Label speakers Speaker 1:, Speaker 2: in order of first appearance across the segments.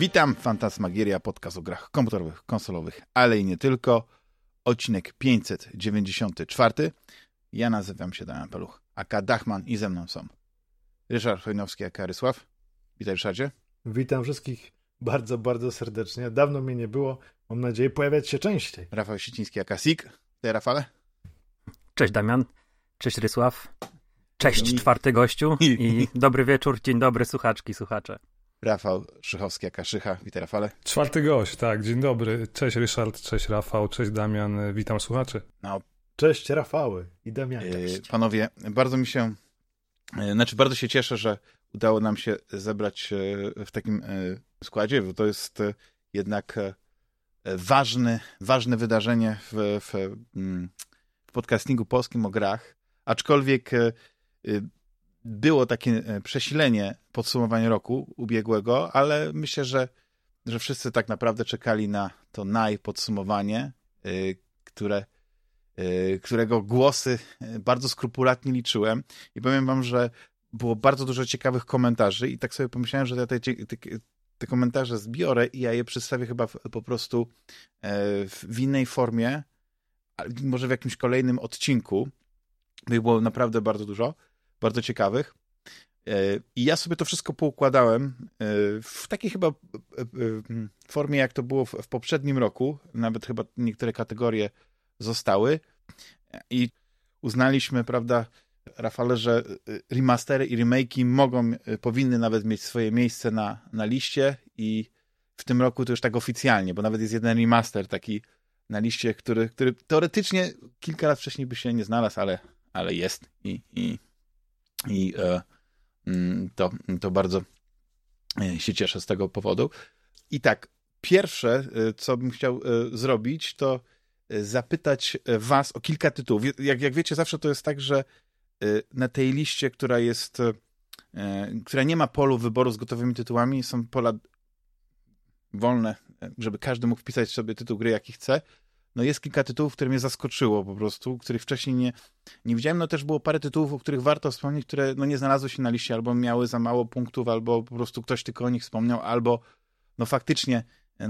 Speaker 1: Witam, Fantasmagieria, podcast o grach komputerowych, konsolowych, ale i nie tylko. Odcinek 594. Ja nazywam się Damian Paluch, aka Dachman i ze mną są Ryszard Chojnowski, aka Rysław. Witaj, Ryszardzie.
Speaker 2: Witam wszystkich bardzo, bardzo serdecznie. Dawno mnie nie było. Mam nadzieję pojawiać się częściej.
Speaker 1: Rafał Siciński, aka Sik. Witaj, Rafale.
Speaker 3: Cześć, Damian. Cześć, Rysław. Cześć, czwarty gościu. I dobry wieczór, dzień dobry, słuchaczki, słuchacze.
Speaker 1: Rafał Szychowski, aka Szycha. Witaj, Rafale.
Speaker 4: Czwarty gość, tak. Dzień dobry. Cześć, Ryszard. Cześć, Rafał. Cześć, Damian. Witam słuchaczy.
Speaker 1: No.
Speaker 2: Cześć, Rafały i Damian.
Speaker 1: Panowie, bardzo się cieszę, że udało nam się zebrać w takim składzie, bo to jest jednak ważne wydarzenie w podcastingu polskim o grach, aczkolwiek było takie przesilenie podsumowania roku ubiegłego, ale myślę, że wszyscy tak naprawdę czekali na to podsumowanie, którego głosy bardzo skrupulatnie liczyłem i powiem wam, że było bardzo dużo ciekawych komentarzy i tak sobie pomyślałem, że ja te komentarze zbiorę i ja je przedstawię chyba po prostu w innej formie, może w jakimś kolejnym odcinku. Było naprawdę bardzo dużo, bardzo ciekawych. I ja sobie to wszystko poukładałem w takiej chyba formie, jak to było w poprzednim roku. Nawet chyba niektóre kategorie zostały. I uznaliśmy, prawda, Rafale, że remastery i remake'i powinny nawet mieć swoje miejsce na liście i w tym roku to już tak oficjalnie, bo nawet jest jeden remaster taki na liście, który teoretycznie kilka lat wcześniej by się nie znalazł, ale jest i to bardzo się cieszę z tego powodu. I tak, pierwsze, co bym chciał zrobić, to zapytać was o kilka tytułów. Jak wiecie, zawsze to jest tak, że na tej liście, która nie ma polu wyboru z gotowymi tytułami, są pola wolne, żeby każdy mógł wpisać sobie tytuł gry, jaki chce. No jest kilka tytułów, które mnie zaskoczyło po prostu, których wcześniej nie widziałem. No też było parę tytułów, o których warto wspomnieć, które nie znalazły się na liście, albo miały za mało punktów, albo po prostu ktoś tylko o nich wspomniał, albo faktycznie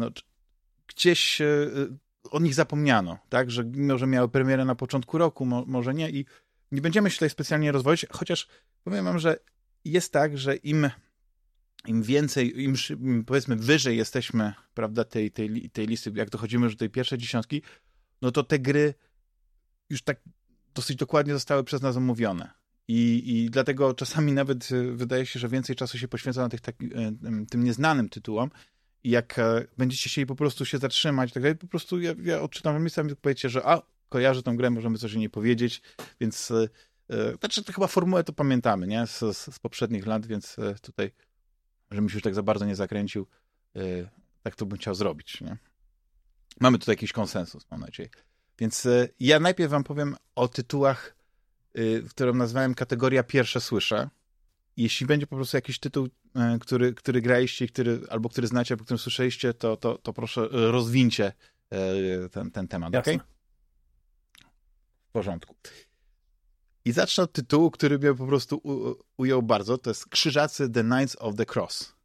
Speaker 1: gdzieś o nich zapomniano, tak, że mimo, że miały premierę na początku roku, może nie i nie będziemy się tutaj specjalnie rozwodzić, chociaż powiem wam, że jest tak, że im więcej, im powiedzmy wyżej jesteśmy, prawda, tej listy, jak dochodzimy już do tej pierwszej dziesiątki, no to te gry już tak dosyć dokładnie zostały przez nas omówione. I dlatego czasami nawet wydaje się, że więcej czasu się poświęca na tym nieznanym tytułom. I jak będziecie chcieli po prostu się zatrzymać, tak dalej, po prostu ja odczytam wam miejsca i powiecie, że kojarzę tą grę, możemy coś o niej powiedzieć, więc znaczy to chyba formułę to pamiętamy, nie? Z poprzednich lat, więc tutaj, żebym się już tak za bardzo nie zakręcił, tak to bym chciał zrobić, nie? Mamy tutaj jakiś konsensus, mam nadzieję. Więc ja najpierw wam powiem o tytułach, które nazwałem kategoria pierwsze słyszę. Jeśli będzie po prostu jakiś tytuł, który graliście, albo który znacie, albo którym słyszeliście, to proszę rozwincie ten temat, okej? Okay? W porządku. I zacznę od tytułu, który mnie po prostu ujął bardzo. To jest Krzyżacy The Knights of the Cross.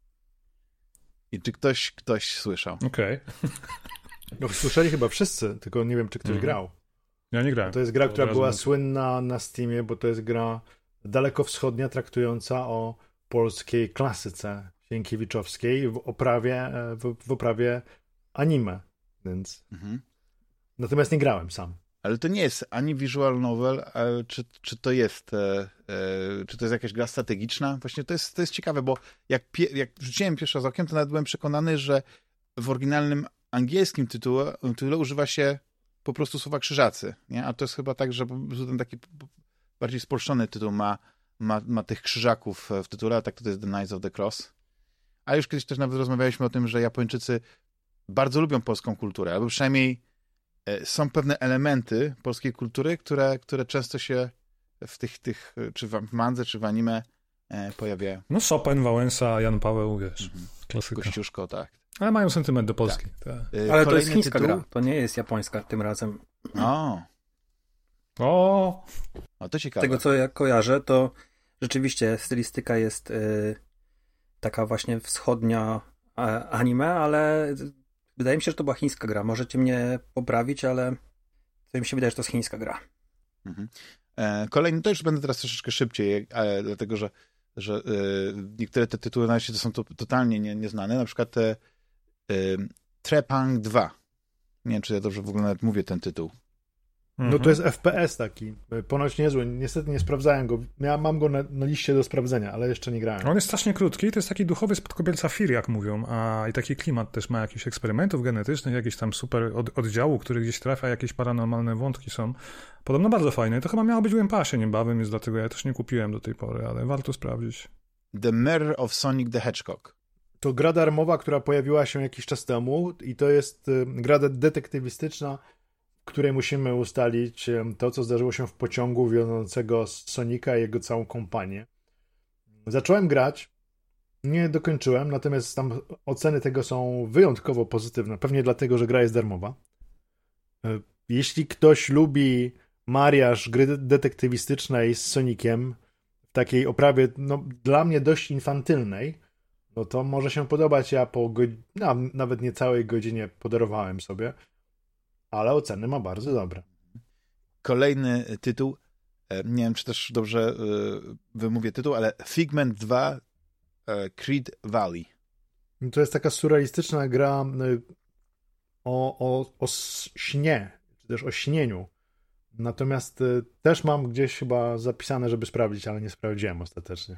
Speaker 1: I czy ktoś słyszał?
Speaker 4: Okej.
Speaker 2: No słyszeli chyba wszyscy, tylko nie wiem, czy ktoś grał.
Speaker 4: Ja nie grałem.
Speaker 2: To jest gra, która była słynna na Steamie, bo to jest gra dalekowschodnia, traktująca o polskiej klasyce sienkiewiczowskiej w oprawie anime, więc... Natomiast nie grałem sam.
Speaker 1: Ale to nie jest ani visual novel, czy to jest jakaś gra strategiczna? Właśnie to jest ciekawe, bo jak rzuciłem pierwszy raz okiem, to nawet byłem przekonany, że w oryginalnym angielskim tytule używa się po prostu słowa krzyżacy, nie? A to jest chyba tak, że po prostu ten taki bardziej spolszczony tytuł ma tych krzyżaków w tytule, a tak to jest The Knights of the Cross. A już kiedyś też nawet rozmawialiśmy o tym, że Japończycy bardzo lubią polską kulturę, albo przynajmniej są pewne elementy polskiej kultury, które często się w tych czy w mandze, czy w anime pojawiają.
Speaker 4: No Chopin, Wałęsa, Jan Paweł, wiesz, klasyka.
Speaker 1: Kościuszko, tak.
Speaker 4: Ale mają sentyment do Polski.
Speaker 1: Tak.
Speaker 3: Ale to jest chińska gra, to nie jest japońska tym razem.
Speaker 4: O,
Speaker 1: to ciekawe.
Speaker 3: Z tego, co ja kojarzę, to rzeczywiście stylistyka jest taka właśnie wschodnia, anime, ale wydaje mi się, że to była chińska gra. Możecie mnie poprawić, ale to mi się wydaje, że to jest chińska gra.
Speaker 1: Kolejny, to już będę teraz troszeczkę szybciej, dlatego że niektóre te tytuły na razie to są totalnie nieznane. Na przykład Trepang 2. Nie wiem, czy ja dobrze w ogóle nawet mówię ten tytuł.
Speaker 2: No to jest FPS taki, ponoć niezły. Niestety nie sprawdzałem go. Mam go na liście do sprawdzenia, ale jeszcze nie grałem.
Speaker 4: On jest strasznie krótki, to jest taki duchowy spadkobierca Fir, jak mówią, i taki klimat też ma jakichś eksperymentów genetycznych, jakiś tam super oddziału, który gdzieś trafia, jakieś paranormalne wątki są. Podobno bardzo fajne. To chyba miało być w Game Passie niebawem, więc dlatego ja też nie kupiłem do tej pory, ale warto sprawdzić.
Speaker 1: The Mirror of Sonic the Hedgehog.
Speaker 2: To gra darmowa, która pojawiła się jakiś czas temu i to jest gra detektywistyczna, w której musimy ustalić to, co zdarzyło się w pociągu wiodącego Sonika i jego całą kompanię. Zacząłem grać, nie dokończyłem, natomiast tam oceny tego są wyjątkowo pozytywne, pewnie dlatego, że gra jest darmowa. Jeśli ktoś lubi mariaż gry detektywistycznej z Sonikiem w takiej oprawie, no, dla mnie dość infantylnej, no to może się podobać. Ja po nawet niecałej godzinie podarowałem sobie, ale oceny ma bardzo dobre.
Speaker 1: Kolejny tytuł, nie wiem, czy też dobrze wymówię tytuł, ale Figment 2 Creed Valley.
Speaker 2: To jest taka surrealistyczna gra o śnie, czy też o śnieniu. Natomiast też mam gdzieś chyba zapisane, żeby sprawdzić, ale nie sprawdziłem ostatecznie.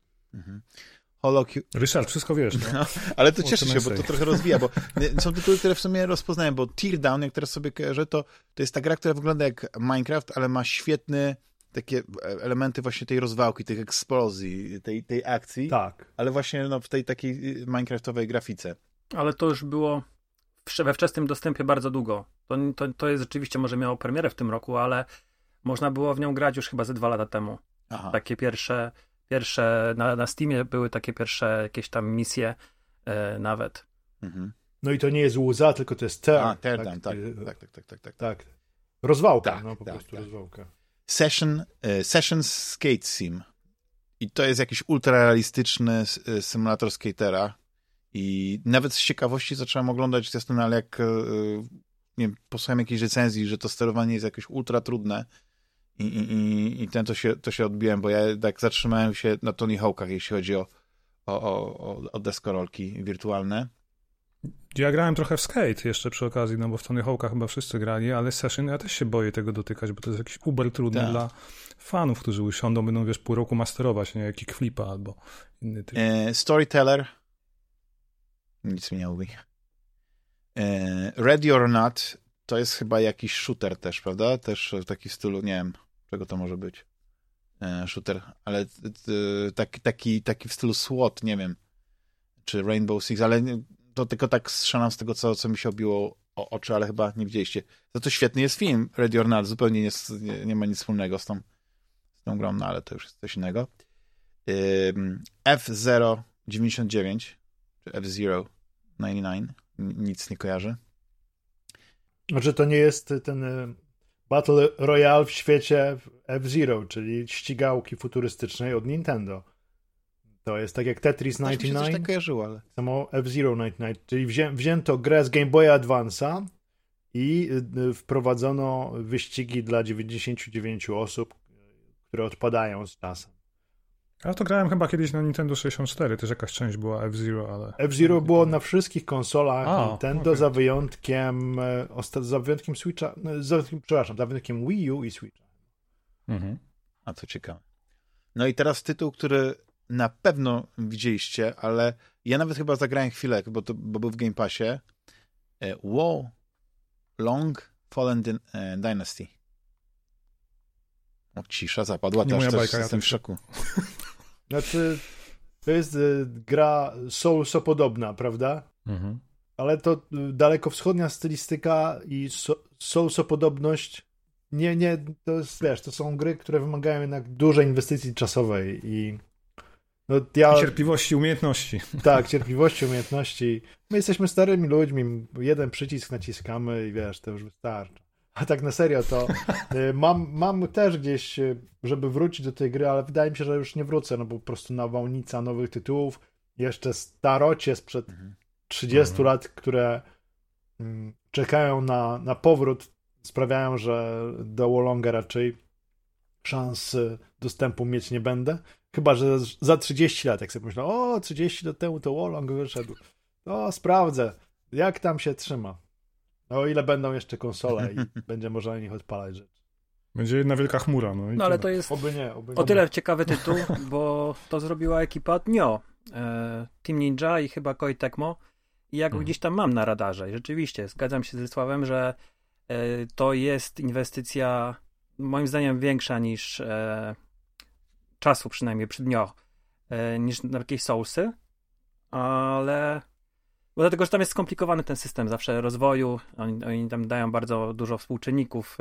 Speaker 4: Ryszard, wszystko wiesz. No?
Speaker 1: Ale to cieszę się, bo to trochę rozwija, bo są tytuły, które w sumie rozpoznałem, bo Teardown, jak teraz sobie kojarzę, to jest ta gra, która wygląda jak Minecraft, ale ma świetne takie elementy właśnie tej rozwałki, tych eksplozji, tej akcji,
Speaker 2: tak.
Speaker 1: Ale właśnie w tej takiej minecraftowej grafice.
Speaker 3: Ale to już było we wczesnym dostępie bardzo długo. To jest rzeczywiście, może miało premierę w tym roku, ale można było w nią grać już chyba ze 2 lata temu.
Speaker 1: Aha.
Speaker 3: Takie pierwsze na Steamie były takie pierwsze jakieś tam misje nawet.
Speaker 1: Mhm.
Speaker 2: No i to nie jest łza, tylko to jest
Speaker 1: Teardown, tak.
Speaker 2: Rozwałka, po prostu rozwałka.
Speaker 1: Session Skate Sim. I to jest jakiś ultrarealistyczny symulator skatera. I nawet z ciekawości zacząłem oglądać ten, ale jak nie wiem, posłuchałem jakiejś recenzji, że to sterowanie jest jakoś ultra trudne i to się odbiłem, bo ja tak zatrzymałem się na Tony Hawkach, jeśli chodzi o deskorolki wirtualne.
Speaker 4: Ja grałem trochę w skate jeszcze przy okazji, no bo w Tony Hawkach chyba wszyscy grali, ale Session ja też się boję tego dotykać, bo to jest jakiś uber trudny dla fanów, którzy usiądą, będą pół roku masterować, nie, jak kickflipa albo inny typ.
Speaker 1: Storyteller. Nic mi nie mówi. Ready or Not to jest chyba jakiś shooter też, prawda? Też w takim stylu, nie wiem, czego to może być. Shooter, ale taki w stylu SWAT, nie wiem, czy Rainbow Six, ale to tylko tak strzelam z tego, co mi się obiło o oczy, ale chyba nie widzieliście. To świetny jest film, Ready or Not, zupełnie nie ma nic wspólnego z tą grą, no ale to już jest coś innego. F-099 czy F-Zero 99, nic nie kojarzy.
Speaker 2: Znaczy to nie jest ten Battle Royale w świecie F-Zero, czyli ścigałki futurystycznej od Nintendo. To jest tak jak Tetris 99.
Speaker 1: Coś tak kojarzyło, ale...
Speaker 2: Samo F-Zero 99, czyli wzięto grę z Game Boya Advance'a i wprowadzono wyścigi dla 99 osób, które odpadają z czasem.
Speaker 4: Ja to grałem chyba kiedyś na Nintendo 64, też jakaś część była F-Zero, ale...
Speaker 2: F-Zero było na wszystkich konsolach Nintendo,
Speaker 4: okay.
Speaker 2: za wyjątkiem Switcha, za wyjątkiem Wii U i Switcha.
Speaker 1: Mhm. A to ciekawe. No i teraz tytuł, który na pewno widzieliście, ale ja nawet chyba zagrałem chwilę, bo był w Game Passie. Wo Long Fallen Dynasty. O, cisza zapadła, też jestem w szoku.
Speaker 2: Znaczy, to jest gra Soulso-podobna, prawda?
Speaker 4: Mhm.
Speaker 2: Ale to dalekowschodnia stylistyka i Soulso-podobność to jest, wiesz, to są gry, które wymagają jednak dużej inwestycji czasowej i
Speaker 4: i cierpliwości, umiejętności.
Speaker 2: Tak, cierpliwości, umiejętności. My jesteśmy starymi ludźmi, jeden przycisk naciskamy i wiesz, to już wystarczy. A tak na serio, to mam też gdzieś, żeby wrócić do tej gry, ale wydaje mi się, że już nie wrócę, no bo po prostu nawałnica nowych tytułów, jeszcze starocie sprzed 30 lat, które czekają na powrót, sprawiają, że do Wolonga raczej szans dostępu mieć nie będę. Chyba że za 30 lat, jak sobie myślę, 30 lat temu to Wolong wyszedł. Sprawdzę, jak tam się trzyma. O ile będą jeszcze konsole i będzie można na nich odpalać rzeczy.
Speaker 4: Będzie jedna wielka chmura. No
Speaker 3: ale to jest
Speaker 2: oby nie.
Speaker 3: O tyle ciekawy tytuł, bo to zrobiła ekipa Nioh, Team Ninja i chyba Koei Tecmo. I jak gdzieś tam mam na radarze. I rzeczywiście, zgadzam się ze Sławem, że to jest inwestycja moim zdaniem większa niż czasu przynajmniej przy Nioh, niż na jakieś Soulsy, ale bo dlatego, że tam jest skomplikowany ten system zawsze rozwoju, oni tam dają bardzo dużo współczynników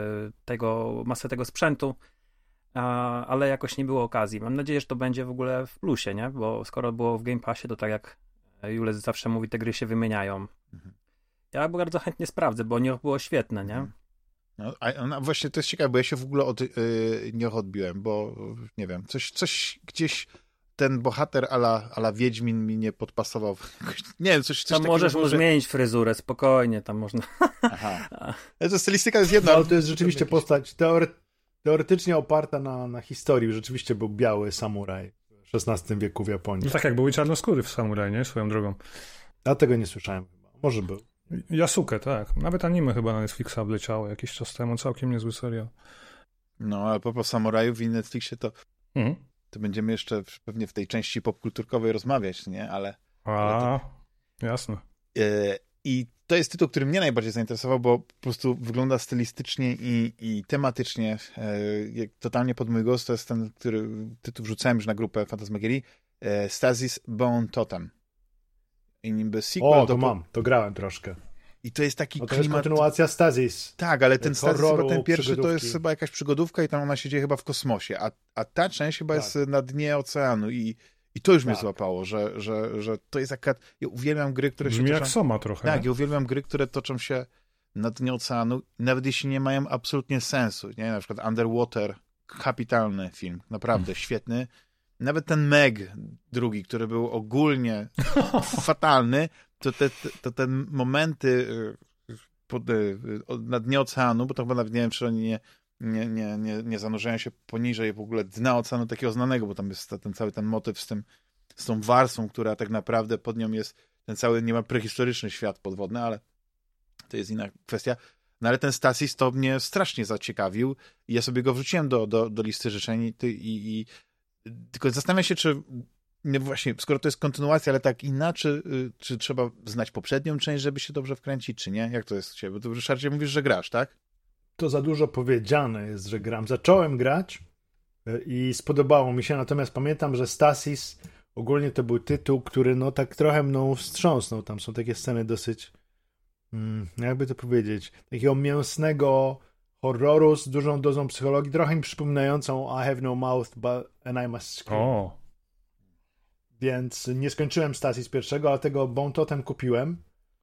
Speaker 3: masę tego sprzętu, ale jakoś nie było okazji. Mam nadzieję, że to będzie w ogóle w plusie, nie? Bo skoro było w Game Passie, to tak jak Jules zawsze mówi, te gry się wymieniają. Ja bardzo chętnie sprawdzę, bo Nioh było świetne, nie?
Speaker 1: No, a właśnie to jest ciekawe, bo ja się w ogóle od Nioh odbiłem, bo nie wiem, coś gdzieś ten bohater a la Wiedźmin mi nie podpasował. Nie wiem, coś
Speaker 3: tam możesz mu zmienić fryzurę, spokojnie, tam można.
Speaker 1: Aha. To stylistyka jest jedna.
Speaker 2: No, ale to jest rzeczywiście postać teoretycznie oparta na historii. Rzeczywiście był biały samuraj w XVI wieku w Japonii.
Speaker 4: No tak jak były czarnoskóry w samuraj, nie? Swoją drogą.
Speaker 2: Ja tego nie słyszałem chyba. Może był.
Speaker 4: Yasuke, tak. Nawet anime chyba na Netflixa wleciało jakiś czas temu. Całkiem niezły serial.
Speaker 1: No, a propos samurajów i Netflixie, to będziemy jeszcze pewnie w tej części popkulturkowej rozmawiać, nie? Ale
Speaker 4: jasne.
Speaker 1: I to jest tytuł, który mnie najbardziej zainteresował, bo po prostu wygląda stylistycznie i tematycznie totalnie pod mój głos. To jest ten, który tytuł wrzucałem już na grupę Fantasmagierii. Stasis Bone Totem. I niby sequel
Speaker 2: to grałem troszkę.
Speaker 1: I to jest taki
Speaker 2: to
Speaker 1: klimat...
Speaker 2: jest kontynuacja Stasis.
Speaker 1: Tak, ale ten Stasis, chyba ten pierwszy, to jest
Speaker 2: przygodówki.
Speaker 1: chyba jakaś przygodówka i tam ona się dzieje chyba w kosmosie, a ta część chyba jest na dnie oceanu i to już mnie złapało, że to jest jaka... Ja uwielbiam gry, które
Speaker 4: Brzmi
Speaker 1: się
Speaker 4: jak
Speaker 1: toczą...
Speaker 4: Soma trochę.
Speaker 1: Tak, ja uwielbiam gry, które toczą się na dnie oceanu, nawet jeśli nie mają absolutnie sensu, nie? Na przykład Underwater, kapitalny film, naprawdę świetny. Nawet ten Meg drugi, który był ogólnie fatalny, to te momenty na dnie oceanu, bo to chyba nawet nie wiem, czy oni nie zanurzają się poniżej w ogóle dna oceanu takiego znanego, bo tam jest ten motyw z tą warstwą, która tak naprawdę pod nią jest ten cały nie ma prehistoryczny świat podwodny, ale to jest inna kwestia. No ale ten Stasis to mnie strasznie zaciekawił i ja sobie go wrzuciłem do listy życzeń i tylko zastanawiam się, czy właśnie, skoro to jest kontynuacja, ale tak inaczej, czy trzeba znać poprzednią część, żeby się dobrze wkręcić, czy nie? Jak to jest u ciebie? Bo tu, Ryszardzie, mówisz, że grasz, tak?
Speaker 2: To za dużo powiedziane jest, że gram. Zacząłem grać i spodobało mi się, natomiast pamiętam, że Stasis ogólnie to był tytuł, który no tak trochę mną wstrząsnął. Tam są takie sceny dosyć, jakby to powiedzieć, takiego mięsnego horroru z dużą dozą psychologii, trochę mi przypominającą I have no mouth and I must scream. Więc nie skończyłem Stasis pierwszego, ale tego Bone Totem kupiłem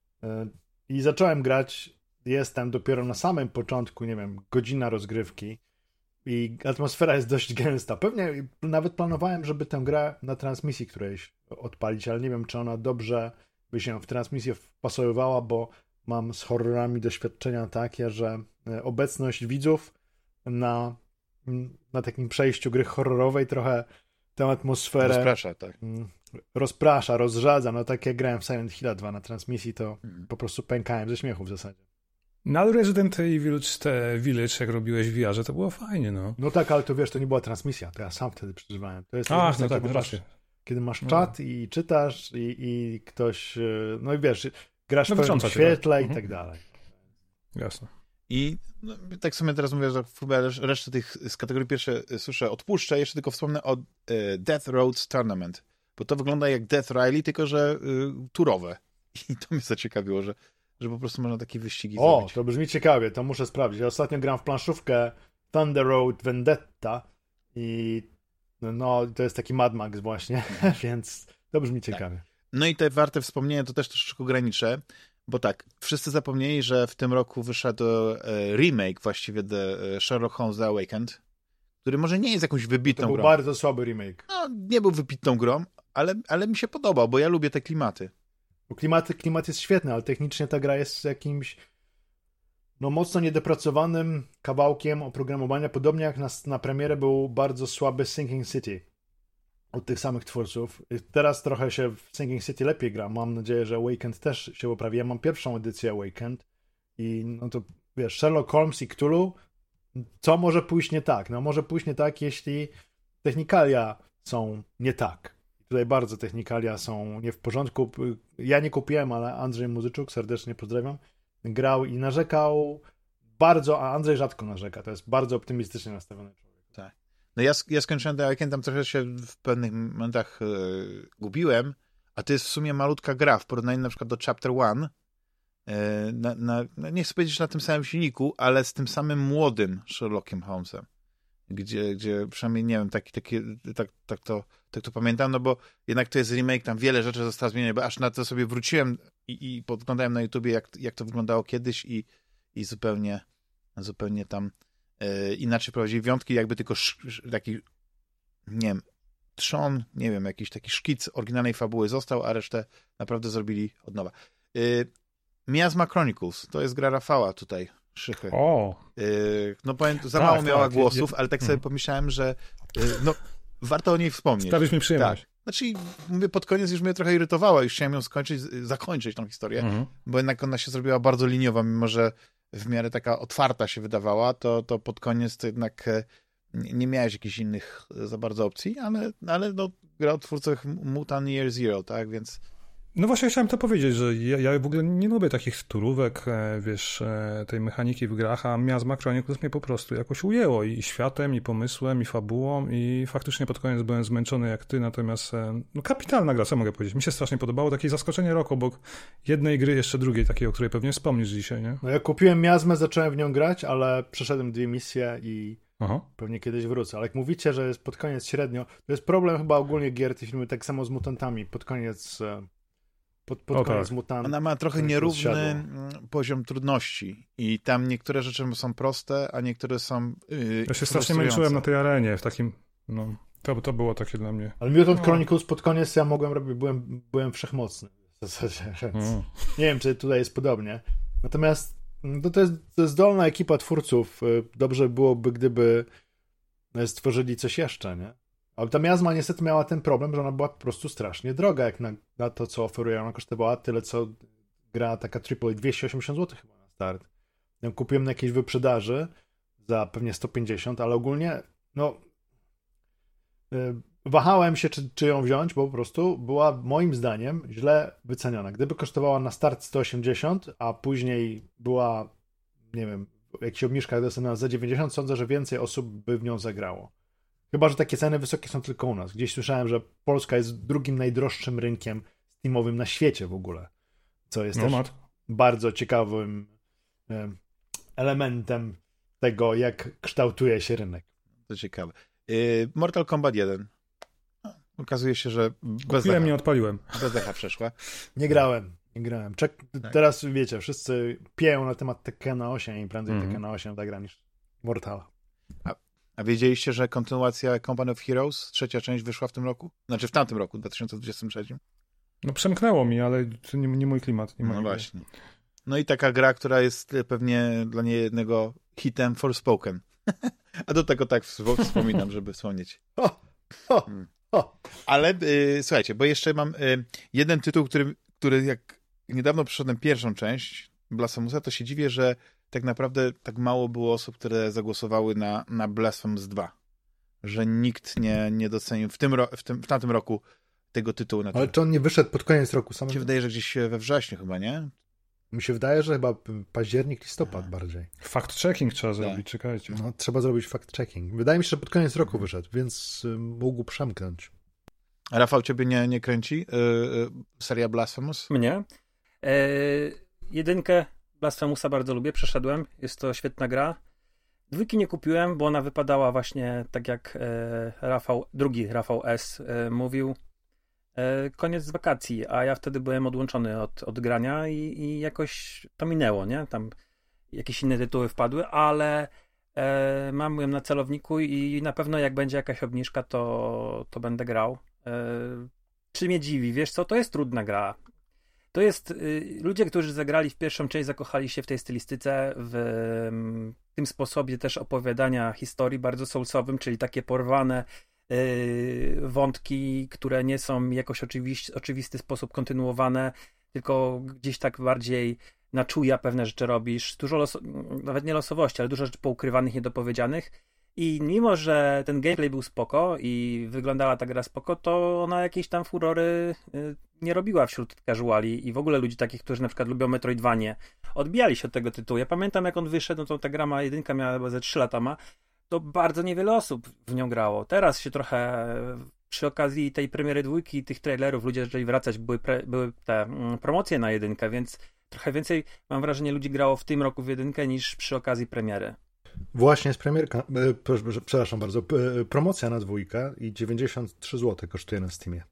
Speaker 2: i zacząłem grać. Jestem dopiero na samym początku, nie wiem, godzina rozgrywki i atmosfera jest dość gęsta. Pewnie nawet planowałem, żeby tę grę na transmisji którejś odpalić, ale nie wiem, czy ona dobrze by się w transmisję wpasowywała, bo mam z horrorami doświadczenia takie, że obecność widzów na takim przejściu gry horrorowej trochę tę atmosferę rozprasza, rozrzadza. No tak jak grałem w Silent Hill 2 na transmisji, to po prostu pękałem ze śmiechu w zasadzie.
Speaker 4: No ale Resident Evil Village, jak robiłeś w VR-ze, to było fajnie, no.
Speaker 2: No tak, ale to wiesz, to nie była transmisja, to ja sam wtedy przeżywałem. To jest
Speaker 4: no tak,
Speaker 2: kiedy masz czat i czytasz i ktoś, no i wiesz, grasz w pewnym świetle i tak dalej.
Speaker 4: Jasne.
Speaker 1: I no, tak sobie teraz mówię, że chyba resztę tych z kategorii pierwsze słyszę, odpuszczę, jeszcze tylko wspomnę o Death Roads Tournament, bo to wygląda jak Death Rally, tylko że turowe. I to mnie zaciekawiło, że po prostu można takie wyścigi zrobić.
Speaker 2: To brzmi ciekawie, to muszę sprawdzić. Ja ostatnio gram w planszówkę Thunder Road Vendetta i no to jest taki Mad Max właśnie, więc to brzmi ciekawie. Tak.
Speaker 1: No i te warte wspomnienia to też troszeczkę ograniczę, bo tak, wszyscy zapomnieli, że w tym roku wyszedł remake właściwie The Sherlock Holmes The Awakened, który może nie jest jakąś wybitną grą.
Speaker 2: To był bardzo słaby remake.
Speaker 1: No, nie był wybitną grą, ale mi się podobał, bo ja lubię te klimaty.
Speaker 2: Klimat jest świetny, ale technicznie ta gra jest jakimś mocno niedopracowanym kawałkiem oprogramowania, podobnie jak na premierę był bardzo słaby Sinking City od tych samych twórców. Teraz trochę się w Sinking City lepiej gra. Mam nadzieję, że Awakened też się poprawi. Ja mam pierwszą edycję Awakened i to wiesz, Sherlock Holmes i Cthulhu, co może pójść nie tak? Może pójść nie tak, jeśli technikalia są nie tak. Tutaj bardzo technikalia są nie w porządku. Ja nie kupiłem, ale Andrzej Muzyczuk, serdecznie pozdrawiam, grał i narzekał bardzo, a Andrzej rzadko narzeka. To jest bardzo optymistycznie nastawiony człowiek.
Speaker 1: Tak. No ja skończyłem ten weekend, tam trochę się w pewnych momentach gubiłem, a to jest w sumie malutka gra w porównaniu na przykład do Chapter One. Nie chcę powiedzieć na tym samym silniku, ale z tym samym młodym Sherlockiem Holmesem. Gdzie przynajmniej, nie wiem, tak to pamiętam, no bo jednak to jest remake, tam wiele rzeczy zostało zmienione, bo aż na to sobie wróciłem i podglądałem na YouTubie, jak to wyglądało kiedyś i zupełnie tam inaczej prowadzili wątki, jakby tylko taki, nie wiem, trzon, nie wiem, jakiś taki szkic oryginalnej fabuły został, a resztę naprawdę zrobili od nowa. Miasma Chronicles, to jest gra Rafała tutaj, Szychy. No powiem, za mało miała głosów, ale tak sobie pomyślałem, że warto o niej wspomnieć.
Speaker 4: Sprawisz mi przyjemność.
Speaker 1: Tak. Znaczy, mówię, pod koniec już mnie trochę irytowała, już chciałem ją zakończyć tą historię, bo jednak ona się zrobiła bardzo liniowa, mimo że w miarę taka otwarta się wydawała, to pod koniec to jednak nie miałeś jakichś innych za bardzo opcji, ale gra od twórców Mutant Year Zero, tak, więc...
Speaker 4: No właśnie chciałem to powiedzieć, że ja w ogóle nie lubię takich turówek, wiesz, tej mechaniki w grach, a Miasma Chronicles mnie po prostu jakoś ujęło i światem, i pomysłem, i fabułą i faktycznie pod koniec byłem zmęczony jak ty, natomiast kapitalna gra, co mogę powiedzieć. Mi się strasznie podobało, takie zaskoczenie roku obok jednej gry, jeszcze drugiej, takiej, o której pewnie wspomnisz dzisiaj, nie?
Speaker 2: No ja kupiłem Miasmę, zacząłem w nią grać, ale przeszedłem 2 misje i pewnie kiedyś wrócę. Ale jak mówicie, że jest pod koniec średnio, to jest problem chyba ogólnie gier, te filmy, tak samo z Mutantami, pod koniec... koniec Mutant.
Speaker 1: Ona ma trochę nierówny poziom trudności i tam niektóre rzeczy są proste, a niektóre są
Speaker 4: ja się strasznie męczyłem na tej arenie, w takim, to było takie dla mnie.
Speaker 2: Ale Mutant Chronicles pod koniec ja mogłem robić, byłem wszechmocny w zasadzie, nie wiem, czy tutaj jest podobnie. Natomiast to jest zdolna ekipa twórców. Dobrze byłoby, gdyby stworzyli coś jeszcze, nie? Ale ta Miasma niestety miała ten problem, że ona była po prostu strasznie droga, jak na to, co oferuje. Ona kosztowała tyle, co gra taka AAA, 280 zł chyba na start. Ja kupiłem na jakiejś wyprzedaży za pewnie 150, ale ogólnie wahałem się, czy ją wziąć, bo po prostu była moim zdaniem źle wyceniona. Gdyby kosztowała na start 180, a później była, nie wiem, w jakichś obniżkach dostępna za 90, sądzę, że więcej osób by w nią zagrało. Chyba że takie ceny wysokie są tylko u nas. Gdzieś słyszałem, że Polska jest drugim najdroższym rynkiem Steamowym na świecie w ogóle. Co jest też bardzo ciekawym elementem tego, jak kształtuje się rynek.
Speaker 1: To ciekawe. Mortal Kombat 1. Okazuje się, że
Speaker 4: kupiłem, nie odpaliłem.
Speaker 1: Bez echa przeszła.
Speaker 2: Nie grałem. Teraz wiecie, wszyscy pieją na temat Tekkena 8 i prędzej Tekkena 8 zagra niż Mortala.
Speaker 1: A wiedzieliście, że kontynuacja Company of Heroes, 3. część wyszła w tym roku? Znaczy w tamtym roku, 2023?
Speaker 4: No przemknęło mi, ale to nie mój klimat. Nie
Speaker 1: właśnie. No i taka gra, która jest pewnie dla niejednego hitem Forspoken. A do tego tak wspominam, żeby wspomnieć. Ale słuchajcie, bo jeszcze mam jeden tytuł, który jak niedawno przeszedłem pierwszą część Blasphemusa, to się dziwię, że tak naprawdę tak mało było osób, które zagłosowały na Blasphemous 2. Że nikt nie docenił w tamtym roku tego tytułu.
Speaker 2: Ale czy on nie wyszedł pod koniec roku?
Speaker 1: Mi się wydaje, że gdzieś we wrześniu chyba, nie?
Speaker 2: Mi się wydaje, że chyba październik, listopad bardziej.
Speaker 4: Fact-checking trzeba zrobić, czekajcie.
Speaker 2: No, trzeba zrobić fact-checking. Wydaje mi się, że pod koniec roku wyszedł, więc mógł przemknąć.
Speaker 1: A Rafał, ciebie nie kręci seria Blasphemous?
Speaker 3: Mnie? Jedynkę Blasphemousa bardzo lubię, przeszedłem. Jest to świetna gra. 2 nie kupiłem, bo ona wypadała właśnie tak jak drugi Rafał S. mówił. Koniec wakacji, a ja wtedy byłem odłączony od grania i jakoś to minęło, nie? Tam jakieś inne tytuły wpadły, ale mam ją na celowniku i na pewno jak będzie jakaś obniżka, to będę grał. Czy mnie dziwi? Wiesz co, to jest trudna gra. To jest, ludzie, którzy zagrali w pierwszą część, zakochali się w tej stylistyce, w tym sposobie też opowiadania historii bardzo soulsowym, czyli takie porwane wątki, które nie są jakoś oczywisty sposób kontynuowane, tylko gdzieś tak bardziej na czuja pewne rzeczy robisz. Dużo nawet nie losowości, ale dużo rzeczy poukrywanych, niedopowiedzianych. I mimo, że ten gameplay był spoko i wyglądała ta gra spoko, to ona jakiejś tam furory nie robiła wśród casuali i w ogóle ludzi takich, którzy na przykład lubią Metroidvanie. Odbijali się od tego tytułu. Ja pamiętam, jak on wyszedł, no to ta gra jedynka miała chyba ze 3 lata to bardzo niewiele osób w nią grało. Teraz się trochę przy okazji tej premiery 2 i tych trailerów ludzie zaczęli wracać, były te promocje na jedynkę, więc trochę więcej, mam wrażenie, ludzi grało w tym roku w jedynkę niż przy okazji premiery.
Speaker 2: Właśnie jest premierka, przepraszam bardzo, promocja na 2 i 93 zł kosztuje na Steamie.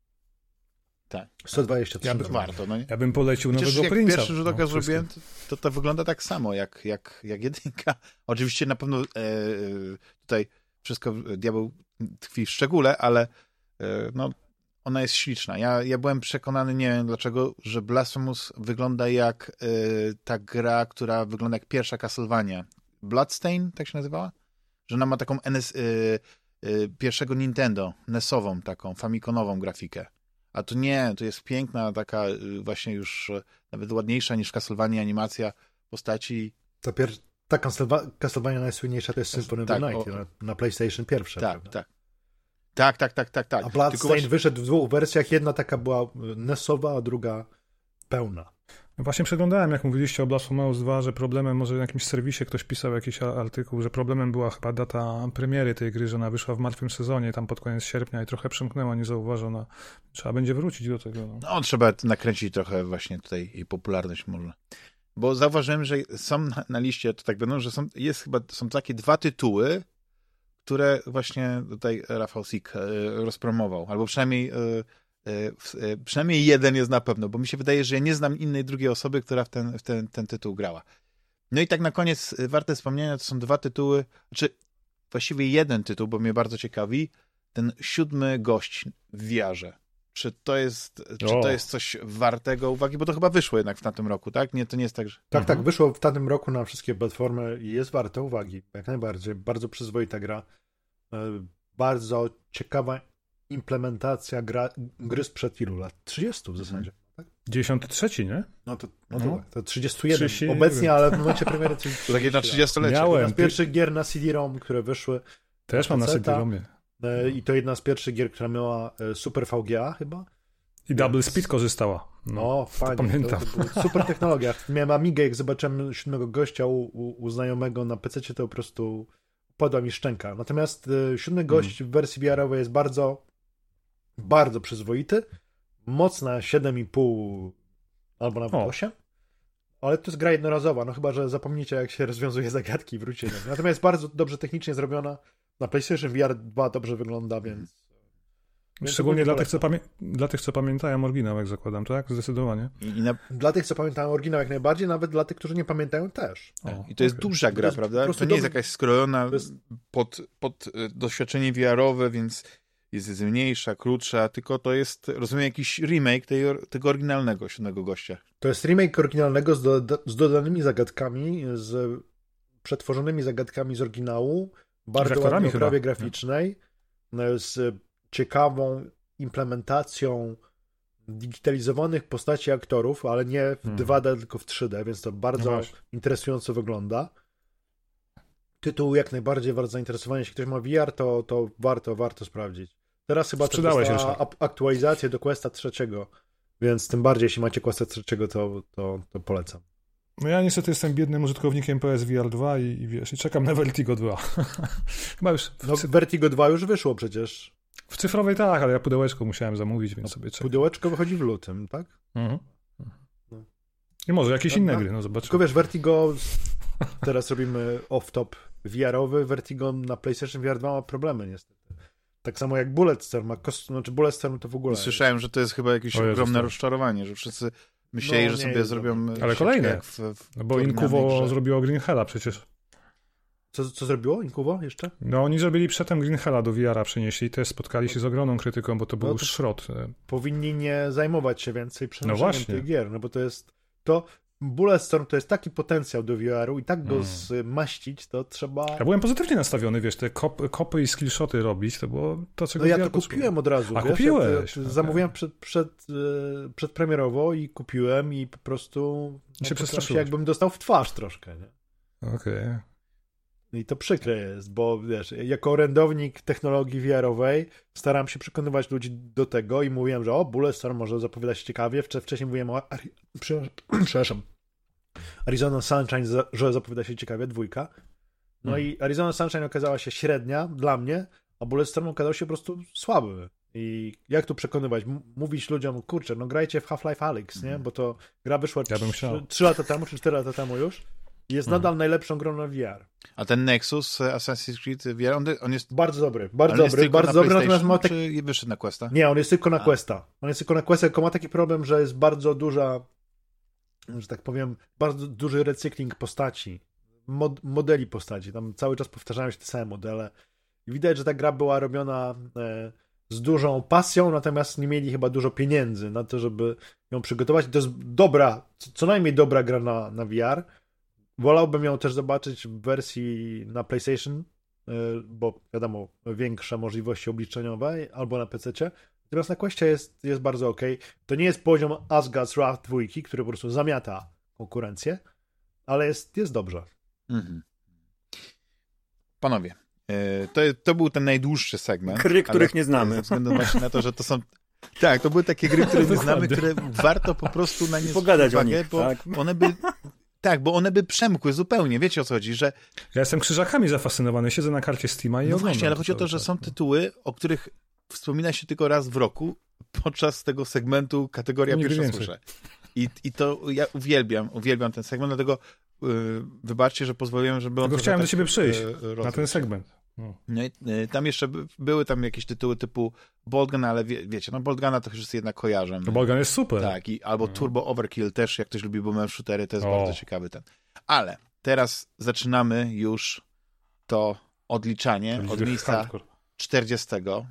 Speaker 1: Tak.
Speaker 2: 123 zł.
Speaker 1: Warto, no nie?
Speaker 4: Ja bym polecił
Speaker 1: Przecież
Speaker 4: nowego
Speaker 1: jak
Speaker 4: Prince'a.
Speaker 1: pierwszy rzut oka zrobiłem, to wygląda tak samo jak jedynka. Oczywiście na pewno tutaj wszystko diabeł tkwi w szczególe, ale no, ona jest śliczna. Ja byłem przekonany, nie wiem dlaczego, że Blasphemous wygląda jak ta gra, która wygląda jak pierwsza Castlevania. Bloodstain, tak się nazywała? Że ona ma taką pierwszego Nintendo, NES-ową taką, famikonową grafikę. A tu nie, to jest piękna, taka właśnie już nawet ładniejsza niż Castlevania animacja postaci.
Speaker 2: Ta Castlevania najsłynniejsza to jest Symphony of the Night na PlayStation 1.
Speaker 1: Tak.
Speaker 2: A Bloodstain wyszedł w 2 wersjach. Jedna taka była NES-owa, a druga pełna.
Speaker 4: Właśnie przeglądałem, jak mówiliście o Blasphemous 2, że problemem, może w jakimś serwisie ktoś pisał jakiś artykuł, że problemem była chyba data premiery tej gry, że ona wyszła w martwym sezonie, tam pod koniec sierpnia i trochę przymknęła, nie zauważona. Trzeba będzie wrócić do tego.
Speaker 1: No, trzeba nakręcić trochę właśnie tutaj jej popularność może. Bo zauważyłem, że są na liście, to tak będą, że są takie 2 tytuły, które właśnie tutaj Rafał Sik rozpromował, albo przynajmniej jeden jest na pewno, bo mi się wydaje, że ja nie znam innej drugiej osoby, która w ten tytuł grała. No i tak na koniec warte wspomnienia, to są 2 tytuły, właściwie jeden tytuł, bo mnie bardzo ciekawi, ten 7 gość w VR-ze. Czy to jest coś wartego uwagi? Bo to chyba wyszło jednak w tamtym roku, tak? Nie, to nie jest tak, że...
Speaker 2: Tak, wyszło w tamtym roku na wszystkie platformy i jest warte uwagi, jak najbardziej. Bardzo przyzwoita gra, bardzo ciekawa implementacja gry sprzed ilu lat? 30 w zasadzie. Tak?
Speaker 4: 93, nie?
Speaker 2: To 31 obecnie, ale w momencie premiery...
Speaker 1: To takie na 30-lecie.
Speaker 2: Jedna z pierwszych gier na CD-ROM, które wyszły.
Speaker 4: Też mam na CD-ROMie.
Speaker 2: I to jedna z pierwszych gier, która miała Super VGA chyba.
Speaker 4: I Double Speed korzystała. No,
Speaker 2: fajnie.
Speaker 4: Pamiętam.
Speaker 2: To była super technologia. Miałem Amigę, jak zobaczyłem 7 gościa u znajomego na PC-cie, to po prostu padła mi szczęka. Natomiast 7 gość w wersji VR-owej jest bardzo, bardzo przyzwoity. Mocna 7,5 albo nawet 8. Ale to jest gra jednorazowa, no chyba, że zapomnicie, jak się rozwiązuje zagadki i wrócicie. Natomiast jest bardzo dobrze technicznie zrobiona. Na PlayStation VR 2 dobrze wygląda, więc...
Speaker 4: Szczególnie dla tych, co pamiętają oryginał, jak zakładam, tak? Zdecydowanie.
Speaker 2: Dla tych, co pamiętają oryginał jak najbardziej, nawet dla tych, którzy nie pamiętają też.
Speaker 1: I to jest duża gra, prawda? To nie jest jakaś skrojona pod doświadczenie VR-owe, więc jest mniejsza, krótsza, tylko to jest, rozumiem, jakiś remake tego oryginalnego 7 gościa.
Speaker 2: To jest remake oryginalnego z dodanymi zagadkami, z przetworzonymi zagadkami z oryginału, bardzo ładnej oprawie graficznej, z ciekawą implementacją digitalizowanych postaci aktorów, ale nie w 2D, tylko w 3D, więc to bardzo interesująco wygląda. Tytuł jak najbardziej bardzo zainteresowany. Jeśli ktoś ma VR, to warto sprawdzić. Teraz chyba to jest aktualizację do Questa 3, więc tym bardziej, jeśli macie Questa 3, to polecam.
Speaker 4: No ja niestety jestem biednym użytkownikiem PSVR 2 i wiesz, i czekam na Vertigo 2. Chyba już
Speaker 2: Vertigo 2 już wyszło przecież.
Speaker 4: W cyfrowej tak, ale ja pudełeczko musiałem zamówić, więc sobie czekam.
Speaker 2: Pudełeczko wychodzi w lutym, tak?
Speaker 4: I może jakieś inne gry, no zobaczymy.
Speaker 2: Tylko wiesz, Vertigo, teraz robimy off-top VR-owy, Vertigo na PlayStation VR 2 ma problemy niestety. Tak samo jak Bulletstorm ma Bulletstorm to w ogóle...
Speaker 1: Słyszałem, że to jest chyba jakieś ogromne rozczarowanie, że wszyscy myśleli, że sobie zrobią...
Speaker 4: Ale kolejne, bo Incuvo zrobiło Green Hella przecież.
Speaker 2: Co zrobiło Incuvo jeszcze?
Speaker 4: No oni zrobili przedtem Green Hella do VR-a przenieśli, też spotkali się z ogromną krytyką, bo to był
Speaker 2: to
Speaker 4: szrot.
Speaker 2: Powinni nie zajmować się więcej przenoszeniem
Speaker 4: właśnie.
Speaker 2: tych gier, no bo Bulletstorm to jest taki potencjał do VR-u i tak go zmaścić, to trzeba...
Speaker 4: Ja byłem pozytywnie nastawiony, wiesz, te kopy i skillshoty robić, to było to, czego
Speaker 2: No ja
Speaker 4: VR
Speaker 2: to
Speaker 4: potrzebował.
Speaker 2: kupiłem od razu,
Speaker 4: A
Speaker 2: wiesz?
Speaker 4: kupiłeś?
Speaker 2: Ja zamówiłem przedpremierowo i kupiłem i po prostu...
Speaker 4: Się przestraszyłeś.
Speaker 2: jakbym dostał w twarz troszkę, nie?
Speaker 4: Okej.
Speaker 2: I to przykre jest, bo wiesz, jako orędownik technologii VR-owej staram się przekonywać ludzi do tego i mówiłem, że Bulletstorm może zapowiadać się ciekawie. Wcześniej mówiłem o przepraszam, Arizona Sunshine, że zapowiada się ciekawie, 2. No i Arizona Sunshine okazała się średnia dla mnie, a Bulletstorm okazał się po prostu słaby. I jak tu przekonywać? Mówić ludziom, kurczę, no grajcie w Half-Life Alyx, nie? Bo to gra wyszła 3 lata temu, czy 4 lata temu już. Jest nadal najlepszą grą na VR.
Speaker 1: A ten Nexus Assassin's Creed VR, on jest...
Speaker 2: Bardzo dobry,
Speaker 1: natomiast ma czy wyszedł na Questa?
Speaker 2: Nie, on jest tylko na Questa. On jest tylko na Questa, tylko ma taki problem, że jest bardzo duża, że tak powiem, bardzo duży recykling postaci, modeli postaci. Tam cały czas powtarzają się te same modele. I widać, że ta gra była robiona z dużą pasją, natomiast nie mieli chyba dużo pieniędzy na to, żeby ją przygotować. To jest dobra, co najmniej dobra gra na VR. Wolałbym ją też zobaczyć w wersji na PlayStation, bo wiadomo, większe możliwości obliczeniowe, albo na PC-cie. Natomiast na Questie jest bardzo ok. To nie jest poziom Asgard's Wrath 2, który po prostu zamiata konkurencję, ale jest dobrze.
Speaker 1: Mhm. Panowie, to był ten najdłuższy segment.
Speaker 3: Gry, których nie znamy.
Speaker 1: Ze względu właśnie na to, że to są... Tak, to były takie gry, które nie znamy, które warto po prostu na nie
Speaker 3: pogadać
Speaker 1: uwagę,
Speaker 3: o nich,
Speaker 1: bo
Speaker 3: tak.
Speaker 1: one by... Tak, bo one by przemkły zupełnie, wiecie o co chodzi, że...
Speaker 4: Ja jestem krzyżakami zafascynowany, siedzę na karcie Steama i
Speaker 1: No
Speaker 4: oglądam.
Speaker 1: właśnie, ale chodzi o to, że są tytuły, o których wspomina się tylko raz w roku podczas tego segmentu kategoria
Speaker 4: Nigdy
Speaker 1: pierwsza
Speaker 4: więcej.
Speaker 1: słyszę. I to ja uwielbiam ten segment, dlatego wybaczcie, że pozwoliłem, żeby on...
Speaker 4: Tylko chciałem do ciebie przyjść na ten
Speaker 1: segment.
Speaker 4: segment. No.
Speaker 1: No i tam jeszcze były tam jakieś tytuły typu Boltgun, ale wiecie, no Boltguna to już jednak kojarzę.
Speaker 4: To Bolgan jest super.
Speaker 1: Tak, albo Turbo Overkill też, jak ktoś lubi bombę shootery, to jest bardzo ciekawy ten. Ale teraz zaczynamy już to odliczanie od miejsca
Speaker 4: Hardcore.
Speaker 1: 40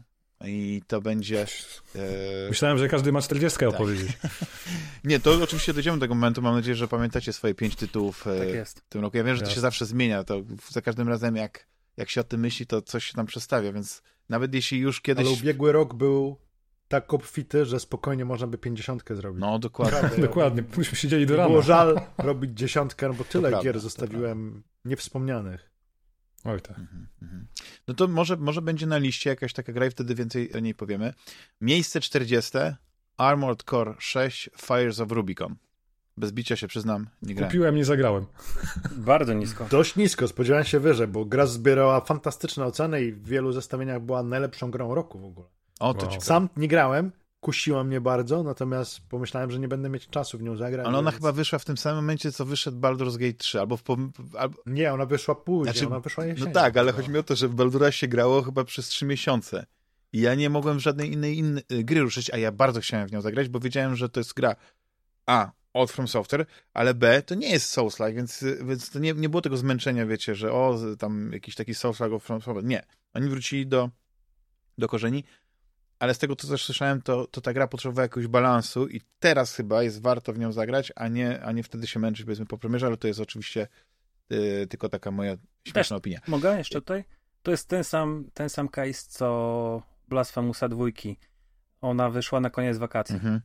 Speaker 1: i to będzie...
Speaker 4: Myślałem, że każdy ma 40 opowiedzieć.
Speaker 1: Nie, to oczywiście dojdziemy do tego momentu. Mam nadzieję, że pamiętacie swoje 5 tytułów w tym roku. Ja wiem, że to się zawsze zmienia. To za każdym razem, jak się o tym myśli, to coś się tam przestawia, więc nawet jeśli już kiedyś...
Speaker 2: Ale ubiegły rok był tak obfity, że spokojnie można by 50 zrobić.
Speaker 1: No, dokładnie.
Speaker 4: Dokładnie, myśmy siedzieli do rana.
Speaker 2: Było żal robić 10, no bo tyle
Speaker 1: prawda,
Speaker 2: gier zostawiłem niewspomnianych.
Speaker 4: Oj tak.
Speaker 1: No to może będzie na liście jakaś taka gra i wtedy więcej o niej powiemy. Miejsce 40. Armored Core 6 Fires of Rubicon. Bez bicia się przyznam, nie grałem.
Speaker 4: Kupiłem, nie zagrałem.
Speaker 3: Bardzo nisko.
Speaker 2: Dość nisko, spodziewałem się wyżej, bo gra zbierała fantastyczne oceny i w wielu zestawieniach była najlepszą grą roku w ogóle.
Speaker 1: O, to
Speaker 4: Wow.
Speaker 1: ciekawe.
Speaker 2: Sam nie grałem, kusiła mnie bardzo, natomiast pomyślałem, że nie będę mieć czasu w nią zagrać.
Speaker 1: Ale ona
Speaker 2: więc...
Speaker 1: chyba wyszła w tym samym momencie, co wyszedł Baldur's Gate 3, albo
Speaker 2: Nie, ona wyszła później,
Speaker 1: Znaczy,
Speaker 2: ona wyszła jesienią.
Speaker 1: No tak, ale chodzi mi o to, że w Baldura się grało chyba przez 3 miesiące. I ja nie mogłem w żadnej innej gry ruszyć, a ja bardzo chciałem w nią zagrać, bo wiedziałem, że to jest gra od From Software, ale B, to nie jest Souls-like, więc to nie było tego zmęczenia, wiecie, że tam jakiś taki Souls-like od From Software. Nie. Oni wrócili do korzeni, ale z tego, co też słyszałem, to ta gra potrzebowała jakiegoś balansu i teraz chyba jest warto w nią zagrać, a nie wtedy się męczyć, powiedzmy, po premierze, ale to jest oczywiście tylko taka moja śmieszna opinia.
Speaker 3: Mogę jeszcze tutaj? To jest ten sam case, co Blasphemousa 2. Ona wyszła na koniec wakacji.
Speaker 1: Mhm.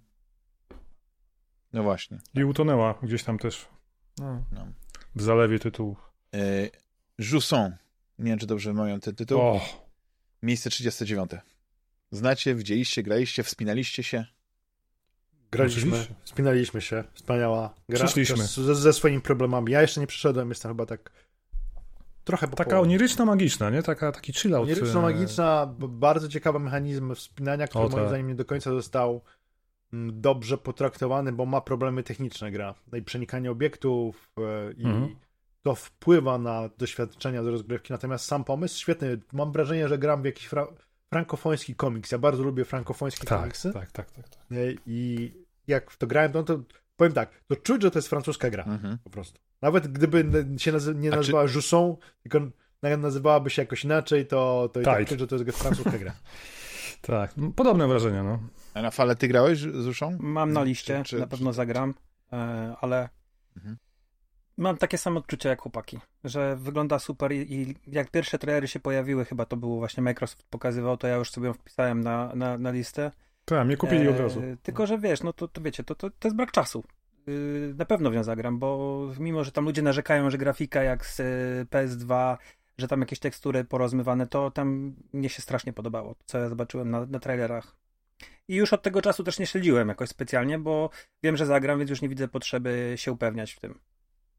Speaker 1: No właśnie.
Speaker 4: I utonęła gdzieś tam też.
Speaker 1: No.
Speaker 4: W zalewie tytułów.
Speaker 1: Jusson. Nie wiem, czy dobrze wymawiam ten tytuł.
Speaker 4: O,
Speaker 1: Miejsce 39. Znacie, widzieliście, graliście, wspinaliście się?
Speaker 2: Graliśmy,
Speaker 4: Oczywiście.
Speaker 2: spinaliśmy się, wspaniała gra.
Speaker 4: Przyszliśmy.
Speaker 2: Też ze swoimi problemami. Ja jeszcze nie przyszedłem, jestem chyba tak trochę po
Speaker 4: taka
Speaker 2: połowie.
Speaker 4: oniryczna, magiczna, nie? Taki chillout.
Speaker 2: Oniryczno-magiczna, bardzo ciekawy mechanizm wspinania, który
Speaker 4: O, tak.
Speaker 2: moim zdaniem nie do końca został dobrze potraktowany, bo ma problemy techniczne gra. No i przenikanie obiektów i to wpływa na doświadczenia z rozgrywki. Natomiast sam pomysł świetny. Mam wrażenie, że gram w jakiś frankofoński komiks. Ja bardzo lubię frankofońskie komiksy.
Speaker 4: Tak.
Speaker 2: I jak w to grałem, to powiem tak, to czuć, że to jest francuska gra. Po prostu. Nawet gdyby się nie nazywała Jusson, tylko nazywałaby się jakoś inaczej, to i tak,
Speaker 4: Tide.
Speaker 2: że to jest francuska gra.
Speaker 4: Tak, podobne wrażenia, no.
Speaker 1: A na Fale ty grałeś z Uszą?
Speaker 3: Mam na liście, na pewno zagram, ale mam takie samo odczucia jak chłopaki, że wygląda super i jak pierwsze trailery się pojawiły, chyba to było właśnie Microsoft pokazywał, to ja już sobie ją wpisałem na listę.
Speaker 4: Tak, mnie kupili od razu.
Speaker 3: Tylko, że wiesz, no to wiecie, to jest brak czasu. Na pewno w nią zagram, bo mimo, że tam ludzie narzekają, że grafika jak z PS2, że tam jakieś tekstury porozmywane, to tam mnie się strasznie podobało, co ja zobaczyłem na trailerach. I już od tego czasu też nie śledziłem jakoś specjalnie, bo wiem, że zagram, więc już nie widzę potrzeby się upewniać w tym.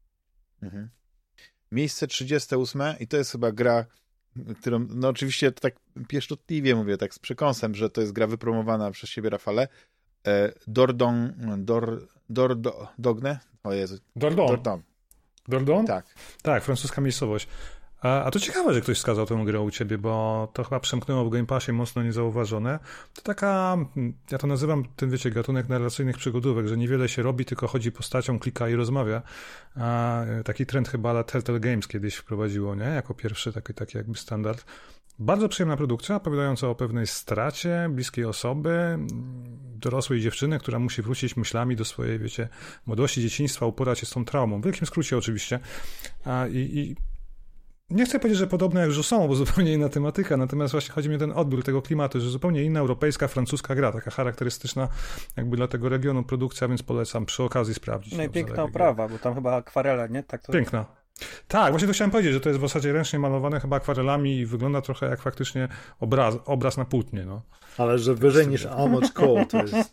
Speaker 1: Miejsce 38 i to jest chyba gra, którą, no oczywiście to tak pieszczotliwie mówię, tak z przekąsem, że to jest gra wypromowana przez ciebie, Rafale. Dordogne? O Jezu.
Speaker 4: Dordogne?
Speaker 1: Tak.
Speaker 4: Tak, francuska miejscowość. A to ciekawe, że ktoś wskazał tę grę u ciebie, bo to chyba przemknęło w Game Passie mocno niezauważone. To taka, ja to nazywam ten, wiecie, gatunek narracyjnych przygodówek, że niewiele się robi, tylko chodzi postacią, klika i rozmawia. Taki trend chyba la Telltale Games kiedyś wprowadziło, nie? Jako pierwszy taki jakby standard. Bardzo przyjemna produkcja, opowiadająca o pewnej stracie bliskiej osoby, dorosłej dziewczyny, która musi wrócić myślami do swojej, wiecie, młodości, dzieciństwa, uporać się z tą traumą. W wielkim skrócie oczywiście. I nie chcę powiedzieć, że podobne jak Jusson, bo zupełnie inna tematyka, natomiast właśnie chodzi mi o ten odbiór tego klimatu, że zupełnie inna europejska, francuska gra, taka charakterystyczna jakby dla tego regionu produkcja, więc polecam przy okazji sprawdzić.
Speaker 3: No i piękna oprawa, bo tam chyba akwarele, nie? Tak to...
Speaker 4: Piękna. Tak, właśnie to chciałem powiedzieć, że to jest w zasadzie ręcznie malowane chyba akwarelami i wygląda trochę jak faktycznie obraz na płótnie, no.
Speaker 2: Ale że wyżej niż Armored Core to jest...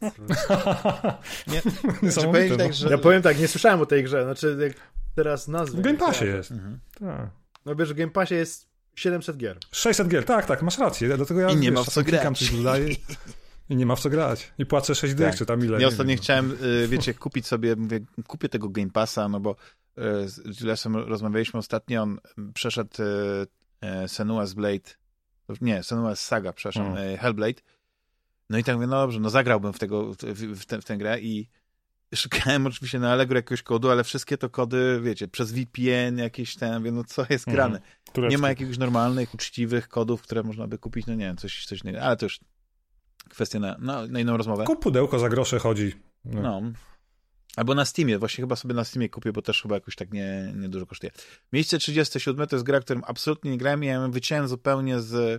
Speaker 1: Nie, tak, że...
Speaker 2: Ja powiem tak, nie słyszałem o tej grze, znaczy jak teraz nazwę...
Speaker 4: W Game Passie jest. Tak.
Speaker 2: No wiesz, w Game Passie jest 700 gier.
Speaker 4: 600 gier, tak, masz rację. Dlatego ja
Speaker 1: i nie ma w co grać.
Speaker 4: Coś dodaję, i nie ma w co grać. I płacę 6 dych, czy tam ile.
Speaker 1: Ja ostatnio chciałem, wiecie, kupić sobie, mówię, kupię tego Game Passa, no bo z Julesem rozmawialiśmy ostatnio, on przeszedł Senua's Blade, Senua's Saga, przepraszam, Hellblade. No i tak mówię, no dobrze, no zagrałbym w tę grę i szukałem oczywiście na Allegro jakiegoś kodu, ale wszystkie to kody, wiecie, przez VPN jakieś tam, no co jest grane. Nie ma jakiegoś normalnych, uczciwych kodów, które można by kupić, no nie wiem, coś innego, ale to już kwestia na inną rozmowę.
Speaker 4: Kup pudełko, za grosze chodzi.
Speaker 1: No. Albo na Steamie, właśnie chyba sobie na Steamie kupię, bo też chyba jakoś tak nie dużo kosztuje. Miejsce 37 to jest gra, którym absolutnie nie grałem, ja ją wyciąłem zupełnie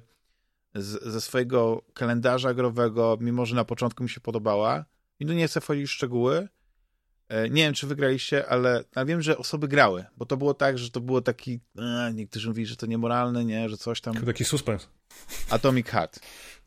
Speaker 1: ze swojego kalendarza growego, mimo że na początku mi się podobała. I tu nie chcę wchodzić w szczegóły. Nie wiem, czy wygraliście, ale wiem, że osoby grały, bo to było tak, że to było taki, niektórzy mówili, że to niemoralne, nie, że coś tam.
Speaker 4: Taki suspens.
Speaker 1: Atomic Heart.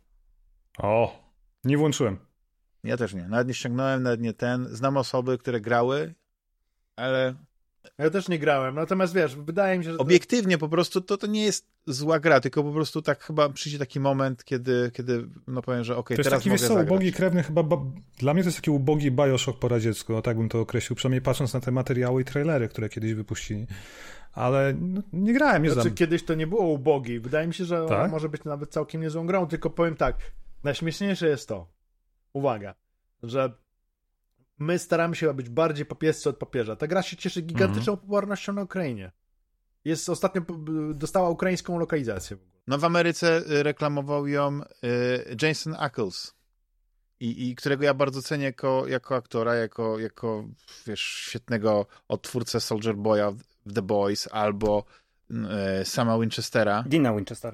Speaker 4: O, nie włączyłem.
Speaker 1: Ja też nie. Nawet nie ściągnąłem, nawet nie ten. Znam osoby, które grały, ale...
Speaker 2: Ja też nie grałem, natomiast wiesz, wydaje mi się, że...
Speaker 1: Obiektywnie po prostu to nie jest zła gra, tylko po prostu tak chyba przyjdzie taki moment, kiedy no powiem, że okej, teraz mogę zagrać. To jest taki
Speaker 4: ubogi, krewny chyba, dla mnie to jest taki ubogi Bioshock po radziecku, no tak bym to określił, przynajmniej patrząc na te materiały i trailery, które kiedyś wypuścili. Ale no, nie grałem, nie znam.
Speaker 2: Kiedyś to nie było ubogi. Wydaje mi się, że
Speaker 4: tak?
Speaker 2: może być nawet całkiem niezłą grą, tylko powiem tak, najśmieszniejsze jest to, uwaga, że my staramy się być bardziej papiescy od papieża. Ta gra się cieszy gigantyczną popularnością na Ukrainie. Ostatnio dostała ukraińską lokalizację.
Speaker 1: No w Ameryce reklamował ją Jensen Ackles, i którego ja bardzo cenię jako aktora, jako wiesz, świetnego odtwórcę Soldier Boya w The Boys, albo Sama Winchestera.
Speaker 3: Dina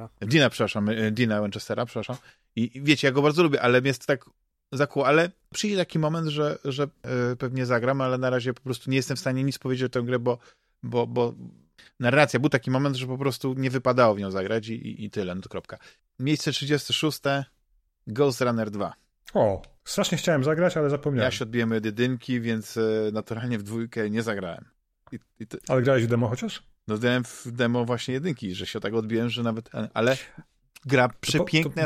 Speaker 3: Winchestera, przepraszam. I wiecie, ja go bardzo lubię, ale jest tak zakuł, ale przyjdzie taki moment, że pewnie zagram, ale na razie po prostu nie jestem w stanie nic powiedzieć o tę grę, bo narracja, był taki moment, że po prostu nie wypadało w nią zagrać i tyle, no to kropka. Miejsce 36. Ghost Runner 2.
Speaker 4: O, strasznie chciałem zagrać, ale zapomniałem.
Speaker 1: Ja się odbiłem od jedynki, więc naturalnie w dwójkę nie zagrałem.
Speaker 4: Ale grałeś w demo chociaż?
Speaker 1: No grałem w demo właśnie jedynki, że się tak odbiłem, że nawet... Ale gra przepiękna,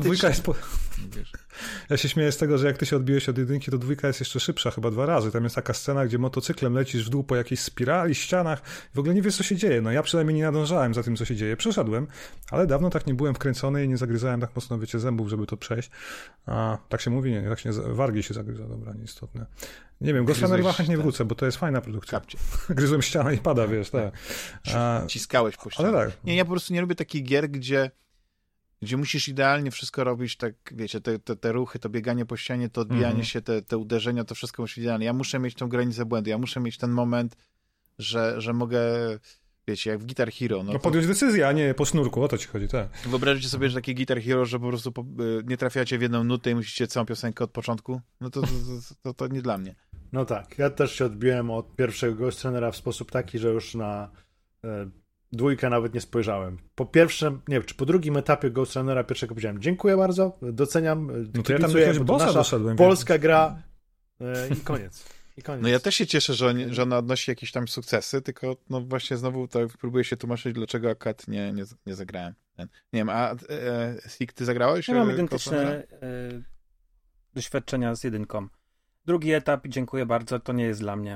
Speaker 4: Ja się śmieję z tego, że jak ty się odbiłeś od jedynki, to dwójka jest jeszcze szybsza, chyba 2 razy. Tam jest taka scena, gdzie motocyklem lecisz w dół po jakiejś spirali, ścianach i w ogóle nie wiesz, co się dzieje. No ja przynajmniej nie nadążałem za tym, co się dzieje. Przeszedłem, ale dawno tak nie byłem wkręcony i nie zagryzałem tak mocno, wiecie, zębów, żeby to przejść. A tak się mówi? Nie, tak się wargi się zagryza. Dobra, nieistotne. Nie wiem, Ghost Runner chętnie wrócę, bo to jest fajna produkcja. Gryzłem ścianę i pada, wiesz, tak.
Speaker 1: Ciskałeś po ścianie.
Speaker 4: Ale tak.
Speaker 1: Nie, ja po prostu nie lubię takich gier, gdzie musisz idealnie wszystko robić, tak wiecie, te ruchy, to bieganie po ścianie, to odbijanie się, te uderzenia, to wszystko musi być idealnie. Ja muszę mieć tą granicę błędu, ja muszę mieć ten moment, że mogę, wiecie, jak w Guitar Hero.
Speaker 4: No podjąć decyzję, a nie po sznurku, o to ci chodzi, tak.
Speaker 1: Wyobraźcie sobie, że takie Guitar Hero, że po prostu nie trafiacie w jedną nutę i musicie całą piosenkę od początku, no to nie dla mnie.
Speaker 2: No tak, ja też się odbiłem od pierwszego Ghost Runnera w sposób taki, że już na dwójkę nawet nie spojrzałem. Po pierwszym, nie wiem, czy po drugim etapie Ghost Runnera pierwszego powiedziałem dziękuję bardzo, doceniam,
Speaker 4: no to ja tam do jakiegoś bossa doszedłem.
Speaker 2: Polska gra i koniec.
Speaker 1: No ja też się cieszę, że ona odnosi jakieś tam sukcesy, tylko no właśnie znowu tak próbuję się tłumaczyć, dlaczego akad nie zagrałem. Nie wiem, a Sik, ty zagrałeś?
Speaker 3: Ja mam identyczne doświadczenia z jedynką. Drugi etap, dziękuję bardzo, to nie jest dla mnie.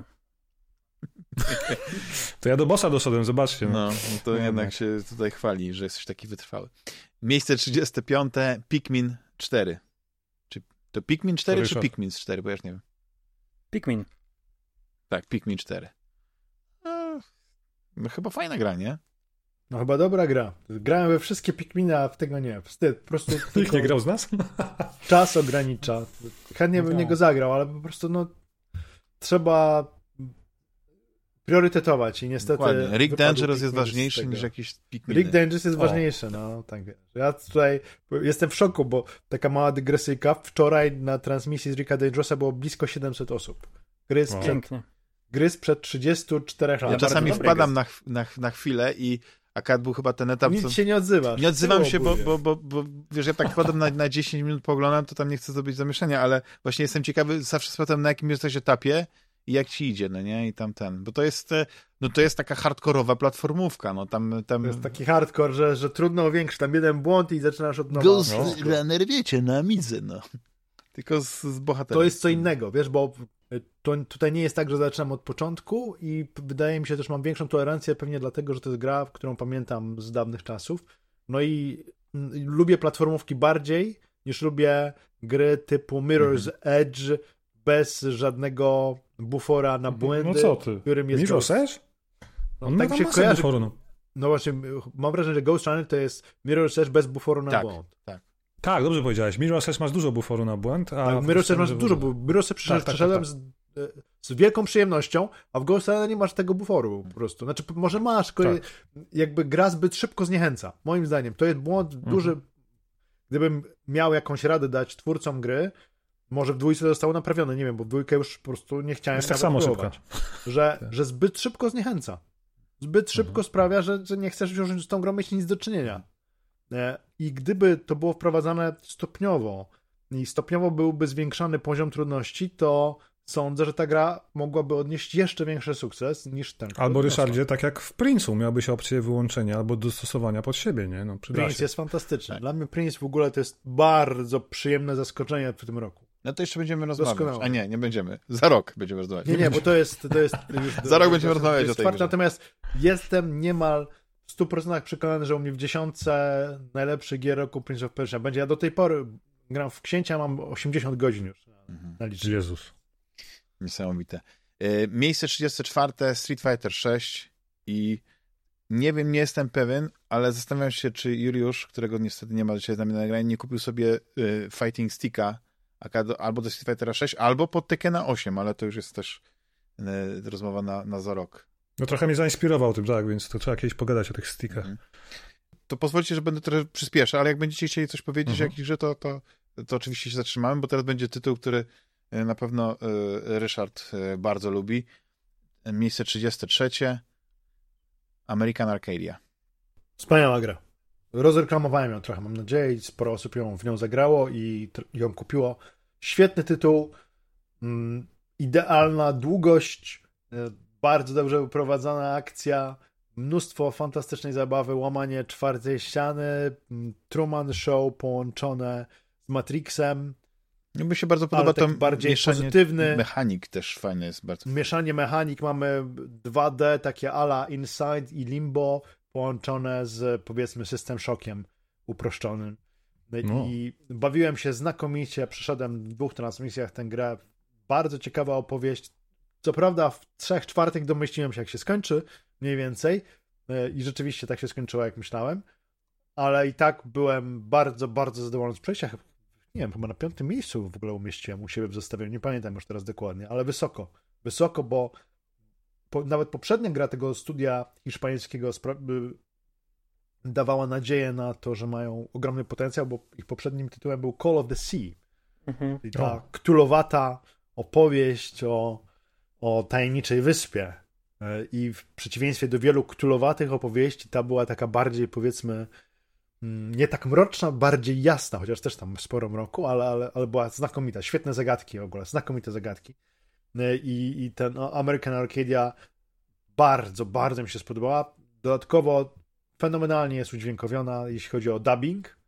Speaker 4: To ja do bossa doszedłem, zobaczcie.
Speaker 1: No to jednak się tutaj chwali, że jesteś taki wytrwały. Miejsce 35, Pikmin 4. Czy to Pikmin 4 czy Pikmin 4, bo ja już nie wiem.
Speaker 3: Pikmin.
Speaker 1: Tak, Pikmin 4. No chyba fajna gra, nie?
Speaker 2: No chyba dobra gra. Grałem we wszystkie Pikminy, a w tego nie. Wstyd. Po prostu
Speaker 4: nikt nie grał z nas?
Speaker 2: Czas ogranicza. Chętnie bym niego zagrał, ale po prostu no trzeba priorytetować i niestety...
Speaker 1: Dokładnie. Rick Dangerous jest ważniejszy niż jakiś Pikmin.
Speaker 2: Rick Dangerous jest ważniejszy, no tak wiesz. Ja tutaj jestem w szoku, bo taka mała dygresyjka. Wczoraj na transmisji z Ricka Dangerousa było blisko 700 osób. Gry sprzed 34 lat.
Speaker 1: Ja czasami wpadam na chwilę i akad był chyba ten etap...
Speaker 2: Nic się nie odzywasz.
Speaker 1: Nie odzywam się, bo wiesz, ja tak wpadam na 10 minut pooglądam, to tam nie chcę zrobić zamieszania, ale właśnie jestem ciekawy, zawsze sprawdzam, na jakim jesteś etapie i jak ci idzie, no nie? I tam bo to jest taka hardkorowa platformówka, no tam...
Speaker 2: To jest taki hardcore, że trudno o większy, tam jeden błąd i zaczynasz od nowa.
Speaker 1: Ghost Runner, wiecie, na Amidze, no. Tylko z bohaterem.
Speaker 2: To jest co innego, wiesz, bo tutaj nie jest tak, że zaczynam od początku i wydaje mi się, że mam większą tolerancję pewnie dlatego, że to jest gra, którą pamiętam z dawnych czasów. No i lubię platformówki bardziej niż lubię gry typu Mirror's Edge bez żadnego bufora na błędy.
Speaker 4: No co ty?
Speaker 2: Którym jest
Speaker 4: Mirror's Edge?
Speaker 2: No, tak mi się kojarzy. No właśnie, mam wrażenie, że Ghost Runner to jest Mirror's Edge bez buforu na błąd.
Speaker 4: Tak, dobrze powiedziałeś. Mirror's Edge masz dużo buforu na błęd.
Speaker 2: Mirror's Edge masz dużo, bo Mirror's Edge przeszedłem z wielką przyjemnością, a w Ghost Runner nie masz tego buforu po prostu. Znaczy, może masz, jakby gra zbyt szybko zniechęca. Moim zdaniem. To jest błąd duży. Gdybym miał jakąś radę dać twórcom gry, może w dwójce zostało naprawione, nie wiem, bo w dwójkę już po prostu nie chciałem
Speaker 4: tak samo
Speaker 2: próbować. Że zbyt szybko zniechęca. Zbyt szybko sprawia, że nie chcesz już z tą grą mieć nic do czynienia. I gdyby to było wprowadzane stopniowo i stopniowo byłby zwiększany poziom trudności, to sądzę, że ta gra mogłaby odnieść jeszcze większy sukces niż ten.
Speaker 4: Albo Ryszardzie, tak jak w Prince'u, miałbyś opcję wyłączenia albo dostosowania pod siebie, nie? No,
Speaker 2: Prince jest fantastyczny. Tak. Dla mnie Prince w ogóle to jest bardzo przyjemne zaskoczenie w tym roku.
Speaker 1: No to jeszcze będziemy rozmawiać. A nie będziemy. Za rok będziemy rozmawiać.
Speaker 2: Nie, bo to jest już
Speaker 1: za rok będziemy rozmawiać o tej grze.
Speaker 2: Natomiast jestem niemal w 100% przekonany, że u mnie w 10 najlepszych gier roku Prince of Persia będzie. Ja do tej pory gram w Księcia, mam 80 godzin już na liczbie.
Speaker 4: Jezus.
Speaker 1: Niesamowite. Miejsce 34, Street Fighter 6 i nie wiem, nie jestem pewien, ale zastanawiam się, czy Juliusz, którego niestety nie ma dzisiaj z nami na nagraniu, nie kupił sobie Fighting Sticka albo do Street Fightera 6, albo pod Tekkena 8, ale to już jest też rozmowa na za rok.
Speaker 4: No trochę mnie zainspirował tym, tak, więc to trzeba kiedyś pogadać o tych stickach.
Speaker 1: To pozwólcie, że będę trochę przyspieszę, ale jak będziecie chcieli coś powiedzieć o jakichś grze, to oczywiście się zatrzymamy, bo teraz będzie tytuł, który na pewno Ryszard bardzo lubi. Miejsce 33. American Arcadia.
Speaker 2: Wspaniała gra. Rozreklamowałem ją trochę, mam nadzieję, i sporo osób w nią zagrało i ją kupiło. Świetny tytuł, idealna długość, bardzo dobrze uprowadzona akcja, mnóstwo fantastycznej zabawy, łamanie czwartej ściany, Truman Show połączone z Matrixem.
Speaker 1: Mi się bardzo podoba to
Speaker 2: bardziej
Speaker 1: mieszanie
Speaker 2: pozytywny.
Speaker 1: Mechanik też fajny jest bardzo.
Speaker 2: Mieszanie mechanik, mamy 2D, takie ala Inside i Limbo, połączone z, powiedzmy, System Shockiem uproszczonym. I bawiłem się znakomicie, przeszedłem w 2 transmisjach tę grę. Bardzo ciekawa opowieść. Co prawda w 3/4 domyśliłem się, jak się skończy, mniej więcej. I rzeczywiście tak się skończyło, jak myślałem. Ale i tak byłem bardzo, bardzo zadowolony z przejścia. Nie wiem, chyba na 5. miejscu w ogóle umieściłem u siebie w zestawieniu. Nie pamiętam już teraz dokładnie, ale wysoko. Wysoko, bo nawet poprzednia gra tego studia hiszpańskiego dawała nadzieję na to, że mają ogromny potencjał, bo ich poprzednim tytułem był Call of the Sea. I ta ktulowata opowieść o tajemniczej wyspie. I w przeciwieństwie do wielu ktulowatych opowieści, ta była taka bardziej, powiedzmy, nie tak mroczna, bardziej jasna, chociaż też tam sporo mroku, ale była znakomita. Świetne zagadki w ogóle, znakomite zagadki. I ten American Arcadia bardzo, bardzo mi się spodobała. Dodatkowo fenomenalnie jest udźwiękowiona, jeśli chodzi o dubbing.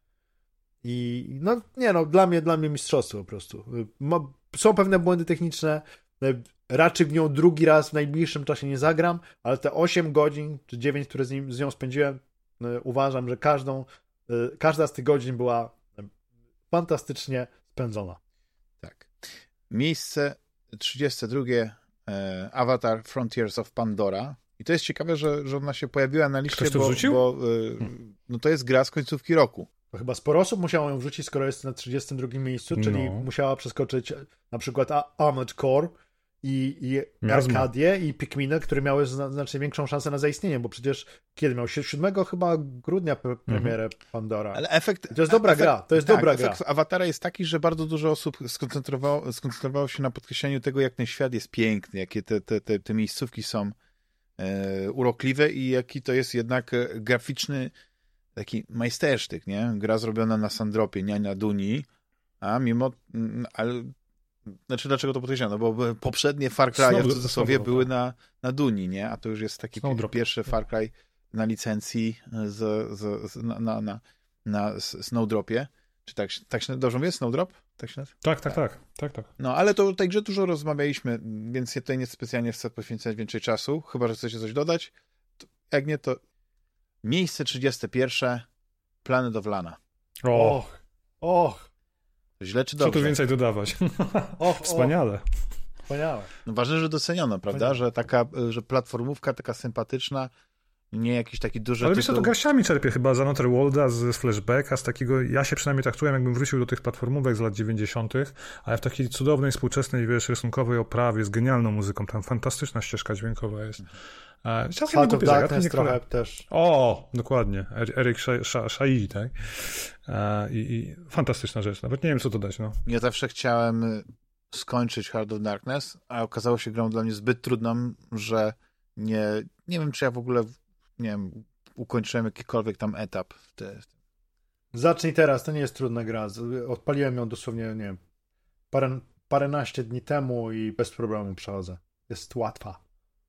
Speaker 2: I dla mnie mistrzostwo po prostu. Są pewne błędy techniczne, raczej w nią drugi raz w najbliższym czasie nie zagram, ale te 8 godzin czy 9, które z nią spędziłem, uważam, że każda z tych godzin była fantastycznie spędzona.
Speaker 1: Tak. Miejsce 32. Avatar Frontiers of Pandora. I to jest ciekawe, że ona się pojawiła na liście, bo to jest gra z końcówki roku.
Speaker 2: To chyba sporo osób musiało ją wrzucić, skoro jest na 32. miejscu, czyli musiała przeskoczyć na przykład Armored Core i Arcadię i Pikminę, które miały znacznie większą szansę na zaistnienie, bo przecież kiedy miał 7 chyba grudnia premierę Pandora.
Speaker 1: Ale efekt...
Speaker 2: To jest dobra gra, to jest dobra gra.
Speaker 1: Efekt Awatara jest taki, że bardzo dużo osób skoncentrowało się na podkreśleniu tego, jak ten świat jest piękny, jakie te miejscówki są urokliwe i jaki to jest jednak graficzny taki majstersztyk, nie? Gra zrobiona na Sandropie, nie na Duni, a mimo... Znaczy, dlaczego to podkreślano? Bo poprzednie Far Cry w cudzysłowie były na Duni, nie? A to już jest taki pierwszy Far Cry na licencji na Snowdropie. Czy tak się dobrze mówię? Snowdrop? Tak się nazywa?
Speaker 4: Tak.
Speaker 1: No, ale to o tej grze dużo rozmawialiśmy, więc ja tutaj nie specjalnie chcę poświęcać więcej czasu, chyba że chcecie coś dodać. Jak nie, to miejsce 31. Planet of Lana. Źle czy dobrze?
Speaker 4: Co tu więcej dodawać? Wspaniale.
Speaker 2: Wspaniałe.
Speaker 1: No ważne, że doceniono, prawda? Że platformówka taka sympatyczna, nie jakiś taki duży
Speaker 4: Ale wiesz co, to garściami czerpie chyba z Another Worlda, z Flashbacka, z takiego, ja się przynajmniej traktuję, jakbym wrócił do tych platformówek z lat 90., ale w takiej cudownej, współczesnej, rysunkowej oprawie, z genialną muzyką, tam fantastyczna ścieżka dźwiękowa jest.
Speaker 2: Heart of Darkness trochę też.
Speaker 4: Dokładnie. Eric Shai, tak? I fantastyczna rzecz. Nawet nie wiem, co dodać, no.
Speaker 1: Ja zawsze chciałem skończyć Heart of Darkness, a okazało się grą dla mnie zbyt trudną, że nie wiem, czy ja w ogóle ukończyłem jakikolwiek tam etap.
Speaker 2: Zacznij teraz, to nie jest trudna gra. Odpaliłem ją dosłownie, nie wiem, paręnaście dni temu i bez problemu przechodzę. Jest łatwa.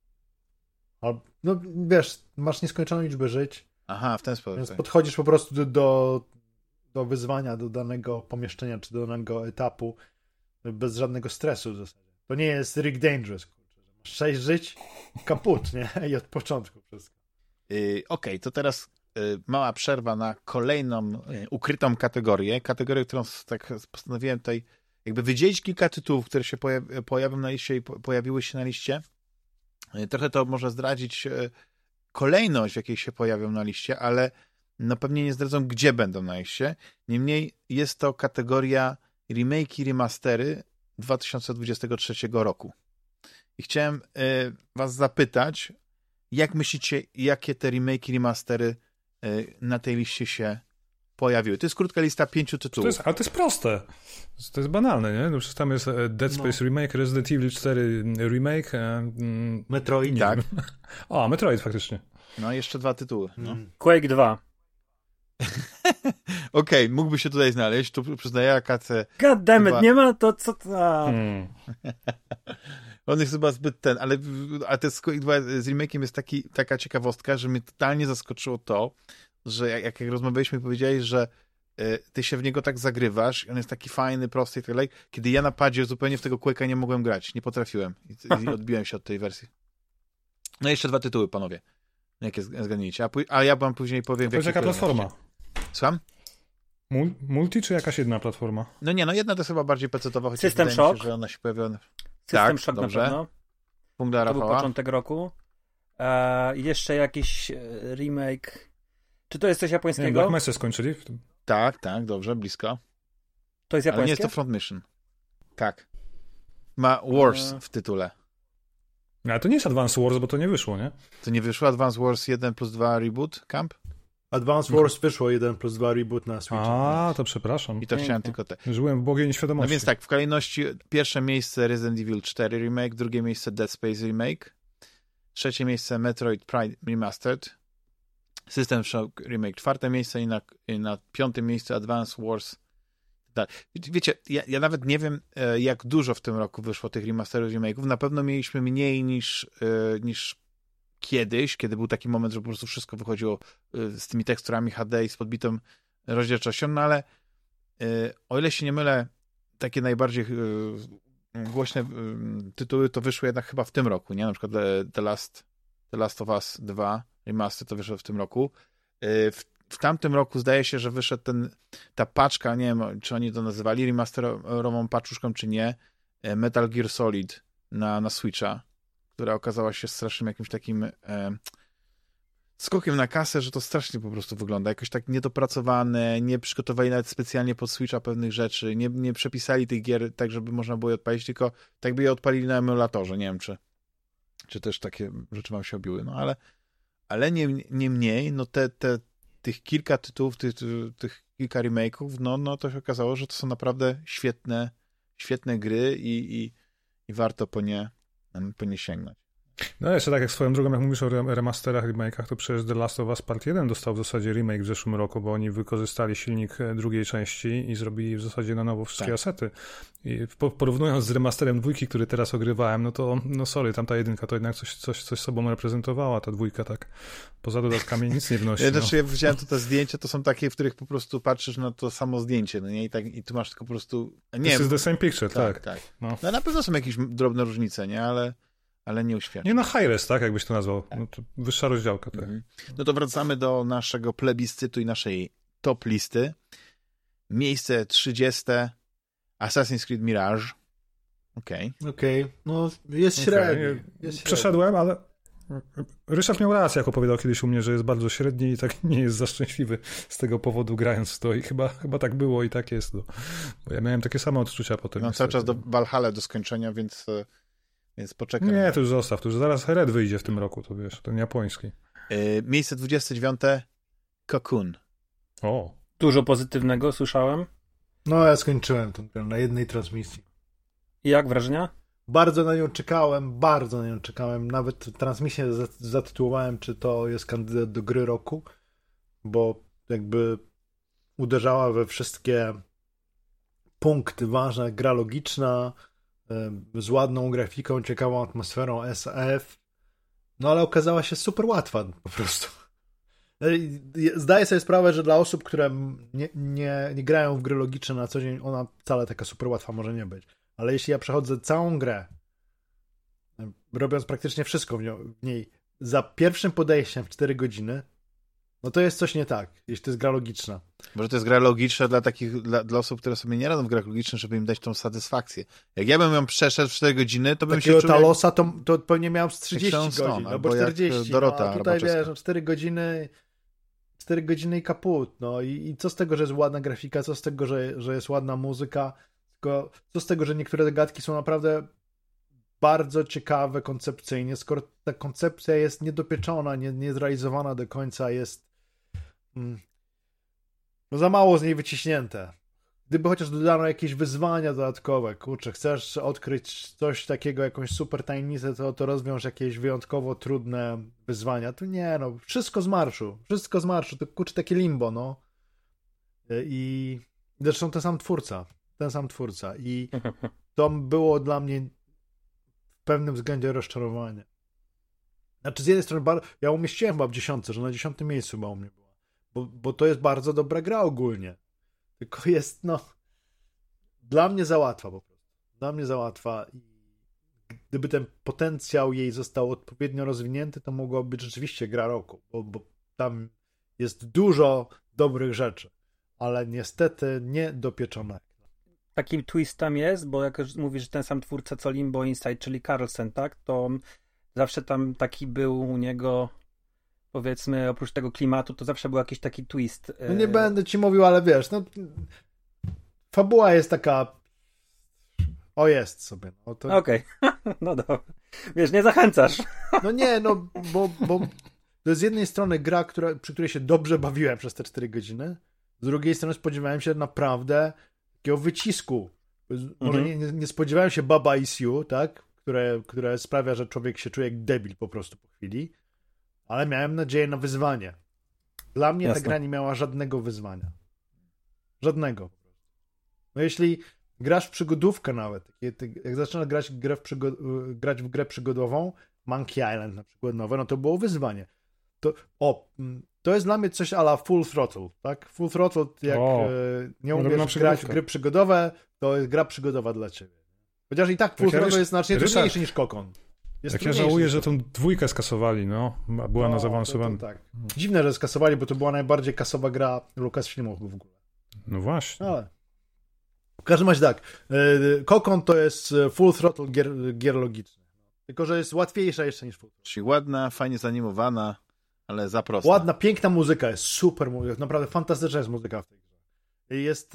Speaker 2: No wiesz, masz nieskończoną liczbę żyć.
Speaker 1: Aha, w ten sposób.
Speaker 2: Więc podchodzisz po prostu do wyzwania, do danego pomieszczenia, czy do danego etapu bez żadnego stresu w zasadzie. To nie jest Rick Dangerous. Masz 6 żyć, kaput, nie? I od początku wszystko.
Speaker 1: Okej, to teraz mała przerwa na kolejną ukrytą kategorię, którą tak postanowiłem tutaj jakby wydzielić kilka tytułów, które się pojawią na liście i pojawiły się na liście. Trochę to może zdradzić kolejność, w jakiej się pojawią na liście, ale no pewnie nie zdradzą, gdzie będą na liście. Niemniej jest to kategoria remake i remastery 2023 roku. I chciałem was zapytać, jak myślicie, jakie te remake i remastery na tej liście się pojawiły? To jest krótka lista 5 tytułów.
Speaker 4: Ale to jest proste. To jest banalne, nie? No przecież tam jest Dead Space Remake, Resident Evil 4 Remake.
Speaker 2: Metroid.
Speaker 1: Tak.
Speaker 4: Metroid faktycznie.
Speaker 1: No, jeszcze 2 tytuły. No.
Speaker 3: Quake 2.
Speaker 1: Okej, mógłby się tutaj znaleźć. Tu przyznaję, AKC.
Speaker 3: God damn it, nie ma to co...
Speaker 1: On jest chyba zbyt ale to z remake'iem jest taka ciekawostka, że mnie totalnie zaskoczyło to, że jak rozmawialiśmy, powiedziałeś, że ty się w niego tak zagrywasz i on jest taki fajny, prosty i tak dalej, kiedy ja na padzie zupełnie w tego Quake'a nie mogłem grać, nie potrafiłem i odbiłem się od tej wersji. No i jeszcze 2 tytuły, panowie. Jakie zgadnijcie? A ja wam później powiem...
Speaker 4: To jest jaka platforma?
Speaker 1: Słucham?
Speaker 4: Multi czy jakaś jedna platforma?
Speaker 1: No nie, jedna to jest chyba bardziej pecetowa, chociaż
Speaker 3: System
Speaker 1: wydaje mi
Speaker 3: Shock.
Speaker 1: się, że ona się pojawiła...
Speaker 3: System Shock
Speaker 1: dobrze.
Speaker 3: na pewno.
Speaker 1: Punkt dla
Speaker 3: To był
Speaker 1: Rafała.
Speaker 3: początek roku. Jeszcze jakiś remake. Czy to jest coś japońskiego?
Speaker 4: Nie, Black Mesa skończyli?
Speaker 1: Tak, dobrze, blisko.
Speaker 3: To jest
Speaker 1: Ale
Speaker 3: japońskie?
Speaker 1: nie jest to Front Mission. Tak. Ma Wars w tytule.
Speaker 4: Ale to nie jest Advance Wars, bo to nie wyszło, nie?
Speaker 1: To nie wyszło Advance Wars 1+2 Reboot Camp?
Speaker 2: Advance Wars wyszło 1+2 reboot na Switcha.
Speaker 4: To przepraszam.
Speaker 1: I to chciałem tylko
Speaker 4: Żyłem w błogiej nieświadomości.
Speaker 1: No więc tak, w kolejności pierwsze miejsce Resident Evil 4 Remake, drugie miejsce Dead Space Remake, trzecie miejsce Metroid Prime Remastered, System Shock Remake 4 miejsce i na 5 miejscu Advance Wars. Wiecie, ja nawet nie wiem, jak dużo w tym roku wyszło tych remasterów, remake'ów. Na pewno mieliśmy mniej niż kiedyś, kiedy był taki moment, że po prostu wszystko wychodziło z tymi teksturami HD i z podbitą rozdzielczością, no ale o ile się nie mylę, takie najbardziej głośne tytuły to wyszły jednak chyba w tym roku, nie? Na przykład The Last of Us 2 Remaster to wyszło w tym roku. W tamtym roku zdaje się, że wyszedł ta paczka, nie wiem, czy oni to nazywali remasterową paczuszką, czy nie, Metal Gear Solid na Switcha, która okazała się strasznym jakimś takim skokiem na kasę, że to strasznie po prostu wygląda. Jakoś tak niedopracowane, nie przygotowali nawet specjalnie pod Switcha pewnych rzeczy, nie przepisali tych gier tak, żeby można było je odpalić, tylko tak by je odpalili na emulatorze. Nie wiem, czy też takie rzeczy wam się obiły. No ale niemniej, no tych kilka tytułów, tych kilka remake'ów, no to się okazało, że to są naprawdę świetne gry i warto po nie sięgnąć.
Speaker 4: No jeszcze tak jak swoją drogą, jak mówisz o remasterach, remake'ach, to przecież The Last of Us Part 1 dostał w zasadzie remake w zeszłym roku, bo oni wykorzystali silnik drugiej części i zrobili w zasadzie na nowo wszystkie asety. I porównując z remasterem 2, który teraz ogrywałem, no to sorry, tamta 1 to jednak coś sobą reprezentowała, ta 2 tak poza dodatkami nic nie wnosi.
Speaker 1: Ja widziałem te zdjęcia, to są takie, w których po prostu patrzysz na to samo zdjęcie, no nie? I tu masz tylko po prostu... Nie,
Speaker 4: This is the same picture, tak.
Speaker 1: No na pewno są jakieś drobne różnice, nie? Ale nie uświadczam.
Speaker 4: Nie, no high-res, tak? Jakbyś to nazwał. No to wyższa rozdziałka. Tak.
Speaker 1: No to wracamy do naszego plebiscytu i naszej top listy. Miejsce 30. Assassin's Creed Mirage. Okej.
Speaker 2: No jest średni.
Speaker 4: Przeszedłem, ale Ryszard miał rację, jak opowiadał kiedyś u mnie, że jest bardzo średni i tak nie jest za szczęśliwy z tego powodu grając w to i chyba tak było i tak jest. Bo ja miałem takie same odczucia potem.
Speaker 1: Mam cały czas do Valhalla do skończenia, więc poczekam.
Speaker 4: Nie, to już zostaw, to już zaraz Red wyjdzie w tym roku, to wiesz, ten japoński.
Speaker 1: Miejsce 29. Cocoon.
Speaker 4: O.
Speaker 3: Dużo pozytywnego słyszałem.
Speaker 2: No ja skończyłem tę grę na jednej transmisji.
Speaker 3: I jak wrażenia?
Speaker 2: Bardzo na nią czekałem. Nawet transmisję zatytułowałem, czy to jest kandydat do gry roku, bo jakby uderzała we wszystkie punkty ważne, gra logiczna, z ładną grafiką, ciekawą atmosferą SF, no ale okazała się super łatwa po prostu. Zdaję sobie sprawę, że dla osób, które nie grają w gry logiczne na co dzień, ona wcale taka super łatwa może nie być. Ale jeśli ja przechodzę całą grę, robiąc praktycznie wszystko w niej, za pierwszym podejściem w 4 godziny, no to jest coś nie tak, jeśli to jest gra logiczna.
Speaker 1: Może to jest gra logiczna dla osób, które sobie nie radzą w grach logicznych, żeby im dać tą satysfakcję. Jak ja bym ją przeszedł w 4 godziny, to bym się czuł...
Speaker 2: Talosa to pewnie miałem z 30 godzin, albo 40.
Speaker 1: Dorota,
Speaker 2: a tutaj wiesz, 4 godziny i kaput. No i co z tego, że jest ładna grafika, co z tego, że jest ładna muzyka, tylko co z tego, że niektóre zagadki są naprawdę bardzo ciekawe koncepcyjnie, skoro ta koncepcja jest niedopieczona, nie zrealizowana do końca, jest no za mało z niej wyciśnięte. Gdyby chociaż dodano jakieś wyzwania dodatkowe, kurczę, chcesz odkryć coś takiego, jakąś super tajemnicę, to rozwiąż jakieś wyjątkowo trudne wyzwania. Tu nie, no, wszystko z marszu, to kurczę takie limbo, no. I zresztą ten sam twórca i to było dla mnie w pewnym względzie rozczarowanie. Znaczy z jednej strony ja umieściłem chyba w 10, że na 10 miejscu chyba u mnie była. Bo to jest bardzo dobra gra ogólnie. Tylko jest, dla mnie za łatwa po prostu. Dla mnie za łatwa i gdyby ten potencjał jej został odpowiednio rozwinięty, to mogłaby być rzeczywiście gra roku, bo tam jest dużo dobrych rzeczy, ale niestety nie dopieczone.
Speaker 3: Taki twist tam jest, bo jak już mówisz, że ten sam twórca co Limbo Inside, czyli Carlsen, tak, to zawsze tam taki był u niego, powiedzmy, oprócz tego klimatu, to zawsze był jakiś taki twist.
Speaker 2: No nie będę ci mówił, ale wiesz, fabuła jest taka jest sobie.
Speaker 3: Okej. No dobra. Wiesz, nie zachęcasz.
Speaker 2: No nie, bo to jest z jednej strony gra, przy której się dobrze bawiłem przez te 4 godziny, z drugiej strony spodziewałem się naprawdę takiego wycisku. Może nie spodziewałem się Baba Is You, tak? Które sprawia, że człowiek się czuje jak debil po prostu po chwili, ale miałem nadzieję na wyzwanie. Dla mnie ta gra nie miała żadnego wyzwania. Żadnego. No jeśli grasz w przygodówkę nawet, jak zaczynasz grać w grę przygodową, Monkey Island na przykład nowe, no to było wyzwanie. To jest dla mnie coś a la Full Throttle, tak? Full Throttle, jak nie umiesz grać w gry przygodowe, to jest gra przygodowa dla ciebie. Chociaż i tak Full Throttle jest znacznie trudniejszy niż Kokon.
Speaker 4: Jak ja żałuję, że tą 2 skasowali, była na zaawansowanym.
Speaker 2: Tak. Dziwne, że skasowali, bo to była najbardziej kasowa gra Lucasfilmów w ogóle.
Speaker 4: No właśnie.
Speaker 2: Ale w każdym razie tak, Kokon to jest Full Throttle gier logicznych. Tylko, że jest łatwiejsza jeszcze niż Full Throttle.
Speaker 1: Czyli ładna, fajnie zanimowana, ale za prosta.
Speaker 2: Ładna, piękna muzyka, jest super muzyka, naprawdę fantastyczna jest muzyka w tej grze. Jest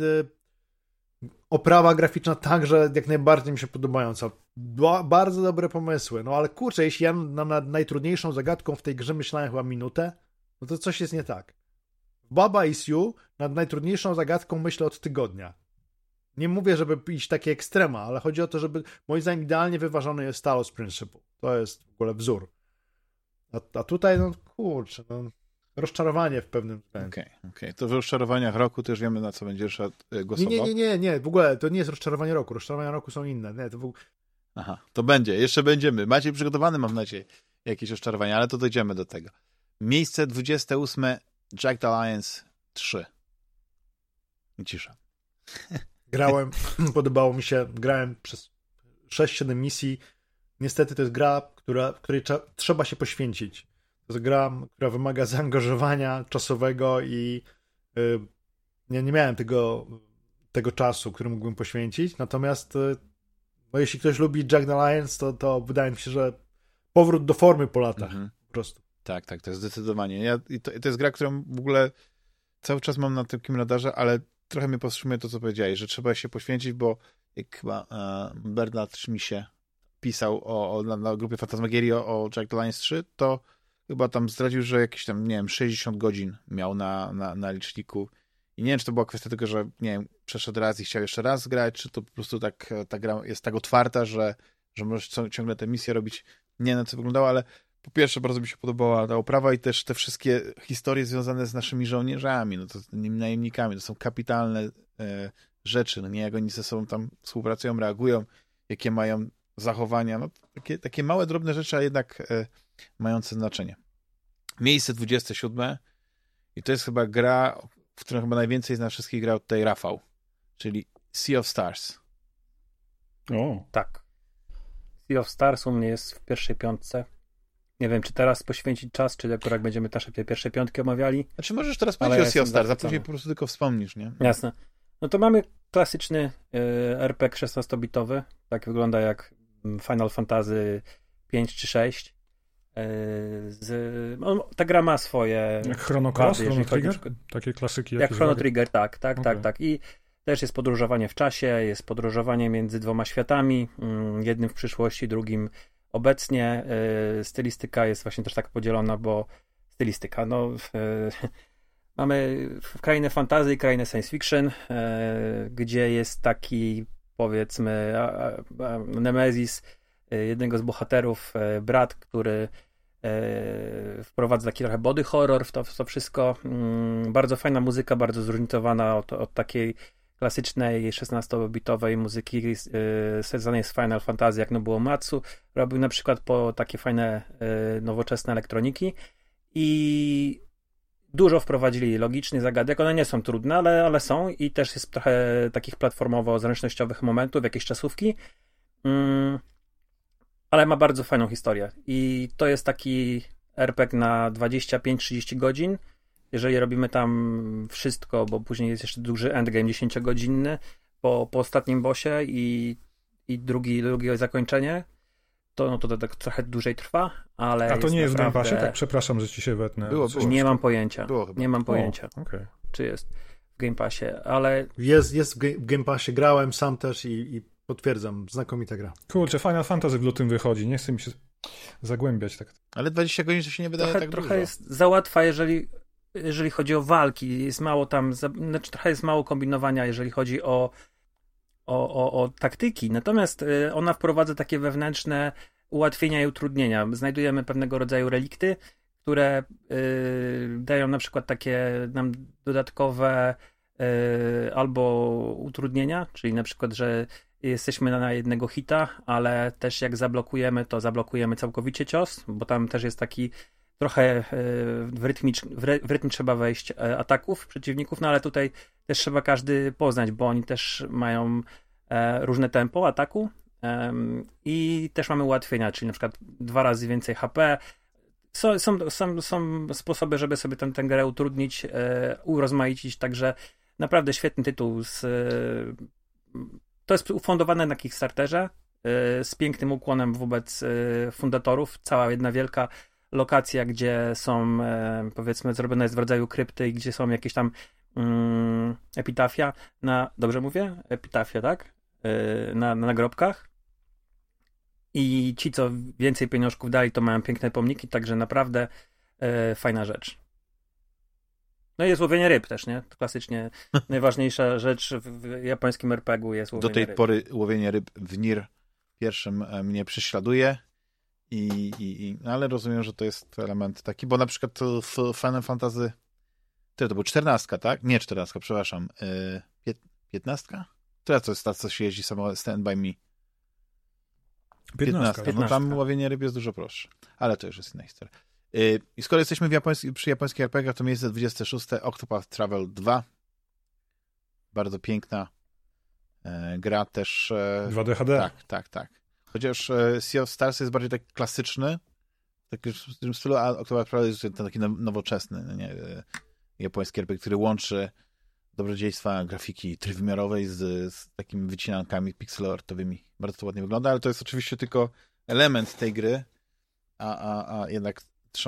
Speaker 2: oprawa graficzna także jak najbardziej mi się podobająca. Bardzo dobre pomysły, ale kurczę, jeśli ja nad najtrudniejszą zagadką w tej grze myślałem chyba minutę, no to coś jest nie tak. W Baba Is You nad najtrudniejszą zagadką myślę od tygodnia. Nie mówię, żeby iść takie ekstrema, ale chodzi o to, żeby moim zdaniem idealnie wyważony jest Talos Principle. To jest w ogóle wzór. A tutaj, rozczarowanie w pewnym względzie.
Speaker 1: Okej. To w rozczarowaniach roku też wiemy, na co będziesz głosował.
Speaker 2: Nie, w ogóle to nie jest rozczarowanie roku. Rozczarowania roku są inne. Nie, to
Speaker 1: Aha, to będzie, jeszcze będziemy. Macie przygotowane, mam nadzieję, jakieś rozczarowania, ale to dojdziemy do tego. Miejsce 28, Jagged Alliance 3. I cisza.
Speaker 2: Grałem, podobało mi się, grałem przez 6-7 misji. Niestety to jest gra, której trzeba się poświęcić. To jest gra, która wymaga zaangażowania czasowego i nie miałem tego czasu, który mógłbym poświęcić. Natomiast jeśli ktoś lubi Jagged Alliance, to wydaje mi się, że powrót do formy po latach. Po prostu.
Speaker 1: Tak, to jest zdecydowanie. To jest gra, którą w ogóle cały czas mam na takim radarze, ale trochę mnie powstrzymuje to, co powiedziałeś, że trzeba się poświęcić, bo jak chyba Bernard Schmisie pisał na grupie Fantasmagierii o Jagged Alliance 3, to chyba tam zdradził, że jakieś tam, nie wiem, 60 godzin miał na liczniku. I nie wiem, czy to była kwestia tego, że, nie wiem, przeszedł raz i chciał jeszcze raz grać, czy to po prostu tak ta gra jest tak otwarta, że możesz ciągle te misje robić. Nie wiem, na co wyglądało, ale po pierwsze bardzo mi się podobała ta oprawa i też te wszystkie historie związane z naszymi żołnierzami, to z tymi najemnikami, to są kapitalne rzeczy, nie, jak oni ze sobą tam współpracują, reagują, jakie mają zachowania, takie małe, drobne rzeczy, a jednak mające znaczenie. Miejsce 27 i to jest chyba gra, w którą chyba najwięcej z nas wszystkich grał tutaj Rafał, czyli Sea of Stars.
Speaker 3: Tak. Sea of Stars u mnie jest w pierwszej 5. Nie wiem, czy teraz poświęcić czas, czy akurat będziemy nasze pierwsze 5 omawiali.
Speaker 1: Znaczy możesz teraz powiedzieć o Sea of Stars, a później po prostu tylko wspomnisz, nie?
Speaker 3: Jasne. No to mamy klasyczny RPG 16-bitowy. Tak wygląda jak Final Fantasy 5 czy 6. Ta gra ma swoje...
Speaker 4: Jak Chrono Cross, Chrono Trigger? Takie klasyki.
Speaker 3: Jak Chrono Trigger, tak. I też jest podróżowanie w czasie, jest podróżowanie między 2 światami, jednym w przyszłości, drugim obecnie. Stylistyka jest właśnie też tak podzielona, bo stylistyka, mamy krainę fantasy i krainę science fiction, gdzie jest taki, powiedzmy, Nemesis, jednego z bohaterów, brat, który wprowadza taki trochę body horror w to wszystko. Bardzo fajna muzyka, bardzo zróżnicowana od takiej klasycznej 16-bitowej muzyki związanej z Final Fantasy, jak Nobuo Uematsu. Robił na przykład po takie fajne, nowoczesne elektroniki i dużo wprowadzili logicznych zagadek. One nie są trudne, ale są i też jest trochę takich platformowo-zręcznościowych momentów, jakieś czasówki. Ale ma bardzo fajną historię. I to jest taki RPG na 25-30 godzin. Jeżeli robimy tam wszystko, bo później jest jeszcze duży endgame 10-godzinny po ostatnim bossie i drugie zakończenie, to tak trochę dłużej trwa, ale
Speaker 4: a to nie jest w
Speaker 3: naprawdę...
Speaker 4: Game Passie? Tak, przepraszam, że ci się wetnę.
Speaker 1: Było.
Speaker 3: Nie mam pojęcia. Nie mam pojęcia,
Speaker 4: Okay.
Speaker 3: czy jest w Game Passie, ale...
Speaker 2: Jest w Game Passie, grałem sam też i potwierdzam, znakomita gra.
Speaker 4: Kurczę, Final Fantasy w lutym wychodzi, nie chcę mi się zagłębiać tak.
Speaker 1: Ale 20 godzin to się nie wydaje tak
Speaker 3: trochę
Speaker 1: dużo.
Speaker 3: jest za łatwa, jeżeli chodzi o walki. Jest mało tam, znaczy trochę jest mało kombinowania, jeżeli chodzi o taktyki. Natomiast ona wprowadza takie wewnętrzne ułatwienia i utrudnienia. Znajdujemy pewnego rodzaju relikty, które dają na przykład takie nam dodatkowe albo utrudnienia, czyli na przykład, że jesteśmy na jednego hita, ale też jak zablokujemy, to zablokujemy całkowicie cios, bo tam też jest taki trochę w rytm trzeba wejść ataków przeciwników, no ale tutaj też trzeba każdy poznać, bo oni też mają różne tempo ataku i też mamy ułatwienia, czyli na przykład 2 razy więcej HP. Są sposoby, żeby sobie tę grę utrudnić, urozmaicić, także naprawdę świetny tytuł. To jest ufundowane na Kickstarterze z pięknym ukłonem wobec fundatorów. Cała jedna wielka lokacja, gdzie są, powiedzmy, zrobione jest w rodzaju krypty i gdzie są jakieś tam epitafia dobrze mówię? Epitafia, tak? Na nagrobkach. I ci, co więcej pieniążków dali, to mają piękne pomniki, także naprawdę fajna rzecz. No i jest łowienie ryb też, nie? Klasycznie najważniejsza rzecz w japońskim RPG-u jest łowienie ryb.
Speaker 1: Do tej pory łowienie ryb w Nier pierwszym mnie prześladuje, no ale rozumiem, że to jest element taki, bo na przykład w Final Fantasy to był 14, tak? Nie 14, przepraszam. 15? Która to jest ta, co się jeździ samo Stand By Me? 15. No tam łowienie ryb jest dużo prostsze. Ale to już jest inna historia. I skoro jesteśmy przy japońskich RPG, to miejsce 26. Octopath Travel 2. Bardzo piękna gra też.
Speaker 4: 2D HD.
Speaker 1: Tak. Chociaż Sea of Stars jest bardziej tak klasyczny, w tym stylu, a Octopath Travel jest ten taki nowoczesny, nie? Japoński RPG, który łączy dobrodziejstwa grafiki trójwymiarowej z takimi wycinankami pixelartowymi. Bardzo to ładnie wygląda, ale to jest oczywiście tylko element tej gry, a jednak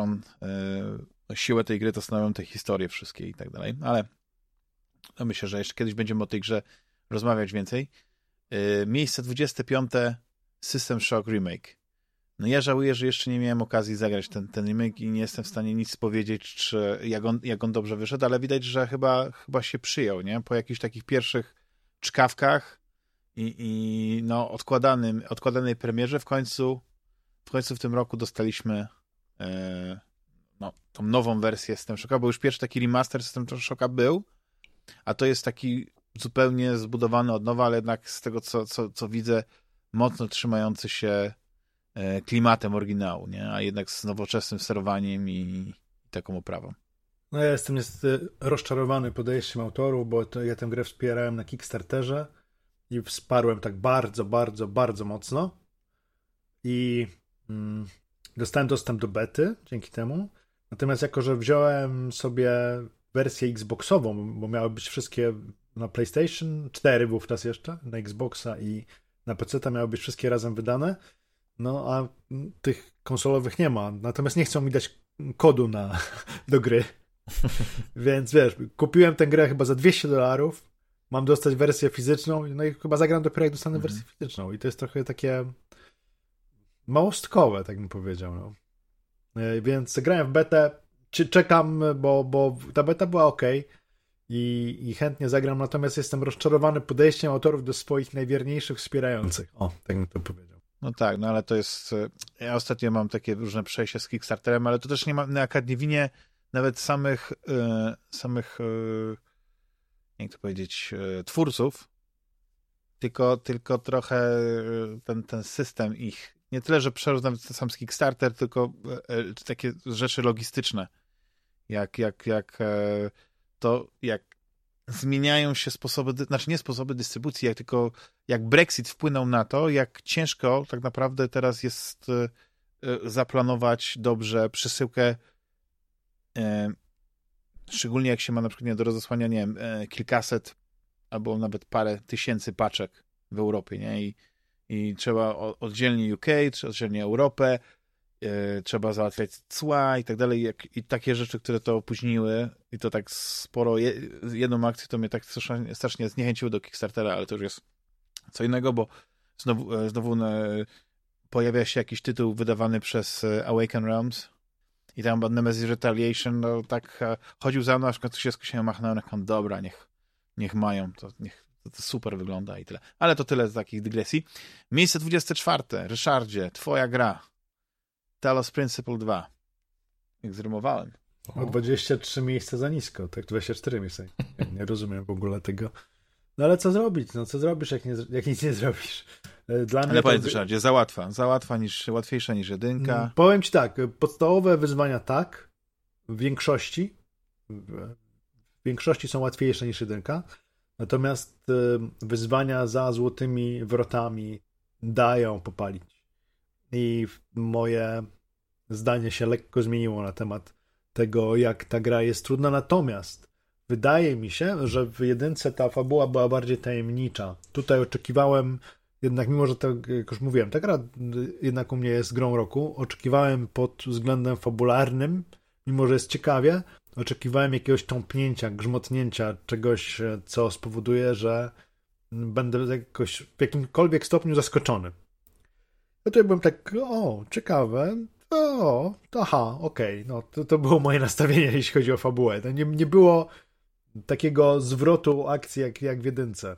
Speaker 1: siłę tej gry to stanowią te historie wszystkie i tak dalej. Ale no myślę, że jeszcze kiedyś będziemy o tej grze rozmawiać więcej. Miejsce 25. System Shock Remake. No ja żałuję, że jeszcze nie miałem okazji zagrać ten remake i nie jestem w stanie nic powiedzieć, jak on dobrze wyszedł, ale widać, że chyba się przyjął, nie? Po jakichś takich pierwszych czkawkach i no odkładanej premierze w końcu w tym roku dostaliśmy tą nową wersję System Shocka, bo już pierwszy taki remaster System Shocka był, a to jest taki zupełnie zbudowany od nowa, ale jednak z tego, co widzę, mocno trzymający się klimatem oryginału, nie? A jednak z nowoczesnym sterowaniem i taką oprawą.
Speaker 2: No ja jestem rozczarowany podejściem autorów, bo ja tę grę wspierałem na Kickstarterze i wsparłem tak bardzo, bardzo, bardzo mocno i dostałem dostęp do bety dzięki temu. Natomiast jako, że wziąłem sobie wersję Xboxową, bo miały być wszystkie na PlayStation 4 wówczas jeszcze, na Xboxa i na PC miały być wszystkie razem wydane, no a tych konsolowych nie ma. Natomiast nie chcą mi dać kodu do gry. Więc wiesz, kupiłem tę grę chyba za $200, mam dostać wersję fizyczną, no i chyba zagram dopiero jak dostanę wersję fizyczną. I to jest trochę takie małostkowe, tak bym powiedział. No. Więc grałem w betę, czekam, bo ta beta była ok i chętnie zagram, natomiast jestem rozczarowany podejściem autorów do swoich najwierniejszych wspierających. O, tak bym to powiedział.
Speaker 1: No tak, no ale to jest... Ja ostatnio mam takie różne przejścia z Kickstarterem, ale to też nie winie nawet samych jak to powiedzieć, twórców, tylko trochę ten system ich, nie tyle, że przerósł nawet sam z Kickstarter, tylko takie rzeczy logistyczne, jak zmieniają się sposoby, znaczy nie sposoby dystrybucji, tylko jak Brexit wpłynął na to, jak ciężko tak naprawdę teraz jest zaplanować dobrze przesyłkę, szczególnie jak się ma na przykład do rozesłania, nie wiem, kilkaset albo nawet parę tysięcy paczek w Europie, nie? I trzeba oddzielnie UK, oddzielnie Europę, trzeba załatwiać cła i tak dalej, i takie rzeczy, które to opóźniły, i to tak sporo, jedną akcję to mnie tak strasznie zniechęciło do Kickstartera, ale to już jest co innego, bo znowu pojawia się jakiś tytuł wydawany przez Awaken Realms i tam Nemesis Retaliation, no tak chodził za mną, aż ktoś się skusiłem, machnąłem, dobra, niech mają, to super wygląda i tyle. Ale to tyle z takich dygresji. Miejsce 24. Ryszardzie, twoja gra. Talos Principle 2. Jak zrymowałem.
Speaker 2: O 23 miejsca za nisko, tak? 24 miejsca. Nie rozumiem w ogóle tego. No ale co zrobić? No co zrobisz, jak nic nie zrobisz? Dla mnie
Speaker 1: ale powiedz, Ryszardzie, łatwiejsza niż jedynka.
Speaker 2: Powiem ci tak, podstawowe wyzwania tak, w większości są łatwiejsze niż jedynka, natomiast wyzwania za złotymi wrotami dają popalić. I moje zdanie się lekko zmieniło na temat tego, jak ta gra jest trudna, natomiast wydaje mi się, że w jedynce ta fabuła była bardziej tajemnicza. Tutaj oczekiwałem, jednak mimo, że to, jak już mówiłem, ta gra jednak u mnie jest grą roku, oczekiwałem pod względem fabularnym, mimo że jest ciekawie, oczekiwałem jakiegoś tąpnięcia, grzmotnięcia, czegoś, co spowoduje, że będę jakoś w jakimkolwiek stopniu zaskoczony. Ja tutaj byłem tak, ciekawe, okej. No to było moje nastawienie, jeśli chodzi o fabułę. To nie było takiego zwrotu akcji jak w jedynce,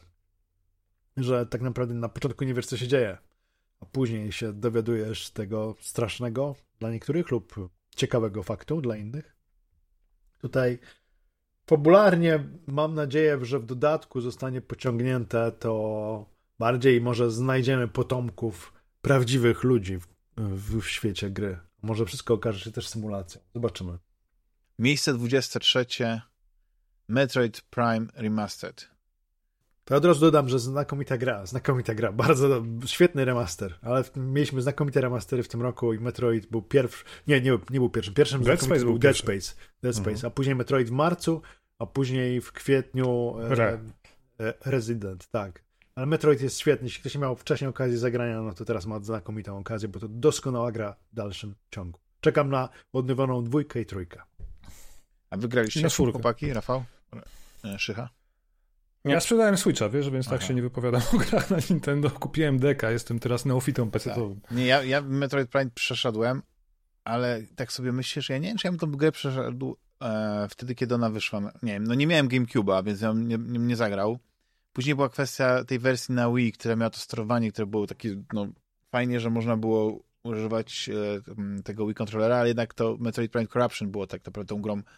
Speaker 2: że tak naprawdę na początku nie wiesz, co się dzieje, a później się dowiadujesz tego strasznego dla niektórych lub ciekawego faktu dla innych. Tutaj fabularnie mam nadzieję, że w dodatku zostanie pociągnięte to bardziej, może znajdziemy potomków prawdziwych ludzi w świecie gry. Może wszystko okaże się też symulacją. Zobaczymy.
Speaker 1: Miejsce 23. Metroid Prime Remastered.
Speaker 2: To od razu dodam, że znakomita gra, bardzo świetny remaster, ale mieliśmy znakomite remastery w tym roku i Metroid był pierwszy, nie był pierwszym. Pierwszym
Speaker 4: Dead Space był
Speaker 2: Dead Space, a później Metroid w marcu, a później w kwietniu Resident, tak. Ale Metroid jest świetny, jeśli ktoś miał wcześniej okazję zagrania, no to teraz ma znakomitą okazję, bo to doskonała gra w dalszym ciągu. Czekam na odnowioną 2 i 3.
Speaker 1: A wygraliście chłopaki, Rafał? Szycha?
Speaker 4: Ja sprzedałem Switcha, wiesz, więc tak się nie wypowiadam o grach na Nintendo. Kupiłem deka, jestem teraz neofitą PC-owym.
Speaker 1: Tak. Nie, ja Metroid Prime przeszedłem, ale tak sobie myślę, że ja nie wiem, czy ja bym tą grę przeszedł wtedy, kiedy ona wyszła. Nie wiem, no nie miałem GameCube'a, więc ja nie zagrał. Później była kwestia tej wersji na Wii, która miała to sterowanie, które było takie, no fajnie, że można było używać tego Wii kontrolera, ale jednak to Metroid Prime Corruption było tak naprawdę tą grą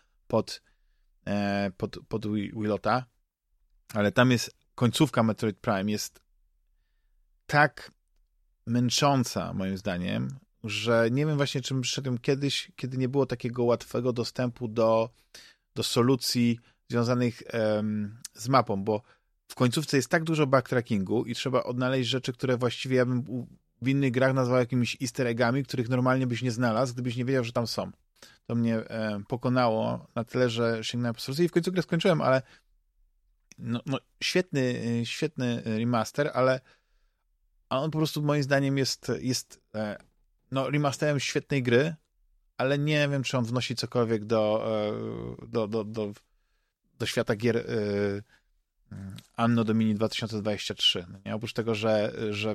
Speaker 1: pod Wii Lota. Ale tam jest końcówka Metroid Prime jest tak męcząca, moim zdaniem, że nie wiem właśnie, czym przyszedłem kiedyś, kiedy nie było takiego łatwego dostępu do solucji związanych z mapą, bo w końcówce jest tak dużo backtrackingu i trzeba odnaleźć rzeczy, które właściwie ja bym w innych grach nazwał jakimiś easter eggami, których normalnie byś nie znalazł, gdybyś nie wiedział, że tam są. To mnie pokonało na tyle, że sięgnąłem po solucję i w końcu grę skończyłem, ale no świetny remaster, ale on po prostu moim zdaniem jest remasterem świetnej gry, ale nie wiem, czy on wnosi cokolwiek do świata gier Anno Domini 2023. Nie? Oprócz tego, że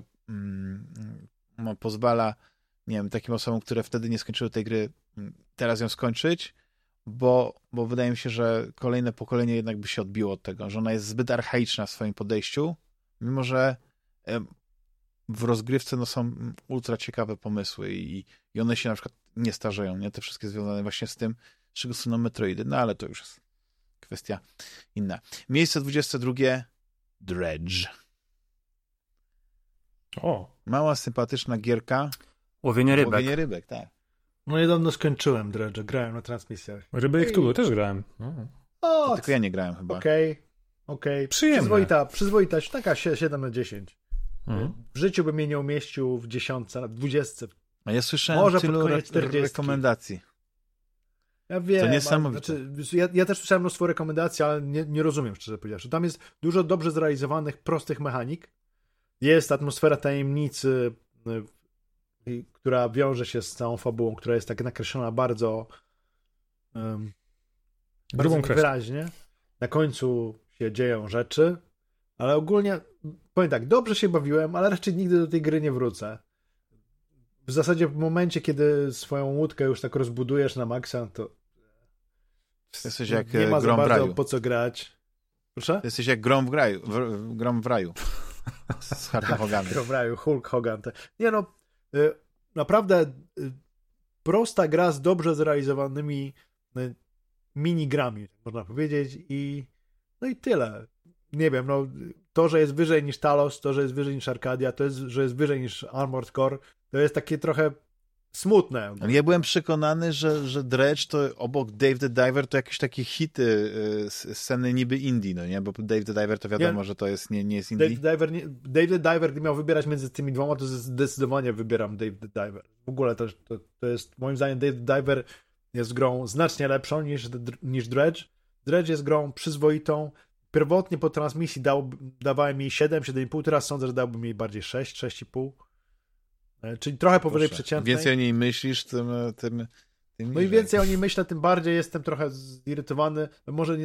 Speaker 1: pozwala, nie wiem, takim osobom, które wtedy nie skończyły tej gry, teraz ją skończyć, bo wydaje mi się, że kolejne pokolenie jednak by się odbiło od tego, że ona jest zbyt archaiczna w swoim podejściu, mimo że w rozgrywce są ultra ciekawe pomysły i one się na przykład nie starzeją, nie? Te wszystkie związane właśnie z tym, z czego są Metroidy, no ale to już jest kwestia inna. Miejsce 22. Dredge.
Speaker 4: O.
Speaker 1: Mała, sympatyczna gierka.
Speaker 3: Łowienie rybek.
Speaker 1: Łowienie rybek, tak.
Speaker 2: No niedawno skończyłem Dredge, grałem na transmisjach.
Speaker 4: Ryby i Cthulhu też grałem.
Speaker 2: O,
Speaker 1: Tylko ja nie grałem chyba.
Speaker 2: Okej.
Speaker 4: Przyjemne.
Speaker 2: Przyzwoita, taka 7/10. W życiu bym mnie nie umieścił w 10, w 20.
Speaker 1: A ja słyszałem
Speaker 2: Może
Speaker 1: tylu
Speaker 2: pod koniec 40.
Speaker 1: rekomendacji.
Speaker 2: Ja wiem,
Speaker 1: To niesamowite.
Speaker 2: Ja też słyszałem mnóstwo rekomendacji, ale nie rozumiem, szczerze powiedziawszy. Tam jest dużo dobrze zrealizowanych, prostych mechanik. Jest atmosfera tajemnicy, która wiąże się z całą fabułą, która jest tak nakreślona bardzo wyraźnie. Na końcu się dzieją rzeczy, ale ogólnie powiem tak, dobrze się bawiłem, ale raczej nigdy do tej gry nie wrócę. W zasadzie w momencie, kiedy swoją łódkę już tak rozbudujesz na maksa, to
Speaker 1: Jesteś jak
Speaker 2: nie ma za
Speaker 1: Grom w
Speaker 2: bardzo
Speaker 1: raju.
Speaker 2: po co grać. Proszę?
Speaker 1: Jesteś jak Grom w raju. Grom w raju. Z Hulkiem Hoganem.
Speaker 2: Grom w raju, Hulk Hogan. Nie no, naprawdę prosta gra z dobrze zrealizowanymi minigrami, można powiedzieć, no i tyle. Nie wiem, no to, że jest wyżej niż Talos, to, że jest wyżej niż Arcadia, że jest wyżej niż Armored Core, to jest takie trochę smutne.
Speaker 1: Ale ja byłem przekonany, że Dredge to obok Dave the Diver to jakieś takie hity sceny niby indie, no nie? Bo Dave the Diver to wiadomo, że to jest, nie jest indie.
Speaker 2: Dave the Diver, gdy miał wybierać między tymi dwoma, to zdecydowanie wybieram Dave the Diver. W ogóle to jest, moim zdaniem, Dave the Diver jest grą znacznie lepszą niż Dredge. Dredge jest grą przyzwoitą. Pierwotnie po transmisji dawałem jej 7, 7,5, teraz sądzę, że dałbym jej bardziej 6, 6,5. Czyli trochę powyżej przeciętnej.
Speaker 1: Więcej o niej myślisz, tym
Speaker 2: no i więcej o niej myślę, tym bardziej jestem trochę zirytowany. Może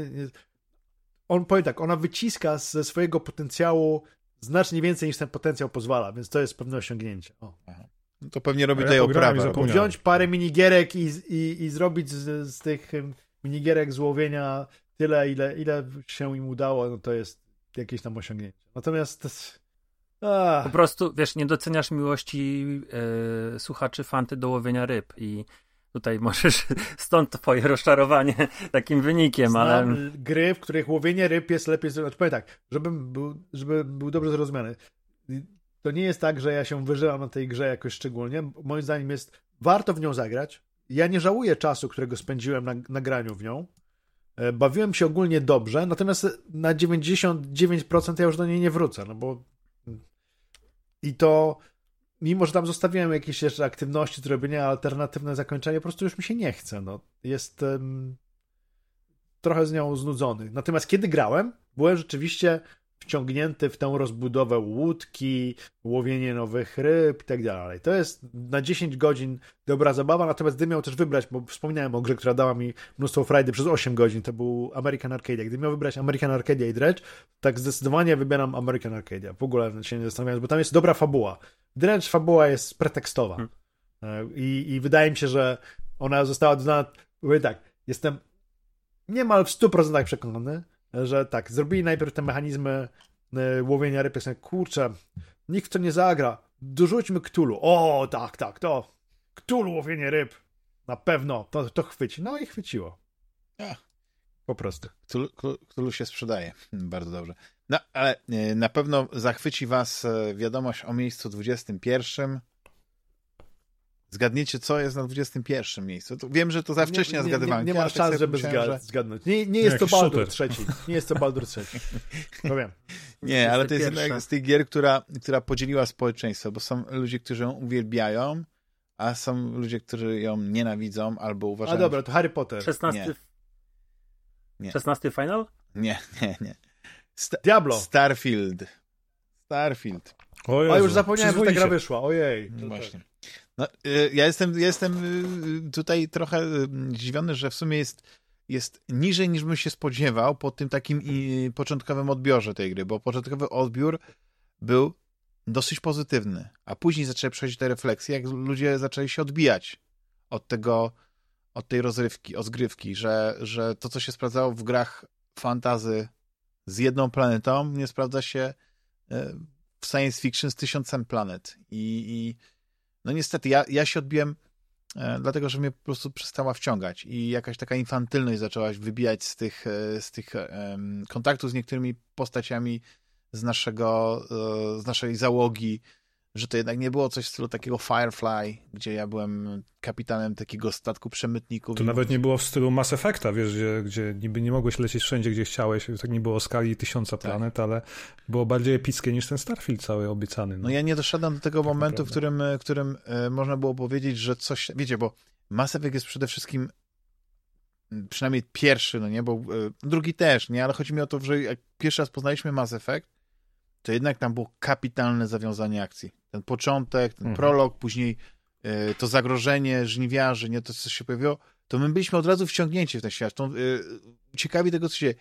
Speaker 2: on powie tak, ona wyciska ze swojego potencjału znacznie więcej niż ten potencjał pozwala, więc to jest pewne osiągnięcie.
Speaker 1: No to pewnie robi tutaj oprawę.
Speaker 2: Wziąć parę minigierek i zrobić z tych minigierek z łowienia tyle, ile się im udało, no to jest jakieś tam osiągnięcie. Natomiast
Speaker 3: po prostu, wiesz, nie doceniasz miłości słuchaczy fanty do łowienia ryb i tutaj możesz, stąd twoje rozczarowanie takim wynikiem, ale...
Speaker 2: gry, w których łowienie ryb jest lepiej... Znaczy, powiem tak, żeby był dobrze zrozumiany. To nie jest tak, że ja się wyżyłam na tej grze jakoś szczególnie. Moim zdaniem warto w nią zagrać. Ja nie żałuję czasu, którego spędziłem na graniu w nią. Bawiłem się ogólnie dobrze, natomiast na 99% ja już do niej nie wrócę, no bo i to, mimo że tam zostawiłem jakieś jeszcze aktywności, zrobienia, alternatywne zakończenie, po prostu już mi się nie chce. No. Jestem trochę z nią znudzony. Natomiast kiedy grałem, byłem rzeczywiście wciągnięty w tę rozbudowę łódki, łowienie nowych ryb i tak dalej. To jest na 10 godzin dobra zabawa, natomiast gdybym miał też wybrać, bo wspominałem o grze, która dała mi mnóstwo frajdy przez 8 godzin, to był American Arcadia. Gdybym miał wybrać American Arcadia i Dredge, tak zdecydowanie wybieram American Arcadia. W ogóle się nie zastanawiając, bo tam jest dobra fabuła. Dredge fabuła jest pretekstowa. I wydaje mi się, że ona została dodana, mówię tak, jestem niemal w 100% przekonany, że tak, zrobili najpierw te mechanizmy łowienia ryb, jak kurczę, nikt w to nie zagra, dorzućmy Cthulhu, o tak, to Cthulhu, łowienie ryb, na pewno, to chwyci, no i chwyciło. Po prostu.
Speaker 1: Cthulhu się sprzedaje, bardzo dobrze. No, ale na pewno zachwyci was wiadomość o miejscu 21. Zgadniecie, co jest na 21 miejscu. Wiem, że to za wcześnie na zgadywanie.
Speaker 2: Nie ma szans, żeby zgadnąć. Nie jest to Baldur trzeci. Nie jest to Baldur trzeci. To wiem.
Speaker 1: Nie, ale to jest jedna z tych gier, która podzieliła społeczeństwo, bo są ludzie, którzy ją uwielbiają, a są ludzie, którzy ją nienawidzą albo uważają...
Speaker 2: A dobra, to Harry Potter.
Speaker 3: 16 Final?
Speaker 1: Nie.
Speaker 2: Diablo.
Speaker 1: Starfield.
Speaker 2: O już zapomniałem, że ta gra wyszła. Ojej.
Speaker 1: No właśnie. No, ja jestem tutaj trochę zdziwiony, że w sumie jest niżej niż bym się spodziewał po tym takim początkowym odbiorze tej gry, bo początkowy odbiór był dosyć pozytywny, a później zaczęły przechodzić te refleksje, jak ludzie zaczęli się odbijać od tej rozgrywki, że to, co się sprawdzało w grach fantasy z jedną planetą, nie sprawdza się w science fiction z 1000 planet. I no niestety, ja się odbiłem dlatego, że mnie po prostu przestała wciągać i jakaś taka infantylność zaczęła wybijać z tych kontaktów z niektórymi postaciami z naszej załogi, że to jednak nie było coś w stylu takiego Firefly, gdzie ja byłem kapitanem takiego statku przemytników.
Speaker 4: To nawet nie było w stylu Mass Effecta, wiesz, gdzie niby nie mogłeś lecieć wszędzie, gdzie chciałeś, tak nie było skali 1000 planet, ale było bardziej epickie niż ten Starfield cały obiecany.
Speaker 1: No ja nie doszedłem do tego momentu, w którym można było powiedzieć, że coś, wiecie, bo Mass Effect jest przede wszystkim przynajmniej pierwszy, no nie, bo drugi też, nie, ale chodzi mi o to, że jak pierwszy raz poznaliśmy Mass Effect, to jednak tam było kapitalne zawiązanie akcji. Ten początek, ten prolog, później to zagrożenie żniwiarzy, nie, to co się pojawiło, to my byliśmy od razu wciągnięci w ten świat. Ciekawi tego, co się...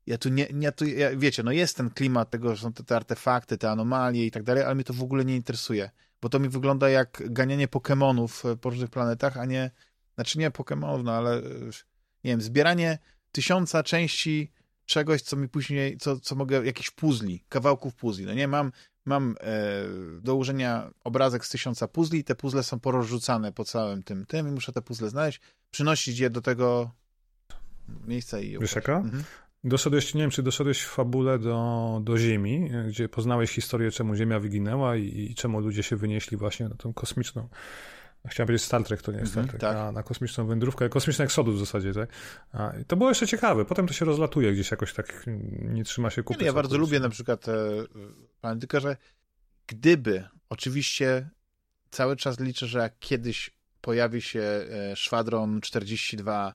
Speaker 1: wiecie, no jest ten klimat tego, że są te artefakty, te anomalie i tak dalej, ale mnie to w ogóle nie interesuje, bo to mi wygląda jak ganianie Pokemonów po różnych planetach, a nie, znaczy nie Pokemonów, no ale nie wiem, zbieranie 1000 części czegoś, co mi później, co mogę, jakichś puzli, kawałków puzli. No nie, mam do ułożenia obrazek z 1000 puzli i te puzzle są porozrzucane po całym tym i muszę te puzzle znaleźć, przynosić je do tego miejsca i...
Speaker 4: Wiesz jaka? Doszedłeś, nie wiem, czy doszedłeś w fabule do Ziemi, gdzie poznałeś historię, czemu Ziemia wyginęła i czemu ludzie się wynieśli właśnie na tą kosmiczną... Chciałem powiedzieć Star Trek, to nie jest Star Trek, tak. na kosmiczną wędrówkę, kosmiczny eksodus w zasadzie, tak? I to było jeszcze ciekawe, potem to się rozlatuje gdzieś jakoś tak, nie trzyma się kupy.
Speaker 1: Ja bardzo lubię na przykład tylko, że gdyby, oczywiście cały czas liczę, że jak kiedyś pojawi się Szwadron 42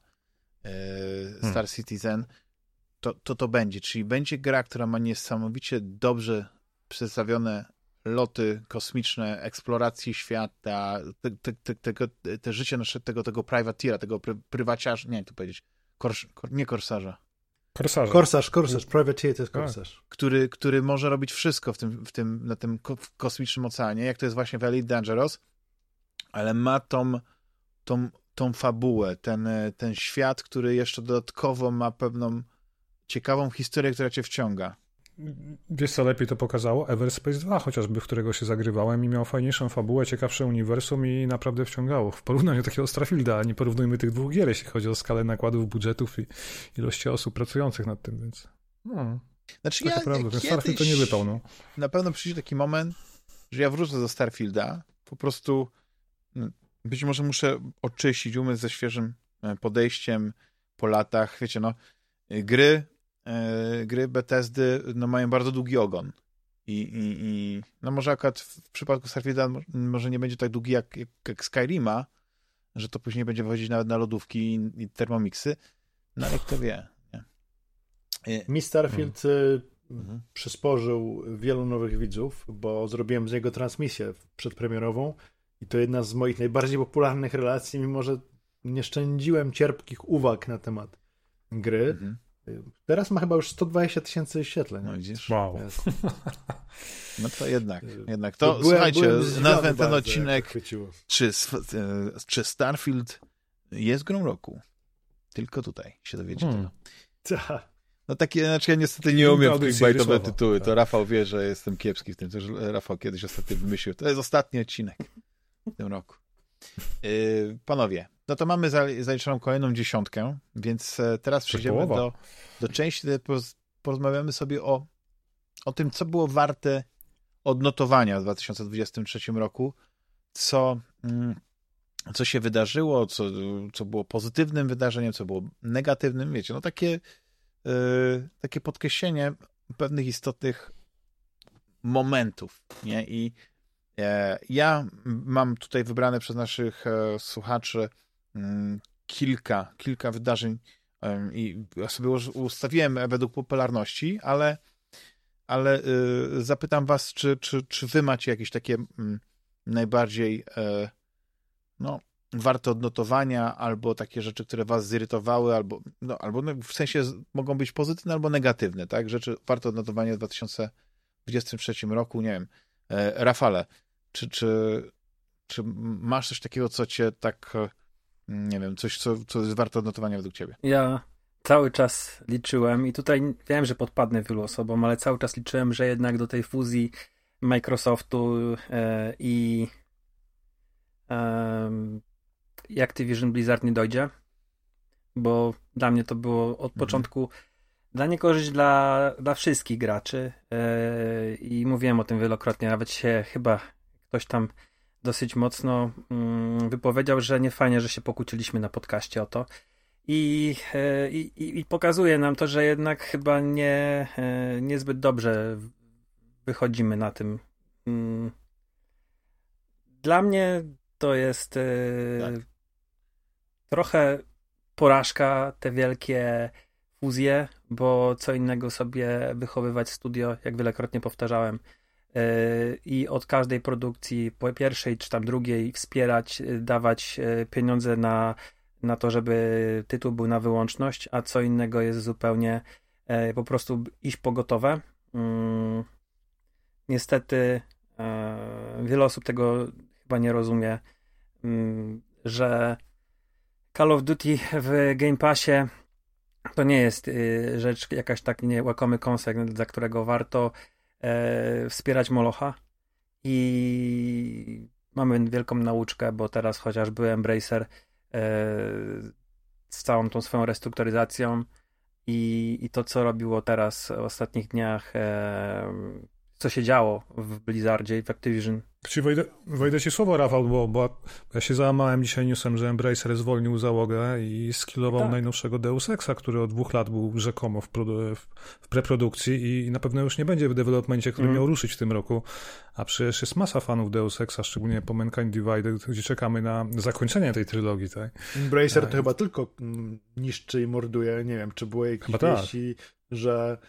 Speaker 1: Star Citizen, to będzie, czyli będzie gra, która ma niesamowicie dobrze przedstawione loty kosmiczne, eksploracje świata, te życie nasze, tego privateera, tego prywaciarza, nie jak to powiedzieć, nie korsarza.
Speaker 2: Korsarz, privateer to jest korsarz.
Speaker 1: Który może robić wszystko na tym kosmicznym oceanie, jak to jest właśnie w Elite Dangerous, ale ma tą fabułę, ten świat, który jeszcze dodatkowo ma pewną ciekawą historię, która cię wciąga.
Speaker 4: Wiesz co lepiej to pokazało? Everspace 2 chociażby, w którego się zagrywałem i miał fajniejszą fabułę, ciekawsze uniwersum i naprawdę wciągało. W porównaniu do takiego Starfielda, nie porównujmy tych dwóch gier, jeśli chodzi o skalę nakładów, budżetów i ilości osób pracujących nad tym, więc
Speaker 1: znaczy
Speaker 4: taka prawda, ten Starfield to nie wypał. No.
Speaker 1: Na pewno przyjdzie taki moment, że ja wrócę do Starfielda, po prostu być może muszę oczyścić umysł ze świeżym podejściem po latach, wiecie, no gry Bethesdy mają bardzo długi ogon. I no może akurat w przypadku Starfielda może nie będzie tak długi jak Skyrima, że to później będzie wychodzić nawet na lodówki i Thermomixy, no ale kto wie. Nie?
Speaker 2: Mi Starfield przysporzył wielu nowych widzów, bo zrobiłem z niego transmisję przedpremierową i to jedna z moich najbardziej popularnych relacji, mimo że nie szczędziłem cierpkich uwag na temat gry. Teraz ma chyba już 120 000 wyświetleń.
Speaker 1: No widzisz?
Speaker 4: Wow.
Speaker 1: No to jednak. To słuchajcie, nazwę ten odcinek czy Starfield jest grą roku. Tylko tutaj się dowiecie tego. No takie, znaczy ja niestety nie umiem clickbaitowe tytuły. To Rafał wie, że jestem kiepski w tym, co Rafał kiedyś ostatnio wymyślił. To jest ostatni odcinek w tym roku. Panowie, no to mamy zaliczoną kolejną 10, więc teraz przejdziemy do części, gdzie porozmawiamy sobie o tym, co było warte odnotowania w 2023 roku, co się wydarzyło, co było pozytywnym wydarzeniem, co było negatywnym, wiecie, no takie podkreślenie pewnych istotnych momentów, nie? I ja mam tutaj wybrane przez naszych słuchaczy kilka wydarzeń i ja sobie ustawiłem według popularności, ale zapytam was, czy wy macie jakieś takie najbardziej warte odnotowania, albo takie rzeczy, które was zirytowały, albo w sensie mogą być pozytywne albo negatywne, tak? Rzeczy warte odnotowania w 2023 roku, nie wiem. Rafale, czy masz coś takiego, co cię tak, nie wiem, coś, co jest warte odnotowania według ciebie?
Speaker 3: Ja cały czas liczyłem i tutaj wiem, że podpadnę wielu osobom, ale cały czas liczyłem, że jednak do tej fuzji Microsoftu i i Activision Blizzard nie dojdzie, bo dla mnie to było od początku dla niekorzyść dla wszystkich graczy i mówiłem o tym wielokrotnie, nawet się chyba ktoś tam dosyć mocno wypowiedział, że nie fajnie, że się pokłóciliśmy na podcaście o to i pokazuje nam to, że jednak chyba niezbyt dobrze wychodzimy na tym. Dla mnie to jest trochę porażka, te wielkie fuzje, bo co innego sobie wychowywać studio, jak wielokrotnie powtarzałem, i od każdej produkcji, po pierwszej czy tam drugiej wspierać, dawać pieniądze na to, żeby tytuł był na wyłączność, a co innego jest zupełnie po prostu iść po gotowe. Niestety wiele osób tego chyba nie rozumie, że Call of Duty w Game Passie to nie jest rzecz jakaś tak łakomy kąsek, za którego warto wspierać Molocha i mamy wielką nauczkę, bo teraz chociażby Embracer z całą tą swoją restrukturyzacją i to, co robiło teraz w ostatnich dniach, co się działo w Blizzardzie i w Activision.
Speaker 4: Wejdę ci słowo, Rafał, bo ja się załamałem dzisiaj newsem, że Embracer zwolnił załogę i skillował najnowszego Deus Exa, który od 2 lat był rzekomo w preprodukcji i na pewno już nie będzie w developmencie, który miał ruszyć w tym roku. A przecież jest masa fanów Deus Exa, szczególnie po Mankind Divided, gdzie czekamy na zakończenie tej trylogii. Tak?
Speaker 2: Embracer to chyba tylko niszczy i morduje. Nie wiem, czy było jakieś wieści, że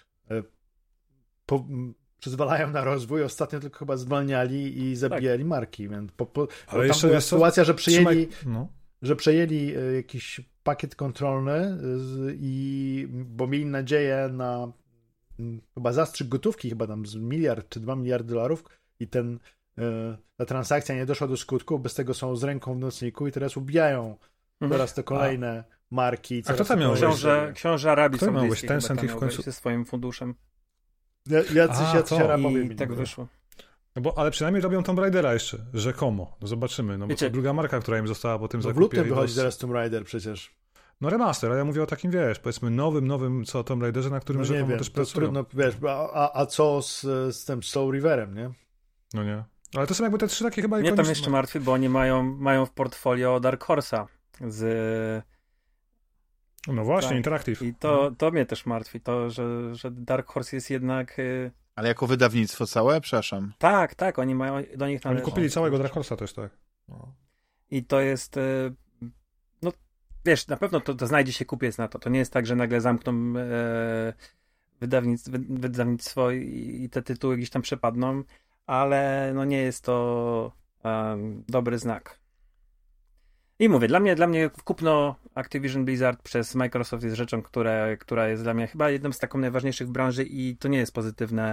Speaker 2: przyzwalają na rozwój. Ostatnio tylko chyba zwalniali i zabijali marki. Więc
Speaker 4: ale jeszcze
Speaker 2: była sytuacja, że przejęli jakiś pakiet kontrolny bo mieli nadzieję na chyba zastrzyk gotówki, chyba tam z 1 czy 2 miliardy dolarów i ta transakcja nie doszła do skutku. Bez tego są z ręką w nocniku i teraz ubijają teraz te kolejne marki.
Speaker 4: A kto tam miał
Speaker 3: Książę Arabii
Speaker 4: Saudyjskiej chyba tam
Speaker 3: ze swoim funduszem.
Speaker 2: Jacyś Arabowie
Speaker 3: i tak wyszło.
Speaker 4: No ale przynajmniej robią Tomb Raidera jeszcze, rzekomo. No zobaczymy, bo to druga marka, która im została po tym zakupie.
Speaker 2: W lutym wychodzi teraz Tomb Raider przecież.
Speaker 4: No remaster, ale ja mówię o takim, powiedzmy nowym Tomb Raiderze, na którym rzekomo też pracują.
Speaker 2: Trudno, a co z tym Soul Riverem, nie?
Speaker 4: No nie. Ale to są jakby te 3 takie chyba
Speaker 3: ikoniczne. Mnie tam jeszcze martwi, bo oni mają w portfolio Dark Horse'a
Speaker 4: No właśnie, Interactive.
Speaker 3: I to mnie też martwi, to, że Dark Horse jest jednak...
Speaker 1: Ale jako wydawnictwo całe? Przepraszam.
Speaker 3: Tak, oni mają do nich należą.
Speaker 4: Oni kupili całego Dark Horse'a też, tak.
Speaker 3: No. I to jest... No, wiesz, na pewno to znajdzie się kupiec na to. To nie jest tak, że nagle zamkną wydawnictwo i te tytuły gdzieś tam przepadną, ale no nie jest to dobry znak. I mówię, dla mnie kupno Activision Blizzard przez Microsoft jest rzeczą, która jest dla mnie chyba jedną z taką najważniejszych w branży i to nie jest pozytywne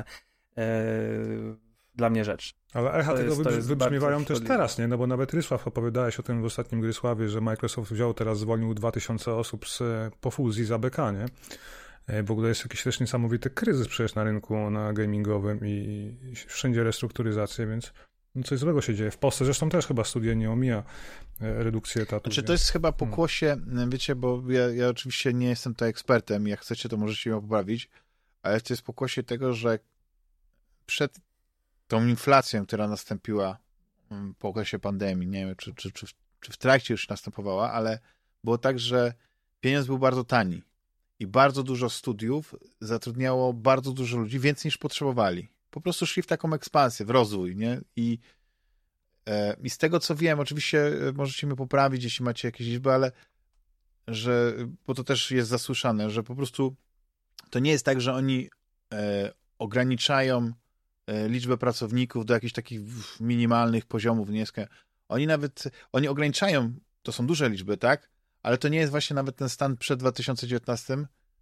Speaker 3: dla mnie rzecz.
Speaker 4: Ale echa tego wybrzmiewają też teraz, nie? No bo nawet Rysław opowiadałeś o tym w ostatnim Grysławie, że Microsoft zwolnił 2000 osób po fuzji z ABK, nie? W ogóle jest jakiś też niesamowity kryzys przecież na rynku gamingowym i wszędzie restrukturyzacje, więc coś złego się dzieje. W Polsce zresztą też chyba studia nie omija redukcji etatów.
Speaker 1: Znaczy to jest chyba pokłosie, wiecie, bo ja oczywiście nie jestem tutaj ekspertem, jak chcecie, to możecie mnie poprawić, ale to jest pokłosie tego, że przed tą inflacją, która nastąpiła po okresie pandemii, nie wiem, czy w trakcie już następowała, ale było tak, że pieniądz był bardzo tani i bardzo dużo studiów zatrudniało bardzo dużo ludzi, więcej niż potrzebowali. Po prostu szli w taką ekspansję, w rozwój, nie? I z tego, co wiem, oczywiście możecie mnie poprawić, jeśli macie jakieś liczby, ale bo to też jest zasłyszane, że po prostu to nie jest tak, że oni ograniczają liczbę pracowników do jakichś takich minimalnych poziomów, nie? Oni ograniczają, to są duże liczby, tak? Ale to nie jest właśnie nawet ten stan przed 2019,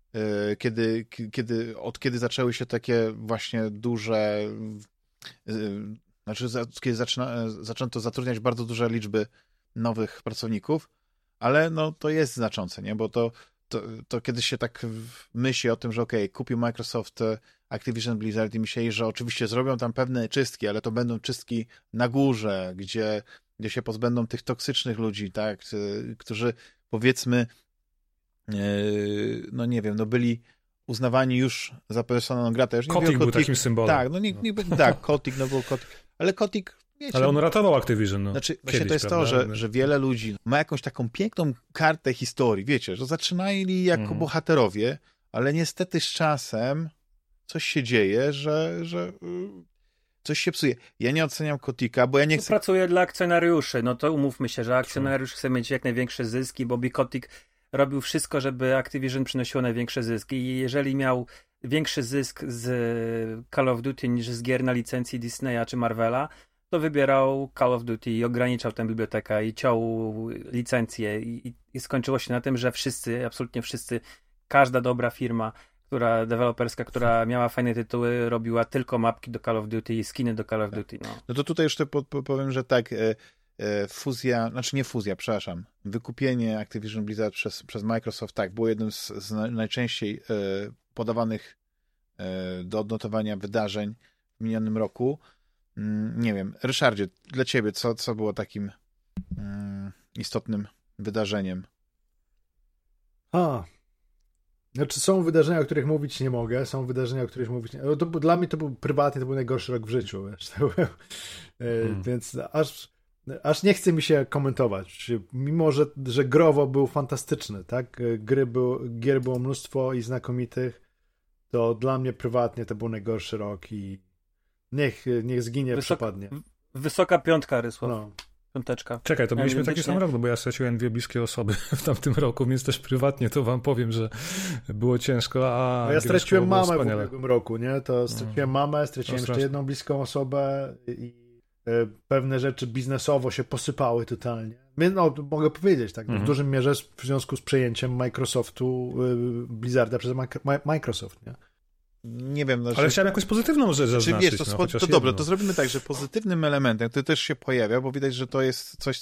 Speaker 1: kiedy zaczęły się takie właśnie duże, kiedy zaczęto zatrudniać bardzo duże liczby nowych pracowników, ale no to jest znaczące, nie? Bo to kiedyś się tak myśli o tym, że kupił Microsoft Activision Blizzard i myśleli, że oczywiście zrobią tam pewne czystki, ale to będą czystki na górze, gdzie gdzie się pozbędą tych toksycznych ludzi, tak, którzy powiedzmy, no nie wiem, no byli uznawani już za persona non grata.
Speaker 4: Kotick był takim symbolem.
Speaker 1: Tak, tak, Kotick, no był Kotick. Ale Kotick, wiecie...
Speaker 4: Ale on ratował Activision, no.
Speaker 1: Znaczy,
Speaker 4: Kiedyś,
Speaker 1: właśnie to jest
Speaker 4: prawda?
Speaker 1: to, że wiele ludzi ma jakąś taką piękną kartę historii, wiecie, że zaczynali jako bohaterowie, ale niestety z czasem coś się dzieje, że coś się psuje. Ja nie oceniam Koticka, bo ja nie chcę...
Speaker 3: Pracuje dla akcjonariuszy, no to umówmy się, że akcjonariusz chce mieć jak największe zyski, Bobby Kotick robił wszystko, żeby Activision przynosiło największe zyski i jeżeli miał większy zysk z Call of Duty niż z gier na licencji Disneya czy Marvela, to wybierał Call of Duty i ograniczał tę bibliotekę i ciął licencje i skończyło się na tym, że wszyscy, absolutnie wszyscy, każda dobra firma, deweloperska, która miała fajne tytuły, robiła tylko mapki do Call of Duty i skiny do Call of Duty.
Speaker 1: No to tutaj jeszcze powiem, że tak, fuzja, znaczy nie fuzja, przepraszam, wykupienie Activision Blizzard przez Microsoft, tak, było jednym z najczęściej podawanych do odnotowania wydarzeń w minionym roku. Nie wiem, Ryszardzie, dla ciebie co było takim istotnym wydarzeniem?
Speaker 2: Znaczy są wydarzenia, o których mówić nie mogę, są wydarzenia, o których mówić nie... Dla mnie to był prywatnie, to był najgorszy rok w życiu, wiesz, więc aż nie chce mi się komentować, mimo że growo był fantastyczny, tak, gier było mnóstwo i znakomitych, to dla mnie prywatnie to był najgorszy rok i niech zginie przypadnie.
Speaker 3: Wysoka piątka, Rysław.
Speaker 2: No.
Speaker 3: Piąteczka.
Speaker 4: Czekaj, to mieliśmy taki sam rok, no bo ja straciłem 2 bliskie osoby w tamtym roku, więc też prywatnie to wam powiem, że było ciężko, a
Speaker 2: ja straciłem mamę w ubiegłym roku, nie? To straciłem mamę, straciłem jeszcze jedną bliską osobę i pewne rzeczy biznesowo się posypały totalnie. No, mogę powiedzieć, tak, w dużym mierze w związku z przejęciem Microsoftu, Blizzarda przez Microsoft, nie?
Speaker 1: Nie wiem.
Speaker 4: Ale chciałem jakąś pozytywną rzecz zaznaczyć.
Speaker 1: Wiesz, to dobra, to zrobimy tak, że pozytywnym elementem, który też się pojawia, bo widać, że to jest coś,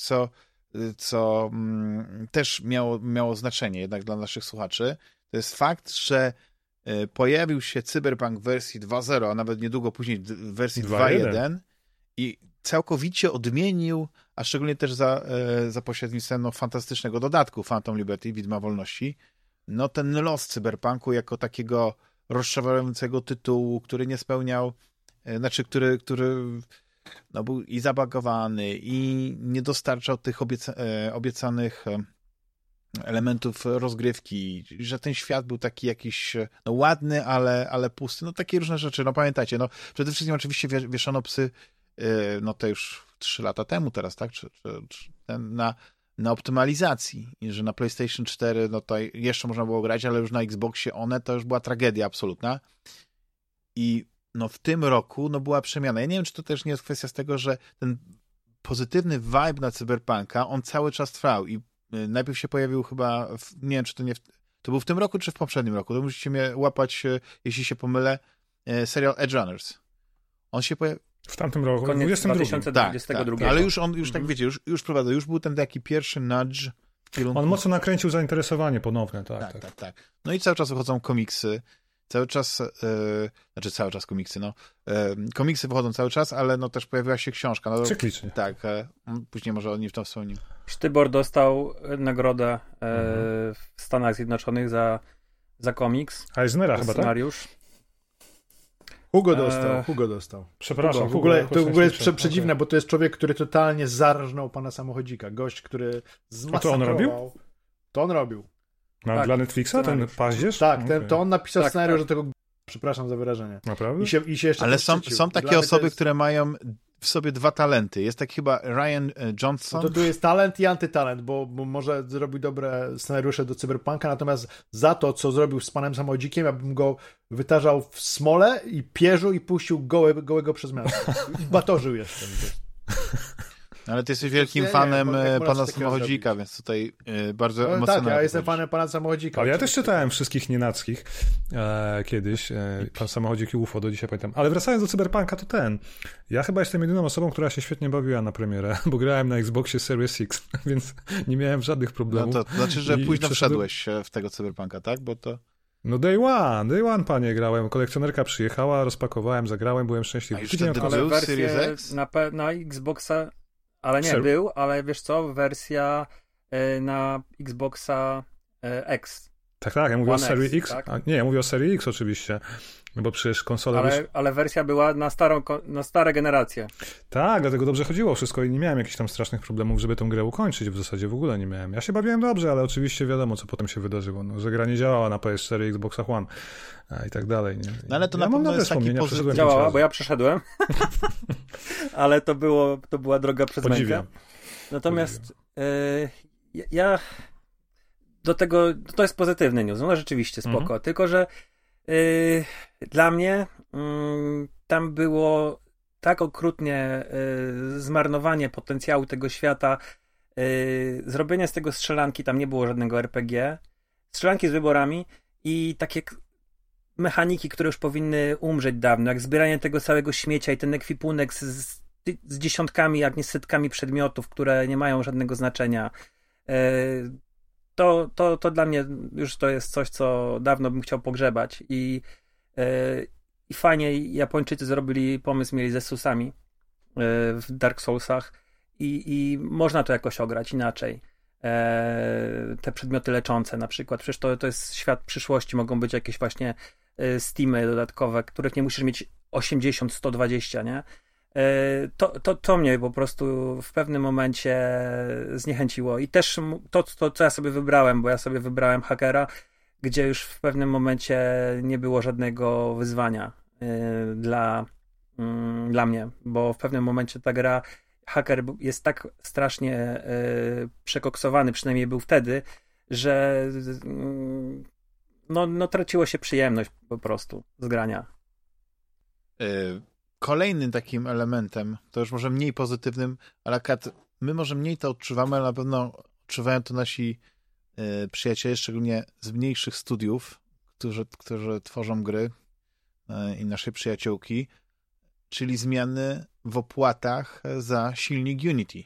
Speaker 1: co też miało znaczenie jednak dla naszych słuchaczy, to jest fakt, że pojawił się Cyberpunk w wersji 2.0, a nawet niedługo później w wersji 2.1 i całkowicie odmienił, a szczególnie też za pośrednictwem fantastycznego dodatku Phantom Liberty, Widma Wolności, no ten los Cyberpunku jako takiego rozczarowującego tytułu, który nie spełniał, znaczy, który no, był i zabagowany, i nie dostarczał tych obiecanych elementów rozgrywki, że ten świat był taki jakiś no, ładny, ale pusty, no takie różne rzeczy, no pamiętajcie, no przede wszystkim oczywiście wieszano psy, no to już 3 lata temu teraz, tak, czy na optymalizacji, i że na PlayStation 4 no to jeszcze można było grać, ale już na Xboxie to już była tragedia absolutna. I no w tym roku no była przemiana. Ja nie wiem, czy to też nie jest kwestia z tego, że ten pozytywny vibe na Cyberpunka, on cały czas trwał i najpierw się pojawił chyba, nie wiem, czy to był w tym roku, czy w poprzednim roku, to musicie mnie łapać, jeśli się pomylę, serial Edge Runners. On się pojawił
Speaker 4: w tamtym roku,
Speaker 3: koniec 2022.
Speaker 1: Tak, ale już tak wiecie, już prowadzę, już był ten taki pierwszy nudge w kierunku...
Speaker 4: On mocno nakręcił zainteresowanie ponowne, tak.
Speaker 1: No i cały czas wychodzą komiksy, komiksy, no. Komiksy wychodzą cały czas, ale no też pojawiła się książka. No,
Speaker 4: cyklicznie.
Speaker 1: Tak, później może o nim w to wspomnimy.
Speaker 3: Sztybor dostał nagrodę w Stanach Zjednoczonych za komiks.
Speaker 4: Eisnera chyba,
Speaker 3: scenariusz.
Speaker 2: Hugo dostał.
Speaker 4: Przepraszam.
Speaker 2: W ogóle jest przedziwne, bo to jest człowiek, który totalnie zarżnął pana Samochodzika. Gość, który zmasakrował.
Speaker 4: To on robił?
Speaker 2: To on robił.
Speaker 4: Dla Netflixa ten paździerz?
Speaker 2: Tak, to on napisał scenariusz do tego. Przepraszam za wyrażenie.
Speaker 4: Naprawdę?
Speaker 2: I się jeszcze
Speaker 1: ale są takie osoby, które mają w sobie 2 talenty. Jest tak chyba Ryan Johnson.
Speaker 2: No to tu jest talent i antytalent, bo może zrobił dobre scenariusze do Cyberpunka, natomiast za to, co zrobił z panem Samochodzikiem, ja bym go wytarzał w smole i pierzył i puścił gołego przez miasto. I batorzył jeszcze.
Speaker 1: Ale ty jesteś wielkim fanem pana Samochodzika, więc tutaj bardzo emocjonalnie.
Speaker 2: Tak, ja jestem fanem pana Samochodzika.
Speaker 4: Ale ja też czytałem wszystkich nienackich kiedyś. Pan Samochodzik i UFO, do dzisiaj pamiętam. Ale wracając do Cyberpunka, to ja chyba jestem jedyną osobą, która się świetnie bawiła na premierę, bo grałem na Xboxie Series X, więc nie miałem żadnych problemów.
Speaker 1: No to znaczy, że późno wszedłeś w tego Cyberpunka, tak? Bo to...
Speaker 4: No day one, panie, grałem. Kolekcjonerka przyjechała, rozpakowałem, zagrałem, byłem szczęśliwy.
Speaker 1: Ale
Speaker 3: wersję na Xboxa Ale nie, był, ale wiesz co, wersja na Xboxa X.
Speaker 4: Tak, ja mówię
Speaker 3: One
Speaker 4: o serii X.
Speaker 3: tak?
Speaker 4: Nie, ja mówię o serii X oczywiście, no bo przecież konsola...
Speaker 3: Ale wersja była na stare generacje.
Speaker 4: Tak, dlatego dobrze chodziło wszystko i nie miałem jakichś tam strasznych problemów, żeby tę grę ukończyć, w zasadzie w ogóle nie miałem. Ja się bawiłem dobrze, ale oczywiście wiadomo, co potem się wydarzyło, no, że gra nie działała na PS4 i Xboxach One i tak dalej. Nie?
Speaker 1: No ale to
Speaker 4: ja
Speaker 1: na pewno jest taki
Speaker 3: pozytywny. Działała, bo ja przeszedłem, ale to była droga przez mękę. Natomiast ja do tego, to jest pozytywny news, no rzeczywiście spoko, tylko że dla mnie tam było tak okrutnie zmarnowanie potencjału tego świata, zrobienie z tego strzelanki, tam nie było żadnego RPG, strzelanki z wyborami i takie mechaniki, które już powinny umrzeć dawno, jak zbieranie tego całego śmiecia i ten ekwipunek z dziesiątkami, jak nie setkami przedmiotów, które nie mają żadnego znaczenia. To dla mnie już to jest coś, co dawno bym chciał pogrzebać i fajnie Japończycy zrobili pomysł, mieli ze susami w Dark Soulsach i można to jakoś ograć inaczej. Te przedmioty leczące na przykład, przecież to jest świat przyszłości, mogą być jakieś właśnie Steamy dodatkowe, których nie musisz mieć 80, 120, nie? To mnie po prostu w pewnym momencie zniechęciło i też to, co ja sobie wybrałem, bo ja sobie wybrałem Hackera, gdzie już w pewnym momencie nie było żadnego wyzwania dla mnie, bo w pewnym momencie ta gra Hacker jest tak strasznie przekoksowany, przynajmniej był wtedy, że no traciło się przyjemność po prostu z grania.
Speaker 1: Kolejnym takim elementem, to już może mniej pozytywnym, ale my może mniej to odczuwamy, ale na pewno odczuwają to nasi przyjaciele, szczególnie z mniejszych studiów, którzy tworzą gry i nasze przyjaciółki, czyli zmiany w opłatach za silnik Unity.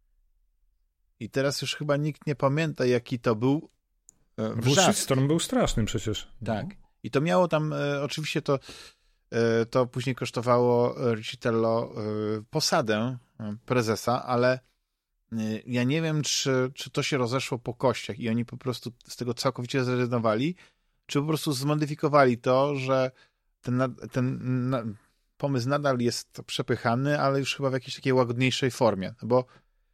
Speaker 1: I teraz już chyba nikt nie pamięta, jaki to był
Speaker 4: Shitstorm był strasznym przecież.
Speaker 1: Tak. I to miało tam, oczywiście to później kosztowało Riccitello posadę prezesa, ale ja nie wiem, czy to się rozeszło po kościach i oni po prostu z tego całkowicie zrezygnowali, czy po prostu zmodyfikowali to, że ten pomysł nadal jest przepychany, ale już chyba w jakiejś takiej łagodniejszej formie. Bo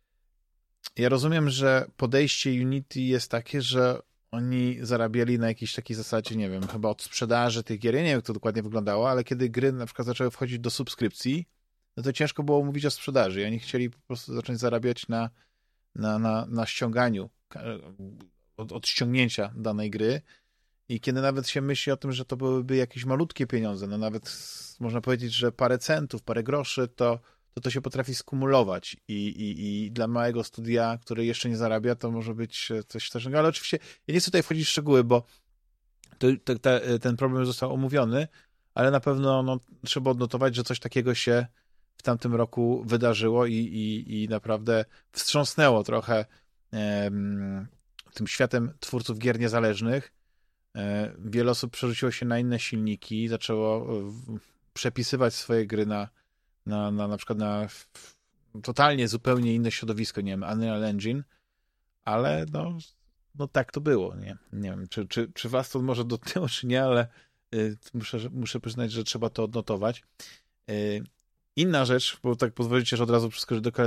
Speaker 1: ja rozumiem, że podejście Unity jest takie, że oni zarabiali na jakiejś takiej zasadzie, nie wiem, chyba od sprzedaży tych gier. Ja nie wiem, jak to dokładnie wyglądało, ale kiedy gry na przykład zaczęły wchodzić do subskrypcji, no to ciężko było mówić o sprzedaży. I oni chcieli po prostu zacząć zarabiać na ściąganiu, od ściągnięcia danej gry. I kiedy nawet się myśli o tym, że to byłyby jakieś malutkie pieniądze, no nawet można powiedzieć, że parę centów, parę groszy, to się potrafi skumulować i dla małego studia, który jeszcze nie zarabia, to może być coś strasznego, ale oczywiście ja nie chcę tutaj wchodzić w szczegóły, bo ten problem został omówiony, ale na pewno trzeba odnotować, że coś takiego się w tamtym roku wydarzyło i naprawdę wstrząsnęło trochę tym światem twórców gier niezależnych. Wiele osób przerzuciło się na inne silniki, zaczęło przepisywać swoje gry na przykład na totalnie zupełnie inne środowisko, nie wiem, Unreal Engine, ale no tak to było, nie wiem, czy was to może dotknęło, czy nie, ale muszę przyznać, że trzeba to odnotować. Inna rzecz, bo tak pozwolicie, że od razu przeskoczę do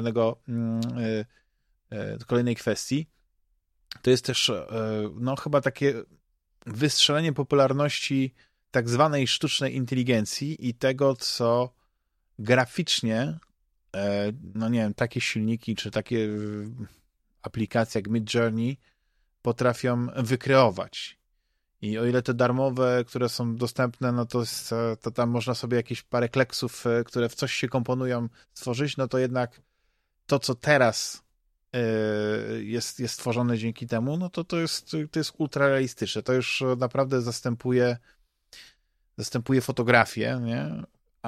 Speaker 1: kolejnej kwestii, to jest też chyba takie wystrzelenie popularności tak zwanej sztucznej inteligencji i tego, co graficznie, no nie wiem, takie silniki, czy takie aplikacje jak Midjourney potrafią wykreować. I o ile te darmowe, które są dostępne, no to tam można sobie jakieś parę kleksów, które w coś się komponują, stworzyć, no to jednak to, co teraz jest stworzone dzięki temu, no to jest ultra realistyczne. To już naprawdę zastępuje fotografię, nie?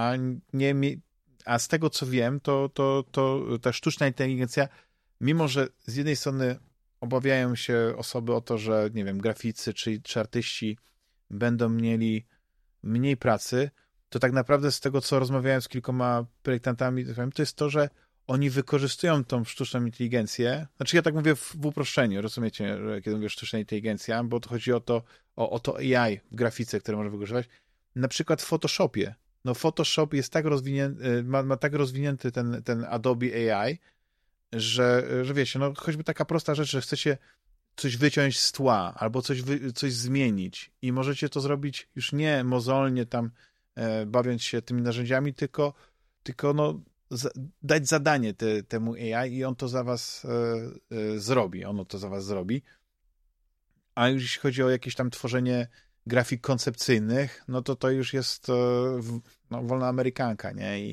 Speaker 1: A z tego, co wiem, to ta sztuczna inteligencja, mimo że z jednej strony obawiają się osoby o to, że, nie wiem, graficy czy artyści będą mieli mniej pracy, to tak naprawdę z tego, co rozmawiałem z kilkoma projektantami, to jest to, że oni wykorzystują tą sztuczną inteligencję, znaczy ja tak mówię w uproszczeniu, rozumiecie, że kiedy mówię sztuczna inteligencja, bo to chodzi o to AI w grafice, które można wykorzystywać, na przykład w Photoshopie. No Photoshop jest tak rozwinięty, ma tak rozwinięty ten Adobe AI, że wiecie, no choćby taka prosta rzecz, że chcecie coś wyciąć z tła, albo coś zmienić i możecie to zrobić już nie mozolnie tam bawiąc się tymi narzędziami, tylko no dać zadanie temu AI i on to za was zrobi. Ono to za was zrobi. A już jeśli chodzi o jakieś tam tworzenie grafik koncepcyjnych, no to już jest wolna amerykanka, nie?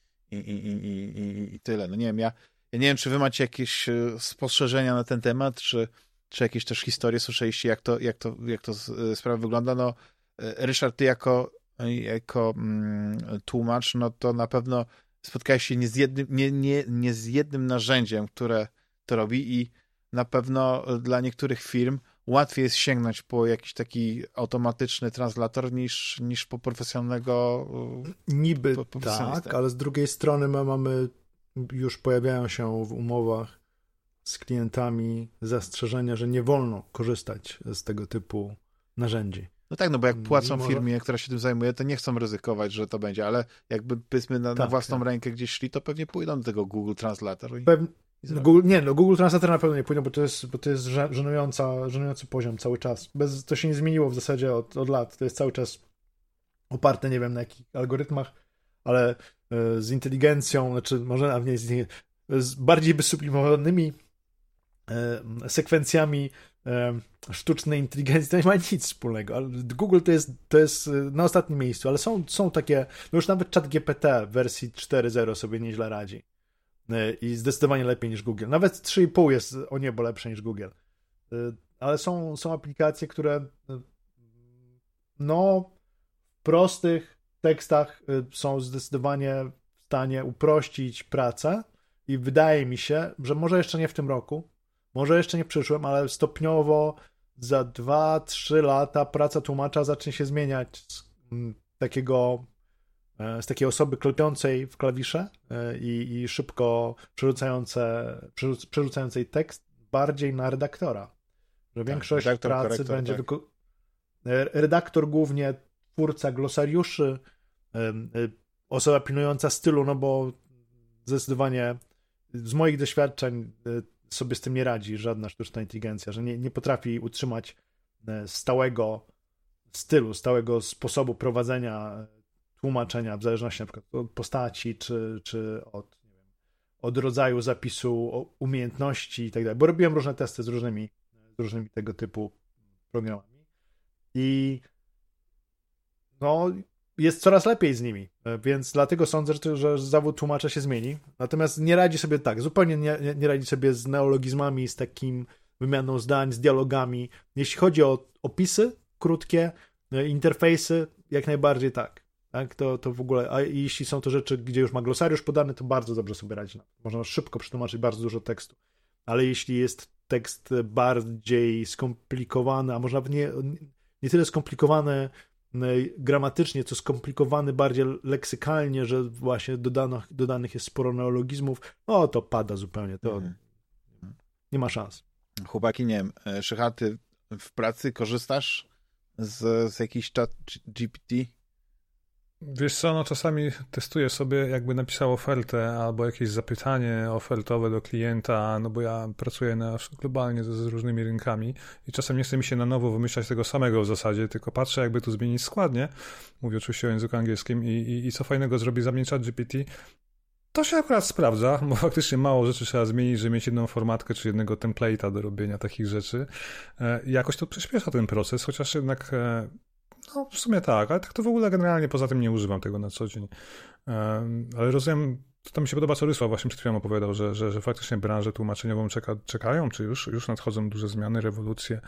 Speaker 1: I tyle. No nie wiem, ja nie wiem, czy wy macie jakieś spostrzeżenia na ten temat, czy jakieś też historie słyszeliście, jak to sprawa wygląda. No Ryszard, ty jako tłumacz, no to na pewno spotkałeś się nie z jednym narzędziem, które to robi i na pewno dla niektórych firm łatwiej jest sięgnąć po jakiś taki automatyczny translator niż po profesjonalnego
Speaker 2: niby tak, ale z drugiej strony już pojawiają się w umowach z klientami zastrzeżenia, że nie wolno korzystać z tego typu narzędzi.
Speaker 1: No tak, no bo jak płacą firmie, która się tym zajmuje, to nie chcą ryzykować, że to będzie, ale jakby powiedzmy na własną rękę gdzieś szli, to pewnie pójdą do tego Google Translator.
Speaker 2: Google Translator na pewno nie pójdą, bo to jest żenujący poziom cały czas. To się nie zmieniło w zasadzie od lat. To jest cały czas oparte, nie wiem na jakich algorytmach, ale z inteligencją, znaczy może nawet nie z bardziej wysublimowanymi sekwencjami sztucznej inteligencji, to nie ma nic wspólnego. Ale Google to jest na ostatnim miejscu, ale są takie, no już nawet ChatGPT w wersji 4.0 sobie nieźle radzi. I zdecydowanie lepiej niż Google. Nawet 3.5 jest o niebo lepsze niż Google. Ale są aplikacje, które no w prostych tekstach są zdecydowanie w stanie uprościć pracę i wydaje mi się, że może jeszcze nie w tym roku, może jeszcze nie w przyszłym, ale stopniowo za 2-3 lata praca tłumacza zacznie się zmieniać z takiej osoby klepiącej w klawisze i szybko przerzucającej tekst bardziej na redaktora. Że większość pracy będzie redaktor głównie, twórca glosariuszy, osoba pilnująca stylu, no bo zdecydowanie z moich doświadczeń sobie z tym nie radzi żadna sztuczna inteligencja, że nie potrafi utrzymać stałego stylu, stałego sposobu prowadzenia tłumaczenia, w zależności na przykład od postaci, czy od rodzaju zapisu, umiejętności i tak dalej. Bo robiłem różne testy z różnymi tego typu programami. I no, jest coraz lepiej z nimi, więc dlatego sądzę, że zawód tłumacza się zmieni. Natomiast nie radzi sobie tak, zupełnie nie radzi sobie z neologizmami, z takim wymianą zdań, z dialogami. Jeśli chodzi o opisy krótkie, interfejsy, jak najbardziej tak. Tak, to w ogóle, a jeśli są to rzeczy, gdzie już ma glosariusz podany, to bardzo dobrze sobie radzi. Można szybko przetłumaczyć bardzo dużo tekstu. Ale jeśli jest tekst bardziej skomplikowany, a może nawet nie tyle skomplikowany gramatycznie, co skomplikowany bardziej leksykalnie, że właśnie dodanych jest sporo neologizmów, no to pada zupełnie. To nie ma szans.
Speaker 1: Chłopaki, nie wiem, Szycha, ty w pracy korzystasz z jakichś chat GPT?
Speaker 4: Wiesz co, no czasami testuję sobie, jakby napisał ofertę albo jakieś zapytanie ofertowe do klienta, no bo ja pracuję globalnie z różnymi rynkami i czasem nie chce mi się na nowo wymyślać tego samego w zasadzie, tylko patrzę, jakby tu zmienić składnie, mówię oczywiście o języku angielskim i co fajnego zrobi za mnie ChatGPT. To się akurat sprawdza, bo faktycznie mało rzeczy trzeba zmienić, żeby mieć jedną formatkę czy jednego template'a do robienia takich rzeczy. Jakoś to przyspiesza ten proces, chociaż jednak no w sumie tak, ale tak to w ogóle generalnie poza tym nie używam tego na co dzień. Ale rozumiem, to mi się podoba, co Rysław właśnie przed chwilą opowiadał, że faktycznie branżę tłumaczeniową czekają, czy już nadchodzą duże zmiany, rewolucje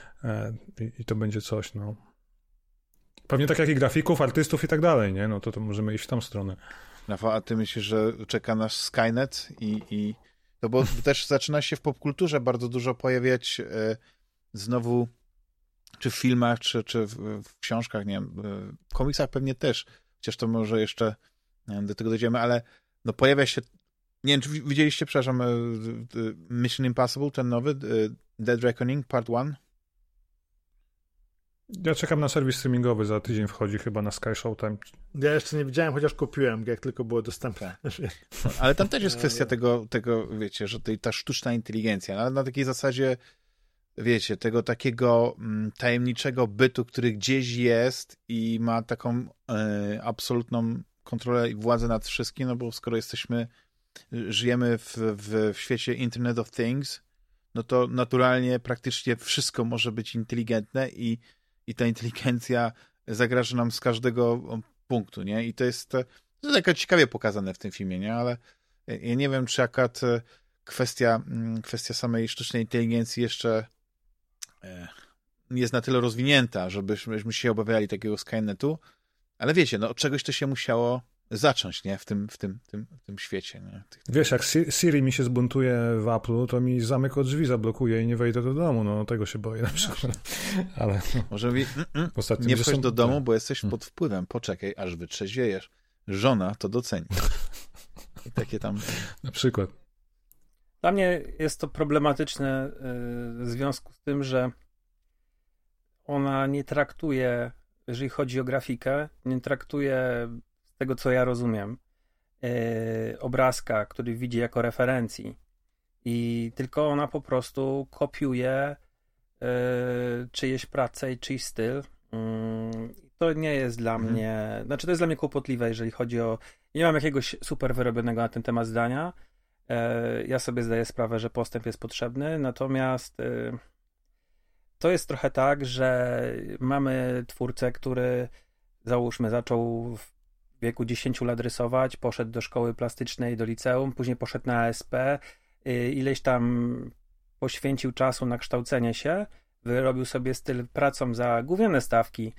Speaker 4: i to będzie coś, no. Pewnie tak jak i grafików, artystów i tak dalej, nie? No to możemy iść w tą stronę.
Speaker 1: Rafał, a ty myślisz, że czeka nas Skynet no bo też zaczyna się w popkulturze bardzo dużo pojawiać znowu czy w filmach, czy w książkach, nie wiem, w komiksach pewnie też, chociaż to może jeszcze do tego dojdziemy, ale no pojawia się Nie wiem, czy widzieliście, przepraszam, Mission Impossible, ten nowy, Dead Reckoning Part 1?
Speaker 4: Ja czekam na serwis streamingowy, za tydzień wchodzi chyba na Sky Showtime.
Speaker 2: Ja jeszcze nie widziałem, chociaż kupiłem, jak tylko było dostępne.
Speaker 1: Ale tam też jest kwestia tego wiecie, że ta sztuczna inteligencja, na takiej zasadzie, wiecie, tego takiego tajemniczego bytu, który gdzieś jest i ma taką absolutną kontrolę i władzę nad wszystkim, no bo skoro żyjemy w świecie Internet of Things, no to naturalnie praktycznie wszystko może być inteligentne i ta inteligencja zagraża nam z każdego punktu, nie? I to jest tak ciekawie pokazane w tym filmie, nie? Ale ja nie wiem, czy akurat kwestia samej sztucznej inteligencji jeszcze jest na tyle rozwinięta, żebyśmy się obawiali takiego Skynetu, ale wiecie, no od czegoś to się musiało zacząć, nie? W tym świecie, nie?
Speaker 4: Wiesz, jak Siri mi się zbuntuje w Apple'u, to mi zamek od drzwi zablokuje i nie wejdę do domu, no tego się boję na przykład. Ale
Speaker 1: może nie wchodź do domu, bo jesteś pod wpływem, poczekaj, aż wytrzeźwiejesz. Żona to doceni. I takie tam...
Speaker 4: Na przykład.
Speaker 3: Dla mnie jest to problematyczne w związku z tym, że ona nie traktuje, jeżeli chodzi o grafikę, nie traktuje, z tego co ja rozumiem, obrazka, który widzi jako referencji. I tylko ona po prostu kopiuje czyjeś pracę i czyjś styl. To nie jest dla mnie... Znaczy, to jest dla mnie kłopotliwe, jeżeli chodzi o... Nie mam jakiegoś super wyrobionego na ten temat zdania. Ja sobie zdaję sprawę, że postęp jest potrzebny, natomiast to jest trochę tak, że mamy twórcę, który załóżmy zaczął w wieku 10 lat rysować, poszedł do szkoły plastycznej, do liceum, później poszedł na ASP, ileś tam poświęcił czasu na kształcenie się, wyrobił sobie styl pracą za gówniane stawki.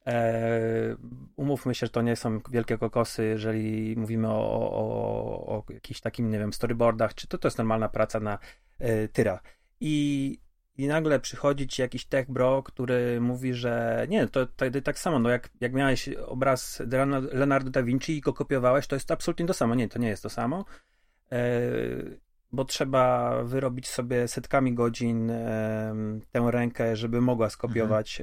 Speaker 3: Umówmy się, że to nie są wielkie kokosy, jeżeli mówimy o jakichś takim, nie wiem, storyboardach, czy to jest normalna praca na tyra. I nagle przychodzi ci jakiś tech bro, który mówi, że nie, to tak samo, no jak miałeś obraz Leonardo da Vinci i go kopiowałeś, to jest absolutnie to samo. Nie, to nie jest to samo, bo trzeba wyrobić sobie setkami godzin tę rękę, żeby mogła skopiować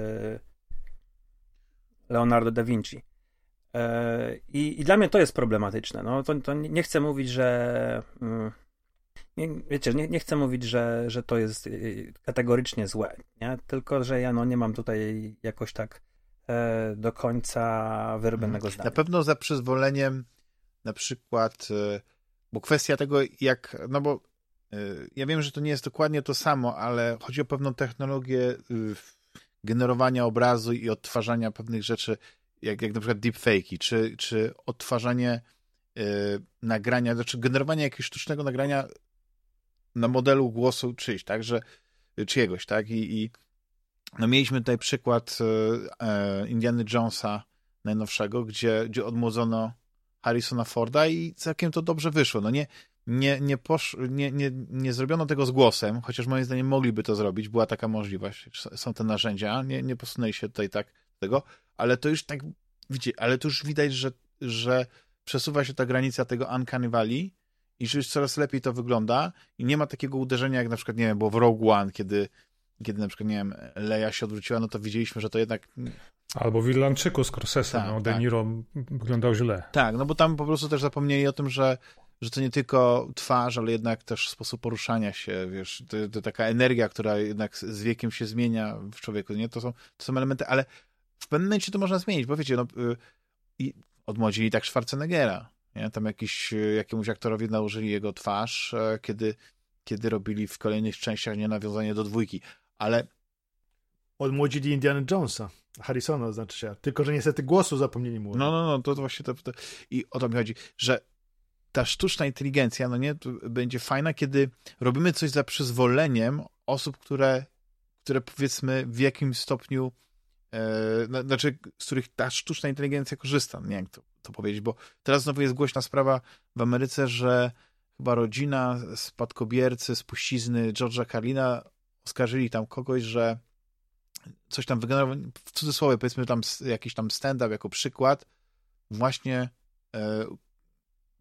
Speaker 3: Leonardo da Vinci. I dla mnie to jest problematyczne. No, to nie chcę mówić, że nie chcę mówić, że to jest kategorycznie złe, nie? Tylko, że ja nie mam tutaj jakoś tak do końca wyrobionego zdania.
Speaker 1: Na pewno za przyzwoleniem na przykład, bo kwestia tego no bo ja wiem, że to nie jest dokładnie to samo, ale chodzi o pewną technologię generowania obrazu i odtwarzania pewnych rzeczy, jak na przykład deepfake'i, czy odtwarzanie nagrania, znaczy generowanie jakiegoś sztucznego nagrania na modelu głosu czyjś, tak, czyjegoś, tak, i no mieliśmy tutaj przykład Indiana Jonesa najnowszego, gdzie odmłodzono Harrisona Forda i całkiem to dobrze wyszło, no nie zrobiono tego z głosem, chociaż moim zdaniem mogliby to zrobić, była taka możliwość, są te narzędzia, nie posunęli się tutaj tak do tego, ale to już tak, widzicie, ale to już widać, że przesuwa się ta granica tego Uncanny Valley i że już coraz lepiej to wygląda i nie ma takiego uderzenia, jak na przykład, nie wiem, było w Rogue One, kiedy na przykład, nie wiem, Leia się odwróciła, no to widzieliśmy, że to jednak...
Speaker 4: Albo w Irlandczyku Scorsese,
Speaker 1: tak,
Speaker 4: De Niro wyglądał źle.
Speaker 1: Tak, no bo tam po prostu też zapomnieli o tym, że to nie tylko twarz, ale jednak też sposób poruszania się, wiesz, to taka energia, która jednak z wiekiem się zmienia w człowieku, nie? To są elementy, ale w pewnym momencie to można zmienić, bo wiecie, no i odmłodzili tak Schwarzeneggera, nie? Tam jakiemuś aktorowi nałożyli jego twarz, kiedy robili w kolejnych częściach nawiązanie do 2, ale...
Speaker 2: Odmłodzili Indiana Jonesa, Harrisona znaczy się, tylko że niestety głosu zapomnieli mu.
Speaker 1: No, to właśnie to... I o to mi chodzi, że ta sztuczna inteligencja, no nie, będzie fajna, kiedy robimy coś za przyzwoleniem osób, które powiedzmy w jakimś stopniu, znaczy z których ta sztuczna inteligencja korzysta, nie wiem jak to powiedzieć, bo teraz znowu jest głośna sprawa w Ameryce, że chyba rodzina spadkobiercy, spuścizny George'a Carlina oskarżyli tam kogoś, że coś tam wygenerował, w cudzysłowie powiedzmy tam jakiś tam stand-up jako przykład właśnie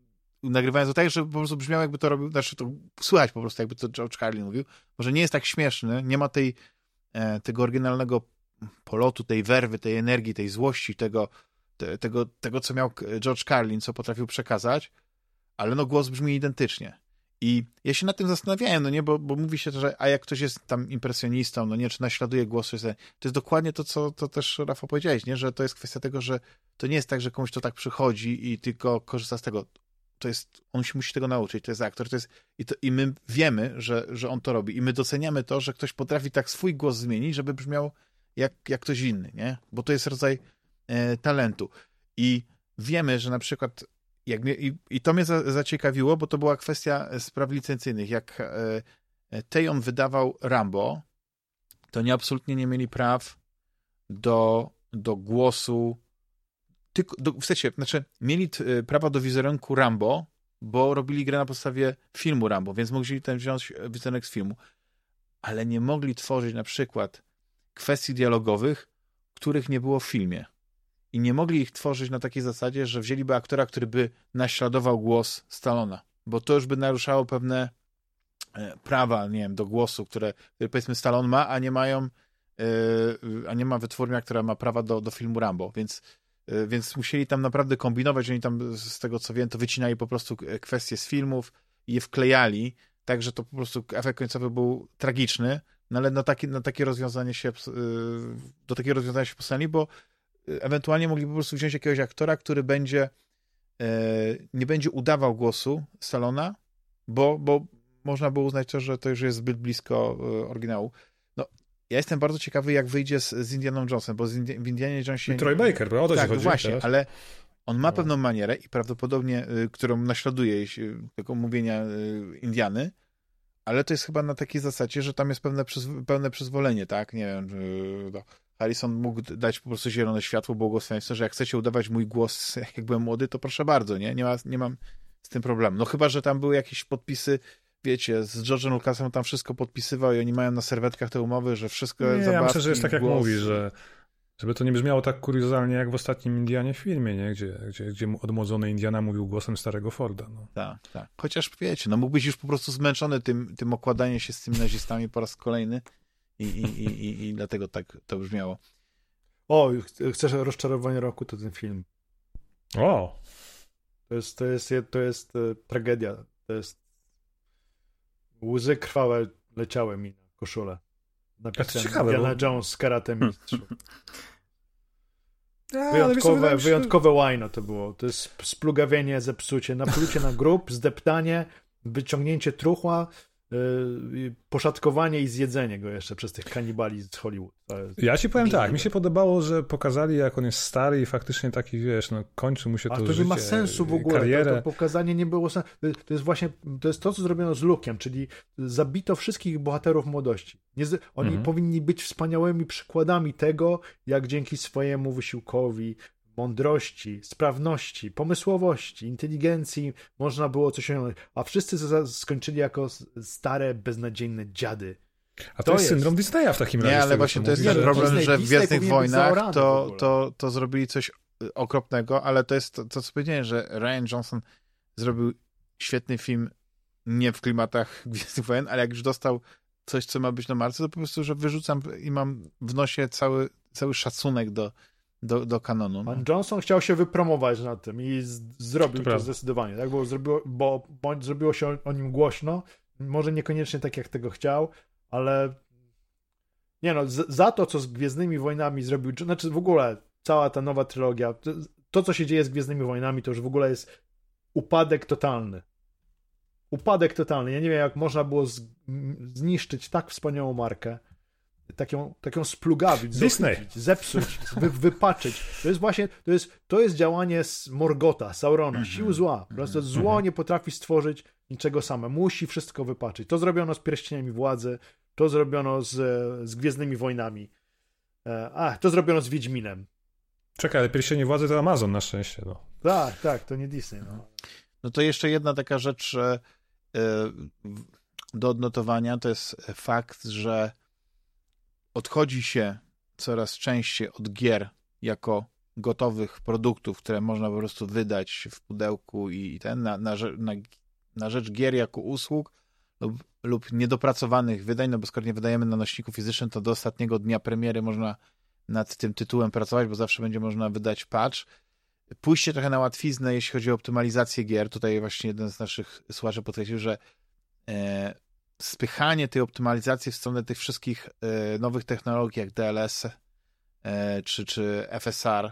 Speaker 1: nagrywając to tak, że po prostu brzmiało jakby to robił, znaczy to słychać po prostu jakby to George Carlin mówił, może nie jest tak śmieszny, nie ma tego oryginalnego polotu, tej werwy, tej energii, tej złości, tego co miał George Carlin, co potrafił przekazać, ale no głos brzmi identycznie. I ja się nad tym zastanawiałem, no nie, bo mówi się, że jak ktoś jest tam impresjonistą, no nie, czy naśladuje głos, to jest dokładnie to, co to też Rafał powiedziałeś, nie, że to jest kwestia tego, że to nie jest tak, że komuś to tak przychodzi i tylko korzysta z tego. To jest, on się musi tego nauczyć, to jest aktor, i my wiemy, że on to robi i my doceniamy to, że ktoś potrafi tak swój głos zmienić, żeby brzmiał jak ktoś inny, nie, bo to jest rodzaj talentu. I wiemy, że na przykład i to mnie zaciekawiło, bo to była kwestia spraw licencyjnych. Jak Tejon wydawał Rambo, to oni absolutnie nie mieli praw do głosu, w sensie, znaczy mieli prawa do wizerunku Rambo, bo robili grę na podstawie filmu Rambo, więc mogli ten wziąć wizerunek z filmu, ale nie mogli tworzyć na przykład kwestii dialogowych, których nie było w filmie. I nie mogli ich tworzyć na takiej zasadzie, że wzięliby aktora, który by naśladował głos Stallona, bo to już by naruszało pewne prawa, nie wiem, do głosu, które powiedzmy Stallone ma, a nie ma wytwórnia, która ma prawa do filmu Rambo, więc musieli tam naprawdę kombinować, oni tam z tego co wiem, to wycinali po prostu kwestie z filmów i je wklejali, tak, że to po prostu efekt końcowy był tragiczny, no ale do takiego rozwiązania się postanowili, bo ewentualnie mogli po prostu wziąć jakiegoś aktora, który nie będzie udawał głosu Stallona, bo można było uznać to, że to już jest zbyt blisko oryginału. No, ja jestem bardzo ciekawy, jak wyjdzie z Indianą Jonesem, bo w Indianie Jonesie...
Speaker 4: Troy Baker, bo o to się chodzi.
Speaker 1: Właśnie,
Speaker 4: teraz.
Speaker 1: ale on ma pewną manierę i prawdopodobnie, którą naśladuje tego mówienia Indiany, ale to jest chyba na takiej zasadzie, że tam jest pełne przyzwolenie, tak? Nie wiem, Harrison mógł dać po prostu zielone światło, błogosławieństwo, że jak chcecie udawać mój głos, jak byłem młody, to proszę bardzo, nie? Nie mam z tym problemu. No chyba, że tam były jakieś podpisy, wiecie, z George'em Lucasem tam wszystko podpisywał i oni mają na serwetkach te umowy, że wszystko
Speaker 4: zabawki, ja myślę, że jest tak, jak
Speaker 1: głos.
Speaker 4: mówisz, że żeby to nie brzmiało tak kuriozalnie, jak w ostatnim Indianie filmie, nie? Gdzie odmłodzony Indiana mówił głosem starego Forda. No.
Speaker 1: Tak. Chociaż wiecie, no mógłbyś już po prostu zmęczony tym okładaniem się z tymi nazistami po raz kolejny i dlatego tak to brzmiało.
Speaker 2: O, chcesz rozczarowanie roku, to ten film.
Speaker 4: O!
Speaker 2: To jest tragedia. To jest łzy krwawe leciały mi na koszulę. Napisałem Indiana Jones, Karate Mistrz. Wyjątkowe łajno to było. To jest splugawienie, zepsucie, naplucie na grób, zdeptanie, wyciągnięcie truchła, poszatkowanie i zjedzenie go jeszcze przez tych kanibali z Hollywood.
Speaker 4: Ja ci powiem tak, mi się podobało, że pokazali, jak on jest stary i faktycznie taki, wiesz, no kończy mu się to życie,
Speaker 2: to nie ma sensu w ogóle.
Speaker 4: Karierę.
Speaker 2: To pokazanie nie było sensu. To jest właśnie, to jest to, co zrobiono z Luke'em, czyli zabito wszystkich bohaterów młodości. Oni powinni być wspaniałymi przykładami tego, jak dzięki swojemu wysiłkowi, mądrości, sprawności, pomysłowości, inteligencji można było coś osiągnąć, a wszyscy skończyli jako stare, beznadziejne dziady.
Speaker 4: A to jest syndrom Disneya w takim razie.
Speaker 1: Nie, ale właśnie to jest ten problem, że w Gwiezdnych Wojnach to zrobili coś okropnego, ale to jest to, co powiedziałem, że Rian Johnson zrobił świetny film nie w klimatach Gwiezdnych Wojen, ale jak już dostał coś, co ma być na marce, to po prostu, że wyrzucam i mam w nosie cały szacunek do kanonu.
Speaker 2: Pan Johnson chciał się wypromować na tym i zrobił to zdecydowanie, tak? Bo zrobiło się o nim głośno, może niekoniecznie tak, jak tego chciał, ale nie no, za to, co z Gwiezdnymi Wojnami zrobił, znaczy w ogóle cała ta nowa trylogia, to, co się dzieje z Gwiezdnymi Wojnami, to już w ogóle jest upadek totalny. Upadek totalny. Ja nie wiem, jak można było zniszczyć tak wspaniałą markę, taką splugawić, zepsuć, wypaczyć. To jest właśnie, to jest działanie z Morgota, Saurona, sił zła. Po prostu zło nie potrafi stworzyć niczego same. Musi wszystko wypaczyć. To zrobiono z Pierścieniami Władzy, to zrobiono z Gwiezdnymi Wojnami. To zrobiono z Wiedźminem.
Speaker 4: Czekaj, ale Pierścienie Władzy to Amazon na szczęście. No.
Speaker 2: Tak, to nie Disney.
Speaker 1: No to jeszcze jedna taka rzecz do odnotowania, to jest fakt, że odchodzi się coraz częściej od gier jako gotowych produktów, które można po prostu wydać w pudełku i na rzecz gier jako usług lub niedopracowanych wydań, no bo skoro nie wydajemy na nośniku fizycznym, to do ostatniego dnia premiery można nad tym tytułem pracować, bo zawsze będzie można wydać patch. Pójście trochę na łatwiznę, jeśli chodzi o optymalizację gier. Tutaj właśnie jeden z naszych słuchaczy podkreślił, że spychanie tej optymalizacji w stronę tych wszystkich nowych technologii, jak DLS czy FSR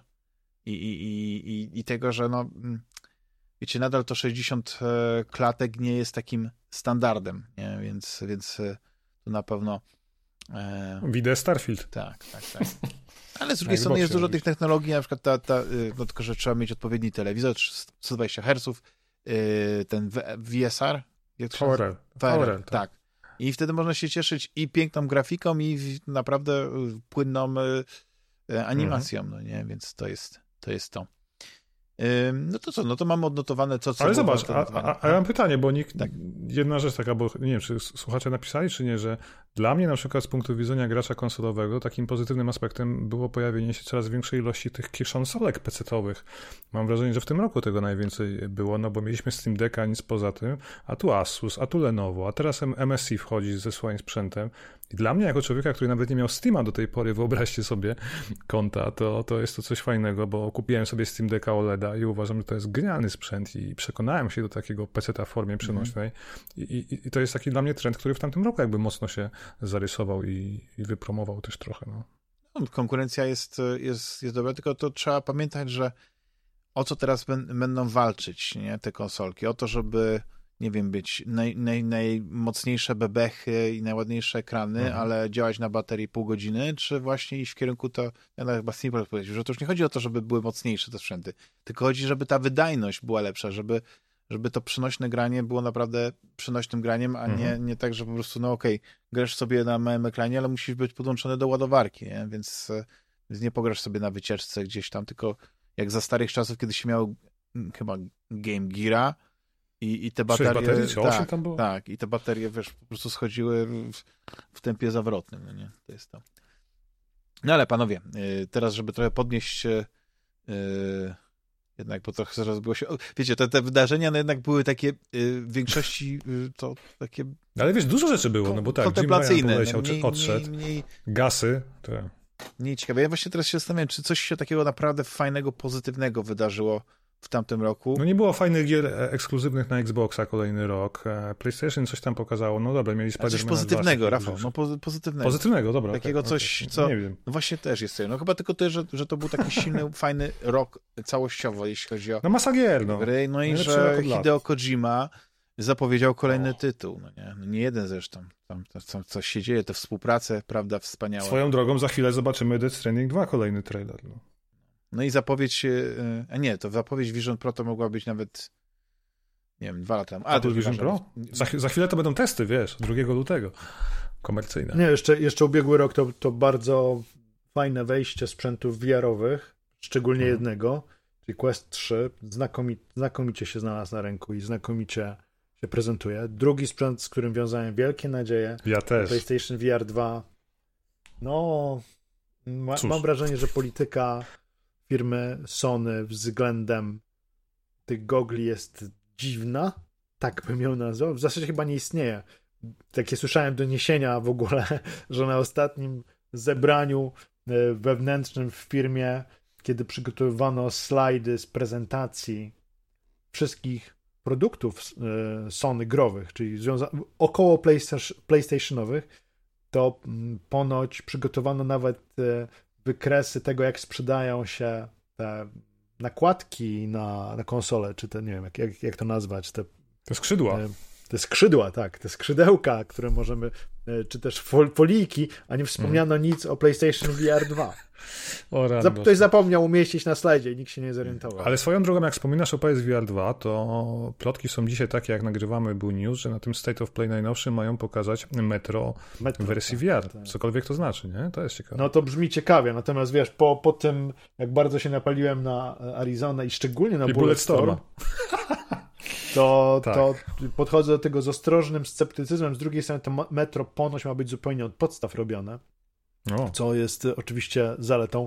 Speaker 1: i tego, że no wiecie, nadal to 60 klatek nie jest takim standardem, nie? Więc tu na pewno
Speaker 4: Widzę Starfield.
Speaker 1: Tak. Ale z drugiej strony jest dużo tych technologii, na przykład no tylko, że trzeba mieć odpowiedni telewizor, 120 Hz, ten VSR,
Speaker 4: VRL,
Speaker 1: tak. I wtedy można się cieszyć i piękną grafiką, i naprawdę płynną animacją, no nie? Więc to jest to. No to co? No to mamy odnotowane co
Speaker 4: Ale zobacz, a ja mam pytanie, bo
Speaker 1: tak.
Speaker 4: Jedna rzecz taka, bo nie wiem, czy słuchacze napisali, czy nie, że dla mnie na przykład z punktu widzenia gracza konsolowego takim pozytywnym aspektem było pojawienie się coraz większej ilości tych konsolek PC-towych. Mam wrażenie, że w tym roku tego najwięcej było, no bo mieliśmy Steam Decka, nic poza tym, a tu Asus, a tu Lenovo, a teraz MSI wchodzi ze swoim sprzętem. I dla mnie, jako człowieka, który nawet nie miał Steama do tej pory, wyobraźcie sobie, konta, to jest to coś fajnego, bo kupiłem sobie Steam Decka OLEDa i uważam, że to jest genialny sprzęt i przekonałem się do takiego PC-ta w formie przenośnej. I to jest taki dla mnie trend, który w tamtym roku jakby mocno się zarysował i wypromował też trochę. No.
Speaker 1: Konkurencja jest dobra, tylko to trzeba pamiętać, że o co teraz będą walczyć, nie, te konsolki? O to, żeby nie wiem, być najmocniejsze bebechy i najładniejsze ekrany, ale działać na baterii pół godziny, czy właśnie iść w kierunku to, ja chyba Sniper powiedział, że to już nie chodzi o to, żeby były mocniejsze te sprzęty, tylko chodzi, żeby ta wydajność była lepsza, żeby to przenośne granie było naprawdę przenośnym graniem, a nie tak, że po prostu, no okej, grasz sobie na małym ekranie, ale musisz być podłączony do ładowarki, nie? Więc nie pograsz sobie na wycieczce gdzieś tam, tylko jak za starych czasów, kiedy się miał chyba Game Geara i te baterie...
Speaker 4: 6 baterii, czy 8 tam było?
Speaker 1: Tak, i te baterie, wiesz, po prostu schodziły w tempie zawrotnym, no nie? To jest to. No ale panowie, teraz, żeby trochę podnieść jednak, bo trochę rozbiło się... Wiecie, te wydarzenia no jednak były takie w większości to takie...
Speaker 4: Ale wiesz, dużo rzeczy było, no bo tak,
Speaker 1: kontemplacyjne.
Speaker 4: Jim Ryan odszedł, Gasy, to...
Speaker 1: Mniej ciekawe. Ja właśnie teraz się zastanawiam, czy coś się takiego naprawdę fajnego, pozytywnego wydarzyło w tamtym roku.
Speaker 4: No nie było fajnych gier ekskluzywnych na Xboxa kolejny rok. PlayStation coś tam pokazało. No dobra, mieli Spider-Man.
Speaker 1: Coś pozytywnego, Rafał. No pozytywnego.
Speaker 4: Pozytywnego, dobra.
Speaker 1: Takiego coś, co... Nie wiem. No właśnie też jest. No chyba tylko to, że to był taki silny, fajny rok całościowo, jeśli chodzi o...
Speaker 4: No masa gier, no.
Speaker 1: Gry. No i że Hideo Kojima zapowiedział kolejny tytuł. No nie jeden zresztą. Tam coś się dzieje, te współprace, prawda, wspaniałe.
Speaker 4: Swoją drogą za chwilę zobaczymy Death Stranding 2, kolejny trailer.
Speaker 1: No i zapowiedź, to zapowiedź Vision Pro to mogła być nawet, nie wiem, 2 lata temu.
Speaker 4: A to Vision Pro? Za chwilę to będą testy, wiesz, 2 lutego, komercyjne.
Speaker 2: Nie, jeszcze ubiegły rok to bardzo fajne wejście sprzętów VR-owych, szczególnie jednego, czyli Quest 3, znakomicie się znalazł na rynku i znakomicie się prezentuje. Drugi sprzęt, z którym wiązałem wielkie nadzieje,
Speaker 4: ja też.
Speaker 2: PlayStation VR 2, mam wrażenie, że polityka firmy Sony względem tych gogli jest dziwna, tak bym ją nazwał. W zasadzie chyba nie istnieje. Takie słyszałem doniesienia w ogóle, że na ostatnim zebraniu wewnętrznym w firmie, kiedy przygotowywano slajdy z prezentacji wszystkich produktów Sony growych, czyli około PlayStationowych, to ponoć przygotowano nawet wykresy tego, jak sprzedają się te nakładki na konsolę, czy te, nie wiem, jak to nazwać, te
Speaker 4: skrzydła.
Speaker 2: Te skrzydła, tak, te skrzydełka, które możemy, czy też folijki, a nie wspomniano nic o PlayStation VR 2. Ktoś zapomniał umieścić na slajdzie i nikt się nie zorientował.
Speaker 4: Ale swoją drogą, jak wspominasz o PSVR 2, to plotki są dzisiaj takie, jak nagrywamy był news, że na tym State of Play najnowszym mają pokazać Metro w wersji VR. Tak. Cokolwiek to znaczy, nie? To jest ciekawe.
Speaker 2: No to brzmi ciekawie, natomiast wiesz, po tym, jak bardzo się napaliłem na Arizonę i szczególnie na Bulletstorm, to podchodzę do tego z ostrożnym sceptycyzmem. Z drugiej strony to Metro ponoć ma być zupełnie od podstaw robione, co jest oczywiście zaletą.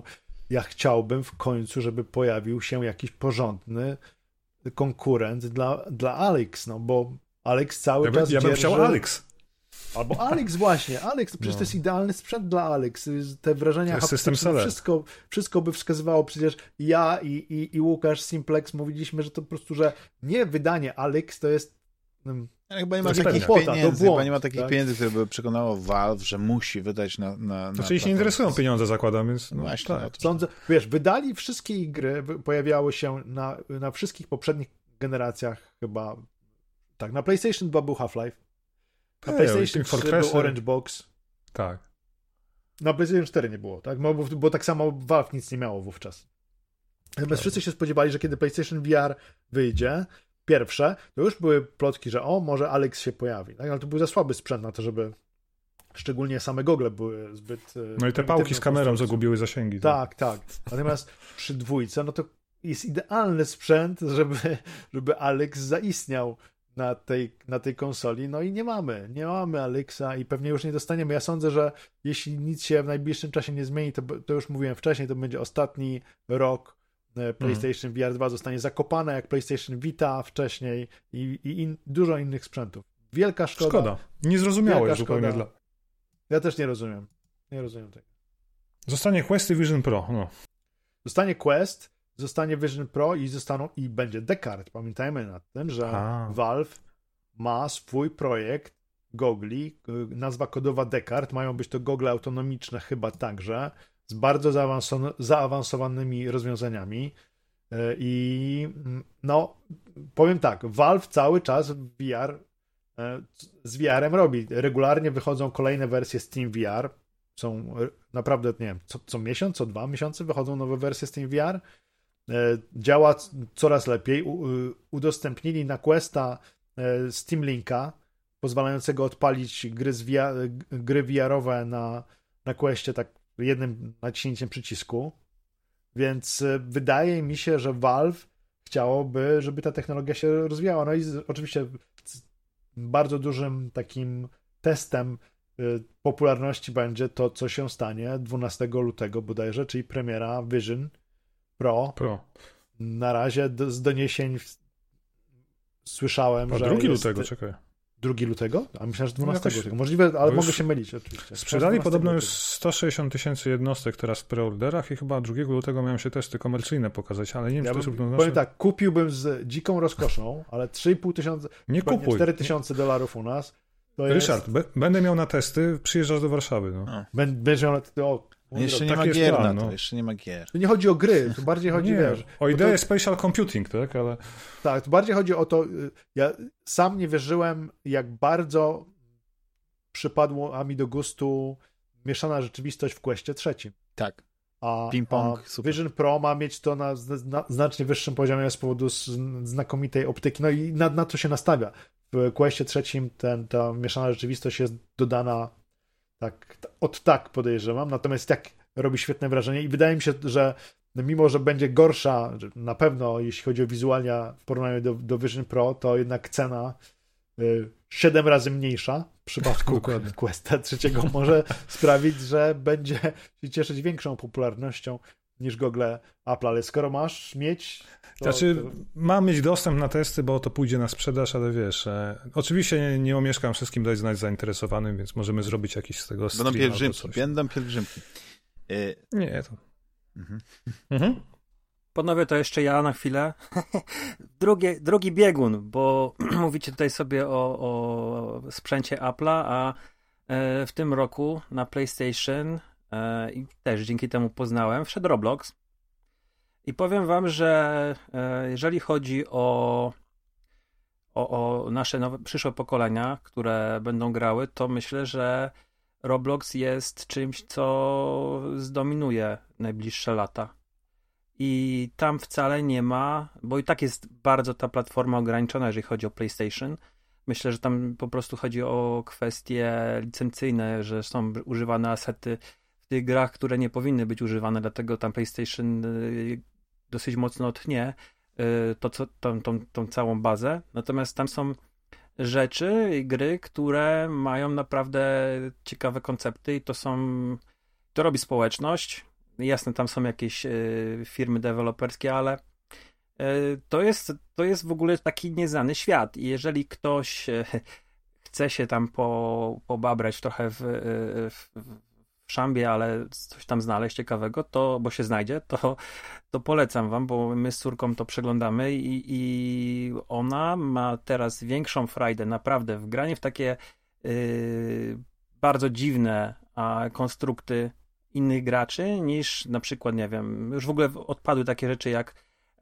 Speaker 2: ja chciałbym w końcu, żeby pojawił się jakiś porządny konkurent dla Alyx, no bo Alyx cały czas
Speaker 4: Ja bym chciał Alyx.
Speaker 2: Albo Alyx właśnie, Alyx, przecież to jest idealny sprzęt dla Alyx. Te wrażenia haptyczne, wszystko by wskazywało, przecież ja i Łukasz Simplex mówiliśmy, że to po prostu, że nie wydanie Alyx to jest
Speaker 1: chyba nie ma takich pieniędzy, nie ma takich pieniędzy, które by przekonało Valve, że musi wydać na
Speaker 4: Znaczy ich nie interesują pieniądze, zakładam, więc
Speaker 1: no właśnie. Tak.
Speaker 2: Sądzę, wiesz, wydali wszystkie ich gry, pojawiały się na wszystkich poprzednich generacjach chyba, tak, na PlayStation 2 był Half-Life, na PlayStation 3 był Orange Box.
Speaker 4: Tak.
Speaker 2: Na PlayStation 4 nie było, tak? Bo tak samo Valve nic nie miało wówczas. Natomiast wszyscy się spodziewali, że kiedy PlayStation VR wyjdzie, pierwsze, to już były plotki, że może Alyx się pojawi. Tak? Ale to był za słaby sprzęt na to, żeby szczególnie same gogle były zbyt...
Speaker 4: No i te pałki z kamerą zagubiły zasięgi.
Speaker 2: Tak. Natomiast przy dwójce, no to jest idealny sprzęt, żeby Alyx zaistniał na tej konsoli, no i nie mamy Alyxa i pewnie już nie dostaniemy. Ja sądzę, że jeśli nic się w najbliższym czasie nie zmieni, to już mówiłem wcześniej, to będzie ostatni rok PlayStation VR 2 zostanie zakopane jak PlayStation Vita wcześniej i dużo innych sprzętów. Wielka szkoda.
Speaker 4: Niezrozumiałe jest zupełnie dla...
Speaker 2: Ja też nie rozumiem. Nie rozumiem tego.
Speaker 4: Zostanie Quest i Vision Pro. No.
Speaker 2: Zostanie Quest, zostanie Vision Pro i będzie Descartes. Pamiętajmy nad tym, że Valve ma swój projekt gogli, nazwa kodowa Descartes. Mają być to gogle autonomiczne chyba także, z bardzo zaawansowanymi rozwiązaniami i no, powiem tak, Valve cały czas z VR-em robi. Regularnie wychodzą kolejne wersje Steam VR, są naprawdę, nie wiem, co miesiąc, co 2 miesiące wychodzą nowe wersje Steam VR, działa coraz lepiej, udostępnili na Questa Steam Linka, pozwalającego odpalić gry VR-owe na Questie tak jednym naciśnięciem przycisku, więc wydaje mi się, że Valve chciałoby, żeby ta technologia się rozwijała. No i oczywiście bardzo dużym takim testem popularności będzie to, co się stanie 12 lutego bodajże, czyli premiera Vision Pro. Na razie z doniesień słyszałem, że
Speaker 4: 2 lutego, czekaj.
Speaker 2: 2 lutego? A myślałem, że 12 lutego. Możliwe, ale mogę się mylić oczywiście.
Speaker 4: Sprzedali podobno już 160 000 jednostek teraz w preorderach i chyba 2 lutego miałem się testy komercyjne pokazać, ale nie wiem, czy to jest równoznaczne.
Speaker 2: Powiem tak, kupiłbym z dziką rozkoszą, ale 3,5 tysiąca,
Speaker 4: nie kupuj.
Speaker 2: $4,000 u nas. To
Speaker 4: Ryszard, będę miał na testy, przyjeżdżasz do Warszawy. No.
Speaker 2: Będziesz miał na testy,
Speaker 1: jeszcze nie ma gier na to, jeszcze nie ma gier.
Speaker 2: To nie chodzi o gry, to bardziej chodzi,
Speaker 4: o ideę spatial computing, tak? Ale...
Speaker 2: Tak, to bardziej chodzi o to, ja sam nie wierzyłem, jak bardzo przypadło mi do gustu mieszana rzeczywistość w Questie 3.
Speaker 1: Tak.
Speaker 2: A
Speaker 1: super.
Speaker 2: Vision Pro ma mieć to na znacznie wyższym poziomie z powodu znakomitej optyki, no i na to się nastawia. W Questie 3 ta mieszana rzeczywistość jest dodana tak podejrzewam, natomiast tak robi świetne wrażenie i wydaje mi się, że mimo, że będzie gorsza, na pewno jeśli chodzi o wizualia w porównaniu do Vision Pro, to jednak cena 7 razy mniejsza w przypadku Questa 3 może sprawić, że będzie się cieszyć większą popularnością niż gogle Apple, ale skoro masz mieć...
Speaker 4: Mam mieć dostęp na testy, bo to pójdzie na sprzedaż, ale wiesz, oczywiście nie omieszkam wszystkim dać znać zainteresowanym, więc możemy zrobić jakiś z tego stream.
Speaker 1: Będą pielgrzymki.
Speaker 4: Nie, to...
Speaker 3: Panowie, to jeszcze ja na chwilę. Drugi biegun, bo mówicie tutaj sobie o sprzęcie Apple'a, a w tym roku na PlayStation i też dzięki temu poznałem, wszedł Roblox. I powiem wam, że jeżeli chodzi o nasze przyszłe pokolenia, które będą grały, to myślę, że Roblox jest czymś, co zdominuje najbliższe lata. I tam wcale nie ma, bo i tak jest bardzo ta platforma ograniczona, jeżeli chodzi o PlayStation. Myślę, że tam po prostu chodzi o kwestie licencyjne, że są używane asety w tych grach, które nie powinny być używane, dlatego tam PlayStation dosyć mocno tnie tą całą bazę. Natomiast tam są rzeczy i gry, które mają naprawdę ciekawe koncepty i to robi społeczność. jasne, tam są jakieś firmy deweloperskie, ale to jest w ogóle taki nieznany świat i jeżeli ktoś chce się tam pobabrać trochę w szambie, ale coś tam znaleźć ciekawego, to, bo się znajdzie, to polecam wam, bo my z córką to przeglądamy i ona ma teraz większą frajdę naprawdę w granie w takie bardzo dziwne konstrukty innych graczy niż na przykład, nie wiem, już w ogóle odpadły takie rzeczy jak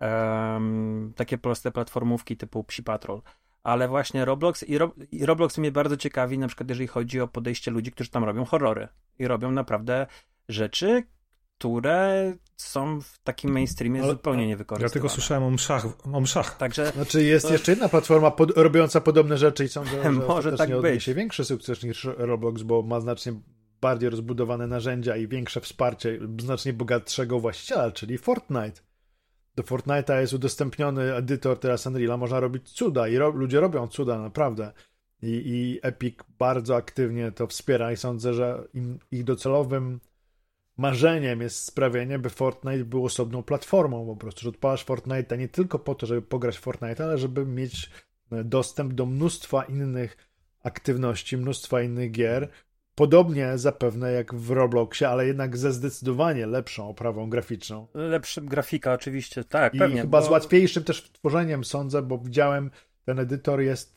Speaker 3: takie proste platformówki typu Psi Patrol. Ale właśnie Roblox i Roblox mnie bardzo ciekawi, na przykład jeżeli chodzi o podejście ludzi, którzy tam robią horrory i robią naprawdę rzeczy, które są w takim mainstreamie zupełnie niewykorzystywane.
Speaker 4: Ja tylko słyszałem o mszach.
Speaker 3: Także
Speaker 2: znaczy jest jeszcze jedna platforma robiąca podobne rzeczy i sądzę, że
Speaker 3: może tak
Speaker 2: odniesie większy sukces niż Roblox, bo ma znacznie bardziej rozbudowane narzędzia i większe wsparcie znacznie bogatszego właściciela, czyli Fortnite. Do Fortnite'a jest udostępniony edytor teraz Unreal'a, można robić cuda i ludzie robią cuda, naprawdę. I Epic bardzo aktywnie to wspiera i sądzę, że ich docelowym marzeniem jest sprawienie, by Fortnite był osobną platformą po prostu, że odpalasz Fortnite'a nie tylko po to, żeby pograć w Fortnite'a, ale żeby mieć dostęp do mnóstwa innych aktywności, mnóstwa innych gier, podobnie zapewne jak w Robloxie, ale jednak ze zdecydowanie lepszą oprawą graficzną.
Speaker 3: Lepsza grafika oczywiście, tak,
Speaker 2: I
Speaker 3: pewnie.
Speaker 2: chyba z łatwiejszym też tworzeniem, sądzę, bo widziałem, ten edytor jest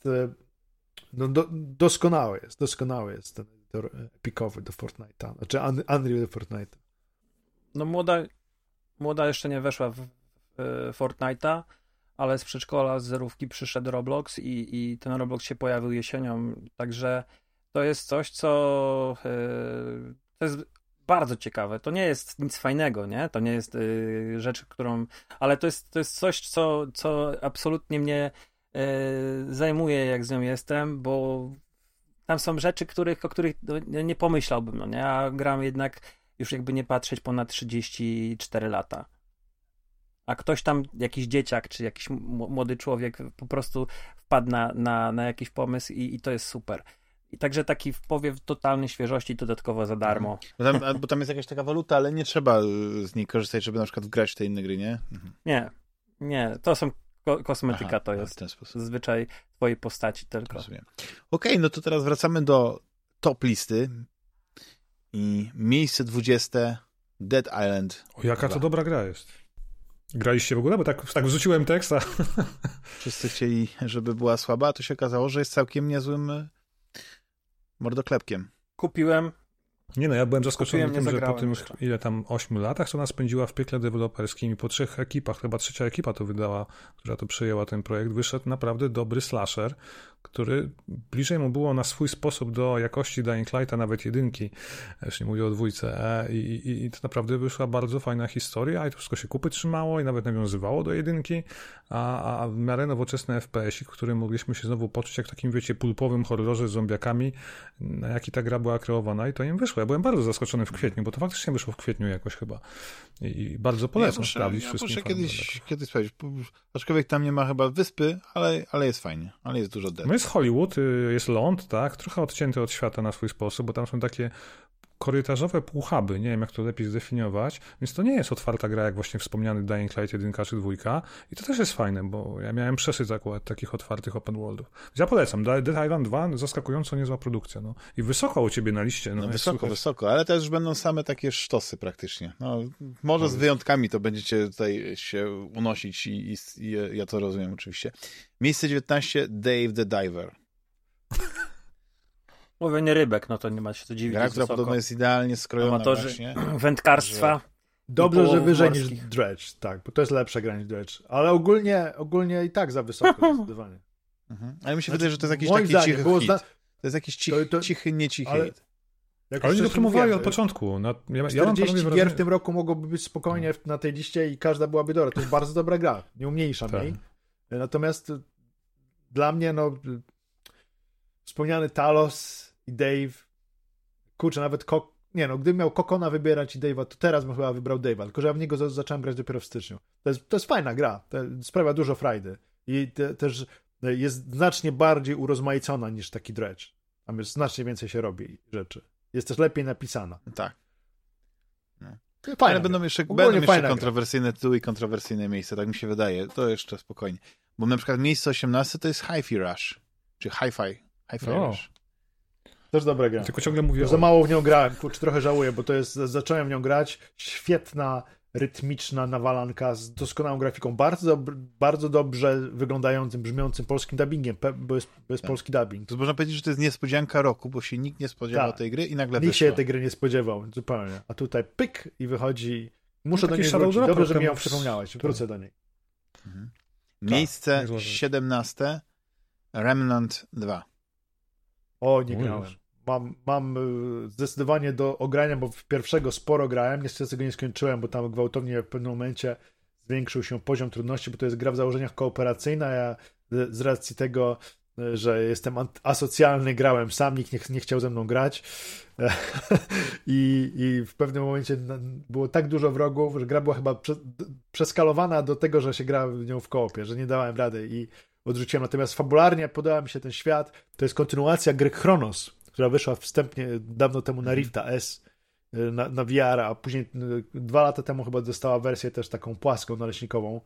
Speaker 2: doskonały jest ten edytor epicowy do Fortnite'a, znaczy Unreal do Fortnite'a.
Speaker 3: No młoda jeszcze nie weszła w Fortnite'a, ale z przedszkola, z zerówki przyszedł Roblox i ten Roblox się pojawił jesienią, także to jest coś, co to jest bardzo ciekawe. To nie jest nic fajnego, nie? To nie jest rzecz, którą... Ale to jest coś, co absolutnie mnie zajmuje, jak z nią jestem, bo tam są rzeczy, o których nie pomyślałbym, no nie? A gram jednak już jakby nie patrzeć ponad 34 lata. A ktoś tam, jakiś dzieciak, czy jakiś młody człowiek po prostu wpadł na jakiś pomysł i to jest super. I także taki powiew totalnej świeżości dodatkowo za darmo.
Speaker 1: Bo tam jest jakaś taka waluta, ale nie trzeba z niej korzystać, żeby na przykład grać w te inne gry, nie?
Speaker 3: Nie, to są kosmetyka.
Speaker 1: Aha,
Speaker 3: to jest
Speaker 1: w ten sposób.
Speaker 3: zazwyczaj twojej postaci tylko.
Speaker 1: Okej, no to teraz wracamy do top listy i miejsce 20 Dead Island.
Speaker 4: O, jaka to dobra gra jest. Graliście w ogóle? Bo tak wrzuciłem tekst, a...
Speaker 1: Wszyscy chcieli, żeby była słaba, a to się okazało, że jest całkiem niezłym mordoklepkiem.
Speaker 3: Kupiłem.
Speaker 4: Nie no, ja byłem zaskoczony tym, że po tym
Speaker 3: jeszcze.
Speaker 4: ile tam 8 latach, co ona spędziła w piekle deweloperskim i po 3 ekipach, chyba trzecia ekipa to wydała, która to przejęła ten projekt, wyszedł naprawdę dobry slasher, który bliżej mu było na swój sposób do jakości Dying Lighta, nawet jedynki, już nie mówię o dwójce, i to naprawdę wyszła bardzo fajna historia i to wszystko się kupy trzymało i nawet nawiązywało do jedynki, a w miarę nowoczesny FPS-ik, w którym mogliśmy się znowu poczuć jak w takim, wiecie, pulpowym horrorze z zombiakami, na jaki ta gra była kreowana i to im wyszło. Ja byłem bardzo zaskoczony w kwietniu, bo to faktycznie wyszło w kwietniu jakoś chyba i bardzo polecam sprawdzić wszystkim.
Speaker 1: Kiedyś sprawdzić, aczkolwiek tam nie ma chyba wyspy, ale jest fajnie, ale jest dużo dead.
Speaker 4: No jest Hollywood, jest ląd, tak, trochę odcięty od świata na swój sposób, bo tam są takie korytarzowe półhuby, nie wiem jak to lepiej zdefiniować, więc to nie jest otwarta gra jak właśnie wspomniany Dying Light 1 czy 2 i to też jest fajne, bo ja miałem przesyt akurat takich otwartych open worldów. Ja polecam, Dead Island 2 zaskakująco niezła produkcja, no i wysoko u ciebie na liście. No
Speaker 1: wysoko, ale też będą same takie sztosy praktycznie. No, może z wyjątkami to będziecie tutaj się unosić i ja to rozumiem oczywiście. Miejsce 19, Dave the Diver.
Speaker 3: Łowienie rybek, no to nie ma się co dziwić.
Speaker 1: Gra, która podobno jest idealnie skrojona
Speaker 3: amatorzy
Speaker 1: właśnie.
Speaker 3: Wędkarstwa.
Speaker 2: Dobrze, że wyżej niż Dredge, tak, bo to jest lepsza gra niż Dredge, ale ogólnie i tak za wysoko zdecydowanie.
Speaker 1: Ale mi się wydaje, że to jest jakiś taki cichy hit. To jest jakiś cichy, nie cichy hit.
Speaker 4: Ale oni to promowali od początku.
Speaker 2: Ja 40 gier w tym roku mogłoby być spokojnie na tej liście i każda byłaby dobra. To jest bardzo dobra gra, nie umniejszam jej. Natomiast dla mnie, wspomniany Talos i Dave, kurczę, nawet gdybym miał Kokona wybierać i Dave'a, to teraz bym chyba wybrał Dave'a, tylko że ja w niego zacząłem grać dopiero w styczniu. To jest fajna gra, sprawia dużo frajdy i też jest znacznie bardziej urozmaicona niż taki Dredge. Tam jest znacznie więcej się robi rzeczy. Jest też lepiej napisana.
Speaker 1: Tak. No.
Speaker 2: Fajna
Speaker 1: Ale będą
Speaker 2: gra.
Speaker 1: jeszcze
Speaker 2: Ogólnie fajna
Speaker 1: kontrowersyjne tytuły i kontrowersyjne miejsca, tak mi się wydaje. To jeszcze spokojnie. Bo na przykład miejsce 18 to jest Hi-Fi Rush, czy Hi-Fi Rush.
Speaker 2: Też dobra gra.
Speaker 4: Tylko ciągle mówię
Speaker 2: Za mało w nią grałem, kurczę, trochę żałuję, bo zacząłem w nią grać, świetna, rytmiczna nawalanka z doskonałą grafiką, bardzo dobrze wyglądającym, brzmiącym polskim dubbingiem, bo jest polski dubbing.
Speaker 1: To można powiedzieć, że to jest niespodzianka roku, bo się nikt nie spodziewał tej gry i nagle
Speaker 2: Nikt
Speaker 1: wyszła.
Speaker 2: się tej gry nie spodziewał, zupełnie. A tutaj pyk i wychodzi. Muszę do niej
Speaker 4: Shadow
Speaker 2: wrócić.
Speaker 4: Drop
Speaker 2: Dobrze, że mi ją
Speaker 4: temu
Speaker 2: przypomniałeś. Wrócę do niej.
Speaker 1: Miejsce
Speaker 4: Tak,
Speaker 1: 17 Remnant 2.
Speaker 2: O, nie grałem. Mam zdecydowanie do ogrania, bo w pierwszego sporo grałem, niestety tego nie skończyłem, bo tam gwałtownie w pewnym momencie zwiększył się poziom trudności, bo to jest gra w założeniach kooperacyjna, ja z racji tego, że jestem asocjalny, grałem sam, nikt nie chciał ze mną grać i w pewnym momencie było tak dużo wrogów, że gra była chyba przeskalowana do tego, że się gra w nią w koopie, że nie dałem rady i odrzuciłem. Natomiast fabularnie podoba mi się ten świat. To jest kontynuacja gry Chronos, która wyszła wstępnie dawno temu na Rifta S, na VR, a później 2 lata temu chyba dostała wersję też taką płaską, naleśnikową.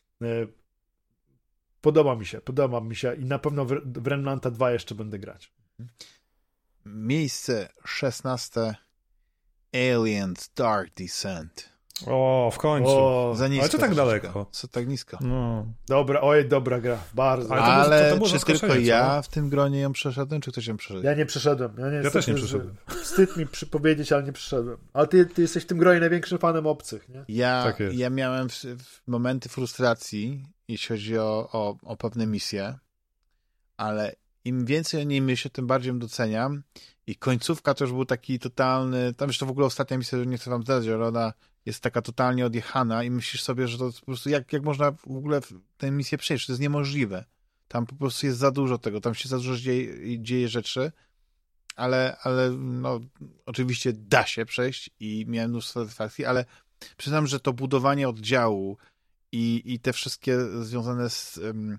Speaker 2: Podoba mi się i na pewno w Remnanta 2 jeszcze będę grać.
Speaker 1: Miejsce 16 Aliens Dark Descent.
Speaker 4: O, w końcu.
Speaker 1: Za nisko.
Speaker 4: Ale co tak daleko?
Speaker 1: Co tak nisko?
Speaker 4: No.
Speaker 2: Dobra gra, bardzo.
Speaker 1: Ale
Speaker 4: to
Speaker 1: czy tylko ja w tym gronie ją przeszedłem, czy ktoś ją przeszedł?
Speaker 2: Ja nie przeszedłem.
Speaker 4: Ja też nie przeszedłem.
Speaker 2: Wstyd mi powiedzieć, ale nie przeszedłem. Ale ty jesteś w tym gronie największym fanem obcych, nie?
Speaker 1: Ja miałem momenty frustracji, jeśli chodzi o pewne misje, ale im więcej o niej myślę, tym bardziej ją doceniam. I końcówka to już był taki totalny, tam jeszcze w ogóle ostatnia misja, nie chcę wam zdradzić, ale ona jest taka totalnie odjechana i myślisz sobie, że to po prostu jak można w ogóle tę misję przejść, to jest niemożliwe. Tam po prostu jest za dużo tego, tam się za dużo dzieje rzeczy, ale no, oczywiście da się przejść i miałem mnóstwo satysfakcji, ale przyznam, że to budowanie oddziału i te wszystkie związane z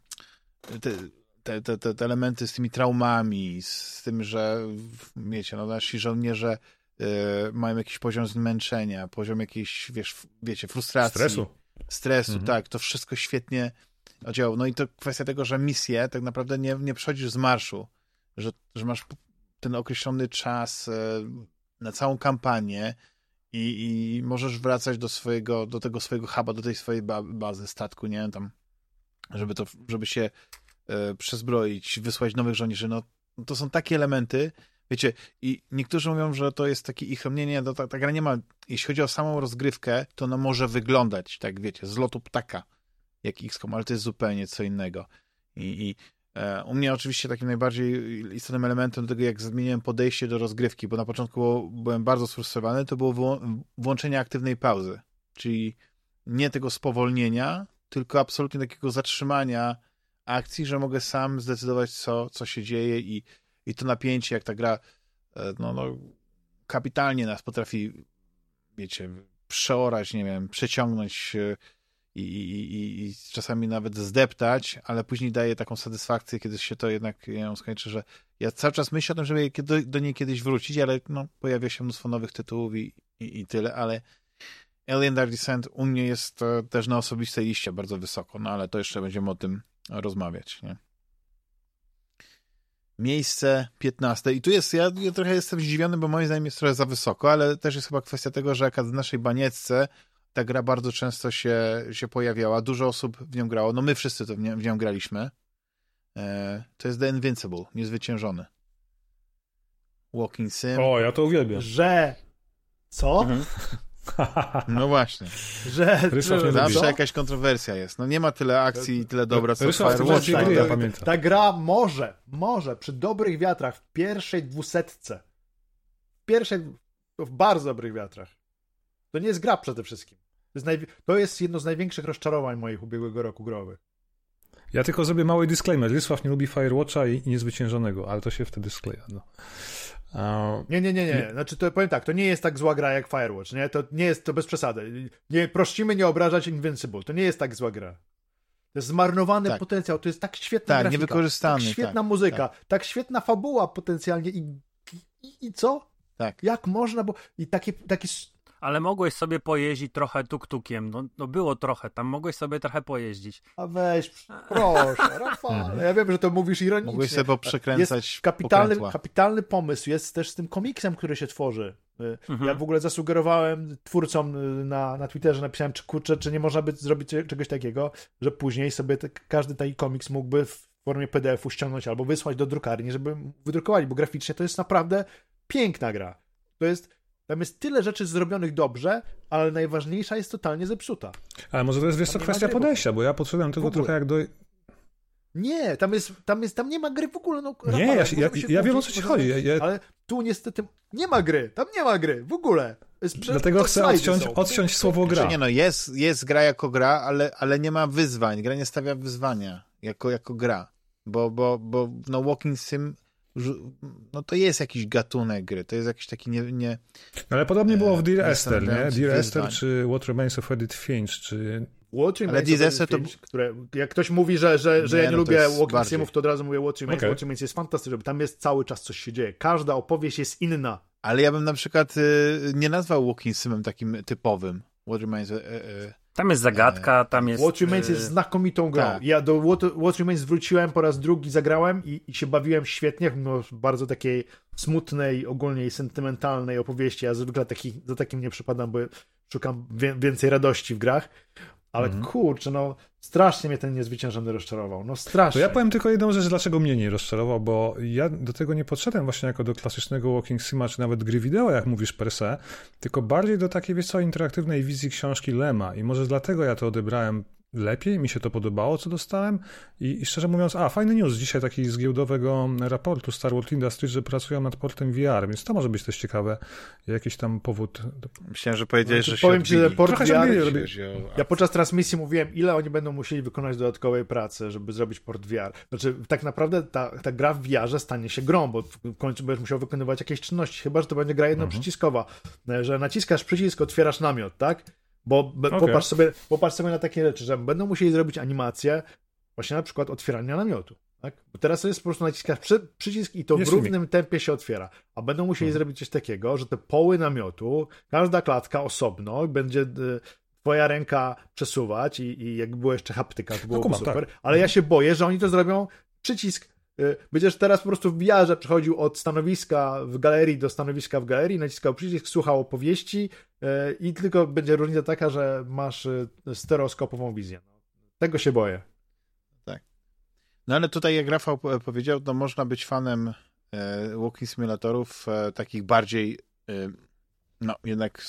Speaker 1: te elementy z tymi traumami, z tym, że wiecie, no nasi żołnierze mają jakiś poziom zmęczenia, poziom jakiejś, wiecie, frustracji. Stresu, tak. To wszystko świetnie działało. No i to kwestia tego, że misje tak naprawdę nie przechodzisz z marszu, że masz ten określony czas na całą kampanię i możesz wracać do tego swojego huba, do tej swojej bazy, statku, nie? Tam, żeby się przezbroić, wysłać nowych żołnierzy. No, to są takie elementy, wiecie, i niektórzy mówią, że to jest takie ich nie, ta gra nie ma, jeśli chodzi o samą rozgrywkę, to ona może wyglądać, tak wiecie, z lotu ptaka, jak XCOM, ale to jest zupełnie co innego. U mnie oczywiście takim najbardziej istotnym elementem do tego, jak zmieniłem podejście do rozgrywki, bo na początku byłem bardzo sfrustrowany, to było włączenie aktywnej pauzy, czyli nie tego spowolnienia, tylko absolutnie takiego zatrzymania akcji, że mogę sam zdecydować, co się dzieje i to napięcie, jak ta gra no, kapitalnie nas potrafi, wiecie, przeorać, nie wiem, przeciągnąć i czasami nawet zdeptać, ale później daje taką satysfakcję, kiedy się to jednak ją skończy, że ja cały czas myślę o tym, żeby do niej kiedyś wrócić, ale no, pojawia się mnóstwo nowych tytułów i tyle, ale Alien Dark Descent u mnie jest też na osobistej liście bardzo wysoko, no ale to jeszcze będziemy o tym rozmawiać, nie? Miejsce 15. I tu jest, ja trochę jestem zdziwiony, bo moim zdaniem jest trochę za wysoko, ale też jest chyba kwestia tego, że jak w naszej banieczce ta gra bardzo często się pojawiała. Dużo osób w nią grało. No my wszyscy to w nią graliśmy. To jest The Invincible, Niezwyciężony. Walking Sim.
Speaker 4: O, ja to uwielbiam.
Speaker 2: Że... Co?
Speaker 1: Mhm. No właśnie.
Speaker 2: Że
Speaker 1: zawsze jakaś kontrowersja jest. No nie ma tyle akcji i tyle dobra, co
Speaker 4: Firewatch. Ja pamiętam.
Speaker 2: Ta gra może przy dobrych wiatrach, w pierwszej 200, w bardzo dobrych wiatrach. To nie jest gra przede wszystkim. To jest jedno z największych rozczarowań moich ubiegłego roku growych.
Speaker 4: Ja tylko zrobię mały disclaimer. Rysław nie lubi Firewatcha i Niezwyciężonego, ale to się wtedy skleja. No.
Speaker 2: Nie. Znaczy, to powiem tak, to nie jest tak zła gra jak Firewatch, nie? To nie jest, to bez przesady. Prosimy nie obrażać Invincible. To nie jest tak zła gra. To jest zmarnowany potencjał, to jest tak świetna grafika,
Speaker 1: niewykorzystany.
Speaker 2: Tak świetna muzyka, tak świetna fabuła potencjalnie i co?
Speaker 1: Tak.
Speaker 2: Jak można, bo i taki
Speaker 3: Ale mogłeś sobie pojeździć trochę tuk-tukiem. No było trochę, tam mogłeś sobie trochę pojeździć.
Speaker 2: A weź, proszę, Rafał. Ja wiem, że to mówisz ironicznie.
Speaker 1: Mogłeś sobie poprzekręcać
Speaker 2: kapitalny pomysł jest też z tym komiksem, który się tworzy. Ja w ogóle zasugerowałem twórcom na Twitterze, napisałem, czy nie można by zrobić czegoś takiego, że później sobie każdy taki komiks mógłby w formie PDF-u ściągnąć albo wysłać do drukarni, żeby wydrukowali, bo graficznie to jest naprawdę piękna gra. Tam jest tyle rzeczy zrobionych dobrze, ale najważniejsza jest totalnie zepsuta.
Speaker 4: Ale może to jest, wiesz co, kwestia podejścia, bo ja podszedłem tego trochę jak do...
Speaker 2: Nie, tam nie ma gry w ogóle. No,
Speaker 4: nie, ja wiem, o co ci chodzi.
Speaker 2: Ale tu niestety nie ma gry, tam nie ma gry w ogóle.
Speaker 4: Dlatego chcę odciąć słowo gra.
Speaker 1: Nie, no jest gra jako gra, ale nie ma wyzwań. Gra nie stawia wyzwania jako gra. Bo no Walking Sim no to jest jakiś gatunek gry, to jest jakiś taki nie
Speaker 4: ale podobnie było w Dear Esther, nie? Dear Esther czy What Remains of Edith Finch, czy...
Speaker 1: Ale Dear Esther to...
Speaker 2: Jak ktoś mówi, że ja nie lubię Walking Simów, to od razu mówię What Remains. What Remains jest fantastyczny, bo tam jest cały czas coś się dzieje. Każda opowieść jest inna.
Speaker 1: Ale ja bym na przykład nie nazwał Walking Simem takim typowym. What Remains...
Speaker 3: Tam jest zagadka, tam jest...
Speaker 2: What Remains jest znakomitą grą. Tak. Ja do What Remains wróciłem po raz drugi, zagrałem i się bawiłem świetnie, no, bardzo takiej smutnej, ogólnie sentymentalnej opowieści. Ja zwykle do takim nie przypadam, bo szukam więcej radości w grach. Ale kurczę, no strasznie mnie ten Niezwyciężony rozczarował. No strasznie.
Speaker 4: To ja powiem tylko jedną rzecz, dlaczego mnie nie rozczarował, bo ja do tego nie podszedłem właśnie jako do klasycznego Walking Sima, czy nawet gry wideo, jak mówisz per se, tylko bardziej do takiej, wiesz co, interaktywnej wizji książki Lema i może dlatego ja to odebrałem lepiej, mi się to podobało, co dostałem i szczerze mówiąc, fajny news dzisiaj taki z giełdowego raportu Star Wars Industries, że pracują nad portem VR, więc to może być też ciekawe, jakiś tam powód.
Speaker 1: Myślałem, że powiedziałeś, że
Speaker 2: powiem ci, że port VR,
Speaker 1: ja
Speaker 2: podczas transmisji mówiłem, ile oni będą musieli wykonać dodatkowej pracy, żeby zrobić port VR. Znaczy, tak naprawdę ta gra w VR-ze stanie się grą, bo w końcu będziesz musiał wykonywać jakieś czynności, chyba że to będzie gra jednoprzyciskowa, że naciskasz przycisk, otwierasz namiot, tak? Bo popatrz sobie na takie rzeczy, że będą musieli zrobić animację właśnie na przykład otwierania namiotu. Tak? Bo teraz jest po prostu naciskasz przycisk i to w równym tempie się otwiera. A będą musieli zrobić coś takiego, że te poły namiotu, każda klatka osobno, będzie twoja ręka przesuwać i jakby było jeszcze haptyka, to byłoby super. Tak. Ale ja się boję, że oni to zrobią przycisk. Będziesz teraz po prostu w VR-ze przechodził od stanowiska w galerii do stanowiska w galerii, naciskał przycisk, słuchał opowieści i tylko będzie różnica taka, że masz stereoskopową wizję. Tego się boję.
Speaker 1: Tak. No ale tutaj, jak Rafał powiedział, to można być fanem walking simulatorów takich bardziej jednak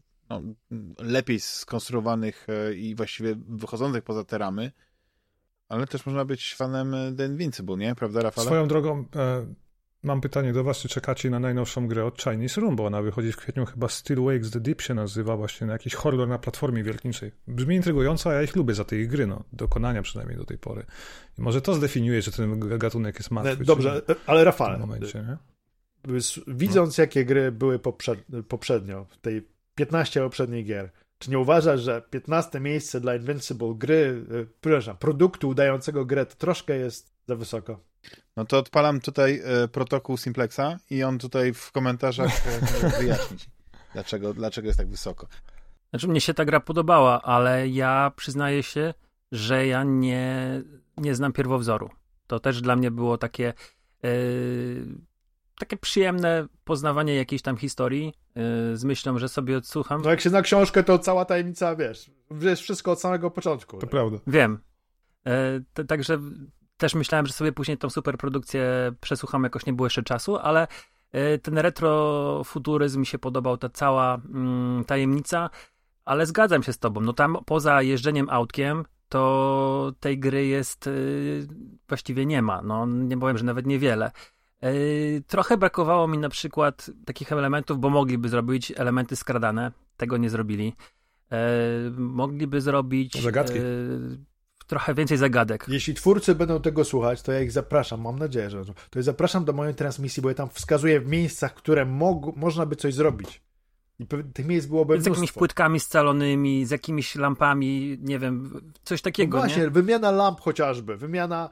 Speaker 1: lepiej skonstruowanych i właściwie wychodzących poza te ramy. Ale też można być fanem The Invincible, nie? Prawda, Rafale?
Speaker 4: Swoją drogą mam pytanie do was, czy czekacie na najnowszą grę od Chinese Room, bo ona wychodzi w kwietniu, chyba Still Wakes the Deep się nazywa, właśnie na jakiś horror na platformie wiertniczej. Brzmi intrygująco, a ja ich lubię za tej gry, dokonania przynajmniej do tej pory. I może to zdefiniuje, że ten gatunek jest martwy.
Speaker 2: Dobrze, ale Rafale,
Speaker 4: w tym momencie, nie?
Speaker 2: Widząc jakie gry były poprzednio, w tej 15 poprzednich gier, czy nie uważasz, że 15 miejsce dla Invincible produktu udającego grę to troszkę jest za wysoko?
Speaker 1: No to odpalam tutaj protokół Simplexa i on tutaj w komentarzach wyjaśni, dlaczego jest tak wysoko.
Speaker 3: Znaczy mnie się ta gra podobała, ale ja przyznaję się, że ja nie znam pierwowzoru. To też dla mnie było takie przyjemne poznawanie jakiejś tam historii z myślą, że sobie odsłucham.
Speaker 2: No jak się zna książkę, to cała tajemnica, wiesz wszystko od samego początku.
Speaker 4: To prawda.
Speaker 3: Wiem. Także też myślałem, że sobie później tą superprodukcję przesłucham, jakoś nie było jeszcze czasu, ale ten retrofuturyzm mi się podobał, ta cała tajemnica, ale zgadzam się z tobą. No tam poza jeżdżeniem autkiem, to tej gry jest właściwie nie ma. No nie powiem, że nawet niewiele. Trochę brakowało mi na przykład takich elementów, bo mogliby zrobić elementy skradane, tego nie zrobili. Mogliby zrobić
Speaker 4: zagadki.
Speaker 3: Trochę więcej zagadek.
Speaker 2: Jeśli twórcy będą tego słuchać, to ja ich zapraszam, mam nadzieję, że to ja zapraszam do mojej transmisji, bo ja tam wskazuję w miejscach, które można by coś zrobić. I tych miejsc byłoby mnóstwo.
Speaker 3: Z jakimiś płytkami scalonymi, z jakimiś lampami, nie wiem, coś takiego.
Speaker 2: No właśnie,
Speaker 3: nie?
Speaker 2: Wymiana lamp chociażby, wymiana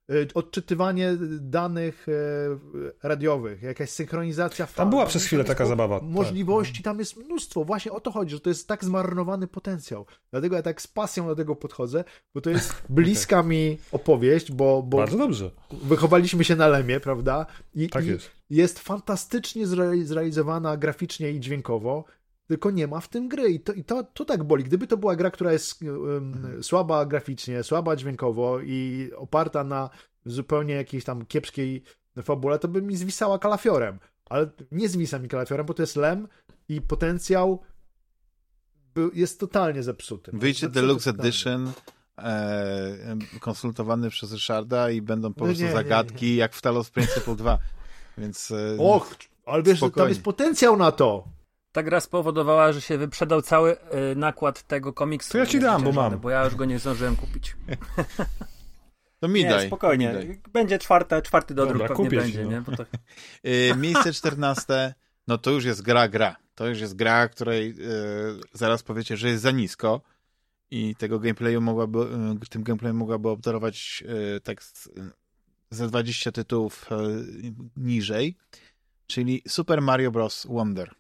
Speaker 2: odczytywanie danych radiowych, jakaś synchronizacja fal.
Speaker 4: Tam była przez chwilę taka zabawa.
Speaker 2: Możliwości tam jest mnóstwo. Właśnie o to chodzi, że to jest tak zmarnowany potencjał. Dlatego ja tak z pasją do tego podchodzę, bo to jest bliska mi opowieść, bo
Speaker 4: bardzo dobrze.
Speaker 2: Wychowaliśmy się na Lemie, prawda?
Speaker 4: Tak jest.
Speaker 2: Jest fantastycznie zrealizowana graficznie i dźwiękowo, tylko nie ma w tym gry. I to tak boli. Gdyby to była gra, która jest słaba graficznie, słaba dźwiękowo i oparta na zupełnie jakiejś tam kiepskiej fabule, to by mi zwisała kalafiorem. Ale nie zwisa mi kalafiorem, bo to jest Lem i potencjał jest totalnie zepsuty.
Speaker 1: Wyjdzie Deluxe Edition konsultowany przez Ryszarda i będą po prostu zagadki jak w Talos Principle 2. Więc
Speaker 2: ale wiesz,
Speaker 1: spokojnie.
Speaker 2: tam jest potencjał na to.
Speaker 3: Ta gra spowodowała, że się wyprzedał cały nakład tego komiksu.
Speaker 4: To ja ci dam, bo mam.
Speaker 3: Bo ja już go nie zdążyłem kupić.
Speaker 1: To mi daj.
Speaker 3: Spokojnie. Będzie czwarty dodruk pewnie będzie.
Speaker 4: No.
Speaker 3: Nie? Bo to...
Speaker 1: Miejsce 14, no to już jest gra. To już jest gra, której zaraz powiecie, że jest za nisko i tym gameplayem mogłaby obdarować tekst ze 20 tytułów niżej, czyli Super Mario Bros. Wonder.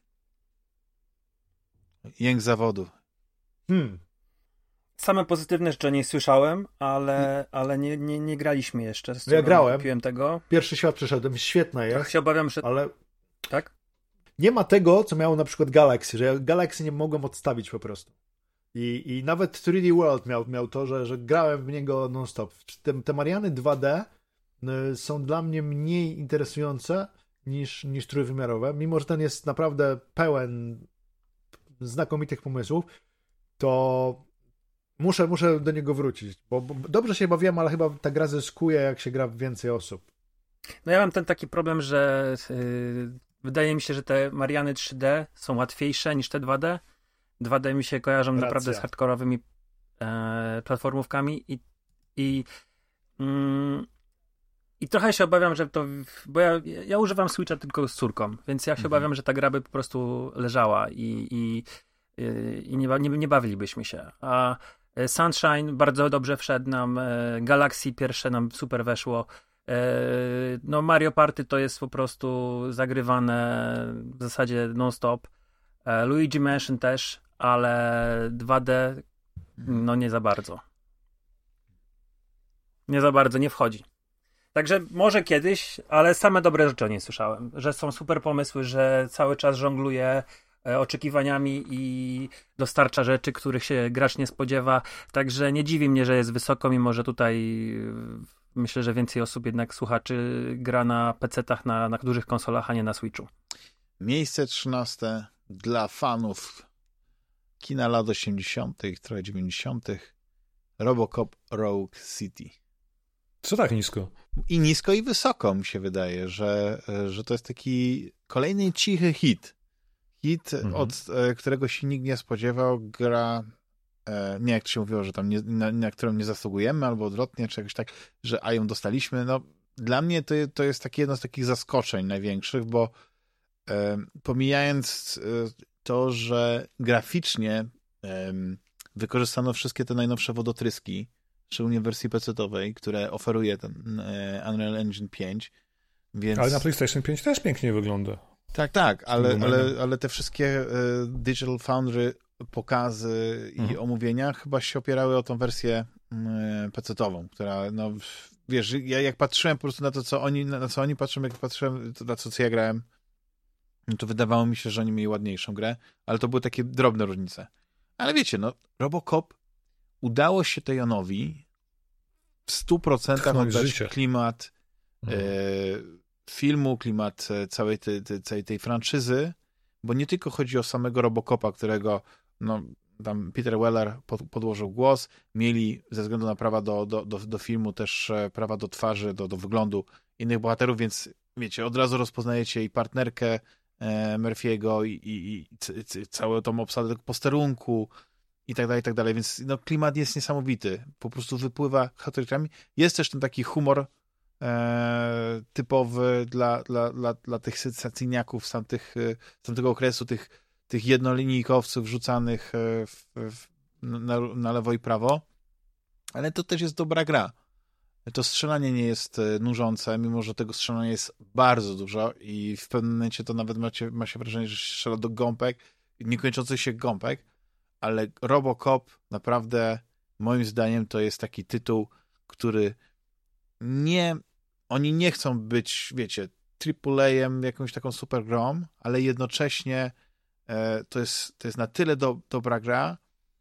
Speaker 1: Jęk zawodu.
Speaker 3: Same pozytywne rzeczy nie słyszałem, ale nie graliśmy jeszcze.
Speaker 2: Ja grałem.
Speaker 3: Kupiłem tego.
Speaker 2: Pierwszy świat przeszedłem. Świetna jest.
Speaker 3: Trochę się obawiam, że...
Speaker 2: Ale
Speaker 3: tak?
Speaker 2: Nie ma tego, co miało na przykład Galaxy, że ja Galaxy nie mogłem odstawić po prostu. I nawet 3D World miał to, że grałem w niego non-stop. Te Mariany 2D są dla mnie mniej interesujące niż trójwymiarowe. Mimo że ten jest naprawdę pełen znakomitych pomysłów, to muszę do niego wrócić, bo dobrze się bawiłem, ale chyba ta gra zyskuje, jak się gra w więcej osób.
Speaker 3: No ja mam ten taki problem, że wydaje mi się, że te Mariany 3D są łatwiejsze niż te 2D. 2D mi się kojarzą naprawdę z hardkorowymi platformówkami i trochę się obawiam, że to, bo ja używam Switcha tylko z córką, więc ja się obawiam, że ta gra by po prostu leżała i nie bawilibyśmy się. A Sunshine bardzo dobrze wszedł nam, Galaxy pierwsze nam super weszło. No Mario Party to jest po prostu zagrywane w zasadzie non-stop. Luigi Mansion też, ale 2D no nie za bardzo. Nie za bardzo, nie wchodzi. Także może kiedyś, ale same dobre rzeczy o niej słyszałem. Że są super pomysły, że cały czas żongluje oczekiwaniami i dostarcza rzeczy, których się gracz nie spodziewa. Także nie dziwi mnie, że jest wysoko, mimo że tutaj myślę, że więcej osób jednak słuchaczy gra na PC-tach, na dużych konsolach, a nie na Switchu.
Speaker 1: Miejsce 13 dla fanów kina lat 80., trochę 90. Robocop Rogue City.
Speaker 4: Co tak nisko?
Speaker 1: I nisko, i wysoko mi się wydaje, że to jest taki kolejny cichy hit. Od którego się nikt nie spodziewał. Gra, nie jak to się mówiło, że tam na którą nie zasługujemy, albo odwrotnie, czy jakoś tak, a ją dostaliśmy. No, dla mnie to jest takie jedno z takich zaskoczeń największych, bo pomijając to, że graficznie wykorzystano wszystkie te najnowsze wodotryski, szczególnie w wersji PC-owej, które oferuje ten Unreal Engine 5. Więc...
Speaker 4: Ale na PlayStation 5 też pięknie wygląda.
Speaker 1: Tak, ale te wszystkie Digital Foundry pokazy i omówienia chyba się opierały o tą wersję PC-ową, która, no wiesz, ja jak patrzyłem po prostu na to, na co oni patrzą, jak patrzyłem na to, co ja grałem, no to wydawało mi się, że oni mieli ładniejszą grę, ale to były takie drobne różnice. Ale wiecie, no, Robocop udało się Tejonowi w 100% oddać klimat filmu, klimat całej tej franczyzy, bo nie tylko chodzi o samego Robocopa, którego no, tam Peter Weller podłożył głos, mieli ze względu na prawa do filmu też prawa do twarzy, do wyglądu innych bohaterów, więc wiecie, od razu rozpoznajecie i partnerkę Murphy'ego i całą tą obsadę posterunku i tak dalej, więc no, klimat jest niesamowity, po prostu wypływa charakterami. Jest też ten taki humor typowy dla tych sensacyjniaków z tamtego okresu, tych jednolinijkowców rzucanych na lewo i prawo, ale to też jest dobra gra. To strzelanie nie jest nużące, mimo że tego strzelania jest bardzo dużo i w pewnym momencie to nawet ma się wrażenie, że się strzela do gąbek, niekończących się gąbek, ale Robocop naprawdę moim zdaniem to jest taki tytuł, który oni nie chcą być, wiecie, AAA-em, jakąś taką super grą, ale jednocześnie to jest na tyle dobra gra,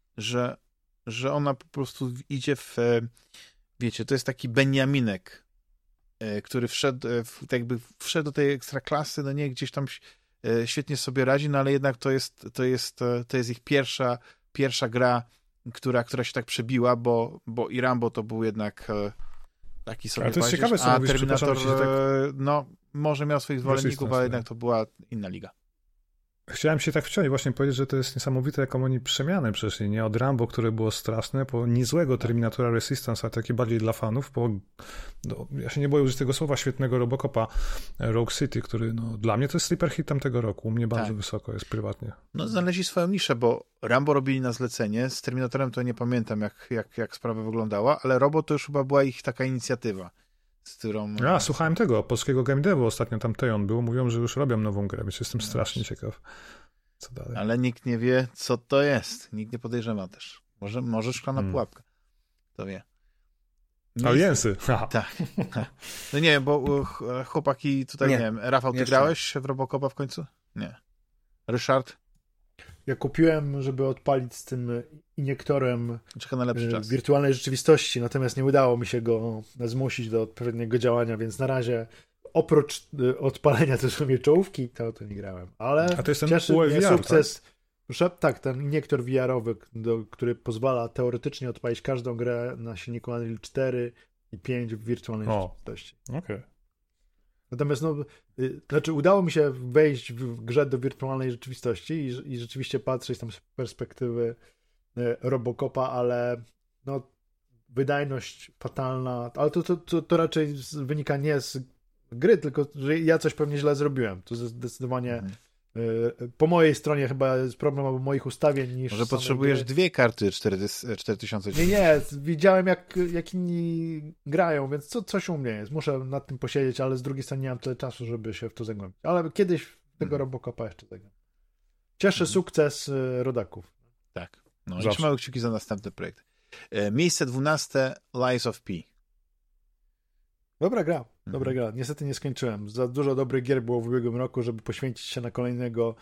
Speaker 1: że ona po prostu idzie wiecie, to jest taki Beniaminek, który wszedł do tej ekstraklasy, no nie, gdzieś tam świetnie sobie radzi, no ale jednak to jest ich pierwsza gra, która się tak przebiła, bo i Rambo to był jednak taki sobie
Speaker 4: ale to jest ciekawe, co mówisz,
Speaker 1: Terminator
Speaker 4: tak...
Speaker 1: no może miał swoich zwolenników, ale jednak to była inna liga.
Speaker 4: Chciałem się tak wciąć, właśnie powiedzieć, że to jest niesamowite, jaką oni przemianę przeszli, nie? Od Rambo, które było straszne, po niezłego Terminatora Resistance, a taki bardziej dla fanów, ja się nie boję użyć tego słowa, świetnego Robocopa Rogue City, który dla mnie to jest sleeper hit tamtego roku, u mnie bardzo wysoko jest prywatnie.
Speaker 1: No znaleźli swoją niszę, bo Rambo robili na zlecenie, z Terminatorem to nie pamiętam, jak sprawa wyglądała, ale Robo to już chyba była ich taka inicjatywa, z którą...
Speaker 4: Ja słuchałem tego, polskiego game devu ostatnio, tam Tejon był, mówią, że już robią nową grę, więc jestem strasznie ciekaw, co dalej.
Speaker 1: Ale nikt nie wie, co to jest. Nikt nie podejrzewa też. Może szklana pułapka. To wie.
Speaker 4: Aliensy.
Speaker 1: Tak. No nie wiem, bo chłopaki tutaj, nie wiem, Rafał, ty grałeś w Robocopa w końcu? Nie. Ryszard?
Speaker 2: Ja kupiłem, żeby odpalić z tym iniektorem
Speaker 1: czeka na lepszy czas.
Speaker 2: Wirtualnej rzeczywistości, natomiast nie udało mi się go zmusić do odpowiedniego działania, więc na razie oprócz odpalenia też sobie czołówki, to nie grałem. Ale
Speaker 4: a to jest ten
Speaker 2: cieszy mnie sukces.
Speaker 4: Tak?
Speaker 2: Tak, ten iniektor VR-owy, który pozwala teoretycznie odpalić każdą grę na silniku Unreal 4 i 5 w wirtualnej rzeczywistości.
Speaker 4: Okay.
Speaker 2: Natomiast udało mi się wejść w grze do wirtualnej rzeczywistości i rzeczywiście patrzeć tam z perspektywy Robocopa, ale wydajność fatalna, ale to raczej wynika nie z gry, tylko że ja coś pewnie źle zrobiłem. To zdecydowanie po mojej stronie chyba jest problem albo moich ustawień niż...
Speaker 1: Może potrzebujesz dwie karty 4000.
Speaker 2: Nie, widziałem jak inni grają, więc coś u mnie jest. Muszę nad tym posiedzieć, ale z drugiej strony nie mam tyle czasu, żeby się w to zagłębić. Ale kiedyś tego Robocopa jeszcze zagram. Cieszy sukces rodaków.
Speaker 1: Tak. No i trzymamy kciuki za następny projekt. Miejsce 12. Lies of P.
Speaker 2: Dobra gra. Niestety nie skończyłem. Za dużo dobrych gier było w ubiegłym roku, żeby poświęcić się na kolejnego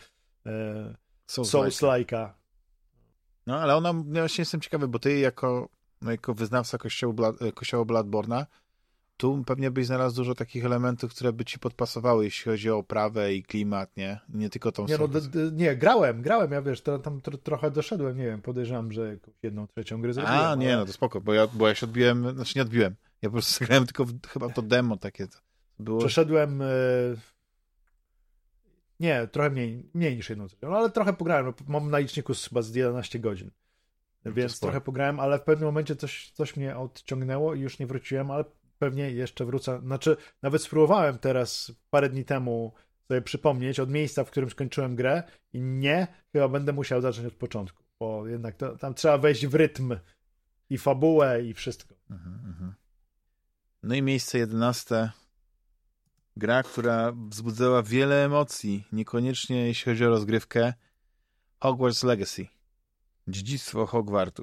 Speaker 2: Souls-like'a.
Speaker 1: No, ale ona, właśnie jestem ciekawy, bo ty jako wyznawca kościoła Bloodborne'a, tu pewnie byś znalazł dużo takich elementów, które by ci podpasowały, jeśli chodzi o oprawę i klimat, nie? Nie tylko tą...
Speaker 2: Nie, grałem, ja wiesz, tam trochę doszedłem, nie wiem, podejrzewam, że jakąś 1/3 gry zrobiłem.
Speaker 1: Nie, to spoko, bo ja się odbiłem, nie odbiłem. Ja po prostu grałem tylko chyba to demo takie było.
Speaker 2: Przeszedłem trochę mniej niż 1/3, ale trochę pograłem, mam na liczniku chyba z 11 godzin, więc trochę pograłem, ale w pewnym momencie coś mnie odciągnęło i już nie wróciłem, ale pewnie jeszcze wrócę, nawet spróbowałem teraz parę dni temu sobie przypomnieć od miejsca, w którym skończyłem grę i chyba będę musiał zacząć od początku, bo jednak tam trzeba wejść w rytm i fabułę i wszystko.
Speaker 1: No i miejsce 11. Gra, która wzbudzała wiele emocji, niekoniecznie jeśli chodzi o rozgrywkę. Hogwarts Legacy. Dziedzictwo Hogwartu.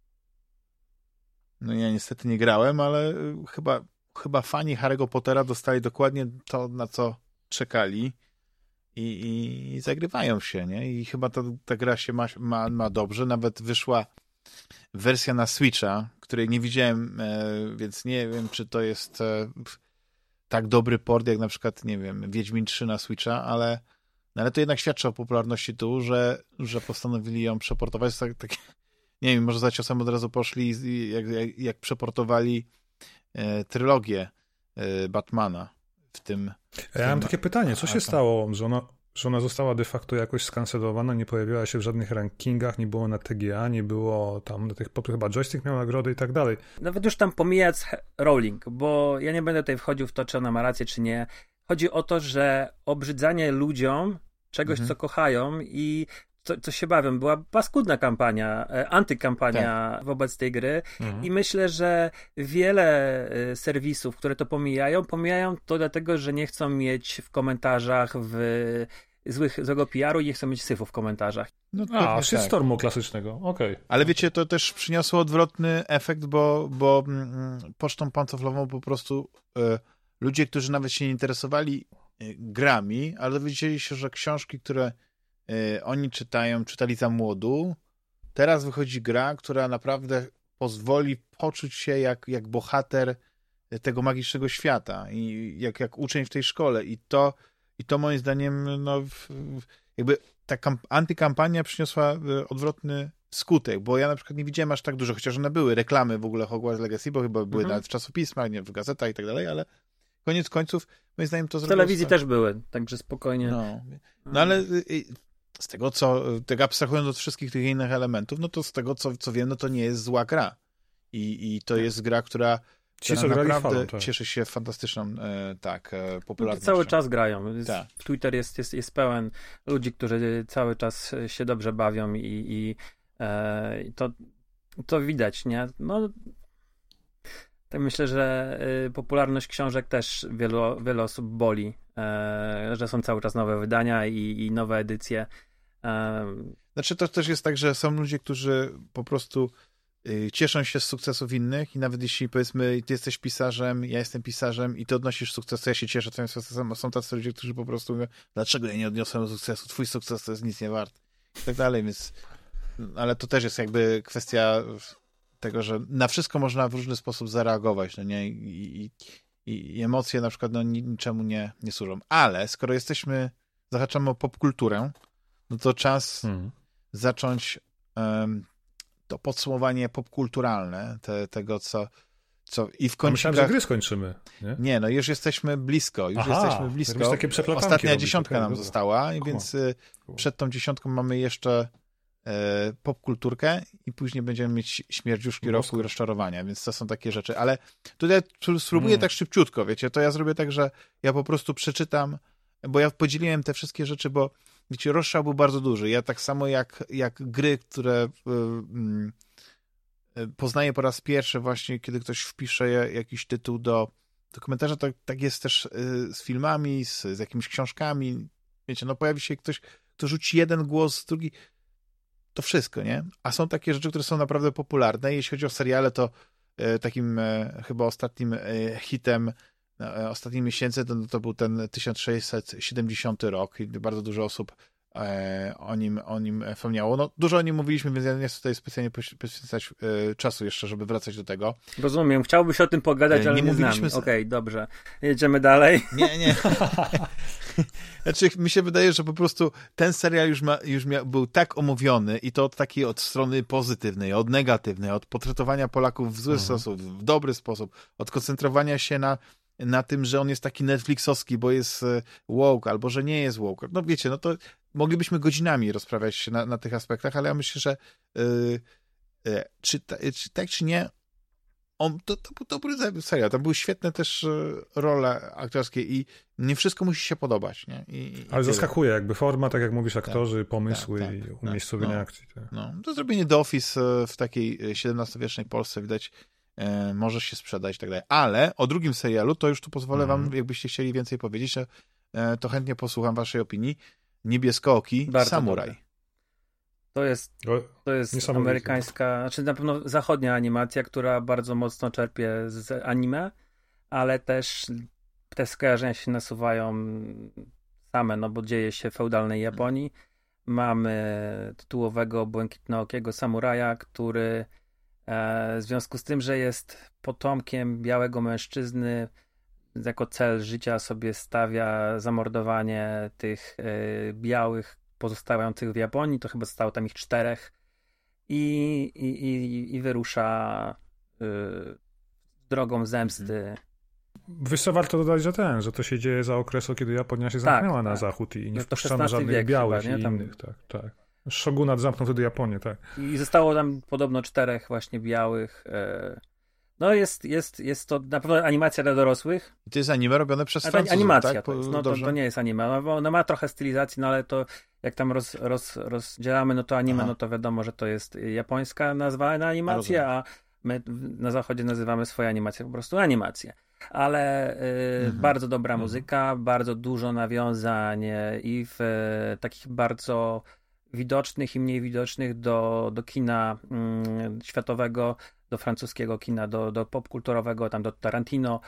Speaker 1: No ja niestety nie grałem, ale chyba fani Harry'ego Pottera dostali dokładnie to, na co czekali i zagrywają się, nie? I chyba ta gra się ma dobrze. Nawet wyszła wersja na Switcha, której nie widziałem, więc nie wiem, czy to jest tak dobry port, jak na przykład, nie wiem, Wiedźmin 3 na Switcha, ale to jednak świadczy o popularności tu, że postanowili ją przeportować. Nie wiem, może za ciosem od razu poszli, jak przeportowali trylogię Batmana w tym...
Speaker 4: Ja mam takie pytanie, co się stało, że ona została de facto jakoś skancelowana, nie pojawiała się w żadnych rankingach, nie było na TGA, nie było tam na tych, chyba joystick miał nagrody i tak dalej.
Speaker 3: Nawet już tam pomijając Rowling, bo ja nie będę tutaj wchodził w to, czy ona ma rację, czy nie. Chodzi o to, że obrzydzanie ludziom czegoś, co kochają i co się bawią. Była paskudna kampania, antykampania wobec tej gry i myślę, że wiele serwisów, które to pomijają to dlatego, że nie chcą mieć w komentarzach złego PR-u i nie chcą mieć syfu w komentarzach.
Speaker 4: No shitstormu klasycznego, okej.
Speaker 1: Ale wiecie, to też przyniosło odwrotny efekt, bo pocztą pantofflową po prostu ludzie, którzy nawet się nie interesowali grami, ale dowiedzieli się, że książki, które oni czytali za młodu, teraz wychodzi gra, która naprawdę pozwoli poczuć się jak bohater tego magicznego świata i jak uczeń w tej szkole. I to moim zdaniem jakby ta antykampania przyniosła odwrotny skutek, bo ja na przykład nie widziałem aż tak dużo, chociaż one były reklamy w ogóle Hogwarts Legacy, bo chyba były nawet w czasopismach, nie, w gazetach i tak dalej, ale koniec końców moim zdaniem to
Speaker 3: w telewizji też były, także spokojnie.
Speaker 1: No ale z tego, tego abstrahując od wszystkich tych innych elementów, no to z tego, co wiem, no to nie jest zła gra. I to jest gra, która naprawdę cieszy się fantastyczną popularnością.
Speaker 3: Cały czas grają. Twitter jest pełen ludzi, którzy cały czas się dobrze bawią i to widać, nie? No, tak myślę, że popularność książek też wiele osób boli, że są cały czas nowe wydania i nowe edycje.
Speaker 1: Znaczy to też jest tak, że są ludzie, którzy po prostu cieszą się z sukcesów innych i nawet jeśli powiedzmy ty jesteś pisarzem, ja jestem pisarzem i ty odnosisz sukces, to ja się cieszę twoim sukcesem, a są tacy ludzie, którzy po prostu mówią, dlaczego ja nie odniosłem sukcesu, twój sukces to jest nic nie wart i tak dalej, więc ale to też jest jakby kwestia tego, że na wszystko można w różny sposób zareagować, no nie? I emocje na przykład niczemu nie służą. Ale skoro zahaczamy o popkulturę, no to czas zacząć to podsumowanie popkulturalne tego, co i w końcu.
Speaker 4: Myślałem, że gry skończymy.
Speaker 1: Nie, no już jesteśmy blisko. Ostatnia dziesiątka nam została, więc przed tą dziesiątką mamy jeszcze popkulturkę i później będziemy mieć śmierdziuszki roku i rozczarowania, więc to są takie rzeczy. Ale tutaj spróbuję tak szybciutko, wiecie, to ja zrobię tak, że ja po prostu przeczytam, bo ja podzieliłem te wszystkie rzeczy, bo wiecie, rozstrzał był bardzo duży. Ja tak samo jak gry, które poznaję po raz pierwszy właśnie, kiedy ktoś wpisze jakiś tytuł do komentarza, tak jest też z filmami, z jakimiś książkami. Wiecie, no pojawi się ktoś, kto rzuci jeden głos, drugi. To wszystko, nie? A są takie rzeczy, które są naprawdę popularne. Jeśli chodzi o seriale, to takim chyba ostatnim hitem ostatnich miesięcy to był ten 1670 rok i bardzo dużo osób o nim wspomniało. No, dużo o nim mówiliśmy, więc ja nie chcę tutaj specjalnie poświęcać czasu jeszcze, żeby wracać do tego.
Speaker 3: Rozumiem, chciałbyś o tym pogadać, ale nie z nami. Okej, dobrze. Jedziemy dalej.
Speaker 1: Nie. Znaczy, mi się wydaje, że po prostu ten serial był tak omówiony i to od strony pozytywnej, od negatywnej, od portretowania Polaków w zły sposób, w dobry sposób, od koncentrowania się na tym, że on jest taki netflixowski, bo jest woke, albo że nie jest woke. No wiecie, no to moglibyśmy godzinami rozprawiać się na tych aspektach, ale ja myślę, że czy tak, czy nie, to był dobry serial. Tam były świetne też role aktorskie i nie wszystko musi się podobać. Nie?
Speaker 4: Ale zaskakuje jakby forma, tak jak mówisz, aktorzy, pomysły i umiejscowienie akcji. Tak.
Speaker 1: No, to zrobienie The Office w takiej XVII-wiecznej Polsce widać może się sprzedać i tak dalej. Ale o drugim serialu, to już tu pozwolę wam, jakbyście chcieli więcej powiedzieć, to chętnie posłucham waszej opinii. Niebieskooki Samuraj.
Speaker 3: To jest amerykańska, znaczy na pewno zachodnia animacja, która bardzo mocno czerpie z anime, ale też te skojarzenia się nasuwają same, no bo dzieje się w feudalnej Japonii. Mamy tytułowego błękitnookiego samuraja, który w związku z tym, że jest potomkiem białego mężczyzny, jako cel życia sobie stawia zamordowanie tych białych pozostających w Japonii, to chyba zostało tam ich 4 i wyrusza drogą zemsty.
Speaker 4: Wiesz co, warto dodać, że to się dzieje za okresu, kiedy Japonia się zamknęła na zachód i nie wpuszczano żadnych białych chyba, i innych. Tak. Shogunat zamknął wtedy Japonię, tak.
Speaker 3: I zostało tam podobno 4 właśnie białych No jest to na pewno animacja dla dorosłych.
Speaker 1: I to jest anime robione przez
Speaker 3: A
Speaker 1: Francuzów,
Speaker 3: animacja
Speaker 1: tak?
Speaker 3: to jest, no to nie jest anime. Ono ma trochę stylizacji, no ale to jak tam rozdzielamy, no to anime, no to wiadomo, że to jest japońska nazwa na animację, a my na zachodzie nazywamy swoje animacje po prostu animacje. Ale bardzo dobra muzyka, bardzo dużo nawiązań i w takich bardzo widocznych i mniej widocznych do kina światowego, do francuskiego kina, do popkulturowego, tam do Tarantino.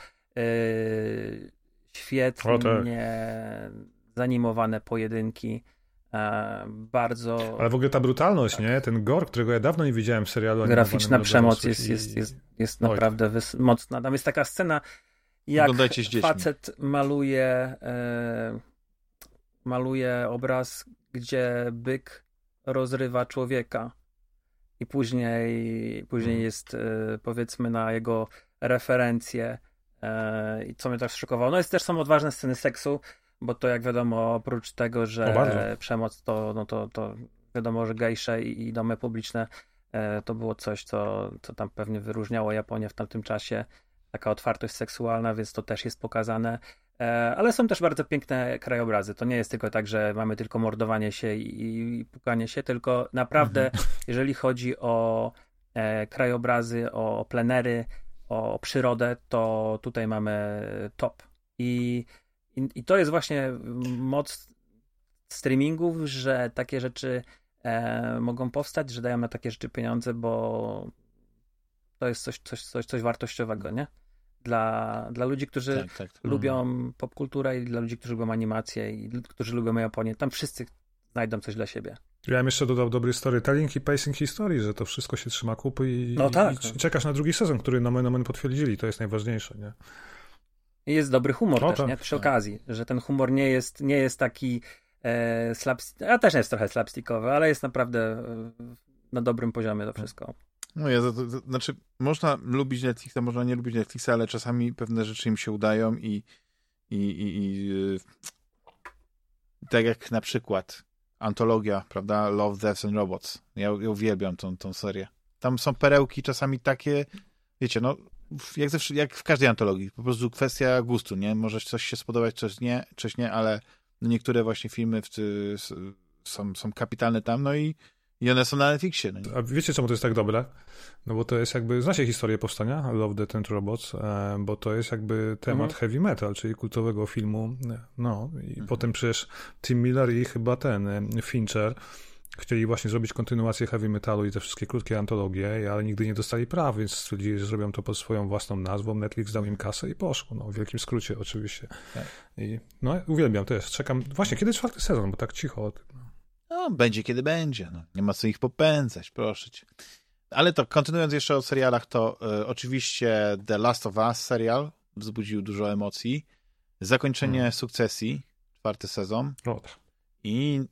Speaker 3: Świetnie zanimowane pojedynki. Bardzo...
Speaker 4: Ale w ogóle ta brutalność, nie? Ten gore, którego ja dawno nie widziałem w serialu.
Speaker 3: Graficzna przemoc jest naprawdę mocna. Tam jest taka scena, jak facet maluje obraz, gdzie byk rozrywa człowieka i później jest powiedzmy na jego referencje i co mnie tak szokowało. No są odważne sceny seksu, bo to jak wiadomo, oprócz tego, że przemoc to wiadomo, że gejsze i domy publiczne to było coś, co tam pewnie wyróżniało Japonię w tamtym czasie. Taka otwartość seksualna, więc to też jest pokazane. Ale są też bardzo piękne krajobrazy. To nie jest tylko tak, że mamy tylko mordowanie się i pukanie się, tylko naprawdę, jeżeli chodzi o krajobrazy, o plenery, o przyrodę, to tutaj mamy top. I to jest właśnie moc streamingów, że takie rzeczy mogą powstać, że dają na takie rzeczy pieniądze, bo to jest coś wartościowego, nie? Dla ludzi, którzy lubią popkulturę i dla ludzi, którzy lubią animację i którzy lubią Japonię. Tam wszyscy znajdą coś dla siebie.
Speaker 4: Ja bym jeszcze dodał dobry storytelling i pacing historii, że to wszystko się trzyma kupy i czekasz na drugi sezon, który nomen potwierdzili. To jest najważniejsze, nie?
Speaker 3: I jest dobry humor też, nie? Przy okazji, że ten humor nie jest taki slapstick, a też jest trochę slapstickowy, ale jest naprawdę na dobrym poziomie to wszystko.
Speaker 1: No znaczy, można lubić Netflixa, można nie lubić Netflixa, ale czasami pewne rzeczy im się udają i tak jak na przykład antologia, prawda, Love, Death and Robots. Ja uwielbiam tą serię. Tam są perełki czasami takie, wiecie, no jak zawsze, jak w każdej antologii, po prostu kwestia gustu, nie? Może coś się spodobać, coś nie, ale niektóre właśnie filmy są kapitalne tam, no i one są na Netflixie. No.
Speaker 4: A wiecie, czemu to jest tak dobre? No bo to jest jakby, znacie historię powstania Love, Death and Robots, bo to jest jakby temat heavy metal, czyli kultowego filmu. No i potem przecież Tim Miller i chyba Fincher chcieli właśnie zrobić kontynuację heavy metalu i te wszystkie krótkie antologie, ale nigdy nie dostali praw, więc stwierdzili, że zrobią to pod swoją własną nazwą. Netflix dał im kasę i poszło. No, w wielkim skrócie oczywiście. Tak. I no, uwielbiam też. Czekam. Właśnie, kiedy 4. sezon, bo tak cicho o tym.
Speaker 1: No, będzie kiedy będzie. No. Nie ma co ich popędzać, proszę cię. Ale to, kontynuując jeszcze o serialach, to oczywiście The Last of Us serial wzbudził dużo emocji. Zakończenie Sukcesji, 4. sezon. I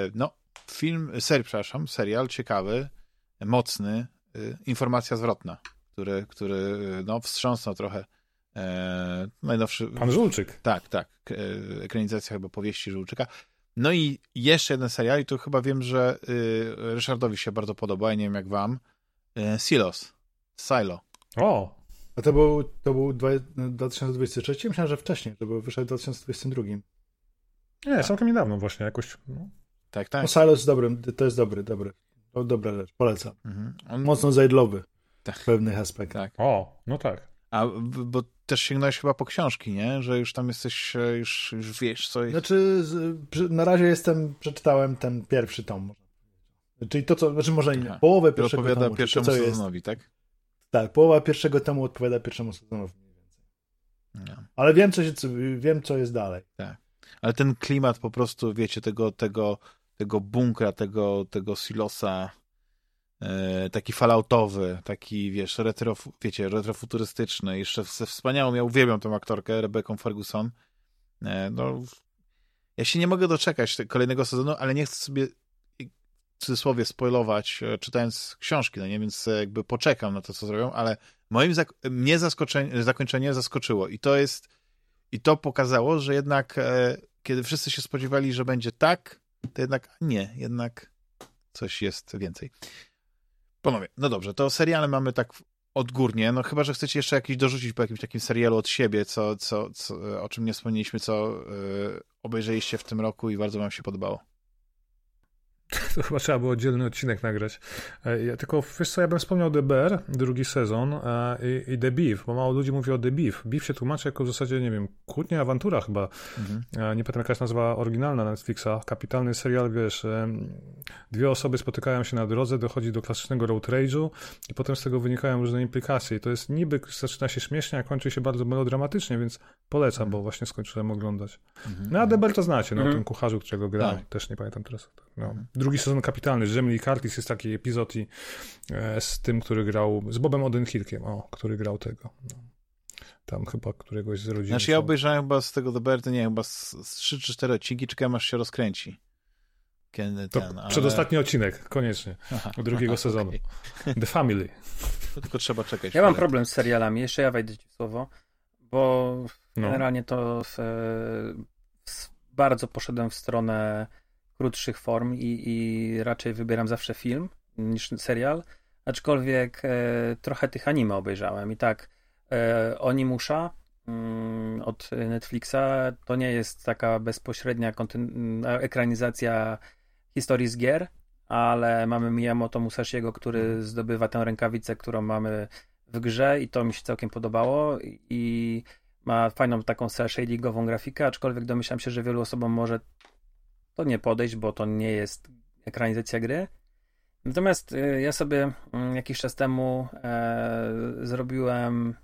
Speaker 1: serial ciekawy, mocny, informacja zwrotna, który wstrząsnął trochę najnowszy...
Speaker 4: Pan Żulczyk.
Speaker 1: Tak. Ekranizacja chyba powieści Żulczyka. No i jeszcze jeden serial, i tu chyba wiem, że Ryszardowi się bardzo podoba, ja nie wiem jak wam. Silo.
Speaker 2: O! A to był 2023? Myślałem, że wcześniej, to wyszedł w 2022.
Speaker 4: Nie, całkiem niedawno właśnie, jakoś... No.
Speaker 1: Tak.
Speaker 2: No, Silo jest to jest dobry. To dobra rzecz, polecam. Mocno zajdlowy w pewnych aspektach.
Speaker 4: Tak. O, no tak.
Speaker 1: Bo też sięgnąłeś chyba po książki, nie? Że już tam jesteś, już wiesz co...
Speaker 2: Znaczy, na razie przeczytałem ten pierwszy tom. Czyli to, co, znaczy może nie, połowę pierwszego tomu.
Speaker 1: Odpowiada pierwszemu sezonowi, tak?
Speaker 2: Tak, połowa pierwszego tomu odpowiada pierwszemu sezonowi mniej więcej. No. Ale wiem, co jest dalej.
Speaker 1: Tak. Ale ten klimat po prostu, wiecie, tego bunkra, tego silosa, taki falloutowy, taki, wiesz, retrofuturystyczny, jeszcze ze wspaniałą, ja uwielbiam tą aktorkę, Rebecca Ferguson. No, ja się nie mogę doczekać kolejnego sezonu, ale nie chcę sobie w cudzysłowie spoilować, czytając książki, no nie, więc jakby poczekam na to, co zrobią, ale mnie zakończenie zaskoczyło i to pokazało, że jednak kiedy wszyscy się spodziewali, że będzie tak, to jednak coś jest więcej. Panowie, no dobrze, to seriale mamy tak odgórnie, no chyba, że chcecie jeszcze jakiś dorzucić po jakimś takim serialu od siebie, o czym nie wspomnieliśmy, co obejrzeliście w tym roku i bardzo wam się podobało.
Speaker 4: To chyba trzeba było oddzielny odcinek nagrać. Tylko wiesz co, ja bym wspomniał The Bear, drugi sezon i The Beef, bo mało ludzi mówi o The Beef. Beef się tłumaczy jako w zasadzie, nie wiem, kłótnia, awantura chyba. Nie pamiętam jaka jest nazwa oryginalna Netflixa. Kapitalny serial, wiesz, dwie osoby spotykają się na drodze, dochodzi do klasycznego road rage'u i potem z tego wynikają różne implikacje. I to jest niby, zaczyna się śmiesznie, a kończy się bardzo melodramatycznie, więc polecam, bo właśnie skończyłem oglądać. No a The Bear to znacie, no, o tym kucharzu, którego gra, też nie pamiętam teraz. No. Drugi sezon kapitalny, z Jamie Lee Curtis jest taki epizod i z tym, który grał, z Bobem Odenkirkiem, który grał tego. No. Tam chyba któregoś z rodziny.
Speaker 1: Znaczy ja obejrzałem chyba z tego The Bear, nie, chyba z 3 czy 4 odcinki, czekałem aż się rozkręci.
Speaker 4: Przedostatni odcinek, koniecznie, drugiego sezonu. Okay. The Family.
Speaker 1: To tylko trzeba czekać.
Speaker 3: Ja mam problem z serialami, jeszcze ja wejdę ci w słowo, bo generalnie to bardzo poszedłem w stronę krótszych form i raczej wybieram zawsze film niż serial, aczkolwiek trochę tych anime obejrzałem i tak Onimusha od Netflixa to nie jest taka bezpośrednia ekranizacja historii z gier, ale mamy Miyamoto Musashiego, który zdobywa tę rękawicę, którą mamy w grze i to mi się całkiem podobało i ma fajną taką cel-shadingową grafikę, aczkolwiek domyślam się, że wielu osobom może to nie podejść, bo to nie jest ekranizacja gry. Natomiast ja sobie jakiś czas temu zrobiłem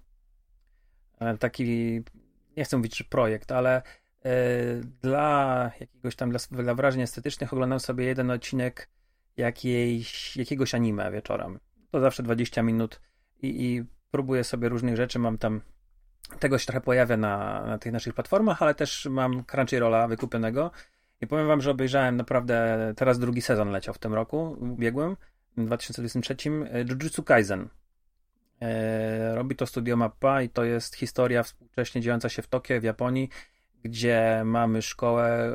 Speaker 3: taki, nie chcę mówić, że projekt, ale dla jakiegoś tam, dla wrażeń estetycznych oglądam sobie jeden odcinek jakiegoś anime wieczorem. To zawsze 20 minut i próbuję sobie różnych rzeczy. Mam tam, tego się trochę pojawia na tych naszych platformach, ale też mam Crunchyrolla wykupionego i powiem wam, że obejrzałem naprawdę, teraz drugi sezon leciał w tym roku, ubiegłym, w 2023, Jujutsu Kaisen. Robi to Studio Mappa i to jest historia współcześnie dziejąca się w Tokio, w Japonii, gdzie mamy szkołę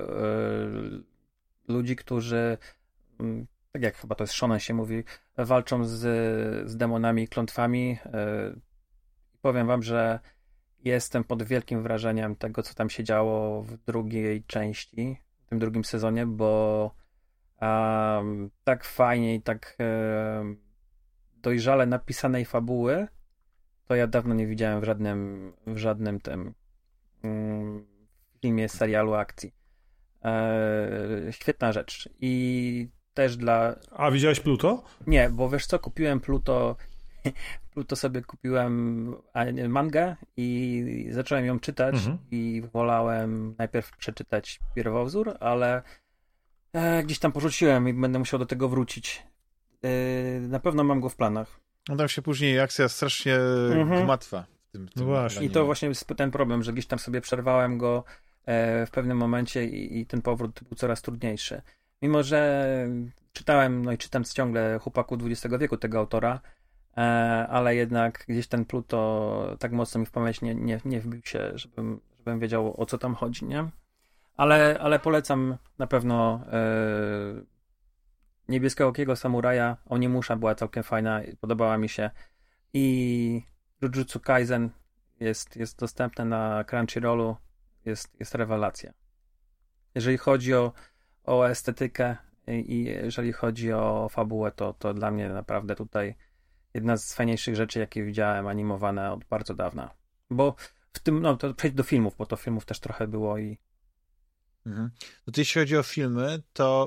Speaker 3: ludzi, którzy, tak jak chyba to jest shonen się mówi, walczą z demonami i klątwami. Powiem wam, że jestem pod wielkim wrażeniem tego, co tam się działo w drugiej części, w tym drugim sezonie, bo tak fajnie i tak dojrzale napisanej fabuły to ja dawno nie widziałem w żadnym tym filmie, serialu, akcji. Świetna rzecz. I też dla...
Speaker 4: A widziałeś Pluto?
Speaker 3: Nie, bo wiesz co, kupiłem Pluto sobie kupiłem mangę i zacząłem ją czytać i wolałem najpierw przeczytać pierwowzór, ale gdzieś tam porzuciłem i będę musiał do tego wrócić. Na pewno mam go w planach.
Speaker 1: No tam się później akcja strasznie gmatwa.
Speaker 4: No właśnie.
Speaker 3: I to właśnie jest ten problem, że gdzieś tam sobie przerwałem go w pewnym momencie i ten powrót był coraz trudniejszy. Mimo że czytałem, no i czytam ciągle Chłopaku XX wieku tego autora, ale jednak gdzieś ten Pluto tak mocno mi w pamięć nie wbił się, żebym wiedział, o co tam chodzi, nie? Ale polecam na pewno Niebieskookiego Samuraja. Onimusha była całkiem fajna, podobała mi się. I Jujutsu Kaisen jest dostępne na Crunchyrollu. Jest rewelacja. Jeżeli chodzi o estetykę i jeżeli chodzi o fabułę, to dla mnie naprawdę tutaj jedna z fajniejszych rzeczy, jakie widziałem animowane od bardzo dawna. Bo w tym, no to przejdź do filmów, bo to filmów też trochę było i...
Speaker 1: No to jeśli chodzi o filmy, to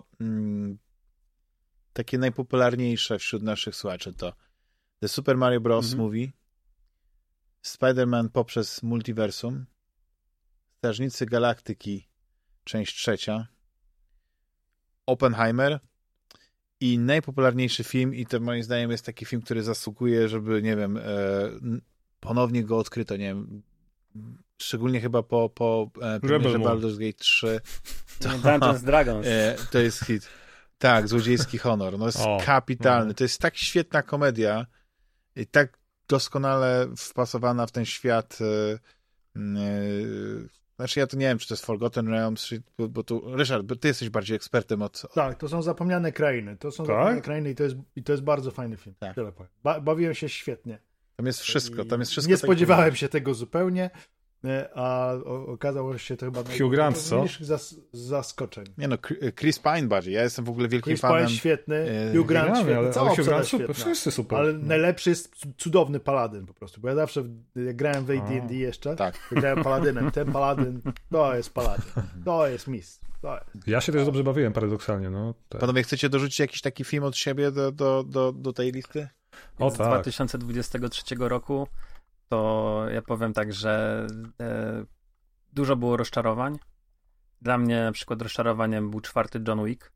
Speaker 1: takie najpopularniejsze wśród naszych słuchaczy to The Super Mario Bros. Movie, Spider-Man poprzez multiversum, Strażnicy Galaktyki, część 3, Oppenheimer i najpopularniejszy film, i to moim zdaniem jest taki film, który zasługuje, żeby, nie wiem, ponownie go odkryto, nie wiem, szczególnie chyba po premierze Baldur's Gate 3.
Speaker 3: Dungeons Dragons.
Speaker 1: To jest hit. Tak, Złodziejski Honor. No jest kapitalny. To jest tak świetna komedia i tak doskonale wpasowana w ten świat. Znaczy ja to nie wiem, czy to jest Forgotten Realms, bo tu, Ryszard, ty jesteś bardziej ekspertem od...
Speaker 2: Tak, to są Zapomniane Krainy. To są Zapomniane Krainy i to jest bardzo fajny film. Tak. Bawiłem się świetnie.
Speaker 1: Tam jest wszystko.
Speaker 2: Nie spodziewałem się tego zupełnie, a okazało się to chyba
Speaker 4: Hugh Grant, co?
Speaker 2: zaskoczeń.
Speaker 1: Nie no, Chris Pine bardziej. Ja jestem w ogóle wielkim fanem.
Speaker 2: Chris Pine świetny, Hugh Grant świetny,
Speaker 4: ale
Speaker 2: cała
Speaker 4: Hugh Grant
Speaker 2: świetna.
Speaker 4: wszyscy super.
Speaker 2: Ale najlepszy jest cudowny paladyn po prostu, bo ja zawsze, jak grałem w AD&D jeszcze,
Speaker 1: tak.
Speaker 2: to grałem paladynem. Ten paladyn, to jest paladyn. To jest mistrz.
Speaker 4: Ja się też dobrze bawiłem paradoksalnie. No, tak.
Speaker 1: Panowie, chcecie dorzucić jakiś taki film od siebie do tej listy?
Speaker 3: Z 2023 roku to ja powiem tak, że dużo było rozczarowań. Dla mnie na przykład rozczarowaniem był 4. John Wick.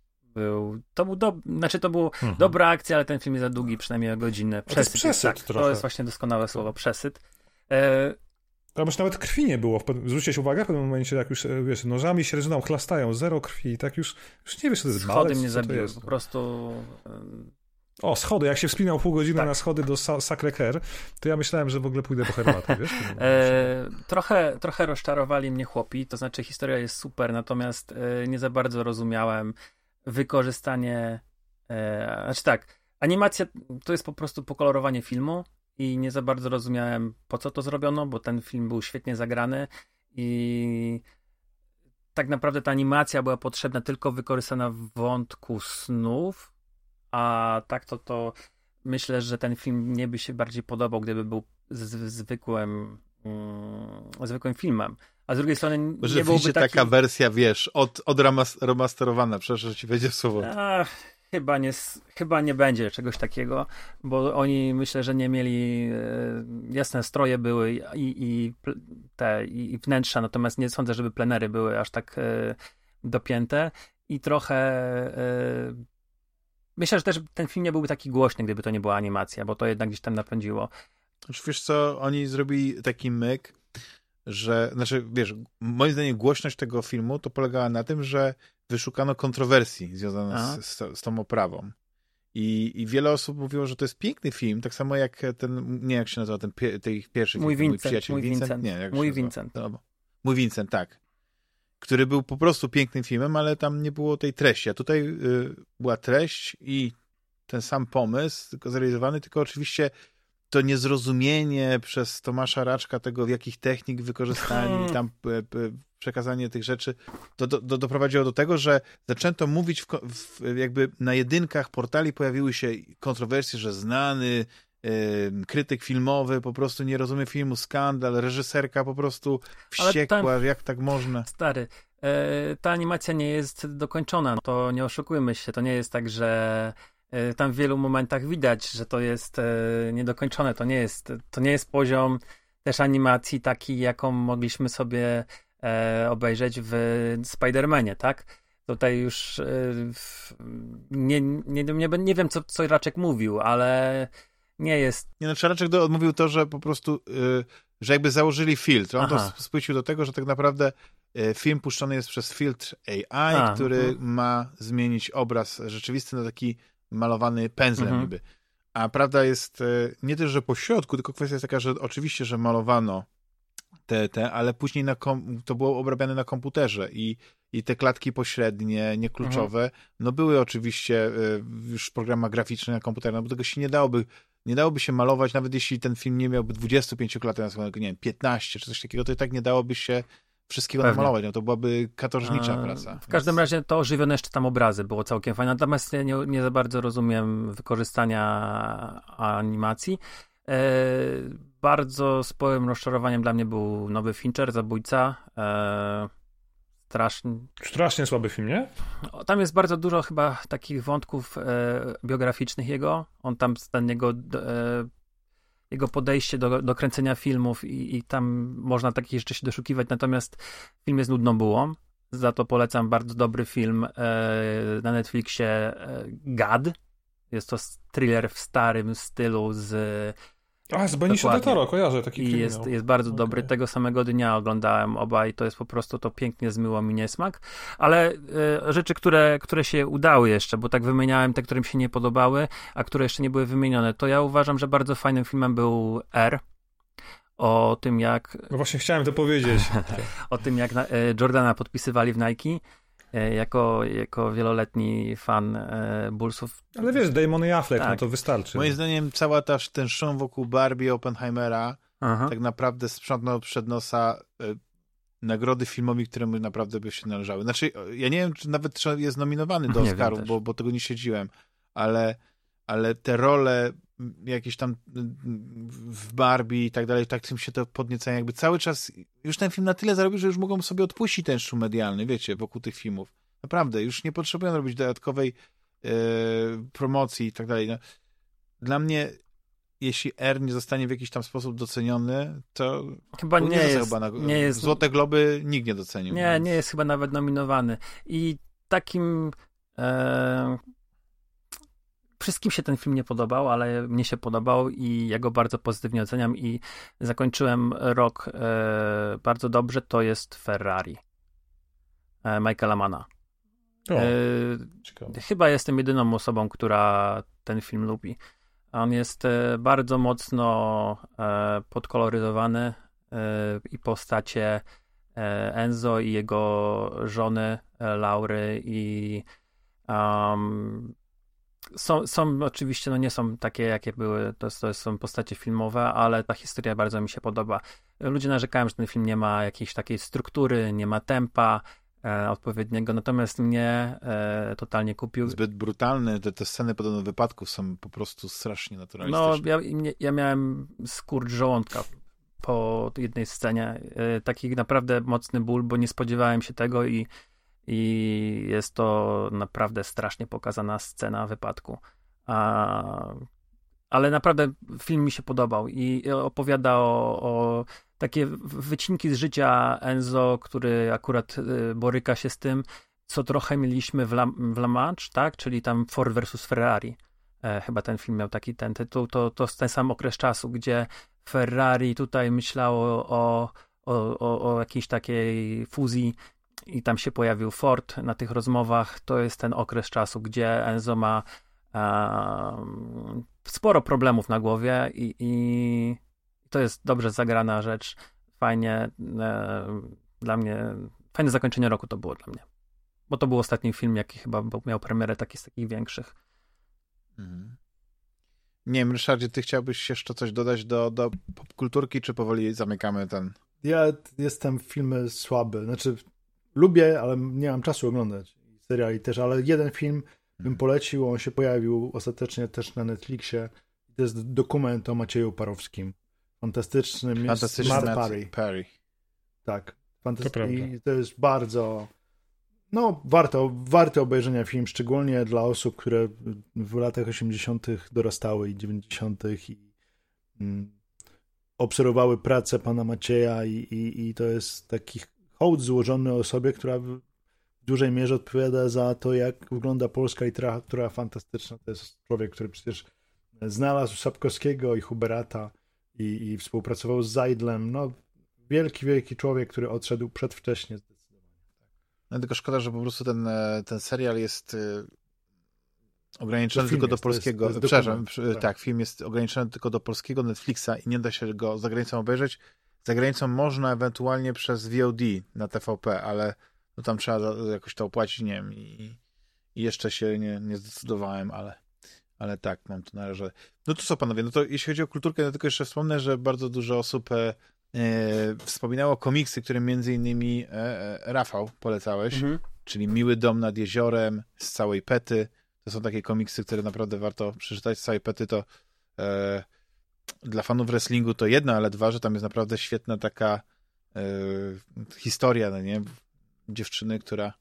Speaker 3: To był dobra akcja, ale ten film jest za długi, przynajmniej o godzinę.
Speaker 4: Przesyt trochę.
Speaker 3: To jest właśnie doskonałe słowo, przesyt.
Speaker 4: Tam już nawet krwi nie było. Zwróćcie uwagę w pewnym momencie, jak już, wiesz, nożami się rżną, chlastają, zero krwi i tak już nie wiesz, co to jest
Speaker 3: Schody
Speaker 4: balec,
Speaker 3: mnie zabiły,
Speaker 4: jest.
Speaker 3: po prostu...
Speaker 4: O, schody. Jak się wspinał pół godziny na schody do Sacré-Cœur, to ja myślałem, że w ogóle pójdę po herbatę, wiesz?
Speaker 3: Trochę rozczarowali mnie chłopi, to znaczy historia jest super, natomiast nie za bardzo rozumiałem wykorzystanie... Znaczy tak, animacja to jest po prostu pokolorowanie filmu i nie za bardzo rozumiałem, po co to zrobiono, bo ten film był świetnie zagrany i tak naprawdę ta animacja była potrzebna tylko wykorzystana w wątku snów, a tak to myślę, że ten film mnie by się bardziej podobał, gdyby był zwykłym filmem. A z drugiej strony nie byłby taki...
Speaker 1: taka wersja, wiesz, remasterowana, przepraszam, że ci wejdzie w słowo.
Speaker 3: Chyba nie będzie czegoś takiego, bo oni myślę, że nie mieli jasne stroje były i wnętrza, natomiast nie sądzę, żeby plenery były aż tak dopięte i trochę myślę, że też ten film nie byłby taki głośny, gdyby to nie była animacja, bo to jednak gdzieś tam napędziło.
Speaker 1: Wiesz co, oni zrobili taki myk, że, znaczy, wiesz, moim zdaniem głośność tego filmu to polegała na tym, że wyszukano kontrowersji związanych z tą oprawą. I wiele osób mówiło, że to jest piękny film, tak samo jak ten, nie jak się nazywa, ten pierwszy
Speaker 3: Mój
Speaker 1: film,
Speaker 3: Vincent.
Speaker 1: Mój Vincent, tak. Który był po prostu pięknym filmem, ale tam nie było tej treści. A tutaj była treść i ten sam pomysł, tylko zrealizowany, tylko oczywiście to niezrozumienie przez Tomasza Raczka tego, w jakich technik wykorzystali tam przekazanie tych rzeczy, to doprowadziło do tego, że zaczęto mówić jakby na jedynkach portali pojawiły się kontrowersje, że znany krytyk filmowy po prostu nie rozumie filmu, skandal, reżyserka po prostu wściekła, jak tak można.
Speaker 3: Stary, ta animacja nie jest dokończona, to nie oszukujmy się, to nie jest tak, że tam w wielu momentach widać, że to jest niedokończone, to nie jest poziom też animacji taki, jaką mogliśmy sobie obejrzeć w Spider-Manie, tak? Tutaj już nie wiem, co Raczek mówił, ale nie jest...
Speaker 1: Nie, znaczy Raczek odmówił to, że po prostu, że jakby założyli filtr. On to spłycił do tego, że tak naprawdę film puszczony jest przez filtr AI, który ma zmienić obraz rzeczywisty na taki malowany pędzlem niby. A prawda jest nie też, że po środku, tylko kwestia jest taka, że oczywiście, że malowano ale później to było obrabiane na komputerze i te klatki pośrednie, niekluczowe, no były oczywiście już w programach graficznych na komputerze, no bo tego się nie dałoby się malować, nawet jeśli ten film nie miałby 25 klatek, nie wiem, 15 czy coś takiego, to i tak nie dałoby się wszystkiego namalować, no to byłaby katorżnicza praca.
Speaker 3: W każdym razie to ożywione jeszcze tam obrazy było całkiem fajne, natomiast ja nie za bardzo rozumiem wykorzystania animacji. Bardzo sporym rozczarowaniem dla mnie był nowy Fincher, Zabójca.
Speaker 4: Strasznie słaby film, nie?
Speaker 3: Tam jest bardzo dużo chyba takich wątków biograficznych jego. On tam, jego podejście do kręcenia filmów i tam można takich jeszcze się doszukiwać, natomiast film jest nudną bułą. Za to polecam bardzo dobry film na Netflixie Gad. Jest to thriller w starym stylu z
Speaker 4: Benicio del Toro, kojarzę taki
Speaker 3: film. I jest bardzo dobry. Tego samego dnia oglądałem oba i to jest po prostu, to pięknie zmyło mi niesmak. Ale rzeczy, które się udały jeszcze, bo tak wymieniałem te, które mi się nie podobały, a które jeszcze nie były wymienione, to ja uważam, że bardzo fajnym filmem był R. O tym, jak...
Speaker 4: No właśnie chciałem to powiedzieć.
Speaker 3: O tym, jak Jordana podpisywali w Nike. jako wieloletni fan Bullsów.
Speaker 4: Ale wiesz, Damon i Affleck,
Speaker 3: tak.
Speaker 4: No to wystarczy.
Speaker 1: Moim zdaniem ten szum wokół Barbie Oppenheimera tak naprawdę sprzątnął przed nosa nagrody filmowi, któremu naprawdę by się należały. Znaczy, ja nie wiem, czy nawet jest nominowany do Oscarów, bo tego nie śledziłem, ale te role jakieś tam w Barbie i tak dalej, tak tym się to podniecają. Jakby cały czas, już ten film na tyle zarobił, że już mogą sobie odpuścić ten szum medialny, wiecie, wokół tych filmów. Naprawdę, już nie potrzebują robić dodatkowej promocji i tak dalej. No, dla mnie, jeśli R nie zostanie w jakiś tam sposób doceniony, to
Speaker 3: chyba nie jest.
Speaker 1: Złote Globy nikt nie docenił.
Speaker 3: Nie jest chyba nawet nominowany. I takim wszystkim się ten film nie podobał, ale mnie się podobał i ja go bardzo pozytywnie oceniam i zakończyłem rok bardzo dobrze, to jest Ferrari Michaela Manna. Chyba jestem jedyną osobą, która ten film lubi. On jest bardzo mocno podkoloryzowany i postacie Enzo i jego żony Laury i są oczywiście, no nie są takie, jakie były, to są postacie filmowe, ale ta historia bardzo mi się podoba. Ludzie narzekają, że ten film nie ma jakiejś takiej struktury, nie ma tempa odpowiedniego, natomiast mnie totalnie kupił.
Speaker 1: Zbyt brutalne, te sceny podobno wypadków są po prostu strasznie naturalistyczne.
Speaker 3: No, ja miałem skurcz żołądka po jednej scenie. Taki naprawdę mocny ból, bo nie spodziewałem się tego i jest to naprawdę strasznie pokazana scena wypadku. Ale naprawdę film mi się podobał i opowiada o takie wycinki z życia Enzo, który akurat boryka się z tym, co trochę mieliśmy w La Manche, tak? Czyli tam Ford versus Ferrari. Chyba ten film miał taki ten tytuł. To ten sam okres czasu, gdzie Ferrari tutaj myślało o jakiejś takiej fuzji i tam się pojawił Ford na tych rozmowach. To jest ten okres czasu, gdzie Enzo ma sporo problemów na głowie i to jest dobrze zagrana rzecz. Fajnie dla mnie, fajne zakończenie roku to było dla mnie. Bo to był ostatni film, jaki chyba miał premierę z takich większych.
Speaker 1: Nie wiem, Ryszardzie, ty chciałbyś jeszcze coś dodać do popkulturki, czy powoli zamykamy ten?
Speaker 2: Ja jestem filmy słaby. Znaczy, lubię, ale nie mam czasu oglądać seriali też, ale jeden film bym polecił, on się pojawił ostatecznie też na Netflixie. To jest dokument o Macieju Parowskim. Fantastyczny Matt
Speaker 1: Perry.
Speaker 2: Tak. I to jest bardzo warte obejrzenia film, szczególnie dla osób, które w latach 80. dorastały i 90. i obserwowały pracę pana Macieja i to jest taki hołd złożony osobie, która w dużej mierze odpowiada za to, jak wygląda polska literatura fantastyczna. To jest człowiek, który przecież znalazł Sapkowskiego i Huberata i współpracował z Zajdlem. No, wielki człowiek, który odszedł przedwcześnie.
Speaker 1: No, tylko szkoda, że po prostu ten serial jest ograniczony tylko do polskiego. Przepraszam, tak, film jest ograniczony tylko do polskiego Netflixa i nie da się go za granicą obejrzeć. Za granicą można ewentualnie przez VOD na TVP, ale no tam trzeba jakoś to opłacić, nie wiem, i jeszcze się nie zdecydowałem, ale tak, mam to należy. No to co, panowie, no to jeśli chodzi o kulturkę, no tylko jeszcze wspomnę, że bardzo dużo osób wspominało komiksy, które między innymi Rafał polecałeś, czyli Miły dom nad jeziorem, Z całej Pety. To są takie komiksy, które naprawdę warto przeczytać. Z całej Pety to dla fanów wrestlingu to jedno, ale dwa, że tam jest naprawdę świetna taka historia, no nie? Dziewczyny, która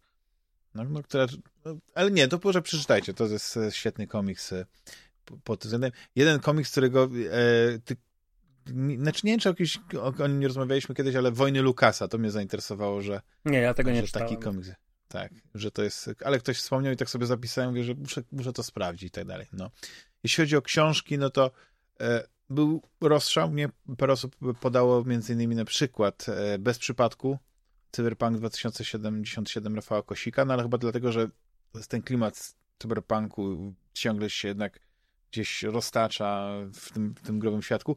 Speaker 1: ale nie, to może przeczytajcie, to jest świetny komiks pod tym względem. Jeden komiks, którego znaczy nie wiem, czy o nim nie rozmawialiśmy kiedyś, ale Wojny Lukasa, to mnie zainteresowało, że
Speaker 3: nie, ja tego nie czytałem.
Speaker 1: Taki komiks, tak, że to jest, ale ktoś wspomniał i tak sobie zapisałem, mówię, że muszę to sprawdzić i tak dalej, no. Jeśli chodzi o książki, no to był rozstrzał, mnie parę osób podało między innymi na przykład Bez przypadku, Cyberpunk 2077 Rafała Kosika, no ale chyba dlatego, że ten klimat cyberpunku ciągle się jednak gdzieś roztacza w tym growym świadku.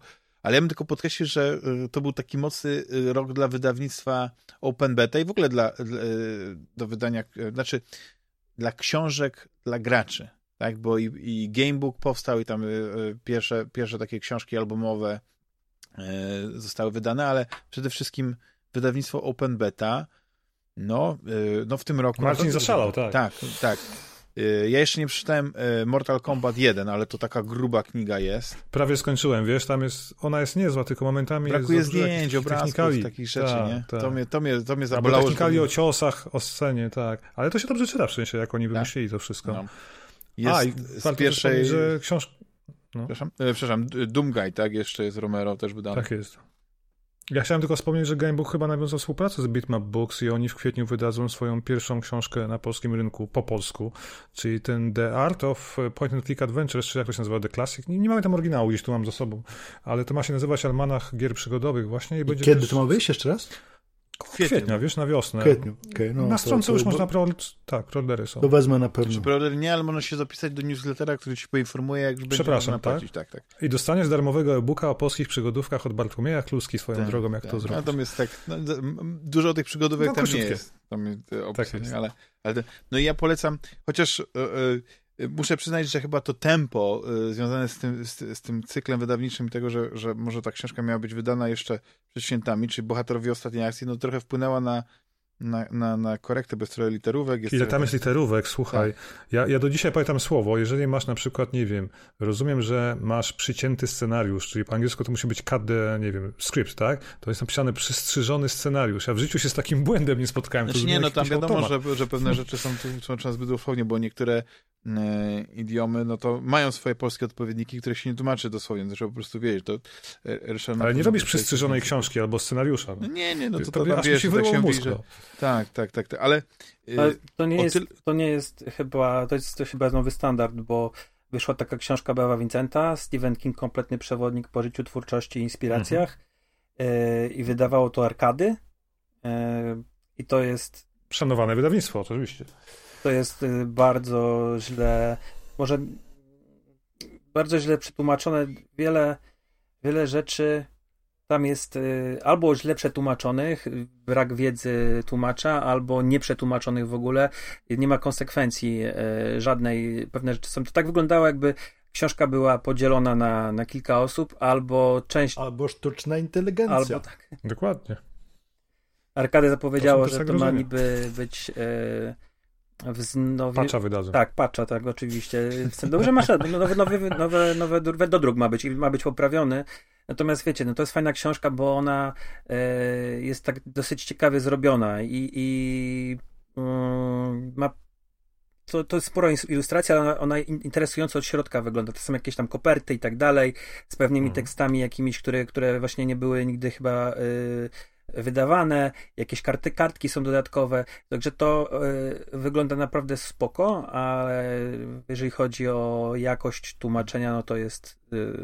Speaker 1: Ale ja bym tylko podkreślił, że to był taki mocny rok dla wydawnictwa Open Beta i w ogóle do wydania, znaczy dla książek dla graczy, tak? Bo i Gamebook powstał i tam pierwsze takie książki albumowe zostały wydane, ale przede wszystkim wydawnictwo Open Beta, no w tym roku...
Speaker 4: Marcin zaszalał, tak.
Speaker 1: Tak. Ja jeszcze nie przeczytałem Mortal Kombat 1, ale to taka gruba kniga jest.
Speaker 4: Prawie skończyłem, wiesz, ona jest niezła, tylko momentami
Speaker 1: brakuje
Speaker 4: jest
Speaker 1: zdjęć, obrazków, takich rzeczy, nie? To mnie zabolało.
Speaker 4: Albo technikali o ciosach, o scenie, tak. Ale to się dobrze czyta, w sensie, jak oni wymyślili to wszystko.
Speaker 1: No. Jest z pierwszej...
Speaker 4: że książka...
Speaker 1: No. Przepraszam, Doomguy, tak? Jeszcze jest Romero też wydany.
Speaker 4: Tak jest. Ja chciałem tylko wspomnieć, że Gamebook chyba nawiązał współpracę z Bitmap Books i oni w kwietniu wydadzą swoją pierwszą książkę na polskim rynku po polsku, czyli ten The Art of Point and Click Adventures, czy jak to się nazywa, The Classic. Nie mamy tam oryginału, gdzieś tu mam za sobą, ale to ma się nazywać Almanach Gier Przygodowych właśnie. I będzie
Speaker 2: kiedy
Speaker 4: też...
Speaker 2: to ma wyjść jeszcze raz?
Speaker 4: Kwietnia, wiesz, na wiosnę.
Speaker 2: Kwietniu, okay, no,
Speaker 4: na stronce już można preordery są.
Speaker 2: To wezmę na pewno.
Speaker 1: Preordery nie, ale można się zapisać do newslettera, który ci poinformuje, jak już będzie można płacić. Tak.
Speaker 4: I dostaniesz darmowego e-booka o polskich przygodówkach od Bartłomieja Kluski swoją drogą, jak to zrobić.
Speaker 1: Natomiast dużo tych przygodówek tam nie jest. Tam jest opcja, tak jest. Ale no i ja polecam, chociaż muszę przyznać, że chyba to tempo związane z tym cyklem wydawniczym i tego, że może ta książka miała być wydana jeszcze przed świętami, czyli Bohaterowie Ostatniej Akcji, no trochę wpłynęła na korektę, bez trochę literówek.
Speaker 4: Ile tam jest literówek, słuchaj. Tak. Ja do dzisiaj pamiętam słowo, jeżeli masz na przykład, nie wiem, rozumiem, że masz przycięty scenariusz, czyli po angielsku to musi być cut the, nie wiem, script, tak? To jest napisane przystrzyżony scenariusz. Ja w życiu się z takim błędem nie spotkałem.
Speaker 1: Znaczy nie, no tam wiadomo, że pewne rzeczy są tłumaczone zbyt dosłownie, bo niektóre idiomy, no to mają swoje polskie odpowiedniki, które się nie tłumaczy dosłownie, to trzeba po prostu wiedzieć. To
Speaker 4: ale nie robisz przystrzyżonej książki albo scenariusza.
Speaker 1: No nie, no to tam wiesz,
Speaker 4: się
Speaker 1: tak się
Speaker 4: mówi, że...
Speaker 1: Tak, ale
Speaker 3: to nie jest chyba, to jest chyba nowy standard, bo wyszła taka książka Bewa Vincenta, Stephen King, kompletny przewodnik po życiu, twórczości i inspiracjach i wydawało to Arkady i to jest...
Speaker 4: Szanowane wydawnictwo, oczywiście.
Speaker 3: To jest bardzo źle, może bardzo źle przetłumaczone. Wiele rzeczy tam jest albo źle przetłumaczonych, brak wiedzy tłumacza, albo nieprzetłumaczonych w ogóle. Nie ma konsekwencji żadnej. Pewne rzeczy są. To tak wyglądało, jakby książka była podzielona na kilka osób, albo część...
Speaker 2: Albo sztuczna inteligencja.
Speaker 3: Albo tak.
Speaker 4: Dokładnie.
Speaker 3: Arkady zapowiedziało, że to ma niby być...
Speaker 4: Patcha wydadzą.
Speaker 3: Tak, patcha, tak, oczywiście. Dobrze masz nowe dodruk ma być poprawiony. Natomiast wiecie, no to jest fajna książka, bo ona jest tak dosyć ciekawie zrobiona i ma to jest spora ilustracja, ale ona interesująco od środka wygląda. To są jakieś tam koperty i tak dalej, z pewnymi tekstami jakimiś, które właśnie nie były nigdy chyba wydawane, jakieś kartki są dodatkowe, także to wygląda naprawdę spoko, ale jeżeli chodzi o jakość tłumaczenia, no to jest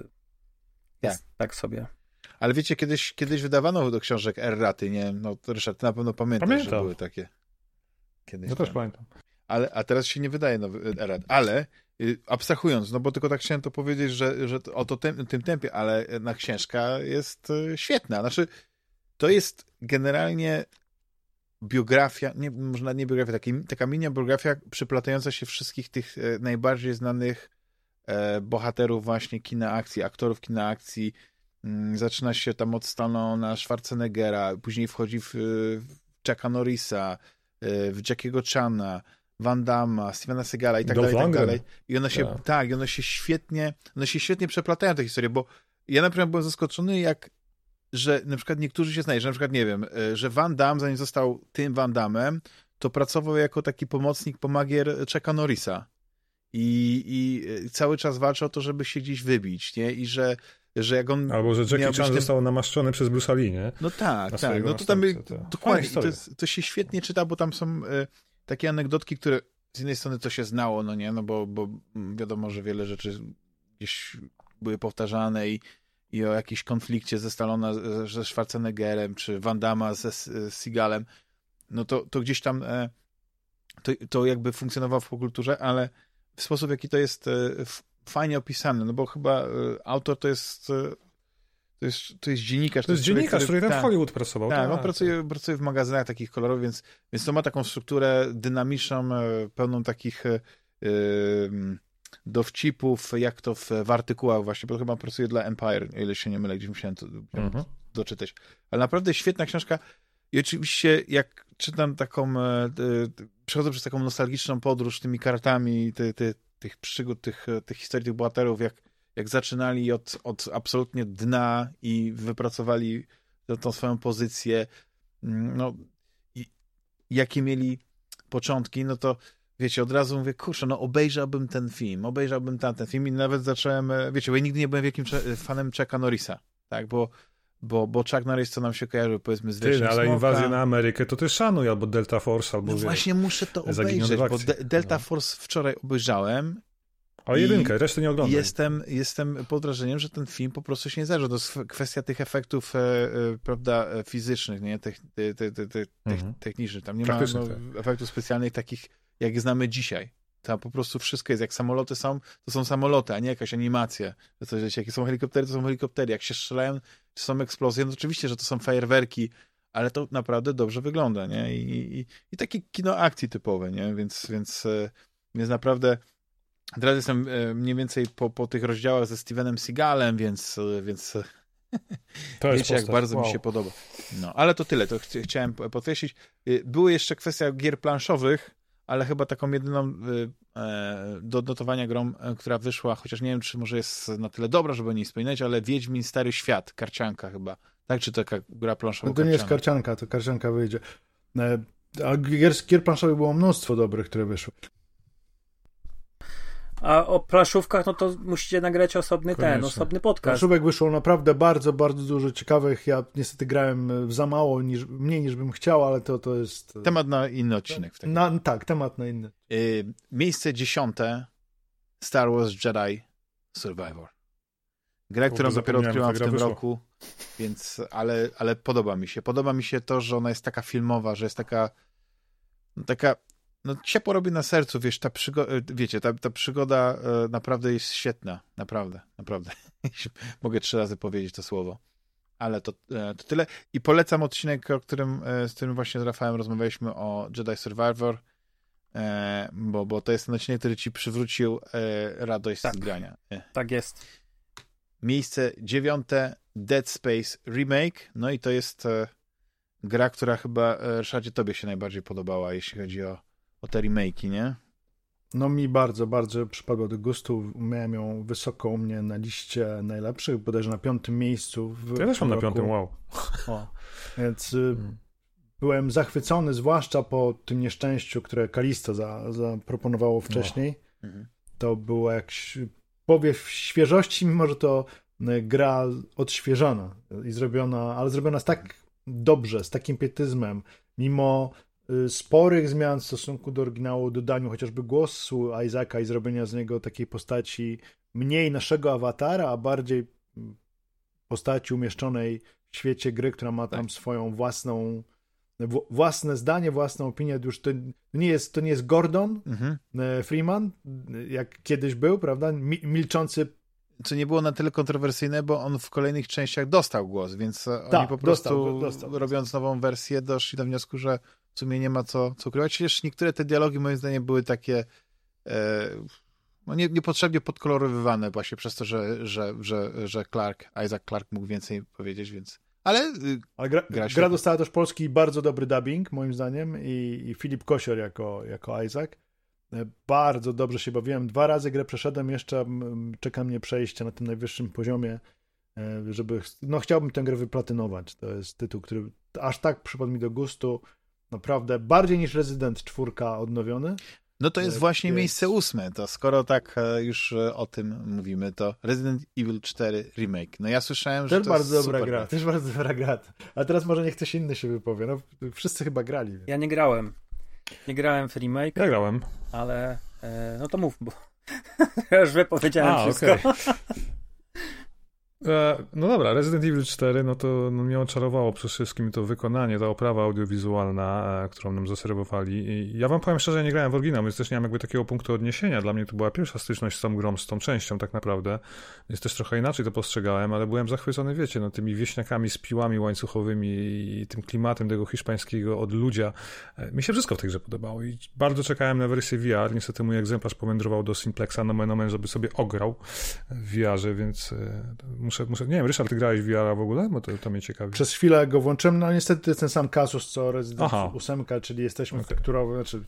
Speaker 3: tak sobie.
Speaker 1: Ale wiecie, kiedyś wydawano do książek R-raty, nie? No to Ryszard, ty na pewno pamiętasz, że były takie. Kiedyś
Speaker 4: ja też pamiętam.
Speaker 1: A teraz się nie wydaje nowy R-rat. Ale abstrahując, no bo tylko tak chciałem to powiedzieć, że o tym tempie, ale książka jest świetna. Znaczy, to jest generalnie biografia, może nie biografia, taka mini-biografia przyplatająca się wszystkich tych najbardziej znanych bohaterów właśnie kina akcji, aktorów kina akcji. Zaczyna się tam od Stallona, Schwarzeneggera, później wchodzi w Chucka Norrisa, w Jackiego Chana, Van Damme, Stevena Seagala i tak dalej. I one się świetnie przeplatają te historie, bo ja na przykład byłem zaskoczony, że na przykład niektórzy się znajdą, że na przykład, nie wiem, że Van Damme, zanim został tym Van Dammem, to pracował jako taki pomocnik, pomagier Chucka Norrisa. I cały czas walczy o to, żeby się gdzieś wybić, nie? I że jak on...
Speaker 4: Albo, że Jackie Chan został namaszczony przez Bruce'a Lee, nie?
Speaker 1: No tak. No to tam dokładnie. To się świetnie czyta, bo tam są takie anegdotki, które z jednej strony to się znało, no nie? No bo wiadomo, że wiele rzeczy gdzieś były powtarzane i o jakimś konflikcie ze Stallona, ze Schwarzeneggerem, czy Van Damme ze Seagalem, no to gdzieś tam to jakby funkcjonowało w popkulturze, ale w sposób, jaki to jest fajnie opisane, no bo chyba autor to jest To jest dziennikarz.
Speaker 4: To jest dziennikarz, który tam w Hollywood pracował.
Speaker 1: Tak, on pracuje w magazynach takich kolorowych, więc to ma taką strukturę dynamiczną, pełną takich dowcipów, jak to w artykułach właśnie, bo chyba pracuje dla Empire, o ile się nie mylę, gdzieś musiałem to doczytać. Ale naprawdę świetna książka i oczywiście jak czytam taką, przechodzę przez taką nostalgiczną podróż tymi kartami, tych przygód, tych historii, tych bohaterów, jak zaczynali od absolutnie dna i wypracowali tą swoją pozycję, no i jakie mieli początki, no to wiecie, od razu mówię, kurczę, no obejrzałbym ten film, obejrzałbym tamten film i nawet zacząłem, wiecie, bo ja nigdy nie byłem wielkim fanem Chucka Norrisa, tak, bo Chuck Norris to nam się kojarzy, powiedzmy, z Wierzchem
Speaker 4: ale
Speaker 1: Smoka.
Speaker 4: Inwazję na Amerykę to ty szanuj, albo Delta Force, albo...
Speaker 1: No właśnie muszę to obejrzeć, bo Delta Force wczoraj obejrzałem.
Speaker 4: Ale jedynkę, resztę nie oglądam.
Speaker 1: Jestem pod wrażeniem, że ten film po prostu się nie zdarza. To jest kwestia tych efektów, prawda, fizycznych, nie? Technicznych. Tam nie ma efektów specjalnych takich, jak znamy dzisiaj. Tam po prostu wszystko jest. Jak samoloty to są samoloty, a nie jakaś animacja. Jak są helikoptery, to są helikoptery. Jak się strzelają, to są eksplozje. No oczywiście, że to są fajerwerki, ale to naprawdę dobrze wygląda, nie? I takie kino akcji typowe, nie? Więc naprawdę teraz jestem mniej więcej po tych rozdziałach ze Stevenem Seagalem, więc
Speaker 4: to
Speaker 1: wiecie, jak bardzo mi się podoba. No, ale to tyle, to chciałem podkreślić. Były jeszcze kwestia gier planszowych, ale chyba taką jedyną do notowania grą, która wyszła, chociaż nie wiem, czy może jest na tyle dobra, żeby nie wspominać, ale Wiedźmin Stary Świat, karcianka chyba. Tak, czy to taka gra planszowa?
Speaker 2: No to nie jest karcianka, to karcianka wyjdzie. A gier planszowych było mnóstwo dobrych, które wyszły.
Speaker 3: A o planszówkach, no to musicie nagrać osobny podcast.
Speaker 2: Planszówek wyszło naprawdę bardzo, bardzo dużo ciekawych. Ja niestety grałem za mało, mniej niż bym chciał, ale to jest...
Speaker 1: Temat na inny odcinek.
Speaker 2: Tak, temat na inny.
Speaker 1: Miejsce 10. Star Wars Jedi Survivor. Gra, którą dopiero odkryłam w tym roku, więc, ale podoba mi się. Podoba mi się to, że ona jest taka filmowa, że jest taka no ciepło robi na sercu, wiesz, ta przygoda naprawdę jest świetna, naprawdę. Mogę 3 razy powiedzieć to słowo, ale to tyle. I polecam odcinek, z którym właśnie z Rafałem rozmawialiśmy o Jedi Survivor, bo to jest ten odcinek, który ci przywrócił radość z grania.
Speaker 3: Tak jest.
Speaker 1: Miejsce 9. Dead Space Remake, no i to jest gra, która chyba, Ryszardzie, tobie się najbardziej podobała, jeśli chodzi o te remake'i, nie?
Speaker 2: No mi bardzo, bardzo przypadło do gustu. Miałem ją wysoko u mnie na liście najlepszych, bodajże na 5. miejscu.
Speaker 4: Ja też mam na 5, wow.
Speaker 2: Więc byłem zachwycony, zwłaszcza po tym nieszczęściu, które Kalisto zaproponowało wcześniej. To było jak powiew świeżości, mimo że to gra odświeżona i zrobiona, ale zrobiona tak dobrze, z takim pietyzmem, mimo sporych zmian w stosunku do oryginału, dodaniu chociażby głosu Isaaca i zrobienia z niego takiej postaci mniej naszego awatara, a bardziej postaci umieszczonej w świecie gry, która ma tam swoją własne zdanie, własną opinię. Już to nie jest Gordon Freeman, jak kiedyś był, prawda? Milczący.
Speaker 1: Co nie było na tyle kontrowersyjne, bo on w kolejnych częściach dostał głos, więc oni po prostu robiąc nową wersję doszli do wniosku, że w sumie nie ma co ukrywać. Chociaż niektóre te dialogi moim zdaniem były takie niepotrzebnie podkolorowywane właśnie przez to, że Isaac Clarke mógł więcej powiedzieć, więc... Ale
Speaker 2: gra dostała też polski bardzo dobry dubbing, moim zdaniem, i Filip Kosior jako Isaac. Bardzo dobrze się bawiłem. 2 razy grę przeszedłem, jeszcze czeka mnie przejście na tym najwyższym poziomie, żeby... No chciałbym tę grę wyplatynować. To jest tytuł, który aż tak przypadł mi do gustu. Naprawdę bardziej niż Resident 4 odnowiony.
Speaker 1: No to jest właśnie miejsce 8. To skoro tak już o tym mówimy, to Resident Evil 4 Remake. No ja słyszałem, że
Speaker 2: też
Speaker 1: to
Speaker 2: bardzo
Speaker 1: jest
Speaker 2: dobra
Speaker 1: super
Speaker 2: gra. Też bardzo dobra gra. A teraz może niech ktoś inny się wypowie. No, wszyscy chyba grali.
Speaker 3: Ja nie grałem. Nie grałem w remake.
Speaker 4: Ja grałem.
Speaker 3: Ale no to mów, bo ja już wypowiedziałem wszystko. Okay.
Speaker 4: No dobra, Resident Evil 4, no to mnie oczarowało przede wszystkim to wykonanie, ta oprawa audiowizualna, którą nam zaserwowali. I ja wam powiem szczerze, ja nie grałem w oryginał, więc też nie mam jakby takiego punktu odniesienia. Dla mnie to była pierwsza styczność z tą grą, z tą częścią tak naprawdę. Więc też trochę inaczej to postrzegałem, ale byłem zachwycony, wiecie, no tymi wieśniakami z piłami łańcuchowymi i tym klimatem tego hiszpańskiego odludzia. Mi się wszystko w tej grze podobało i bardzo czekałem na wersję VR. Niestety mój egzemplarz powędrował do Simplexa, nomen omen, żeby sobie ograł w VR-ze, więc muszę... Nie wiem, Ryszard, ty grałeś w VR-a w ogóle? Bo to mnie ciekawi.
Speaker 2: Przez chwilę go włączyłem, no niestety to jest ten sam kasus co Resident 8, czyli jesteśmy w tekturowym, znaczy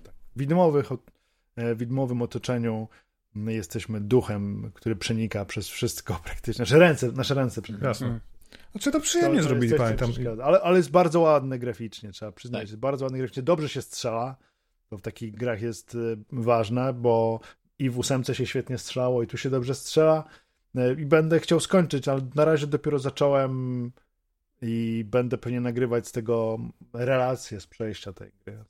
Speaker 2: w widmowym otoczeniu, my jesteśmy duchem, który przenika przez wszystko praktycznie. Nasze ręce przenikają.
Speaker 4: Jasne. Znaczy to przyjemnie zrobili, pamiętam.
Speaker 2: Ale jest bardzo ładne graficznie, trzeba przyznać. Jest bardzo ładne graficznie. Dobrze się strzela. To w takich grach jest ważne, bo i w 8 się świetnie strzelało i tu się dobrze strzela. I będę chciał skończyć, ale na razie dopiero zacząłem i będę pewnie nagrywać z tego relacje z przejścia tej gry.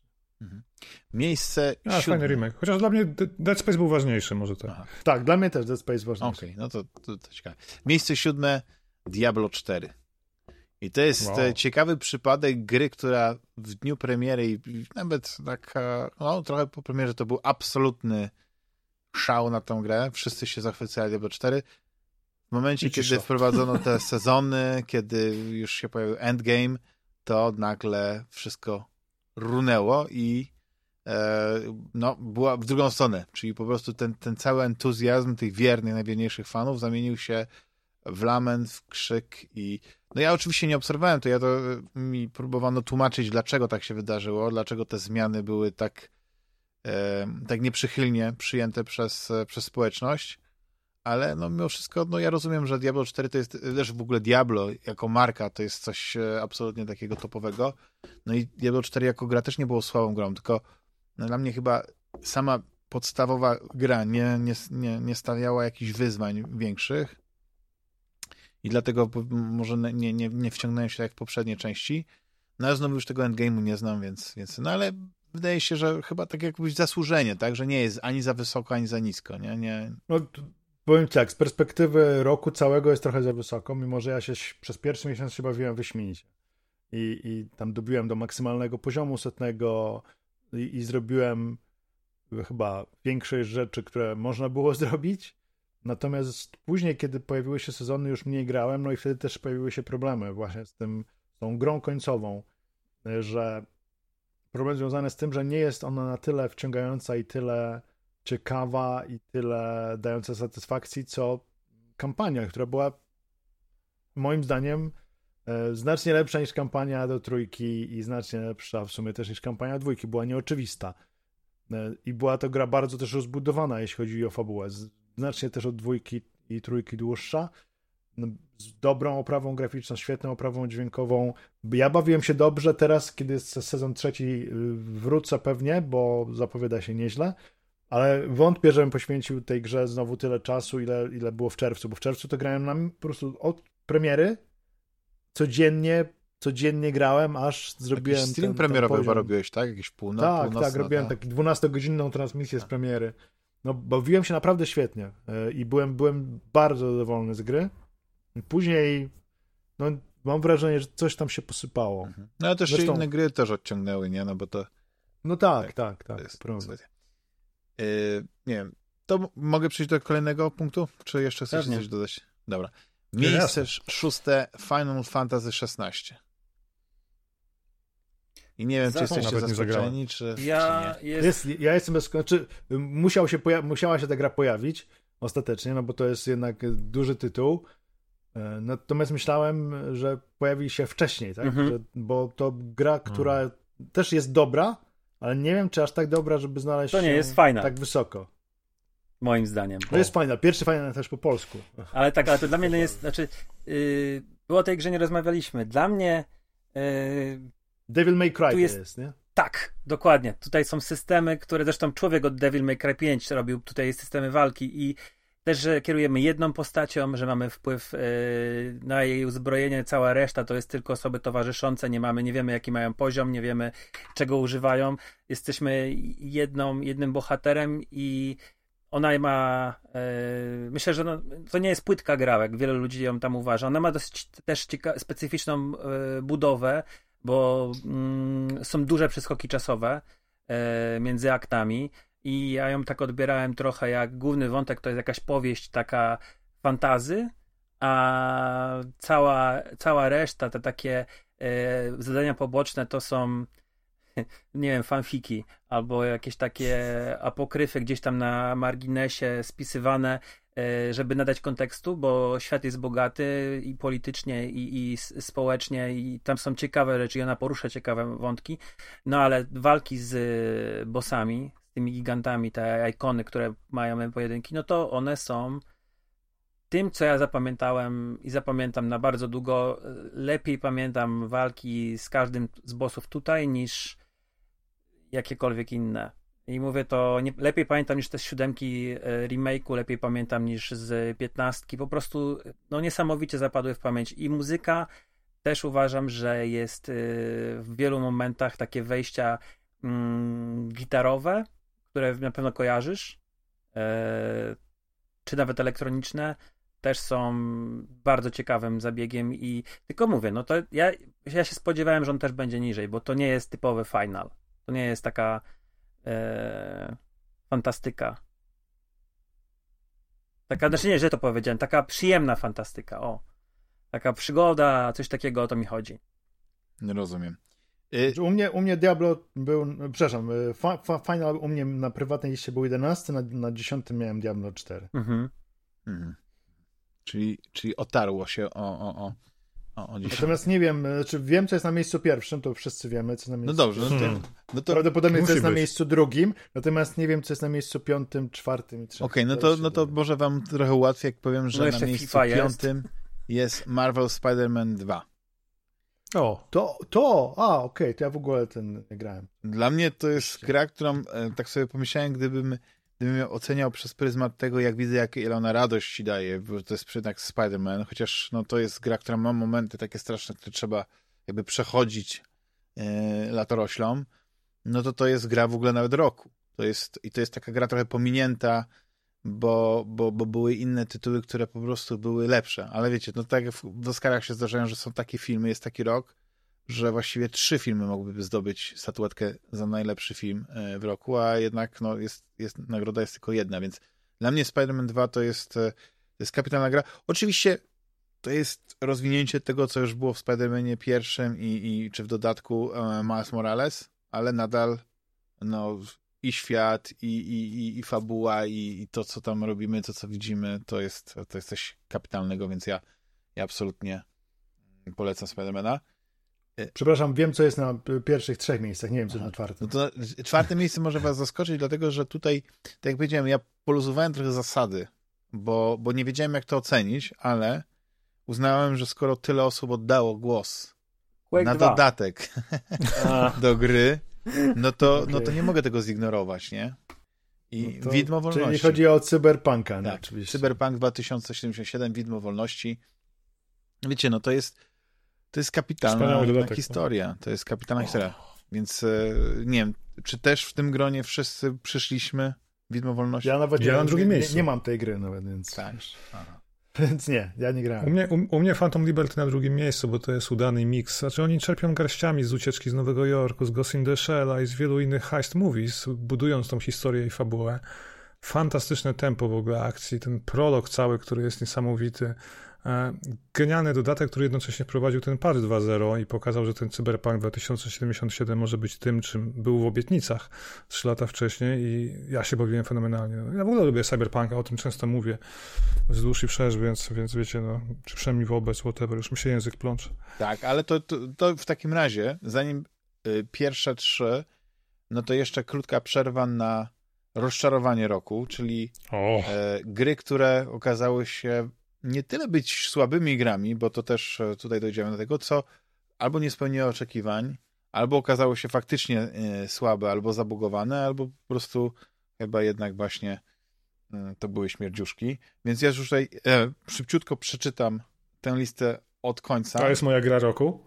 Speaker 1: Miejsce 7.
Speaker 4: Fajny remake. Chociaż dla mnie Dead Space był ważniejszy, może tak.
Speaker 2: Aha. Tak, dla mnie też Dead Space ważniejszy.
Speaker 1: Okej, no to ciekawe. Miejsce 7. Diablo 4. I to jest ciekawy przypadek gry, która w dniu premiery i nawet taka, no trochę po premierze to był absolutny szał na tą grę. Wszyscy się zachwycali Diablo 4. W momencie, kiedy wprowadzono te sezony, kiedy już się pojawił endgame, to nagle wszystko runęło i była w drugą stronę. Czyli po prostu ten cały entuzjazm tych wiernych, najwierniejszych fanów zamienił się w lament, w krzyk i no ja oczywiście nie obserwowałem to, mi próbowano tłumaczyć, dlaczego tak się wydarzyło, dlaczego te zmiany były tak nieprzychylnie przyjęte przez społeczność, ale no mimo wszystko, no ja rozumiem, że Diablo 4 to jest, też w ogóle Diablo jako marka to jest coś absolutnie takiego topowego, no i Diablo 4 jako gra też nie było słabą grą, tylko no, dla mnie chyba sama podstawowa gra nie stawiała jakichś wyzwań większych i dlatego może nie wciągnąłem się tak jak w poprzedniej części, no ale znowu już tego endgame'u nie znam, więc no ale wydaje się, że chyba tak jakbyś zasłużenie, tak, że nie jest ani za wysoko, ani za nisko, nie?
Speaker 2: No, powiem tak, z perspektywy roku całego jest trochę za wysoko, mimo że ja się przez pierwszy miesiąc się bawiłem wyśmienicie. I tam dobiłem do maksymalnego poziomu 100 i zrobiłem chyba większość rzeczy, które można było zrobić. Natomiast później, kiedy pojawiły się sezony, już mniej grałem, no i wtedy też pojawiły się problemy właśnie z tą grą końcową, że problem związany z tym, że nie jest ona na tyle wciągająca i tyle ciekawa i tyle dająca satysfakcji, co kampania, która była moim zdaniem znacznie lepsza niż kampania do 3 i znacznie lepsza w sumie też niż kampania 2. Była nieoczywista. I była to gra bardzo też rozbudowana, jeśli chodzi o fabułę. Znacznie też od 2 i 3 dłuższa. Z dobrą oprawą graficzną, świetną oprawą dźwiękową. Ja bawiłem się dobrze. Teraz, kiedy jest sezon 3, wrócę pewnie, bo zapowiada się nieźle. Ale wątpię, żebym poświęcił tej grze znowu tyle czasu, ile było w czerwcu. Bo w czerwcu to grałem po prostu od premiery codziennie grałem, aż zrobiłem
Speaker 1: jakiś stream premierowy chyba robiłeś, tak? Jakieś północ.
Speaker 2: Tak, robiłem taką 12-godzinną transmisję z premiery. No, bawiłem się naprawdę świetnie i byłem bardzo zadowolony z gry. Później no, mam wrażenie, że coś tam się posypało.
Speaker 1: No ale też się inne gry też odciągnęły, nie? No bo to...
Speaker 2: No tak.
Speaker 1: Nie wiem, to mogę przejść do kolejnego punktu? Czy jeszcze chcesz coś dodać? Dobra. Miejsce 6. Final Fantasy XVI. I nie wiem, czy jesteście zaskoczeni, czy nie.
Speaker 2: Ja jestem zaskoczony. Musiała się ta gra pojawić ostatecznie, no bo to jest jednak duży tytuł. Natomiast myślałem, że pojawi się wcześniej, tak? Bo to gra, która też jest dobra, ale nie wiem, czy aż tak dobra, żeby znaleźć
Speaker 3: to nie jest fajna.
Speaker 2: Tak wysoko.
Speaker 3: Moim zdaniem.
Speaker 2: To jest fajna. Pierwszy fajna też po polsku.
Speaker 3: Ale to dla mnie nie jest, było o tej grze nie rozmawialiśmy. Dla mnie
Speaker 2: Devil May Cry to jest, nie?
Speaker 3: Tak, dokładnie. Tutaj są systemy, które zresztą człowiek od Devil May Cry 5 robił tutaj systemy walki i też, że kierujemy jedną postacią, że mamy wpływ na jej uzbrojenie, cała reszta to jest tylko osoby towarzyszące, nie wiemy jaki mają poziom, nie wiemy czego używają. Jesteśmy jednym bohaterem i ona ma, myślę, że to nie jest płytka gra, jak wielu ludzi ją tam uważa. Ona ma dosyć też specyficzną budowę, bo są duże przeskoki czasowe między aktami i ja ją tak odbierałem trochę jak główny wątek to jest jakaś powieść taka fantazy, a cała reszta, te takie zadania poboczne to są nie wiem, fanfiki albo jakieś takie apokryfy gdzieś tam na marginesie spisywane, żeby nadać kontekstu, bo świat jest bogaty i politycznie, i społecznie, i tam są ciekawe rzeczy i ona porusza ciekawe wątki, no ale walki z bossami, z tymi gigantami, te ikony, które mają pojedynki, no to one są tym, co ja zapamiętałem i zapamiętam na bardzo długo. Lepiej pamiętam walki z każdym z bossów tutaj niż jakiekolwiek inne. I mówię to, lepiej pamiętam niż te z 7 remake'u, lepiej pamiętam niż z 15. Po prostu no niesamowicie zapadły w pamięć. I muzyka też uważam, że jest w wielu momentach takie wejścia gitarowe, które na pewno kojarzysz, czy nawet elektroniczne, też są bardzo ciekawym zabiegiem i tylko mówię, no to ja się spodziewałem, że on też będzie niżej, bo to nie jest typowy final. To nie jest taka fantastyka. Taka, znaczy nie, że to powiedziałem, taka przyjemna fantastyka, o. Taka przygoda, coś takiego, o to mi chodzi.
Speaker 1: Nie rozumiem.
Speaker 2: U mnie Diablo był, przepraszam, final u mnie na prywatnej liście był 11, na 10 miałem Diablo 4.
Speaker 1: Mhm. Czyli otarło się o 10.
Speaker 2: Natomiast nie wiem, czy wiem, co jest na miejscu pierwszym, to wszyscy wiemy, co na miejscu
Speaker 1: No dobrze, no to
Speaker 2: prawdopodobnie co jest na
Speaker 4: być.
Speaker 2: miejscu drugim, natomiast nie wiem, co jest na miejscu 5, 4 i 3.
Speaker 1: Okej, no to może wam trochę łatwiej, jak powiem, że na miejscu 5 jest Marvel Spider-Man 2.
Speaker 4: O.
Speaker 2: Okej, to ja w ogóle ten nie grałem.
Speaker 1: Dla mnie to jest gra, którą tak sobie pomyślałem, gdybym ją oceniał przez pryzmat tego, jak widzę, ile ona radości daje, bo to jest jednak Spider-Man, chociaż no, to jest gra, która ma momenty takie straszne, które trzeba jakby przechodzić latoroślą, no to jest gra w ogóle nawet roku. To jest taka gra trochę pominięta, bo były inne tytuły, które po prostu były lepsze. Ale wiecie, no tak jak w Oscarach się zdarzają, że są takie filmy, jest taki rok, że właściwie 3 filmy mogłyby zdobyć statuetkę za najlepszy film w roku, a jednak no, nagroda jest tylko jedna, więc dla mnie Spider-Man 2 to jest kapitalna gra. Oczywiście to jest rozwinięcie tego, co już było w Spider-Manie pierwszym i czy w dodatku Miles Morales, ale nadal no, i świat, i fabuła, i to, co tam robimy, to, co widzimy, to jest coś kapitalnego, więc ja absolutnie polecam Spider-Mana.
Speaker 2: Przepraszam, wiem, co jest na pierwszych 3 miejscach, nie wiem, co jest na 4.
Speaker 1: No to 4 miejsce może was zaskoczyć, dlatego, że tutaj, tak jak powiedziałem, ja poluzowałem trochę zasady, bo nie wiedziałem, jak to ocenić, ale uznałem, że skoro tyle osób oddało głos na dodatek do gry, no to nie mogę tego zignorować, nie? I no Widmo Wolności.
Speaker 2: Czyli chodzi o Cyberpunka,
Speaker 1: tak,
Speaker 2: oczywiście.
Speaker 1: Cyberpunk 2077, Widmo Wolności. Wiecie, no to jest kapitalna historia. To jest kapitalna historia. Więc nie wiem, czy też w tym gronie wszyscy przyszliśmy Widmo Wolności?
Speaker 2: Ja nawet
Speaker 4: na drugim miejscu.
Speaker 2: Nie mam tej gry nawet, więc...
Speaker 1: Tak.
Speaker 2: Więc nie, ja nie grałem.
Speaker 4: U mnie Phantom Liberty na drugim miejscu, bo to jest udany miks. Znaczy oni czerpią garściami z Ucieczki z Nowego Jorku, z Ghost in the Shell i z wielu innych heist movies, budując tą historię i fabułę. Fantastyczne tempo w ogóle akcji, ten prolog cały, który jest niesamowity. Genialny dodatek, który jednocześnie wprowadził ten patch 2.0 i pokazał, że ten Cyberpunk 2077 może być tym, czym był w obietnicach 3 lata wcześniej i ja się bawiłem fenomenalnie. Ja w ogóle lubię Cyberpunka, o tym często mówię wzdłuż i wszerz, więc wiecie, no, czy przynajmniej wobec, whatever, już mi się język plącze.
Speaker 1: Tak, ale to w takim razie, zanim pierwsze 3, no to jeszcze krótka przerwa na rozczarowanie roku, czyli gry, które okazały się nie tyle być słabymi grami, bo to też tutaj dojdziemy do tego, co albo nie spełniło oczekiwań, albo okazało się faktycznie słabe, albo zabugowane, albo po prostu chyba jednak właśnie to były śmierdziuszki. Więc ja już tutaj szybciutko przeczytam tę listę od końca.
Speaker 4: To jest moja gra roku.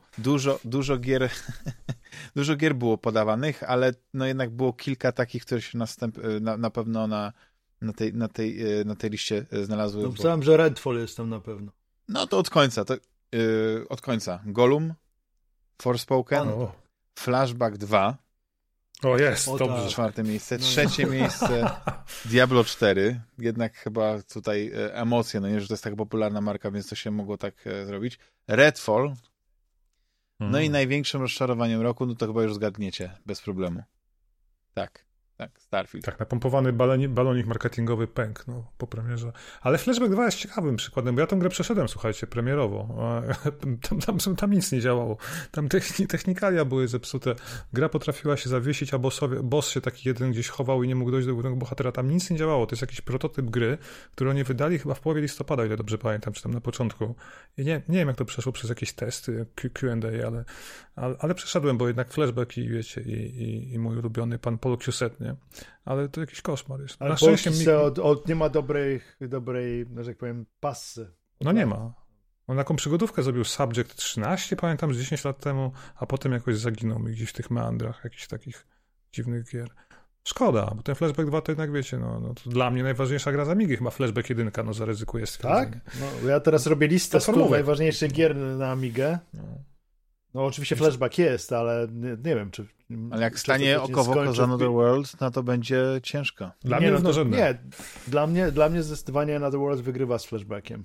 Speaker 1: Dużo gier było podawanych, ale no jednak było kilka takich, które się na pewno na tej liście znalazły.
Speaker 2: No, myślałem, że Redfall jest tam na pewno.
Speaker 1: No to od końca. Od końca. Gollum, Forspoken, Flashback 2.
Speaker 4: O, jest, dobrze.
Speaker 2: Tak.
Speaker 1: 4. miejsce. 3. miejsce Diablo 4. Jednak chyba tutaj emocje, no nie, że to jest tak popularna marka, więc to się mogło tak zrobić. Redfall. No i największym rozczarowaniem roku, no to chyba już zgadniecie, bez problemu. Tak, Starfield.
Speaker 4: Tak, napompowany balonik marketingowy pękł po premierze. Ale Flashback 2 jest ciekawym przykładem, bo ja tę grę przeszedłem, słuchajcie, premierowo. Tam nic nie działało. Tam technikalia były zepsute. Gra potrafiła się zawiesić, a boss się taki jeden gdzieś chował i nie mógł dojść do głównego bohatera. Tam nic nie działało. To jest jakiś prototyp gry, który oni wydali chyba w połowie listopada, ile dobrze pamiętam, czy tam na początku. I nie wiem, jak to przeszło przez jakieś testy, Q&A, ale przeszedłem, bo jednak Flashback i wiecie, i mój ulubiony pan Paul Cuisset, nie? Ale to jakiś koszmar jest.
Speaker 2: Ale Paul Cuisset nie ma dobrej, że tak powiem, passy.
Speaker 4: No nie ma. On taką przygodówkę zrobił Subject 13, pamiętam, z 10 lat temu, a potem jakoś zaginął mi gdzieś w tych meandrach jakichś takich dziwnych gier. Szkoda, bo ten Flashback 2 to jednak wiecie, no to dla mnie najważniejsza gra z Amigi, chyba Flashback 1, no zaryzykuję stwierdzenie.
Speaker 2: Tak? No, ja teraz robię listę 100 najważniejszych gier na Amigę. No oczywiście Flashback jest, ale nie wiem, czy...
Speaker 1: Ale jak stanie oko w oko z Another World, no to będzie ciężko.
Speaker 4: Dla mnie równorzędne.
Speaker 2: Nie, dla mnie zdecydowanie Another World wygrywa z Flashbackiem.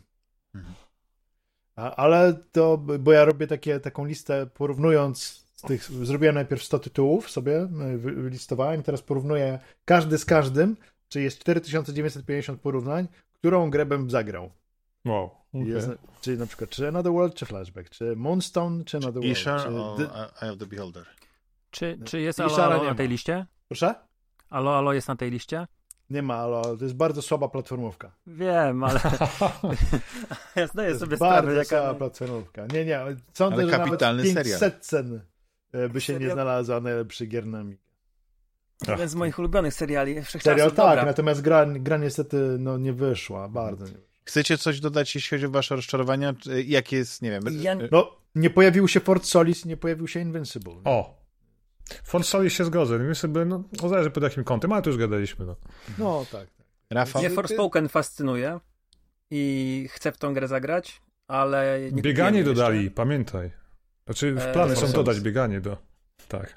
Speaker 2: Ale to, bo ja robię taką listę porównując zrobiłem najpierw 100 tytułów sobie, wylistowałem i teraz porównuję każdy z każdym, czyli jest 4950 porównań, którą grę bym zagrał.
Speaker 4: Wow. Okay.
Speaker 2: Czyli na przykład czy Another World, czy Flashback, czy Moonstone, czy Another World.
Speaker 1: Ishar o Eye of the Beholder.
Speaker 3: Czy jest Alo na tej liście?
Speaker 2: Proszę?
Speaker 3: Alo jest na tej liście?
Speaker 2: Nie ma Alo, to jest bardzo słaba platformówka.
Speaker 3: Wiem, ale ja zdaję sobie
Speaker 2: sprawę,
Speaker 3: jaka...
Speaker 2: Bardzo słaba platformówka. Nie. Sądzę,
Speaker 1: ale
Speaker 2: że
Speaker 1: kapitalny
Speaker 2: nawet 500
Speaker 1: serial.
Speaker 2: cen by się nie znalazła najlepszy gier na Amigę.
Speaker 3: Jeden z moich ulubionych seriali wszechczasów.
Speaker 2: Serial tak,
Speaker 3: dobra.
Speaker 2: natomiast gra niestety nie wyszła, bardzo nie wyszła.
Speaker 1: Chcecie coś dodać, jeśli chodzi o wasze rozczarowania? Jakie jest, nie wiem...
Speaker 2: nie pojawił się Fort Solis, nie pojawił się Invincible.
Speaker 4: O! Fort Solis się zgodzę. Invincible, zależy pod jakim kątem, ale to już gadaliśmy.
Speaker 2: No tak.
Speaker 1: Rafał?
Speaker 3: Mnie Forspoken fascynuje i chcę w tą grę zagrać, ale... Nie
Speaker 4: bieganie dodali, jeszcze. Pamiętaj. Znaczy w plany są dodać bieganie Tak.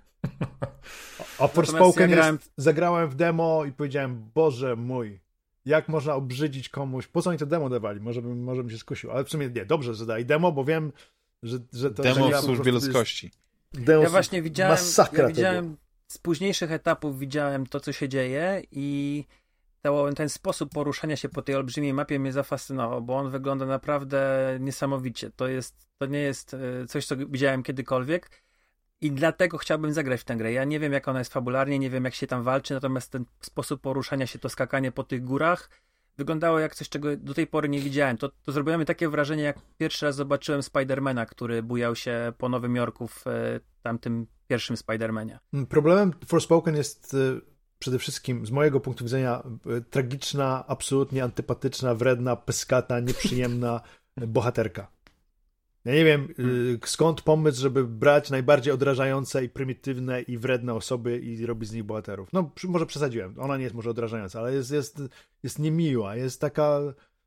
Speaker 2: A Forspoken zagrałem w demo i powiedziałem, Boże mój, jak można obrzydzić komuś, po co oni to demo dawali? Może bym się skusił, ale w sumie nie, dobrze, że dali demo, bo wiem, że to...
Speaker 1: Demo w służbie ludzkości.
Speaker 3: Ja właśnie widziałem z późniejszych etapów widziałem to, co się dzieje i ten sposób poruszania się po tej olbrzymiej mapie mnie zafascynował, bo on wygląda naprawdę niesamowicie. To nie jest coś, co widziałem kiedykolwiek i dlatego chciałbym zagrać w tę grę. Ja nie wiem, jak ona jest fabularnie, nie wiem, jak się tam walczy, natomiast ten sposób poruszania się, to skakanie po tych górach wyglądało jak coś, czego do tej pory nie widziałem. To zrobiło mi takie wrażenie, jak pierwszy raz zobaczyłem Spidermana, który bujał się po Nowym Jorku w tamtym pierwszym Spidermanie. Problemem
Speaker 2: Forspoken jest przede wszystkim z mojego punktu widzenia tragiczna, absolutnie antypatyczna, wredna, pyskata, nieprzyjemna bohaterka. Ja nie wiem, skąd pomysł, żeby brać najbardziej odrażające i prymitywne i wredne osoby i robić z nich bohaterów. No, może przesadziłem. Ona nie jest może odrażająca, ale jest niemiła. Jest taka...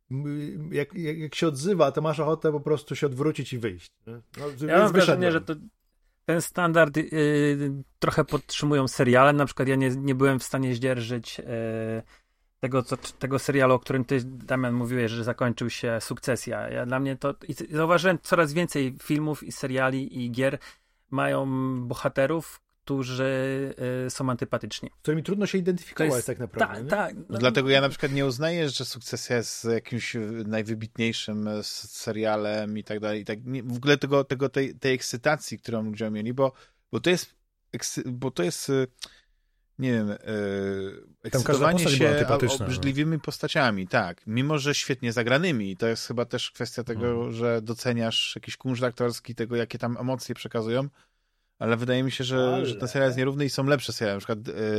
Speaker 2: Jak się odzywa, to masz ochotę po prostu się odwrócić i wyjść. No,
Speaker 3: ja mam wrażenie, że ten standard trochę podtrzymują seriale. Na przykład ja nie byłem w stanie zdzierżyć tego serialu, o którym ty, Damian, mówiłeś, że zakończył się Sukcesja. Dla mnie to... I zauważyłem, coraz więcej filmów i seriali i gier mają bohaterów, którzy są antypatyczni.
Speaker 2: Z którymi trudno się identyfikować tak naprawdę.
Speaker 3: Tak.
Speaker 1: Dlatego ja na przykład nie uznaję, że Sukcesja jest jakimś najwybitniejszym serialem i tak dalej. W ogóle tej ekscytacji, którą ludzie mieli, bo to jest nie wiem, ekscytowanie się obrzydliwymi postaciami, tak. Mimo, że świetnie zagranymi. To jest chyba też kwestia tego, że doceniasz jakiś kunszt aktorski, tego, jakie tam emocje przekazują, ale wydaje mi się, że ten serial jest nierówny i są lepsze seriale. Na przykład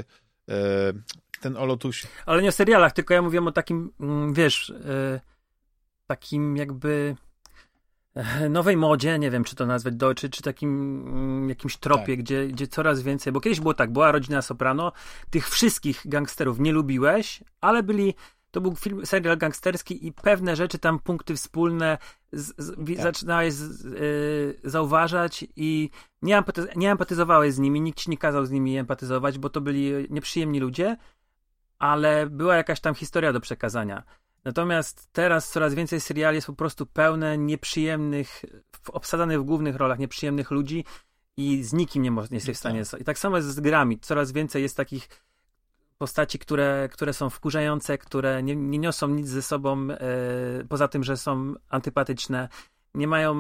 Speaker 1: ten o Lotusie.
Speaker 3: Ale nie o serialach, tylko ja mówiłem o takim, wiesz, takim jakby nowej modzie, nie wiem, czy to nazwać, czy takim jakimś tropie, gdzie coraz więcej, bo kiedyś było tak, była Rodzina Soprano, tych wszystkich gangsterów nie lubiłeś, ale to był serial gangsterski i pewne rzeczy tam, punkty wspólne zaczynałeś zauważać i nie empatyzowałeś z nimi, nikt ci nie kazał z nimi empatyzować, bo to byli nieprzyjemni ludzie, ale była jakaś tam historia do przekazania. Natomiast teraz coraz więcej seriali jest po prostu pełne nieprzyjemnych, obsadzanych w głównych rolach nieprzyjemnych ludzi i z nikim nie jesteś w stanie. I tak samo jest z grami. Coraz więcej jest takich postaci, które są wkurzające, które nie niosą nic ze sobą, poza tym, że są antypatyczne. Nie mają...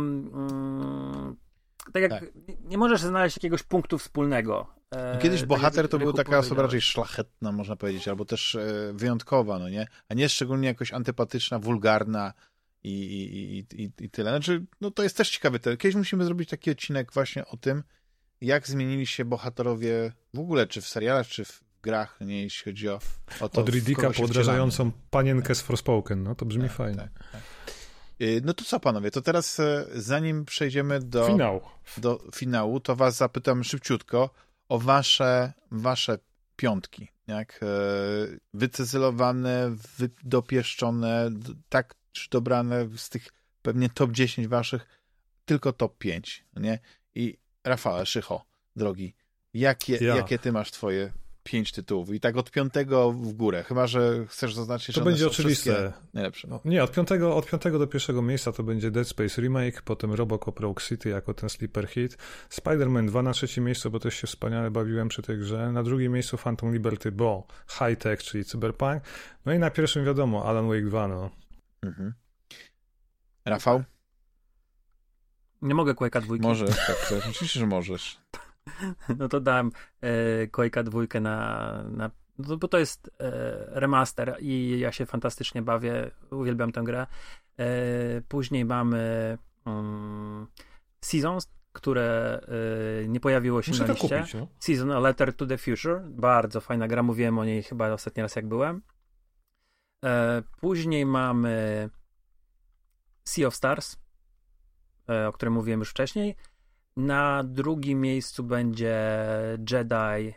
Speaker 3: Nie możesz znaleźć jakiegoś punktu wspólnego.
Speaker 1: Kiedyś bohater to był taka osoba raczej szlachetna, można powiedzieć, albo też wyjątkowa, no nie? A nie szczególnie jakoś antypatyczna, wulgarna i tyle. Znaczy, no to jest też ciekawe. Kiedyś musimy zrobić taki odcinek właśnie o tym, jak zmienili się bohaterowie w ogóle, czy w serialach, czy w grach, nie, jeśli chodzi o to.
Speaker 4: Od Riddicka po odrażającą panienkę z Forspoken, no to brzmi fajnie.
Speaker 1: Tak. No to co, panowie, to teraz zanim przejdziemy do finału, to was zapytam szybciutko o wasze piątki, jak wycyzelowane, dopieszczone, tak dobrane z tych pewnie top 10 waszych, tylko top 5, nie? I Rafale, Szycho, drogi, jakie ty masz twoje 5 tytułów? I tak od 5 w górę, chyba że chcesz zaznaczyć, że
Speaker 4: to będzie oczywiste.
Speaker 1: Najlepsze.
Speaker 4: No, nie, od 5 do pierwszego miejsca to będzie Dead Space Remake, potem Robocop Rogue City jako ten sleeper hit, Spider-Man 2 na trzecim miejscu, bo też się wspaniale bawiłem przy tej grze, na drugim miejscu Phantom Liberty, bo high-tech, czyli cyberpunk, no i na pierwszym wiadomo Alan Wake 2, no.
Speaker 1: Mhm. Rafał?
Speaker 3: Nie mogę Quake'a 2.
Speaker 1: Możesz, tak, oczywiście, że możesz.
Speaker 3: No to dałem Quake'a 2 na no bo to jest remaster i ja się fantastycznie bawię, uwielbiam tę grę. Później mamy Seasons, które nie pojawiło się
Speaker 4: muszę
Speaker 3: na liście.
Speaker 4: Kupić, no.
Speaker 3: Season, A Letter to the Future, bardzo fajna gra, mówiłem o niej chyba ostatni raz jak byłem. Później mamy Sea of Stars, o którym mówiłem już wcześniej. Na drugim miejscu będzie Jedi,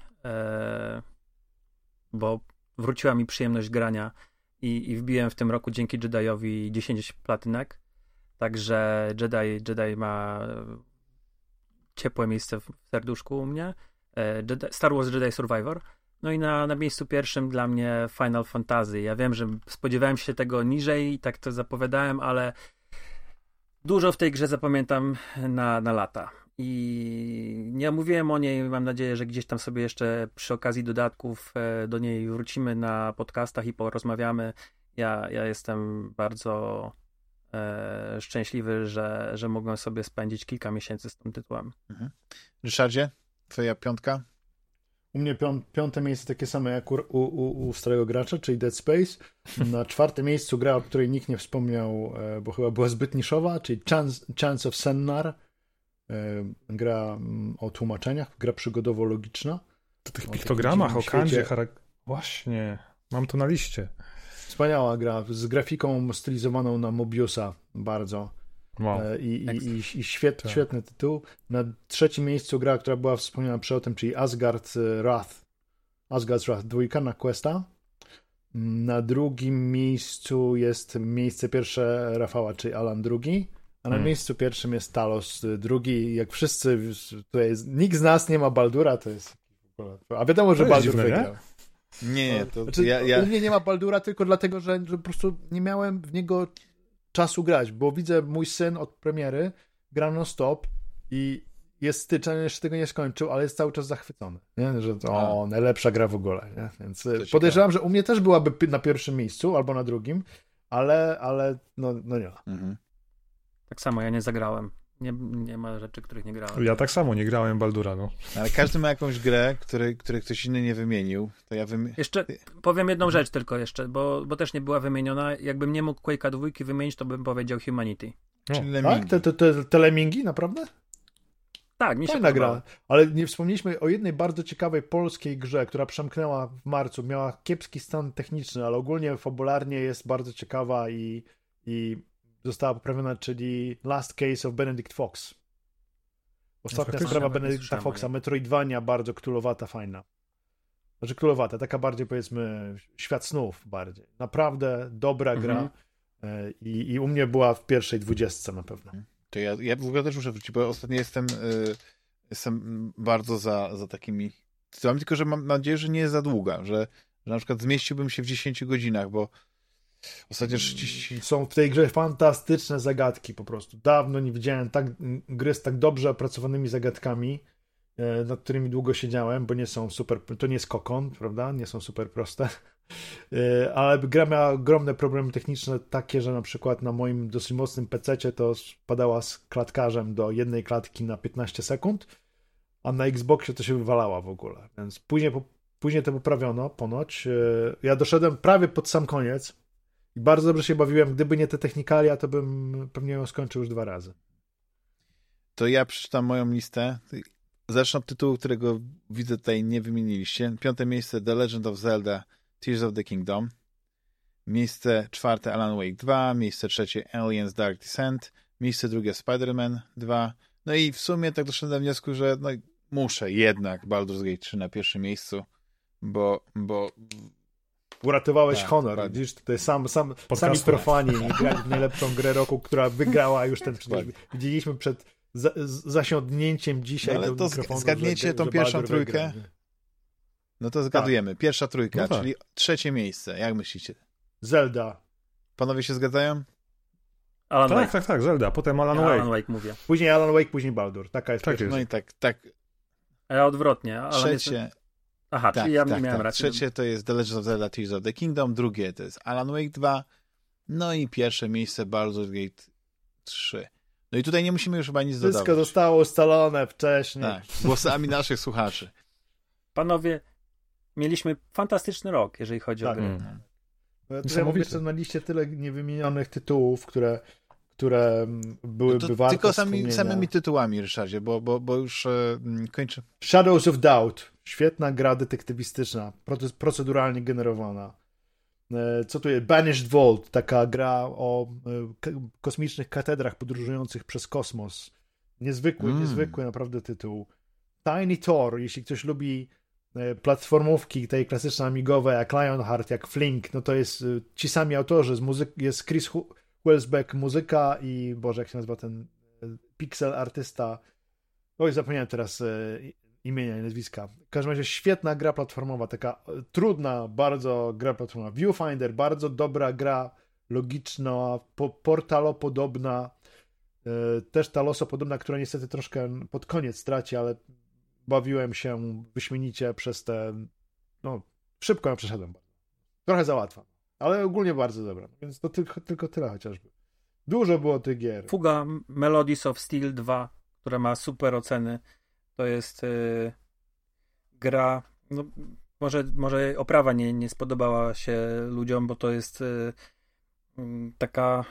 Speaker 3: bo wróciła mi przyjemność grania i wbiłem w tym roku dzięki Jediowi 10 platynek. Także Jedi ma ciepłe miejsce w serduszku u mnie. Star Wars Jedi Survivor. No i na miejscu pierwszym dla mnie Final Fantasy. Ja wiem, że spodziewałem się tego niżej i tak to zapowiadałem, ale dużo w tej grze zapamiętam na lata. I nie mówiłem o niej, mam nadzieję, że gdzieś tam sobie jeszcze przy okazji dodatków do niej wrócimy na podcastach i porozmawiamy. Ja jestem bardzo szczęśliwy, że mogłem sobie spędzić kilka miesięcy z tym tytułem.
Speaker 1: Mhm. Ryszardzie, twoja piątka?
Speaker 2: U mnie piąte miejsce takie same jak u starego gracza, czyli Dead Space. Na czwartym miejscu gra, o której nikt nie wspomniał, bo chyba była zbyt niszowa, czyli Chance of Sennar. Gra o tłumaczeniach, gra przygodowo-logiczna.
Speaker 4: O tych piktogramach, o kandzie, właśnie, mam to na liście.
Speaker 2: Wspaniała gra, z grafiką stylizowaną na Mobiusa bardzo.
Speaker 4: Wow.
Speaker 2: I świetny tytuł. Na trzecim miejscu gra, która była wspomniana przedtem, czyli Asgard's Wrath 2 na Questa. Na drugim miejscu jest miejsce pierwsze Rafała, czyli Alan II. A na miejscu pierwszym jest Talos II. Jak wszyscy tutaj nikt z nas nie ma Baldura, to jest... A wiadomo, że Baldur wygrał.
Speaker 1: Nie, to
Speaker 2: znaczy, u mnie nie ma Baldura tylko dlatego, że po prostu nie miałem w niego czasu grać, bo widzę mój syn od premiery gra non-stop i jest styczeń, jeszcze tego nie skończył, ale jest cały czas zachwycony, nie? Że to najlepsza gra w ogóle, nie? Więc podejrzewam, że u mnie też byłaby na pierwszym miejscu albo na drugim, ale no nie.
Speaker 1: Mhm.
Speaker 3: Tak samo, ja nie zagrałem. Nie ma rzeczy, których nie grałem.
Speaker 4: Ja tak samo nie grałem Baldura, no.
Speaker 1: Ale każdy ma jakąś grę, której ktoś inny nie wymienił. To ja
Speaker 3: Jeszcze powiem jedną rzecz tylko jeszcze, bo też nie była wymieniona. Jakbym nie mógł Quake'a 2 wymienić, to bym powiedział Humanity.
Speaker 1: Czyli Lemmingi.
Speaker 2: Tak? Te Lemmingi, naprawdę?
Speaker 3: Tak, mi się
Speaker 2: fajna
Speaker 3: podobało.
Speaker 2: gra, ale nie wspomnieliśmy o jednej bardzo ciekawej polskiej grze, która przemknęła w marcu. Miała kiepski stan techniczny, ale ogólnie fabularnie jest bardzo ciekawa i została poprawiona, czyli Last Case of Benedict Fox. Ostatnia sprawa Benedicta Foxa, Metroidvania, bardzo królowata, fajna. Znaczy królowata, taka bardziej powiedzmy świat snów bardziej. Naprawdę dobra gra i u mnie była w pierwszej 20 na pewno.
Speaker 1: To ja w ogóle też muszę wrócić, bo ostatnio jestem bardzo za takimi tytułami, tylko że mam nadzieję, że nie jest za długa, że na przykład zmieściłbym się w 10 godzinach, bo ostatnio 30...
Speaker 2: Są w tej grze fantastyczne zagadki po prostu. Dawno nie widziałem gry z tak dobrze opracowanymi zagadkami, nad którymi długo siedziałem, bo nie są super, to nie jest Kokon, prawda? Nie są super proste. Ale gra miała ogromne problemy techniczne, takie, że na przykład na moim dosyć mocnym PC-cie to spadała z klatkarzem do jednej klatki na 15 sekund, a na Xboxie to się wywalała w ogóle. Więc później to poprawiono ponoć. Ja doszedłem prawie pod sam koniec i bardzo dobrze się bawiłem. Gdyby nie te technikalia, to bym pewnie ją skończył już 2 razy.
Speaker 1: To ja przeczytam moją listę. Zacznę od tytułu, którego widzę tutaj nie wymieniliście. 5. miejsce The Legend of Zelda Tears of the Kingdom. Miejsce 4. Alan Wake 2. Miejsce 3. Aliens Dark Descent. Miejsce 2. Spider-Man 2. No i w sumie tak doszedłem do wniosku, że no, muszę jednak Baldur's Gate 3 na pierwszym miejscu, bo
Speaker 2: uratowałeś
Speaker 1: tak,
Speaker 2: honor.
Speaker 1: dokładnie.
Speaker 2: Widzisz, tutaj sami profani grali w najlepszą grę roku, która wygrała już ten przecież. Widzieliśmy przed zasiądnięciem dzisiaj.
Speaker 1: No, ale to
Speaker 2: mikrofonu,
Speaker 1: zgadniecie tą pierwszą trójkę? No to zgadujemy. Tak. Pierwsza trójka, no tak. Czyli 3. miejsce. Jak myślicie?
Speaker 2: Zelda.
Speaker 1: Panowie się zgadzają?
Speaker 3: Alan Wake.
Speaker 4: Tak, Zelda. Potem Alan Wake
Speaker 3: mówię.
Speaker 2: Później Alan Wake, później Baldur. Taka jest
Speaker 1: tak. No i tak.
Speaker 3: A ja odwrotnie.
Speaker 1: Trzecie.
Speaker 3: Aha, czyli ja nie miałem racji.
Speaker 1: Trzecie to jest The Legend of Zelda Tears of the Kingdom, drugie to jest Alan Wake 2, no i pierwsze miejsce Baldur's Gate 3. No i tutaj nie musimy już chyba nic dodawać.
Speaker 2: Wszystko zostało ustalone wcześniej.
Speaker 1: Tak, głosami naszych słuchaczy.
Speaker 3: Panowie, mieliśmy fantastyczny rok, jeżeli chodzi o gry.
Speaker 2: Ja mam jeszcze na liście tyle niewymienionych tytułów, które byłyby warte
Speaker 1: tylko samymi tytułami, Ryszardzie, bo już kończę.
Speaker 2: Shadows of Doubt. Świetna gra detektywistyczna, proceduralnie generowana. Co tu jest? Banished Vault, taka gra o kosmicznych katedrach podróżujących przez kosmos. Niezwykły naprawdę tytuł. Tiny Tor, jeśli ktoś lubi platformówki, tej klasyczne amigowe, jak Lionheart, jak Flink, no to jest ci sami autorzy, jest Chris Wellsbeck, muzyka i Boże, jak się nazywa ten pixel artysta. Oj, zapomniałem teraz imienia i nazwiska. W każdym razie świetna gra platformowa, taka trudna bardzo gra platformowa. Viewfinder, bardzo dobra gra, logiczna, portalopodobna, też ta losopodobna, która niestety troszkę pod koniec traci, ale bawiłem się wyśmienicie przez te... No, szybko ją przeszedłem. Trochę za łatwa, ale ogólnie bardzo dobra. Więc to tylko tyle chociażby. Dużo było tych gier.
Speaker 3: Fuga Melodies of Steel 2, która ma super oceny. To jest gra... No, może oprawa nie spodobała się ludziom, bo to jest taka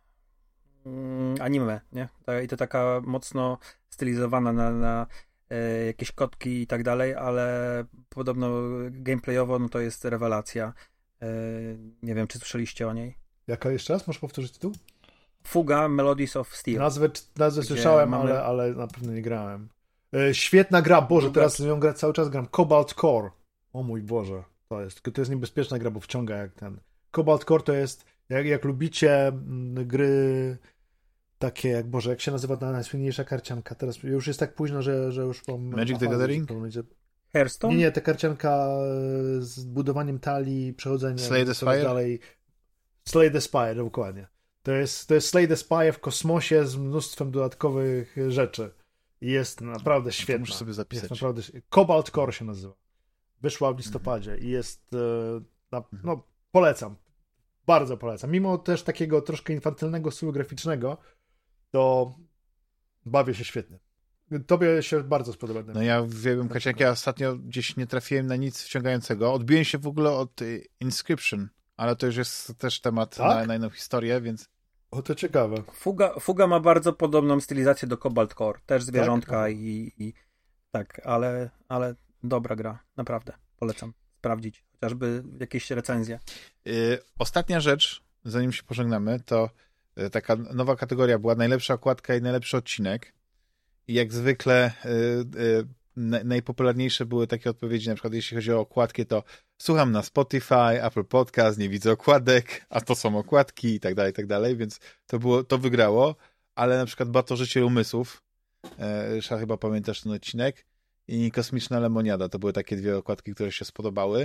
Speaker 3: anime, nie? I to taka mocno stylizowana na jakieś kotki i tak dalej, ale podobno gameplayowo no to jest rewelacja. Nie wiem, czy słyszeliście o niej.
Speaker 2: Jaka jeszcze raz? Możesz powtórzyć tytuł?
Speaker 3: Fuga Melodies of Steel.
Speaker 2: Nazwę słyszałem, ale na pewno nie grałem. Świetna gra, Boże, teraz ją cały czas gram. Cobalt Core. O mój Boże, to jest niebezpieczna gra, bo wciąga jak ten. Cobalt Core to jest, jak lubicie gry takie jak, Boże, jak się nazywa ta najsłynniejsza karcianka? Teraz już jest tak późno, że już mam...
Speaker 1: Magic the Gathering?
Speaker 3: Hearthstone?
Speaker 2: Nie, ta karcianka z budowaniem talii, przechodzeniem...
Speaker 1: Slay the Spire?
Speaker 2: Dalej. Slay the Spire, dokładnie. To jest Slay the Spire w kosmosie z mnóstwem dodatkowych rzeczy. I jest naprawdę świetna.
Speaker 1: Muszę sobie zapisać.
Speaker 2: Jest naprawdę... Cobalt Core się nazywa. Wyszła w listopadzie i jest... No, polecam. Bardzo polecam. Mimo też takiego troszkę infantylnego stylu graficznego, to bawię się świetnie. Tobie się bardzo spodoba.
Speaker 1: No ja uwielbiam karcianki, ja ostatnio gdzieś nie trafiłem na nic wciągającego. Odbiłem się w ogóle od Inscription, ale to już jest też temat na inną historię, więc...
Speaker 2: O, to ciekawe.
Speaker 3: Fuga ma bardzo podobną stylizację do Cobalt Core. Też zwierzątka tak? i tak, ale dobra gra. Naprawdę. Polecam sprawdzić. Chociażby jakieś recenzje.
Speaker 1: Ostatnia rzecz, zanim się pożegnamy, to taka nowa kategoria była najlepsza okładka i najlepszy odcinek. I jak zwykle najpopularniejsze były takie odpowiedzi, na przykład jeśli chodzi o okładki, to słucham na Spotify, Apple Podcast, nie widzę okładek, a to są okładki i tak dalej, więc to wygrało, ale na przykład Batorzyciel Umysłów, Ryszard, chyba pamiętasz ten odcinek, i Kosmiczna Lemoniada, to były takie dwie okładki, które się spodobały.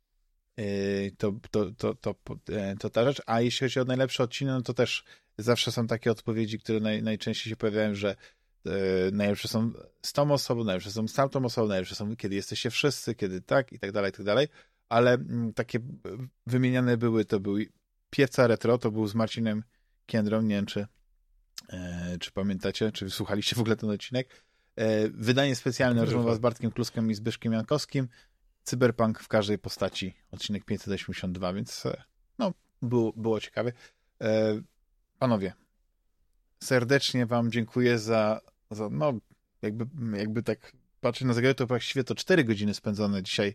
Speaker 1: To ta rzecz, a jeśli chodzi o najlepszy odcinek, no to też zawsze są takie odpowiedzi, które najczęściej się pojawiają, że najlepsze są z tą osobą, najlepsze są z tamtą osobą, najlepsze są kiedy jesteście wszyscy, kiedy tak i tak dalej, ale takie wymieniane były, to był Pieca Retro, to był z Marcinem Kiędrą, nie wiem czy pamiętacie, czy słuchaliście w ogóle ten odcinek. Wydanie specjalne, rozmowa z Bartkiem Kluskiem i Zbyszkiem Jankowskim, Cyberpunk w każdej postaci, odcinek 582, więc no, było ciekawe. Panowie, serdecznie wam dziękuję za no, jakby tak patrzeć na zegarek, to właściwie to 4 godziny spędzone dzisiaj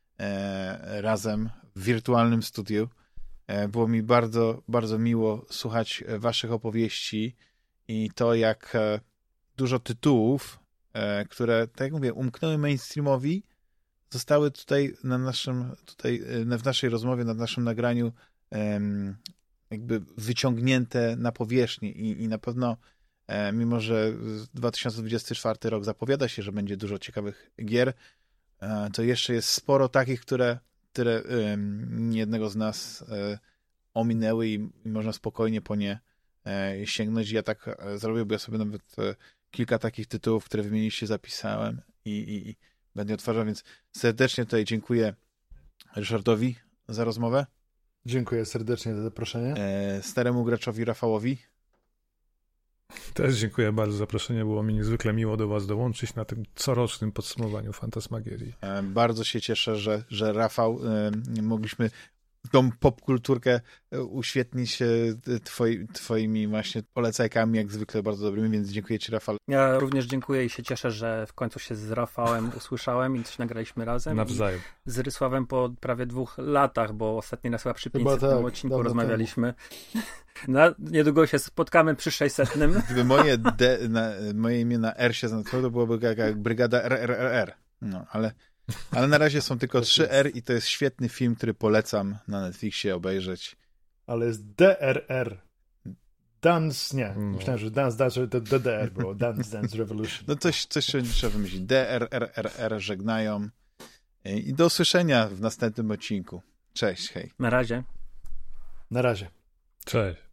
Speaker 1: razem w wirtualnym studiu. Było mi bardzo, bardzo miło słuchać waszych opowieści i to, jak dużo tytułów, które, tak jak mówię, umknęły mainstreamowi, zostały tutaj w naszej rozmowie, na naszym nagraniu jakby wyciągnięte na powierzchnię i na pewno mimo, że 2024 rok zapowiada się, że będzie dużo ciekawych gier, to jeszcze jest sporo takich, które niejednego z nas ominęły i można spokojnie po nie sięgnąć. Ja tak zrobię, bo ja sobie nawet kilka takich tytułów, które wymieniliście, zapisałem i będę odtwarzał, więc serdecznie tutaj dziękuję Ryszardowi za rozmowę.
Speaker 2: Dziękuję serdecznie za zaproszenie.
Speaker 1: Staremu graczowi Rafałowi.
Speaker 4: Też dziękuję bardzo za zaproszenie. Było mi niezwykle miło do was dołączyć na tym corocznym podsumowaniu Fantasmagierii.
Speaker 1: Bardzo się cieszę, że Rafał, mogliśmy tą popkulturkę uświetnić twoimi właśnie polecajkami, jak zwykle bardzo dobrymi, więc dziękuję ci, Rafał.
Speaker 3: Ja również dziękuję i się cieszę, że w końcu się z Rafałem usłyszałem i coś nagraliśmy razem.
Speaker 4: Nawzajem.
Speaker 3: Z Rysławem po prawie 2 latach, bo ostatni raz chyba przy 500 odcinku rozmawialiśmy. Niedługo się spotkamy przy 600.
Speaker 1: Gdyby moje imię na R się znalazło, to byłoby jak Brygada RRR. No, ale na razie są tylko 3R i to jest świetny film, który polecam na Netflixie obejrzeć.
Speaker 2: Ale jest DRR. Dance, nie. Myślałem, że Dance to DDR było. Dance Revolution.
Speaker 1: No coś trzeba wymyślić. DRRR żegnają. I do usłyszenia w następnym odcinku. Cześć, hej.
Speaker 3: Na razie.
Speaker 2: Na razie.
Speaker 4: Cześć.